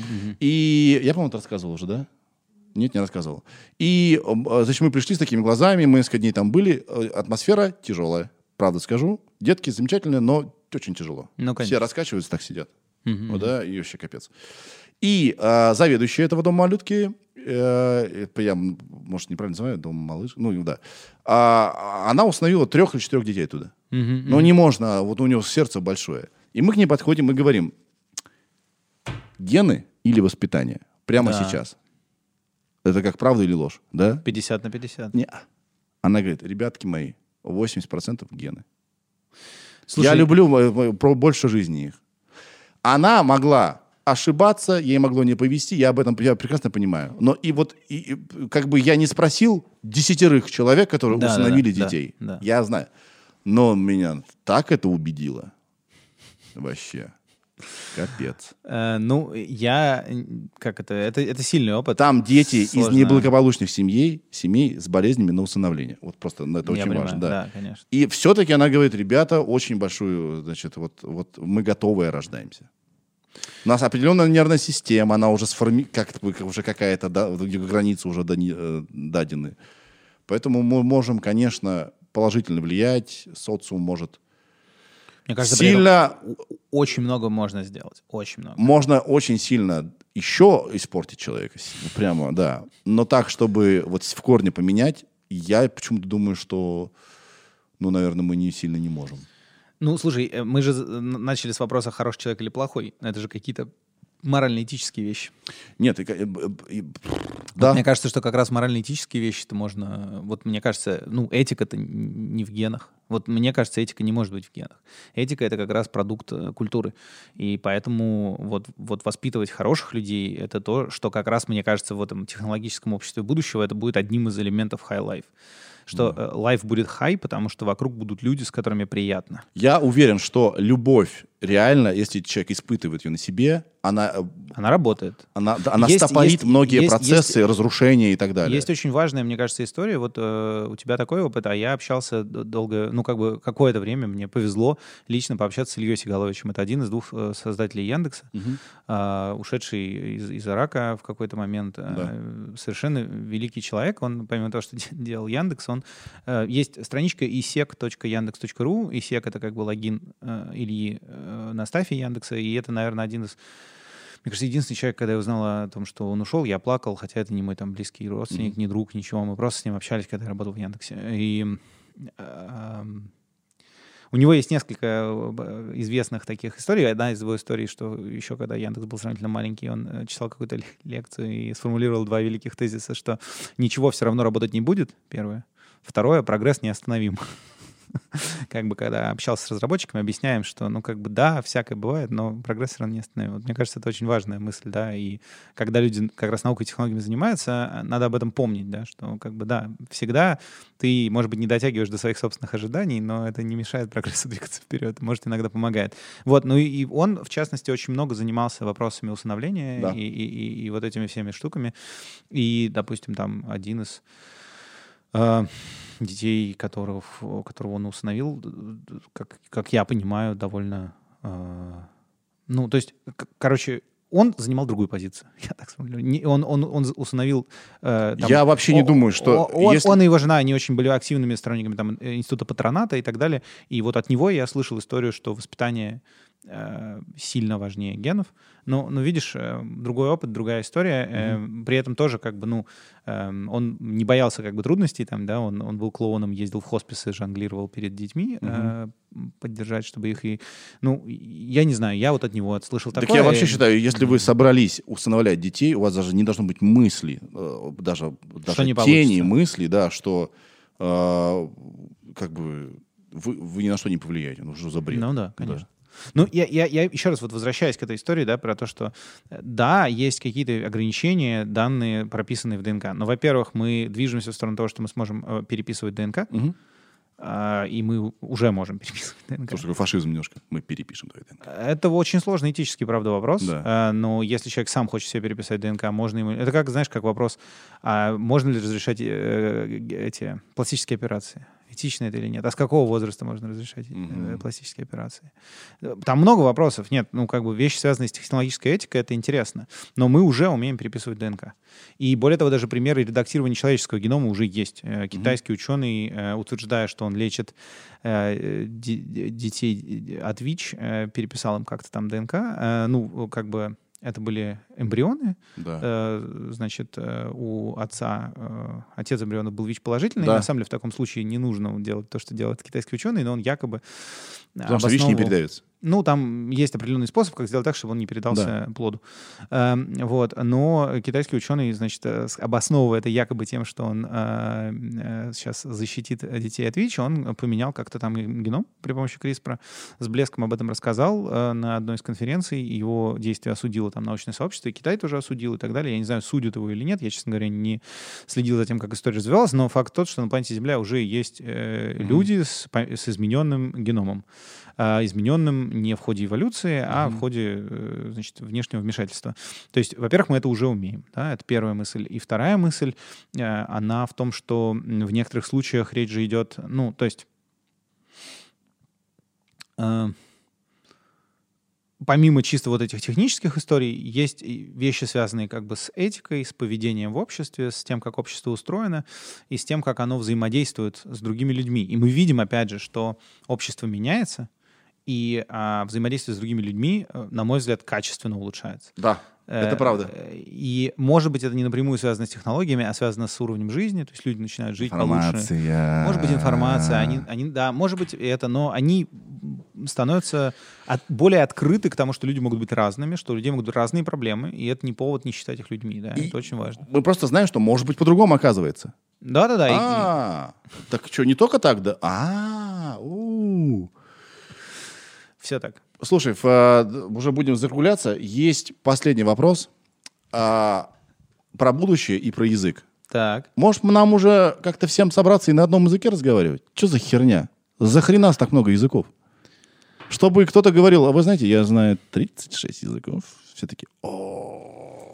A: И я, по-моему, это рассказывал уже, да? Нет, не рассказывал. И, э, значит, мы пришли с такими глазами, мы несколько дней там были. Э, Атмосфера тяжелая, правда скажу. Детки замечательные, но очень тяжело.
C: Ну, конечно.
A: Все раскачиваются, так сидят. Вот, да, и вообще капец. И э, заведующая этого дома малютки, э, это я, м, может, неправильно называю, дом малыш, ну, да, а, она установила трех или четырех детей оттуда. Но не можно, вот у него сердце большое. И мы к ней подходим и говорим, гены или воспитание? Прямо
C: Да.
A: сейчас. Это как правда или ложь, да?
C: пятьдесят на пятьдесят.
A: Не. Она говорит, ребятки мои, восемьдесят процентов гены.
C: Слушай,
A: Я люблю э, э, про больше жизни их. Она могла ошибаться, ей могло не повезти, я об этом я прекрасно понимаю. Но и вот и, и, как бы я не спросил десятерых человек, которые
C: Да,
A: усыновили
C: да, да,
A: детей.
C: да.
A: Я знаю. Но меня так это убедило. Вообще. Капец.
C: э, ну, я, м, как это, это, это сильный опыт.
A: Там дети
C: Сложно.
A: из неблагополучных семей, семей с болезнями на усыновление. Вот просто ну, это
C: Я
A: очень
C: понимаю,
A: важно. Да.
C: да, конечно.
A: И все-таки она говорит, ребята, очень большую, значит, вот, вот мы готовые рождаемся. У нас определенная нервная система, она уже сформи... как уже какая-то да, границы уже дани... э, дадены. Поэтому мы можем, конечно, положительно влиять, социум может
C: Мне кажется, при этом
A: сильно,
C: очень много можно сделать. Очень много.
A: можно очень сильно еще испортить человека, прямо, да. Но так, чтобы вот в корне поменять, я почему-то думаю, что, ну, наверное, мы не сильно не можем.
C: Ну, слушай, э, мы же з- н- начали с вопроса, хороший человек или плохой. Это же какие-то морально-этические вещи.
A: Нет, и, э, э, и- да.
C: Мне кажется, что как раз морально-этические вещи-то можно... Вот мне кажется, ну, этика-то н- не в генах. Вот мне кажется, этика не может быть в генах. Этика — это как раз продукт э, культуры. И поэтому вот, вот воспитывать хороших людей — это то, что как раз, мне кажется, в этом технологическом обществе будущего это будет одним из элементов high life. Что э, life будет high, потому что вокруг будут люди, с которыми приятно.
A: Я уверен, что любовь реально, если человек испытывает ее на себе, она,
C: Она работает.
A: она, да, она
C: Есть-
A: стопорит
C: есть-
A: многие
C: есть-
A: процессы, разрушения и так далее.
C: Есть очень важная, мне кажется, история. Вот э, у тебя такой опыт, а я общался д- долго, ну, как бы какое-то время мне повезло лично пообщаться с Ильей Сигаловичем. Это один из двух э, создателей Яндекса,
A: Мгм.
C: э, ушедший из, из Ирака в какой-то момент. Э, Совершенно великий человек. Он, помимо того, что де- делал Яндекс, он... э, есть страничка исек точка яндекс точка ру. исек — это как бы логин э, Ильи э, на стафе Яндекса, и это, наверное, один из... Мне кажется, единственный человек, когда я узнал о том, что он ушел, я плакал, хотя это не мой там близкий родственник, не друг, ничего. Мы просто с ним общались, когда я работал в Яндексе. И э, у него есть несколько э, известных таких историй. Одна из его историй, что еще когда Яндекс был сравнительно маленький, он э, читал какую-то ле- лекцию и сформулировал два великих тезиса, что ничего все равно работать не будет, первое. Второе, прогресс неостановим. Как бы, когда общался с разработчиками, объясняем, что, ну, как бы, да, всякое бывает, но прогресс все равно не остановим. Вот, мне кажется, это очень важная мысль, да, и когда люди как раз наукой и технологиями занимаются, надо об этом помнить, да, что, как бы, да, всегда ты, может быть, не дотягиваешь до своих собственных ожиданий, но это не мешает прогрессу двигаться вперед, может, иногда помогает. Вот, ну, и он, в частности, очень много занимался вопросами усыновления
A: Да.
C: и, и, и, и вот этими всеми штуками, и, допустим, там один из э, детей, которых, которого он усыновил, как, как я понимаю, довольно... э, ну, то есть, к- короче, он занимал другую позицию. Я так смотрю. Не- Он, он, он усыновил... э, там,
A: Я вообще не
C: о-
A: думаю, что
C: о- Он,
A: если-
C: он и его жена, они очень были активными сторонниками там, э, института патроната и так далее. И вот от него я слышал историю, что воспитание э, сильно важнее генов. Но, но видишь, э, другой опыт, другая история. Э, При этом тоже как бы, ну, э, он не боялся как бы трудностей там, да, он, он был клоуном, ездил в хосписы, жонглировал перед детьми, э, поддержать, чтобы их и... Ну, я не знаю, я вот от него слышал
A: Так
C: такое.
A: я вообще считаю, если вы собрались усыновлять детей, у вас даже не должно быть мысли, э, даже, даже
C: не
A: тени
C: получится.
A: мысли, да, что э, как бы вы, вы ни на что не повлияете. Ну что за бред?
C: Ну да, конечно. Ну, я, я, я еще раз вот возвращаясь к этой истории, да, про то, что э, да, есть какие-то ограничения, данные, прописанные в ДНК. Но, во-первых, мы движемся в сторону того, что мы сможем э, переписывать ДНК,
A: Мгм.
C: а, и мы уже можем переписывать ДНК.
A: Слушай, такой фашизм немножко. Мы перепишем твою ДНК.
C: Это очень сложный этический, правда, вопрос.
A: Да.
C: А, но если человек сам хочет себе переписать ДНК, можно ему... Это как, знаешь, как вопрос, а можно ли разрешать э, г- эти пластические операции? Этично это или нет? А с какого возраста можно разрешать э,
A: Мгм.
C: пластические операции? Э, Там много вопросов. Нет, ну, как бы вещи, связанные с технологической этикой, это интересно. Но мы уже умеем переписывать ДНК. И более того, даже примеры редактирования человеческого генома уже есть. Э, Китайский ученый, э, утверждая, что он лечит э, де- де- детей от ВИЧ, э, переписал им как-то там ДНК. Э, Ну, как бы это были эмбрионы.
A: Да.
C: Э, Значит, э, у отца, э, отец эмбриона был ВИЧ-положительный.
A: Да.
C: На самом деле, в таком случае не нужно делать то, что делает китайский ученый, но он якобы
A: Потому что ВИЧ не
C: обосновывал-
A: передается.
C: Ну, там есть определенный способ, как сделать так, чтобы он не передался плоду. Эм, вот. Но китайский ученый, значит, э, с- обосновывая это якобы тем, что он э, э, сейчас защитит детей от ВИЧ, он поменял как-то там им геном при помощи CRISPR. С блеском об этом рассказал э, на одной из конференций. Его действия осудило там научное сообщество, и Китай тоже осудил и так далее. Я не знаю, судят его или нет. Я, честно говоря, не следил за тем, как история развивалась, но факт тот, что на планете Земля уже есть э, люди с, по- с измененным геномом. А, измененным не в ходе эволюции, а в ходе, э, значит, внешнего вмешательства. То есть, во-первых, мы это уже умеем. Да? Это первая мысль. И вторая мысль, э, она в том, что м, в некоторых случаях речь же идет, ну, то есть, э, помимо чисто вот этих технических историй, есть и вещи, связанные как бы с этикой, с поведением в обществе, с тем, как общество устроено, и с тем, как оно взаимодействует с другими людьми. И мы видим, опять же, что общество меняется, и а, взаимодействие с другими людьми, э, на мой взгляд, качественно улучшается.
A: Да, это
C: Э,
A: правда.
C: э, И, может быть, это не напрямую связано с технологиями, а связано с уровнем жизни. То есть люди начинают жить получше.
A: Информация.
C: Может быть, информация. Они, они, да, может быть, и это, но они становятся от- более открыты к тому, что люди могут быть разными, что у людей могут быть разные проблемы, и это не повод не считать их людьми. Да?
A: И-
C: Это очень важно.
A: Мы просто знаем, что может быть по-другому оказывается.
C: Да-да-да. и- и-
A: А, так что, не только так, да? А, у.
C: Все так.
A: Слушай, ф- а, д- уже будем закругляться. Есть последний вопрос а, про будущее и про язык.
C: Так.
A: Может, нам уже как-то всем собраться и на одном языке разговаривать? Что за херня? За хрена так много языков? Чтобы кто-то говорил, а вы знаете, я знаю тридцать шесть языков. Все такие, о,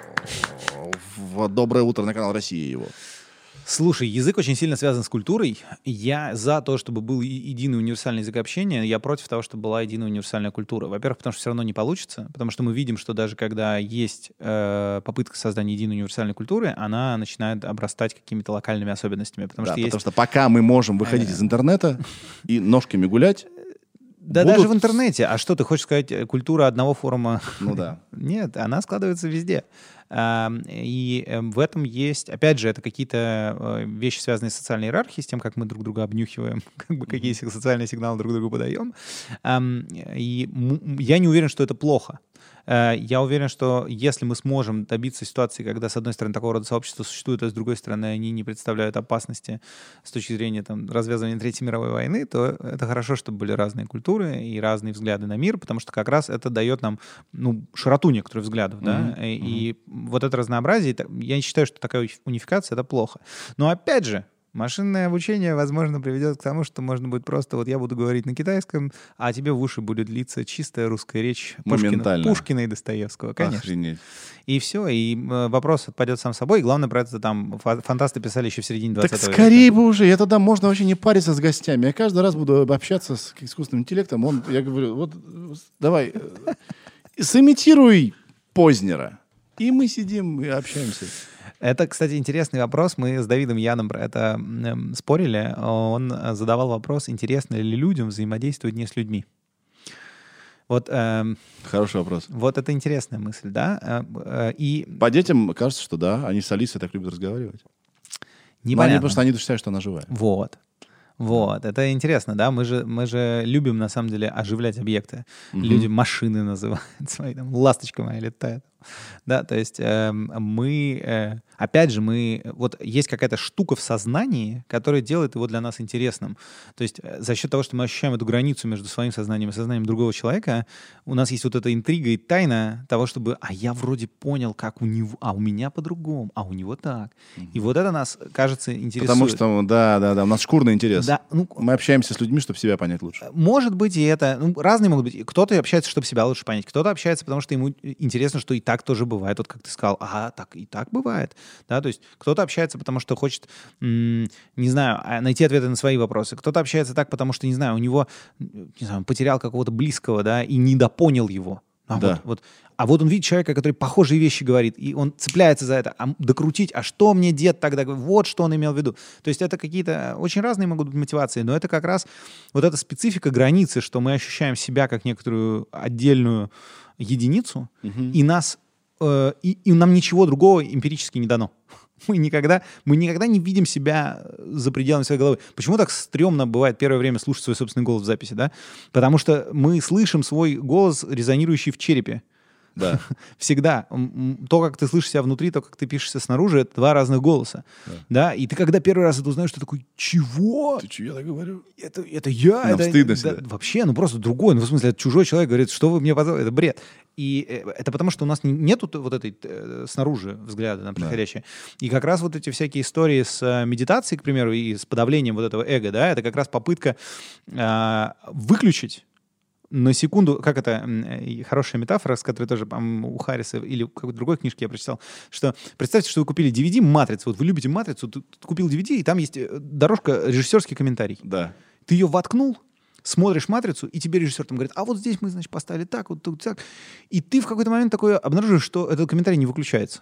A: доброе утро на канал Россия его.
C: Слушай, язык очень сильно связан с культурой. Я за то, чтобы был е- единый универсальный язык общения. Я против того, чтобы была единая универсальная культура. Во-первых, потому что все равно не получится. Потому что мы видим, что даже когда есть э, попытка создания единой универсальной культуры, она начинает обрастать какими-то локальными особенностями. Потому
A: Да,
C: что
A: потому
C: есть...
A: что пока мы можем выходить из интернета и ножками гулять,
C: Да
A: будут-
C: даже в интернете. А что, ты хочешь сказать, э, культура одного форума?
A: ну да.
C: Нет, она складывается везде. А, И э, в этом есть, опять же, это какие-то э, вещи, связанные с социальной иерархией, с тем, как мы друг друга обнюхиваем, как бы какие си- социальные сигналы друг другу подаем. Ам, И м- я не уверен, что это плохо. Э, Я уверен, что если мы сможем добиться ситуации, когда, с одной стороны, такого рода сообщества существует, а с другой стороны, они не представляют опасности с точки зрения там, развязывания Третьей мировой войны, то это хорошо, чтобы были разные культуры и разные взгляды на мир, потому что как раз это дает нам ну, широту некоторых взглядов. Да? И, и вот это разнообразие, это- я не считаю, что такая унификация — это плохо. Но опять же, машинное обучение, возможно, приведет к тому, что можно будет просто, вот я буду говорить на китайском, а тебе в уши будет литься чистая русская речь Пушкина,
A: Моментально.
C: Пушкина и Достоевского, конечно.
A: Охренеть.
C: И все, и э, вопрос отпадет сам собой. И главное, про это там фа- фантасты писали еще в середине
A: Так
C: двадцатого
A: скорее
C: века.
A: бы уже, я тогда можно вообще не париться с гостями. Я каждый раз буду общаться с искусственным интеллектом. Он, я говорю, вот давай, э, сымитируй Познера. И мы сидим и общаемся.
C: Это, кстати, интересный вопрос. Мы с Давидом Яном про это м, спорили. Он э, задавал вопрос, интересно ли людям взаимодействовать не с людьми. Вот, эм,
A: Хороший вопрос.
C: вот это интересная мысль, да? Э, э, И
A: По детям кажется, что да, они с Алисой так любят разговаривать. Но они,
C: непонятно.
A: потому что они считают, что она живая.
C: Вот. Вот, это интересно, да, мы же, мы же любим, на самом деле, оживлять объекты. Люди машины называют свои, там, ласточка моя летает. Да, то есть эм, мы, э, опять же, мы, вот есть какая-то штука в сознании, которая делает его для нас интересным. То есть э, за счет того, что мы ощущаем эту границу между своим сознанием и сознанием другого человека, у нас есть вот эта интрига и тайна того, чтобы, а я вроде понял, как у него, а у меня по-другому, а у него так. И вот это нас, кажется, интересует.
A: Потому что, да, да, да, у нас шкурный интерес.
C: Да, ну,
A: Мы общаемся с людьми, чтобы себя понять лучше.
C: может быть, и это. Ну, разные могут быть. Кто-то общается, чтобы себя лучше понять. Кто-то общается, потому что ему интересно, что и так тоже бывает. Вот как ты сказал, ага, так и так бывает. Да, то есть кто-то общается, потому что хочет, м- не знаю, а, найти ответы на свои вопросы. Кто-то общается так, потому что, не знаю, у него, не знаю, он потерял какого-то близкого, да, и недопонял его. А,
A: Да.
C: вот, вот. а вот он видит человека, который похожие вещи говорит, и он цепляется за это. А м- докрутить, а что мне дед тогда говорит? Вот что он имел в виду. То есть это какие-то очень разные могут быть мотивации, но это как раз вот эта специфика границы, что мы ощущаем себя как некоторую отдельную единицу, и нас э, и, и нам ничего другого эмпирически не дано. Мы никогда, мы никогда не видим себя за пределами своей головы. Почему так стрёмно бывает первое время слушать свой собственный голос в записи, да? Потому что мы слышим свой голос, резонирующий в черепе.
A: Да.
C: Всегда. М, м, То, как ты слышишь себя внутри, то, как ты пишешься снаружи, это два разных голоса. Да. И ты когда первый раз это узнаешь, ты такой, чего?
A: Ты что, я так говорю?
C: Это, это я?
A: Нам
C: это,
A: стыдно
C: да,
A: всегда.
C: вообще, ну просто другой. Ну, в смысле, это чужой человек говорит, что вы мне позвали? Это бред. И э, это потому, что у нас не- нету т- вот этой э, снаружи взгляда на происходящее. И как раз вот эти всякие истории с э, медитацией, к примеру, и с подавлением вот этого эго, да, это как раз попытка э, выключить на секунду, как это, м, э, хорошая метафора, с которой тоже по-моему, у Харриса или в какой-то другой книжке я прочитал, что представьте, что вы купили ди ви ди «Матрицу», вот вы любите «Матрицу», ты, ты купил ди ви ди, и там есть э, дорожка, режиссерский комментарий.
A: Да.
C: Ты ее воткнул, смотришь «Матрицу», и тебе режиссер там говорит, а вот здесь мы, значит, поставили так, вот тут так. И ты в какой-то момент такой обнаружишь, что этот комментарий не выключается.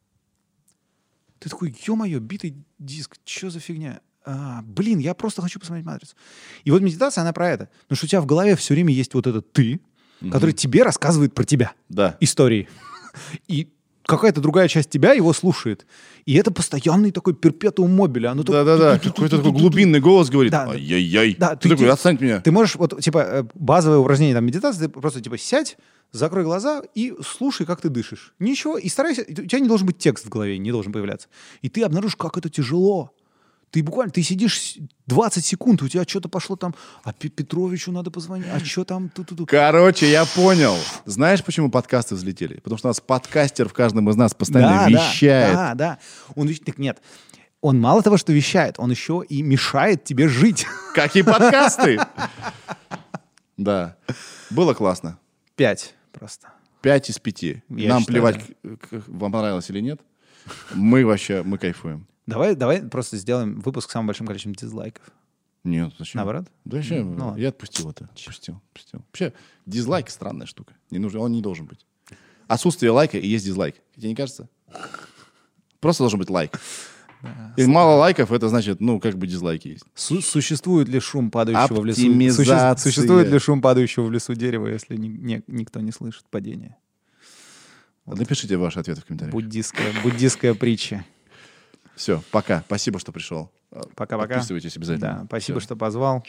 C: Ты такой, ё-моё, битый диск, что за фигня? А, блин, я просто хочу посмотреть «Матрицу». И вот медитация, она про это. Потому что у тебя в голове все время есть вот этот ты, который тебе рассказывает про тебя.
A: Да.
C: Истории. И какая-то другая часть тебя его слушает. И это постоянный такой перпетуум мобиле. Оно так-
A: Да-да-да. Какой-то такой глубинный голос говорит.
C: Да, да.
A: Ай-яй-яй.
C: Да,
A: Ты
C: ты-
A: такой,
C: ты-
A: отстань от меня.
C: Ты можешь, вот, типа, э, базовое упражнение там медитации, ты просто, типа, сядь, закрой глаза и слушай, как ты дышишь. Ничего, и старайся, у тебя не должен быть текст в голове, не должен появляться. И ты обнаружишь, как это тяжело. Ты буквально, ты сидишь двадцать секунд, у тебя что-то пошло там, а Пе- Петровичу надо позвонить, а что там, ту-ту-ту.
A: Короче, я понял. Знаешь, почему подкасты взлетели? Потому что у нас подкастер в каждом из нас постоянно вещает.
C: Да, да. Он вещ- так нет. Он мало того, что вещает, он еще и мешает тебе жить.
A: Как и подкасты. Да. Было классно.
C: Пять просто.
A: Пять из пяти.
C: Я
A: Нам
C: считаю,
A: плевать, к- к- вам понравилось или нет. Мы вообще, мы кайфуем.
C: Давай, давай просто сделаем выпуск с самым большим количеством дизлайков.
A: Нет, зачем?
C: Наоборот?
A: Да вообще,
C: Ну, ладно.
A: я отпустил это. Отпустил, отпустил. Вообще, дизлайк странная штука. Не нужен, он не должен быть. Отсутствие лайка и есть дизлайк. Тебе не кажется? Просто должен быть лайк. И мало лайков, это значит, ну, как бы дизлайки есть.
C: Су- существует ли шум падающего в лесу?
A: Оптимизация.
C: Суще- Существует ли шум падающего в лесу дерева, если ни- ни- никто не слышит падения?
A: Напишите ваши ответы в комментариях.
C: Буддистская, буддистская притча.
A: Все, пока. Спасибо, что пришел.
C: Пока-пока.
A: Подписывайтесь обязательно.
C: Да, спасибо,
A: Всё.
C: что позвал.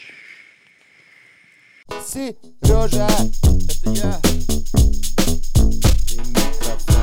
B: Сережа, это я. И микрофон.